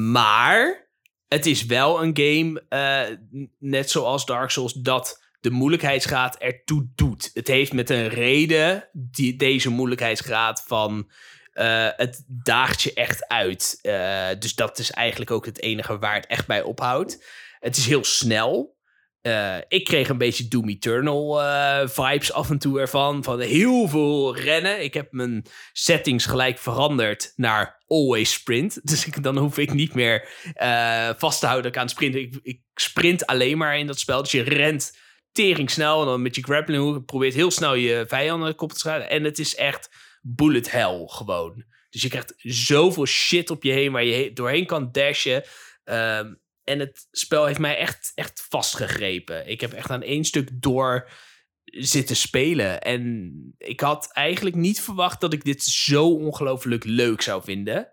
[SPEAKER 2] Maar het is wel een game, uh, net zoals Dark Souls, dat de moeilijkheidsgraad ertoe doet. Het heeft met een reden die, deze moeilijkheidsgraad van... Uh, het daagt je echt uit. Uh, dus dat is eigenlijk ook het enige waar het echt bij ophoudt. Het is heel snel. Uh, ik kreeg een beetje Doom Eternal uh, vibes af en toe ervan. Van heel veel rennen. Ik heb mijn settings gelijk veranderd naar always sprint. Dus ik, dan hoef ik niet meer uh, vast te houden dat ik aan het sprinten. Ik, ik sprint alleen maar in dat spel. Dus je rent tering snel. En dan met je grappling hook probeert heel snel je vijanden kop te schuiven. En het is echt bullet hell gewoon. Dus je krijgt zoveel shit op je heen waar je he- doorheen kan dashen. Um, En het spel heeft mij echt, echt vastgegrepen. Ik heb echt aan één stuk door zitten spelen. En ik had eigenlijk niet verwacht dat ik dit zo ongelooflijk leuk zou vinden.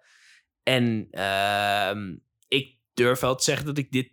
[SPEAKER 2] En uh, ik durf wel te zeggen dat ik dit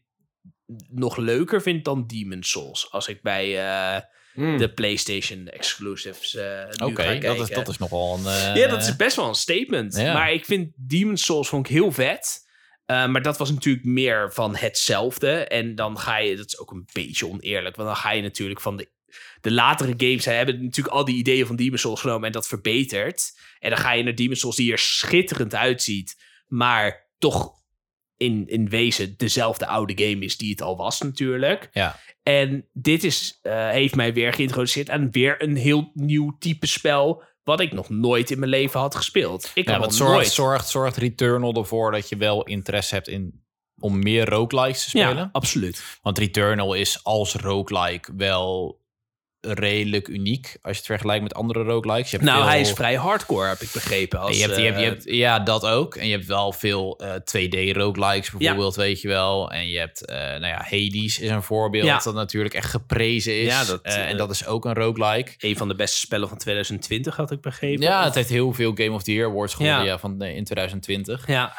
[SPEAKER 2] nog leuker vind dan Demon's Souls. Als ik bij uh, mm. de PlayStation exclusives uh, nu
[SPEAKER 3] Oké,
[SPEAKER 2] ga kijken.
[SPEAKER 3] dat is, dat is nogal een... Uh,
[SPEAKER 2] ja, dat is best wel een statement. Ja. Maar ik vind Demon's Souls vond ik heel vet. Uh, maar dat was natuurlijk meer van hetzelfde. En dan ga je, dat is ook een beetje oneerlijk, want dan ga je natuurlijk van de, de latere games, zij hebben natuurlijk al die ideeën van Demon's Souls genomen en dat verbeterd. En dan ga je naar Demon's Souls die er schitterend uitziet, maar toch in, in wezen dezelfde oude game is die het al was natuurlijk.
[SPEAKER 3] Ja.
[SPEAKER 2] En dit is, uh, heeft mij weer geïntroduceerd aan weer een heel nieuw type spel, wat ik nog nooit in mijn leven had gespeeld. Ik
[SPEAKER 3] ja,
[SPEAKER 2] had
[SPEAKER 3] wat
[SPEAKER 2] nog
[SPEAKER 3] zorgt,
[SPEAKER 2] nooit...
[SPEAKER 3] zorgt, zorgt Returnal ervoor dat je wel interesse hebt in om meer roguelikes te spelen?
[SPEAKER 2] Ja, absoluut.
[SPEAKER 3] Want Returnal is als roguelike wel redelijk uniek als je het vergelijkt met andere roguelikes. Je hebt
[SPEAKER 2] nou,
[SPEAKER 3] veel...
[SPEAKER 2] hij is vrij hardcore, heb ik begrepen. Als,
[SPEAKER 3] je hebt, je hebt, je hebt, ja, dat ook. En je hebt wel veel uh, twee D-roguelikes bijvoorbeeld, ja. weet je wel. En je hebt, uh, nou ja, Hades is een voorbeeld ja. dat natuurlijk echt geprezen is. Ja, dat, uh, uh, en dat is ook een roguelike.
[SPEAKER 2] Een van de beste spellen van twintig twintig, had ik begrepen.
[SPEAKER 3] Ja, het heeft heel veel Game of the Year awards gewonnen ja. Ja, van, in twintig twintig.
[SPEAKER 2] Ja.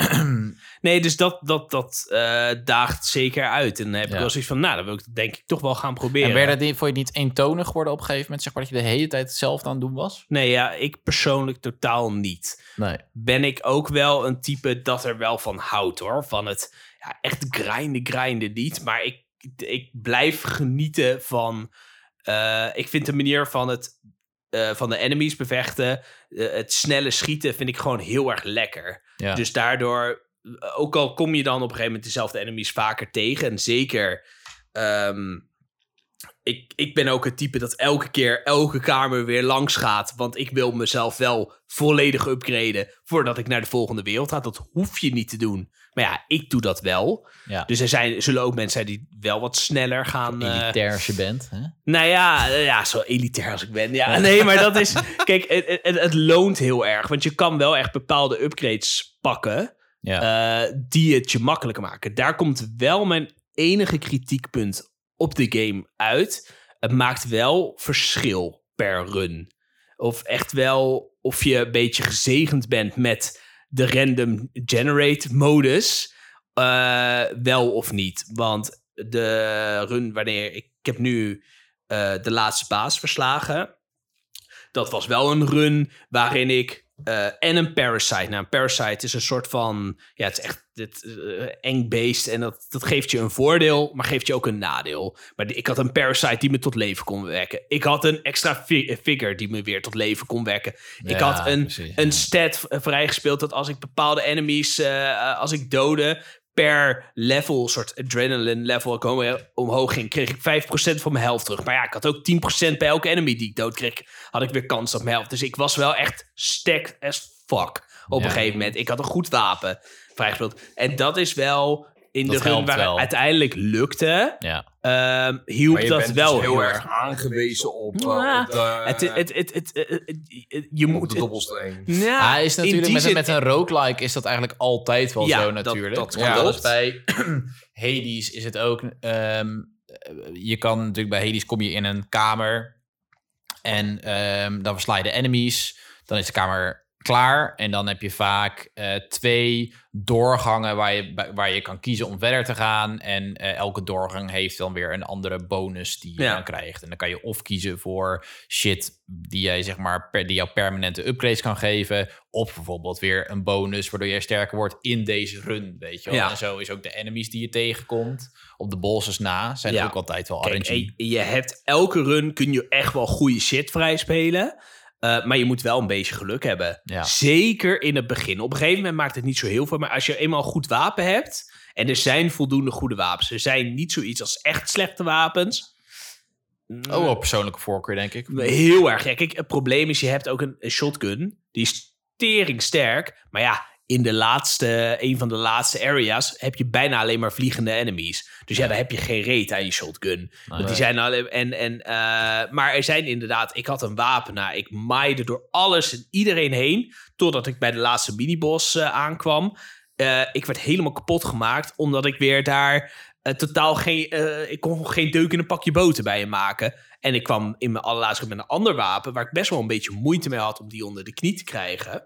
[SPEAKER 2] Nee, dus dat, dat, dat uh, daagt zeker uit. En dan heb ik ja. wel zoiets van, nou, dat wil ik denk ik toch wel gaan proberen.
[SPEAKER 3] En werd het voor je niet eentonig geworden op een gegeven moment? Zeg maar dat je de hele tijd hetzelfde aan het doen was?
[SPEAKER 2] Nee, ja, ik persoonlijk totaal niet.
[SPEAKER 3] Nee.
[SPEAKER 2] Ben ik ook wel een type dat er wel van houdt, hoor. Van het ja, echt grinden, grinden niet. Maar ik, ik blijf genieten van... Uh, ik vind de manier van het... Uh, van de enemies bevechten, uh, het snelle schieten vind ik gewoon heel erg lekker. Ja. Dus daardoor, uh, ook al kom je dan op een gegeven moment dezelfde enemies vaker tegen. En zeker, um, ik, ik ben ook het type dat elke keer elke kamer weer langs gaat. Want ik wil mezelf wel volledig upgraden voordat ik naar de volgende wereld ga. Dat hoef je niet te doen. Maar ja, ik doe dat wel. Ja. Dus er zijn, zullen ook mensen zijn die wel wat sneller gaan...
[SPEAKER 3] Elitair als je bent, hè?
[SPEAKER 2] Nou ja, ja, zo elitair als ik ben. Ja, nee, maar dat is... Kijk, het, het, het loont heel erg. Want je kan wel echt bepaalde upgrades pakken... Ja. Uh, die het je makkelijker maken. Daar komt wel mijn enige kritiekpunt op de game uit. Het maakt wel verschil per run. Of echt wel of je een beetje gezegend bent met... de random generate modus, uh, wel of niet. Want de run wanneer... Ik, ik heb nu uh, de laatste baas verslagen. Dat was wel een run waarin ik... Uh, en een parasite. Nou, een parasite is een soort van... Ja, het is echt het, uh, eng beest. En dat, dat geeft je een voordeel, maar geeft je ook een nadeel. Maar ik had een parasite die me tot leven kon wekken. Ik had een extra fi- figure die me weer tot leven kon wekken. Ja, ik had een, precies, een ja. stat vrijgespeeld dat als ik bepaalde enemies... Uh, als ik dode... per level, soort adrenaline level komen omhoog ging, kreeg ik vijf procent van mijn health terug. Maar ja, ik had ook tien procent bij elke enemy die ik dood kreeg, had ik weer kans op mijn health. Dus ik was wel echt stacked as fuck op ja. een gegeven moment. Ik had een goed wapen vrijgespeeld. En dat is wel in dat de run waar wel. Het uiteindelijk lukte, ja. um, hielp dat
[SPEAKER 4] bent
[SPEAKER 2] wel
[SPEAKER 4] dus heel erg aangewezen op,
[SPEAKER 2] ja.
[SPEAKER 4] uh, op de...
[SPEAKER 2] Het, het, het, het, het, het, je
[SPEAKER 4] op
[SPEAKER 2] moet...
[SPEAKER 4] de dobbelsteen.
[SPEAKER 2] Ja,
[SPEAKER 3] hij is natuurlijk met, zin, met een roguelike is dat eigenlijk altijd wel
[SPEAKER 2] ja,
[SPEAKER 3] zo natuurlijk.
[SPEAKER 2] Dat, dat
[SPEAKER 3] ja,
[SPEAKER 2] klopt.
[SPEAKER 3] Dus bij Hades is het ook... Um, je kan natuurlijk bij Hades kom je in een kamer en um, dan versla je de enemies. Dan is de kamer klaar. En dan heb je vaak uh, twee doorgangen waar je, waar je kan kiezen om verder te gaan. En uh, elke doorgang heeft dan weer een andere bonus die je
[SPEAKER 2] Ja.
[SPEAKER 3] dan krijgt. En dan kan je of kiezen voor shit die jij zeg maar per, die jou permanente upgrades kan geven. Of bijvoorbeeld weer een bonus waardoor jij sterker wordt in deze run. Weet je wel?
[SPEAKER 2] Ja.
[SPEAKER 3] En zo is ook de enemies die je tegenkomt op de bosses na zijn
[SPEAKER 2] Ja.
[SPEAKER 3] ook altijd wel
[SPEAKER 2] Kijk,
[SPEAKER 3] R N G.
[SPEAKER 2] en je hebt elke run kun je echt wel goede shit vrijspelen. Uh, maar je moet wel een beetje geluk hebben.
[SPEAKER 3] Ja.
[SPEAKER 2] Zeker in het begin. Op een gegeven moment maakt het niet zo heel veel. Maar als je eenmaal een goed wapen hebt. En er zijn voldoende goede wapens. Er zijn niet zoiets als echt slechte wapens.
[SPEAKER 3] Oh, wel persoonlijke voorkeur, denk ik.
[SPEAKER 2] Heel erg. Ja, kijk, het probleem is, je hebt ook een, een shotgun. Die is teringsterk. Maar ja, in de laatste, een van de laatste areas heb je bijna alleen maar vliegende enemies. Dus ja, dan heb je geen reet aan je shotgun. Want die zijn alleen, en, en, uh, maar er zijn inderdaad, ik had een wapen. Nou, ik maaide door alles en iedereen heen. Totdat ik bij de laatste miniboss uh, aankwam. Uh, ik werd helemaal kapot gemaakt. Omdat ik weer daar uh, totaal geen... Uh, ik kon geen deuk in een pakje boter bij je maken. En ik kwam in mijn allerlaatste met een ander wapen. Waar ik best wel een beetje moeite mee had om die onder de knie te krijgen.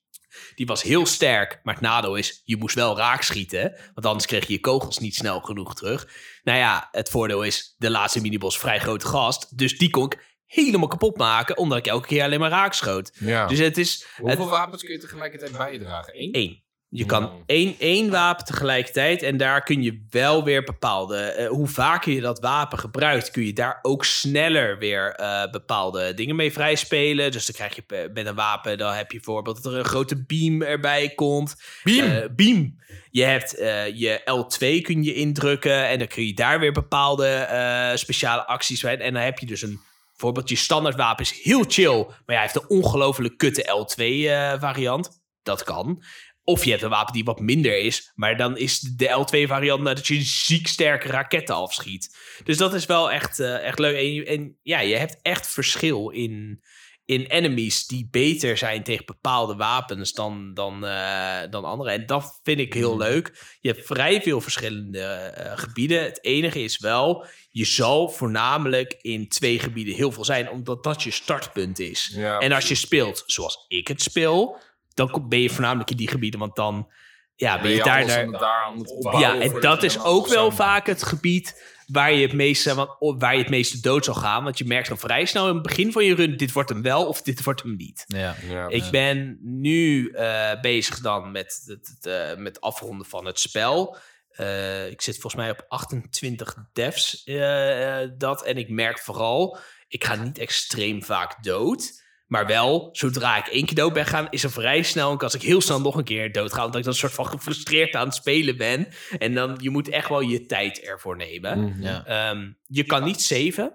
[SPEAKER 2] Die was heel sterk, maar het nadeel is, je moest wel raak schieten. Want anders kreeg je je kogels niet snel genoeg terug. Nou ja, het voordeel is, de laatste miniboss vrij grote gast. Dus die kon ik helemaal kapot maken, omdat ik elke keer alleen maar raak schoot.
[SPEAKER 6] Ja.
[SPEAKER 2] Dus het is...
[SPEAKER 6] Hoeveel
[SPEAKER 2] het,
[SPEAKER 6] wapens kun je tegelijkertijd bijdragen? Eén?
[SPEAKER 2] één. Je kan
[SPEAKER 6] Hmm.
[SPEAKER 2] één, één wapen tegelijkertijd en daar kun je wel weer bepaalde... Uh, hoe vaker je dat wapen gebruikt, kun je daar ook sneller weer uh, bepaalde dingen mee vrijspelen. Dus dan krijg je met een wapen, dan heb je bijvoorbeeld dat er een grote beam erbij komt.
[SPEAKER 3] Beam?
[SPEAKER 2] Uh, beam. Je hebt uh, je L twee kun je indrukken en dan kun je daar weer bepaalde uh, speciale acties bij. En dan heb je dus een... Bijvoorbeeld je standaardwapen is heel chill, maar ja, hij heeft een ongelooflijk kutte L twee uh, variant. Dat kan. Of je hebt een wapen die wat minder is, maar dan is de L twee variant dat je ziek sterke raketten afschiet. Dus dat is wel echt, uh, echt leuk. En, en ja, je hebt echt verschil in, in enemies die beter zijn tegen bepaalde wapens dan, dan, uh, dan andere. En dat vind ik heel leuk. Je hebt vrij veel verschillende uh, gebieden. Het enige is wel, je zal voornamelijk in twee gebieden heel veel zijn, omdat dat je startpunt is.
[SPEAKER 6] Ja,
[SPEAKER 2] en als je speelt zoals ik het speel, dan ben je voornamelijk in die gebieden, want dan ja, ben je, je daar... daar
[SPEAKER 6] daar aan het opbouwen.
[SPEAKER 2] ja, en dat is ook wel vaak het gebied waar je het meeste, waar je het meeste dood zal gaan. Want je merkt dan vrij snel in het begin van je run, dit wordt hem wel of dit wordt hem niet.
[SPEAKER 3] Ja.
[SPEAKER 6] Ja,
[SPEAKER 2] Ik ben nu uh, bezig dan met het, het, uh, met afronden van het spel. Uh, ik zit volgens mij op achtentwintig devs. Uh, uh, dat, en ik merk vooral, ik ga niet extreem vaak dood. Maar wel, zodra ik één keer dood ben gaan, is er vrij snel... en als ik heel snel nog een keer dood ga, omdat ik dan een soort van gefrustreerd aan het spelen ben. En dan, je moet echt wel je tijd ervoor nemen.
[SPEAKER 6] Mm-hmm.
[SPEAKER 3] Ja.
[SPEAKER 2] Um, je kan niet saven.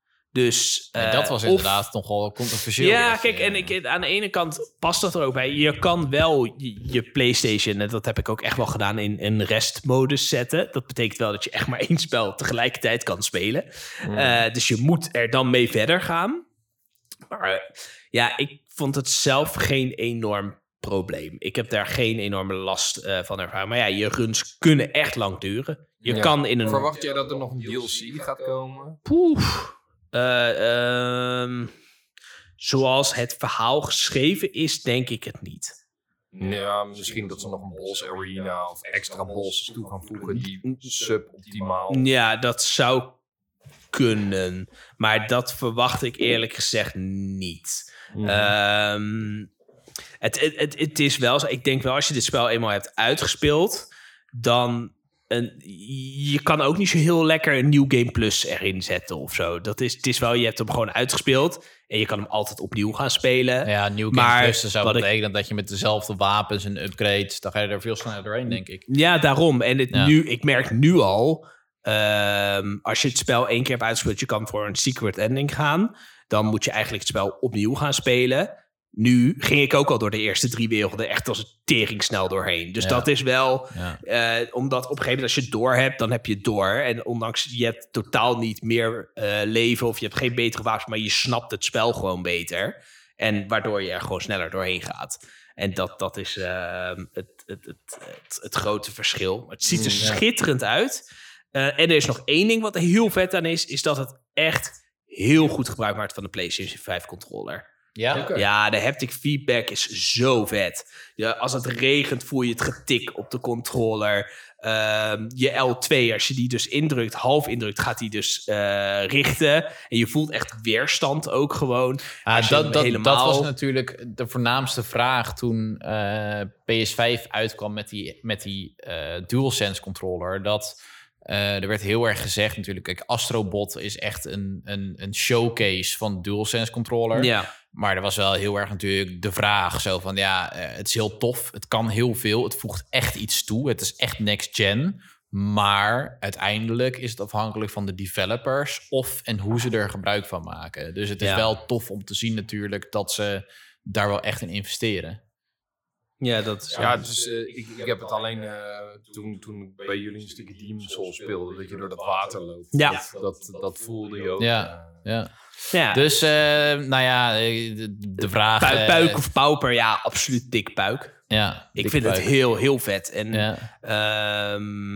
[SPEAKER 2] Dus... Uh,
[SPEAKER 3] En dat was
[SPEAKER 2] of,
[SPEAKER 3] inderdaad nogal controversieel.
[SPEAKER 2] Ja,
[SPEAKER 3] dat
[SPEAKER 2] kijk,
[SPEAKER 3] je,
[SPEAKER 2] en ik, aan de ene kant past dat er ook bij. Je kan wel je, je PlayStation, en dat heb ik ook echt wel gedaan, in een restmodus zetten. Dat betekent wel dat je echt maar één spel tegelijkertijd kan spelen. Mm. Uh, dus je moet er dan mee verder gaan. Maar uh, ja, ik vond het zelf geen enorm probleem. Ik heb daar geen enorme last uh, van ervaren. Maar ja, je runs kunnen echt lang duren. Je
[SPEAKER 6] Ja.
[SPEAKER 2] kan in een...
[SPEAKER 6] Verwacht jij dat er nog een D L C gaat komen?
[SPEAKER 2] Poeh. Uh, um, zoals het verhaal geschreven is, denk ik het niet.
[SPEAKER 6] Ja, misschien dat ze nog een boss arena of extra bosses toe gaan voegen die suboptimaal.
[SPEAKER 2] Ja, dat zou kunnen. Maar dat verwacht ik eerlijk gezegd niet. Mm-hmm. Um, het, het, het, het is wel zo. Ik denk wel, als je dit spel eenmaal hebt uitgespeeld, dan... En je kan ook niet zo heel lekker een nieuw Game Plus erin zetten of zo. Dat is, het is wel, je hebt hem gewoon uitgespeeld en je kan hem altijd opnieuw gaan spelen.
[SPEAKER 3] Ja, nieuw Game Plus zou betekenen ik, dat je met dezelfde wapens en upgrades, dan ga je er veel sneller doorheen, denk ik.
[SPEAKER 2] Ja, daarom. En het
[SPEAKER 3] ja.
[SPEAKER 2] nu, ik merk nu al, um, als je het spel één keer hebt uitgespeeld, je kan voor een secret ending gaan, dan moet je eigenlijk het spel opnieuw gaan spelen. Nu ging ik ook al door de eerste drie werelden echt als een tering snel doorheen. Dus ja. dat is wel... Ja. Uh, omdat op een gegeven moment als je het door hebt, dan heb je het door. En ondanks je hebt totaal niet meer uh, leven of je hebt geen betere wapens, maar je snapt het spel gewoon beter. En waardoor je er gewoon sneller doorheen gaat. En dat, dat is uh, het, het, het, het, het grote verschil. Het ziet er ja. schitterend uit. Uh, en er is nog één ding wat er heel vet aan is, is dat het echt heel goed gebruik maakt van de PlayStation vijf controller.
[SPEAKER 3] Ja?
[SPEAKER 6] Oké.
[SPEAKER 2] Ja, de haptic feedback is zo vet. Ja, als het regent voel je het getik op de controller. Um, je L twee, als je die dus indrukt, half indrukt, gaat die dus uh, richten. En je voelt echt weerstand ook gewoon.
[SPEAKER 3] Ah,
[SPEAKER 2] Als je
[SPEAKER 3] dat,
[SPEAKER 2] hem
[SPEAKER 3] dat,
[SPEAKER 2] helemaal...
[SPEAKER 3] dat was natuurlijk de voornaamste vraag toen uh, P S vijf uitkwam met die, met die uh, DualSense controller. Dat uh, er werd heel erg gezegd natuurlijk, kijk, Astrobot is echt een, een, een showcase van de DualSense controller.
[SPEAKER 2] Ja.
[SPEAKER 3] Maar er was wel heel erg natuurlijk de vraag zo van, ja, uh, het is heel tof. Het kan heel veel. Het voegt echt iets toe. Het is echt next gen. Maar uiteindelijk is het afhankelijk van de developers of en hoe ze er gebruik van maken. Dus het is
[SPEAKER 2] Ja.
[SPEAKER 3] wel tof om te zien natuurlijk dat ze daar wel echt in investeren.
[SPEAKER 2] Ja, dat is...
[SPEAKER 6] Ja, dus uh, ik, ik heb het alleen uh, toen, toen ik bij jullie een stukje Demon's Souls speelde, dat je door dat water loopt.
[SPEAKER 2] Ja.
[SPEAKER 6] Dat, dat, dat voelde je ook.
[SPEAKER 3] Ja,
[SPEAKER 6] uh,
[SPEAKER 3] ja.
[SPEAKER 2] Ja.
[SPEAKER 3] Dus, uh, nou ja, de, de vraag...
[SPEAKER 2] Puik,
[SPEAKER 3] uh,
[SPEAKER 2] puik of pauper, ja, absoluut dik puik.
[SPEAKER 3] Ja,
[SPEAKER 2] Ik
[SPEAKER 3] dik
[SPEAKER 2] vind
[SPEAKER 3] puik.
[SPEAKER 2] het heel, heel vet. En
[SPEAKER 3] Ja.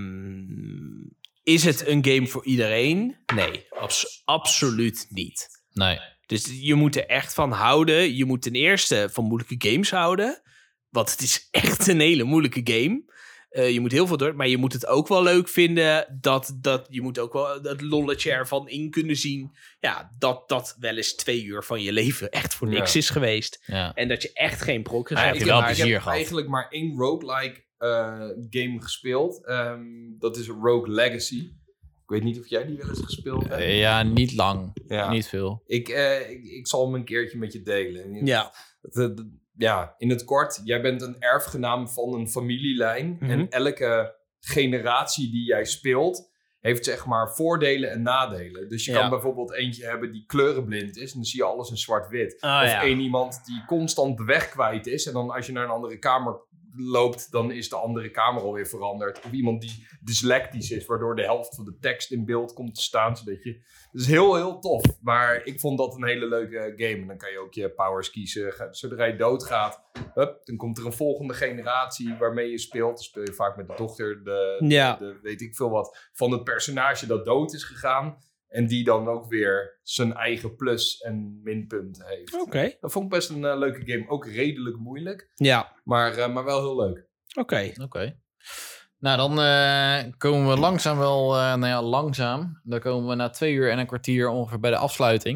[SPEAKER 2] um, is het een game voor iedereen? Nee, abs- absoluut niet.
[SPEAKER 3] Nee.
[SPEAKER 2] Dus je moet er echt van houden. Je moet ten eerste van moeilijke games houden. Want het is echt een hele moeilijke game. Uh, je moet heel veel door, maar je moet het ook wel leuk vinden. Dat, dat, je moet ook wel dat lolletje ervan in kunnen zien. Ja, dat dat wel eens twee uur van je leven echt voor niks
[SPEAKER 6] Ja.
[SPEAKER 2] is geweest.
[SPEAKER 3] Ja.
[SPEAKER 2] En dat je echt geen progress
[SPEAKER 6] Ja,
[SPEAKER 2] hebt
[SPEAKER 6] ik
[SPEAKER 3] wel
[SPEAKER 6] heb,
[SPEAKER 2] gemaakt.
[SPEAKER 6] ik
[SPEAKER 3] plezier
[SPEAKER 6] heb
[SPEAKER 3] gehad.
[SPEAKER 6] eigenlijk maar één roguelike uh, game gespeeld. Um, dat is Rogue Legacy. Ik weet niet of jij die wel eens gespeeld hebt.
[SPEAKER 3] Uh, ja, niet lang.
[SPEAKER 6] Ja.
[SPEAKER 3] Niet veel.
[SPEAKER 6] Ik, uh, ik, ik zal hem een keertje met je delen.
[SPEAKER 2] Ja.
[SPEAKER 6] Het, het, ja, in het kort, jij bent een erfgenaam van een familielijn.
[SPEAKER 2] Mhm.
[SPEAKER 6] En elke generatie die jij speelt, heeft zeg maar voordelen en nadelen. Dus je
[SPEAKER 2] Ja.
[SPEAKER 6] kan bijvoorbeeld eentje hebben die kleurenblind is. En dan zie je alles in zwart-wit.
[SPEAKER 2] Oh,
[SPEAKER 6] of
[SPEAKER 2] ja.
[SPEAKER 6] één iemand die constant de weg kwijt is. En dan als je naar een andere kamer loopt, dan is de andere kamer alweer veranderd. Of iemand die dyslectisch is, waardoor de helft van de tekst in beeld komt te staan. Zodat je... Dat is heel, heel tof. Maar ik vond dat een hele leuke game. En dan kan je ook je powers kiezen. Ga- Zodra je doodgaat, hup, dan komt er een volgende generatie waarmee je speelt. Dan speel je vaak met de dochter, de,
[SPEAKER 2] Ja.
[SPEAKER 6] de, de weet ik veel wat, van het personage dat dood is gegaan. En die dan ook weer zijn eigen plus- en minpunten heeft.
[SPEAKER 2] Oké.
[SPEAKER 6] Dat vond ik best een uh, leuke game. Ook redelijk moeilijk.
[SPEAKER 2] Ja,
[SPEAKER 6] Maar, uh, maar wel heel leuk.
[SPEAKER 2] oké.
[SPEAKER 3] Oké. Nou, dan uh, komen we langzaam wel... Uh, nou ja, langzaam. Dan komen we na twee uur en een kwartier ongeveer bij de afsluiting.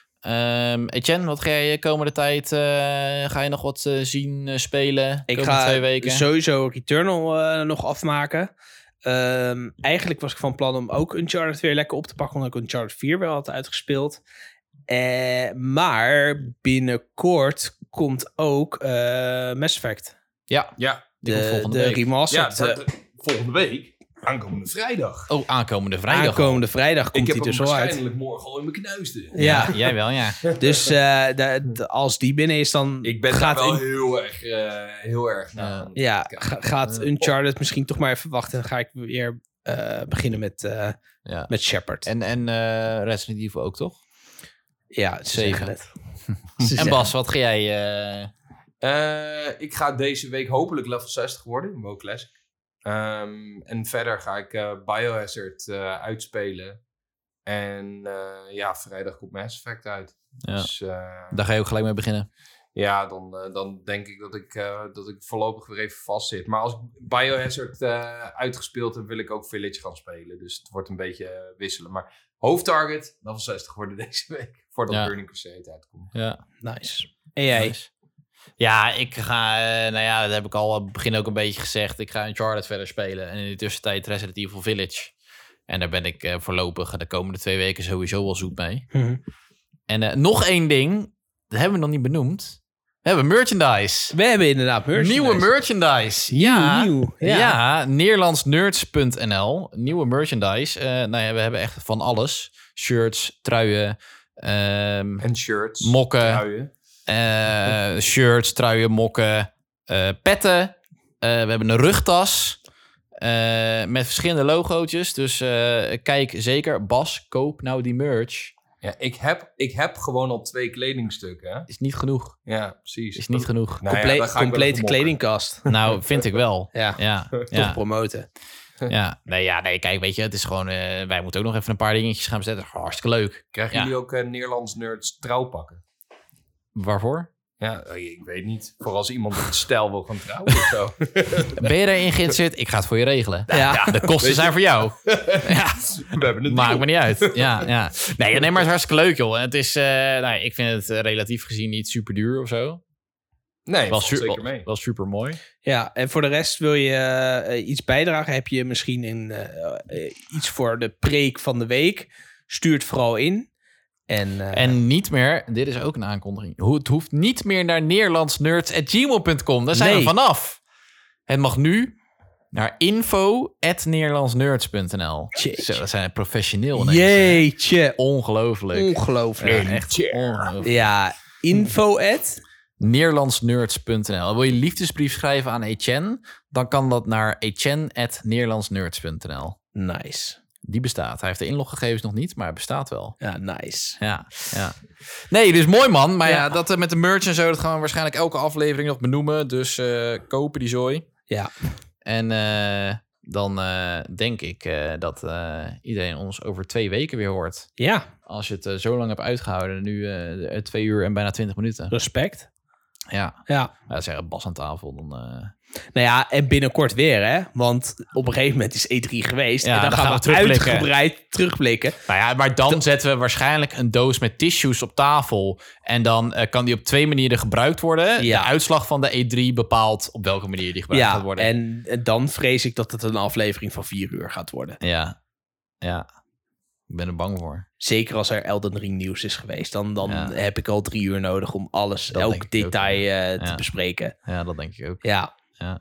[SPEAKER 3] Um, Etienne, wat ga je de komende tijd... Uh, ga je nog wat uh, zien, uh, spelen?
[SPEAKER 2] Ik
[SPEAKER 3] komende
[SPEAKER 2] ga
[SPEAKER 3] twee weken?
[SPEAKER 2] sowieso Returnal uh, nog afmaken. Um, eigenlijk was ik van plan om ook Uncharted weer lekker op te pakken, omdat ik Uncharted vier wel had uitgespeeld. Uh, maar binnenkort komt ook uh, Mass Effect.
[SPEAKER 3] Ja,
[SPEAKER 6] Ja,
[SPEAKER 3] die komt
[SPEAKER 2] De,
[SPEAKER 3] volgende
[SPEAKER 2] de
[SPEAKER 3] week.
[SPEAKER 6] ja
[SPEAKER 2] remastered.
[SPEAKER 6] dat-
[SPEAKER 2] uh,
[SPEAKER 6] dat- volgende week. Aankomende vrijdag.
[SPEAKER 3] Oh, aankomende vrijdag.
[SPEAKER 2] aankomende vrijdag komt
[SPEAKER 6] ik
[SPEAKER 2] die
[SPEAKER 6] heb
[SPEAKER 2] dus
[SPEAKER 6] hem
[SPEAKER 2] al uit.
[SPEAKER 6] waarschijnlijk morgen al in mijn knuisten.
[SPEAKER 2] Ja,
[SPEAKER 3] Jij wel, ja.
[SPEAKER 2] dus uh, de, de, als die binnen is, dan
[SPEAKER 6] Ik ben
[SPEAKER 2] gaat,
[SPEAKER 6] daar wel
[SPEAKER 2] in-
[SPEAKER 6] heel erg, uh, heel erg naar.
[SPEAKER 3] Ja.
[SPEAKER 6] aan het
[SPEAKER 2] ja,
[SPEAKER 6] kijken.
[SPEAKER 2] ga- gaat Uncharted misschien toch maar even wachten. Dan ga ik weer uh, beginnen met, uh,
[SPEAKER 3] ja.
[SPEAKER 2] met Shepard.
[SPEAKER 3] En, en uh, Resident Evil ook, toch?
[SPEAKER 2] Ja, ze
[SPEAKER 3] Zeven.
[SPEAKER 2] zeggen het. Ze
[SPEAKER 3] En
[SPEAKER 2] zeggen-
[SPEAKER 3] Bas, wat ga jij... Uh...
[SPEAKER 6] Uh, ik ga deze week hopelijk level zestig worden in WoW Classic. Um, en verder ga ik uh, Biohazard uh, uitspelen. En uh, ja, vrijdag komt Mass Effect uit.
[SPEAKER 3] Ja.
[SPEAKER 6] Dus uh,
[SPEAKER 3] Daar ga je ook gelijk mee beginnen.
[SPEAKER 6] ja, dan, uh, dan denk ik dat ik, uh, dat ik voorlopig weer even vastzit. Maar als ik Biohazard uh, uitgespeeld heb, wil ik ook Village gaan spelen. Dus het wordt een beetje uh, wisselen. Maar hoofdtarget, level zestig worden deze week. Voordat
[SPEAKER 3] Ja.
[SPEAKER 6] Burning Crusade uitkomt.
[SPEAKER 3] Ja.
[SPEAKER 2] Nice. En jij?
[SPEAKER 3] Nice. Ja, ik ga, uh, nou ja, dat heb ik al aan het begin ook een beetje gezegd. Ik ga Uncharted verder spelen. En in de tussentijd Resident Evil Village. En daar ben ik uh, voorlopig de komende twee weken sowieso wel zoet mee.
[SPEAKER 2] Mhm.
[SPEAKER 3] En uh, nog één ding, dat hebben we nog niet benoemd. We hebben merchandise.
[SPEAKER 2] We hebben inderdaad merchandise.
[SPEAKER 3] Nieuwe merchandise. Ja,
[SPEAKER 2] Nieuw,
[SPEAKER 3] ja.
[SPEAKER 2] ja.
[SPEAKER 3] Neerlandsnerds punt n l. Nieuwe merchandise. Uh, nou ja, we hebben echt van alles. Shirts, truien, um,
[SPEAKER 6] En shirts.
[SPEAKER 3] mokken.
[SPEAKER 6] truien.
[SPEAKER 3] Uh, shirts, truien, mokken, uh, petten. Uh, we hebben een rugtas uh, met verschillende logootjes. Dus uh, kijk zeker. Bas, koop nou die merch.
[SPEAKER 6] Ja, ik heb, ik heb gewoon al twee kledingstukken. Hè?
[SPEAKER 3] Is niet genoeg.
[SPEAKER 6] Ja, precies.
[SPEAKER 3] Is niet genoeg.
[SPEAKER 6] Nou ja,
[SPEAKER 2] Comple-
[SPEAKER 6] daar ga ik wel
[SPEAKER 2] complete
[SPEAKER 6] even mokken.
[SPEAKER 2] kledingkast.
[SPEAKER 3] Nou, vind ik wel.
[SPEAKER 2] Ja,
[SPEAKER 3] Ja,
[SPEAKER 2] toch
[SPEAKER 3] ja,
[SPEAKER 2] promoten.
[SPEAKER 3] ja. Nee, ja, nee, kijk, weet je, het is gewoon... Uh, wij moeten ook nog even een paar dingetjes gaan bezetten. Hartstikke leuk.
[SPEAKER 6] Krijgen
[SPEAKER 3] Ja.
[SPEAKER 6] jullie ook uh, Nederlands nerds trouwpakken?
[SPEAKER 3] Waarvoor?
[SPEAKER 6] Ja, ik weet niet. Voor als iemand met stijl wil gaan trouwen of zo.
[SPEAKER 3] Ben je erin geïnteresseerd? Ik ga het voor je regelen.
[SPEAKER 2] Ja.
[SPEAKER 3] Ja, de kosten zijn voor jou. Ja,
[SPEAKER 6] We hebben het
[SPEAKER 3] maakt me niet uit. Ja, ja. Nee, nee, maar het is hartstikke leuk, joh. Het is, uh, nou, ik vind het uh, relatief gezien niet super duur of zo.
[SPEAKER 6] Nee,
[SPEAKER 3] Wel,
[SPEAKER 6] valt
[SPEAKER 3] su-
[SPEAKER 6] zeker
[SPEAKER 3] wel,
[SPEAKER 6] mee.
[SPEAKER 3] wel super mooi.
[SPEAKER 2] Ja, en voor de rest wil je uh, iets bijdragen? Heb je misschien een, uh, uh, iets voor de preek van de week? Stuur het vooral in. En, uh,
[SPEAKER 3] En niet meer, dit is ook een aankondiging. Hoe Het hoeft niet meer naar neerlandsnerds at gmail punt com. Daar zijn
[SPEAKER 2] Nee.
[SPEAKER 3] we vanaf. Het mag nu naar info at neerlandsnerds punt n l.
[SPEAKER 2] Jeetje.
[SPEAKER 3] Zo, dat zijn professioneel ineens.
[SPEAKER 2] Jeetje.
[SPEAKER 3] Ongelooflijk.
[SPEAKER 2] Ongelooflijk.
[SPEAKER 3] Ja, echt ongelooflijk.
[SPEAKER 2] Ja, info at.
[SPEAKER 3] neerlandsnerds punt n l. Wil je liefdesbrief schrijven aan Etienne? Dan kan dat naar etienne at neerlandsnerds punt n l.
[SPEAKER 2] Nice.
[SPEAKER 3] Die bestaat. Hij heeft de inloggegevens nog niet, maar hij bestaat wel.
[SPEAKER 2] Ja, nice.
[SPEAKER 3] Ja, ja. Nee, dus mooi man. Maar ja,
[SPEAKER 2] Ja.
[SPEAKER 3] dat uh, met de merch en zo, dat gaan we waarschijnlijk elke aflevering nog benoemen. Dus uh, kopen die zooi.
[SPEAKER 2] Ja.
[SPEAKER 3] En uh, dan uh, denk ik uh, dat uh, iedereen ons over twee weken weer hoort.
[SPEAKER 2] Ja,
[SPEAKER 3] Als je het uh, zo lang hebt uitgehouden. Nu uh, twee uur en bijna twintig minuten.
[SPEAKER 2] respect.
[SPEAKER 3] Ja,
[SPEAKER 2] Ja.
[SPEAKER 3] ja zeggen Bas aan tafel. Dan, uh...
[SPEAKER 2] Nou ja, en binnenkort weer, hè? Want op een gegeven moment is E drie geweest.
[SPEAKER 3] Ja,
[SPEAKER 2] en dan,
[SPEAKER 3] dan
[SPEAKER 2] gaan
[SPEAKER 3] gaan
[SPEAKER 2] we
[SPEAKER 3] we terugblikken.
[SPEAKER 2] uitgebreid terugblikken.
[SPEAKER 3] Nou ja, maar dan zetten we waarschijnlijk een doos met tissues op tafel. En dan uh, kan die op twee manieren gebruikt worden.
[SPEAKER 2] Ja.
[SPEAKER 3] De uitslag van de E drie bepaalt op welke manier die gebruikt gaat
[SPEAKER 2] Ja,
[SPEAKER 3] worden.
[SPEAKER 2] en, en dan vrees ik dat het een aflevering van vier uur gaat worden.
[SPEAKER 3] Ja, ja. Ik ben er bang voor.
[SPEAKER 2] Zeker als er Elden Ring nieuws is geweest. Dan, dan
[SPEAKER 3] Ja.
[SPEAKER 2] heb ik al drie uur nodig om alles,
[SPEAKER 3] Dat
[SPEAKER 2] elk
[SPEAKER 3] denk ik ook,
[SPEAKER 2] detail uh, te
[SPEAKER 3] Ja.
[SPEAKER 2] bespreken.
[SPEAKER 3] Ja, dat denk ik ook.
[SPEAKER 2] Ja,
[SPEAKER 3] Ja.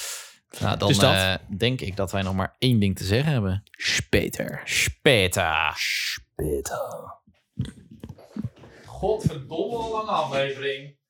[SPEAKER 3] Nou, dan
[SPEAKER 2] Dus dat.
[SPEAKER 3] uh, denk ik dat wij nog maar één ding te zeggen hebben.
[SPEAKER 2] speter.
[SPEAKER 3] Speta.
[SPEAKER 2] Speter.
[SPEAKER 3] Godverdomme lange aflevering.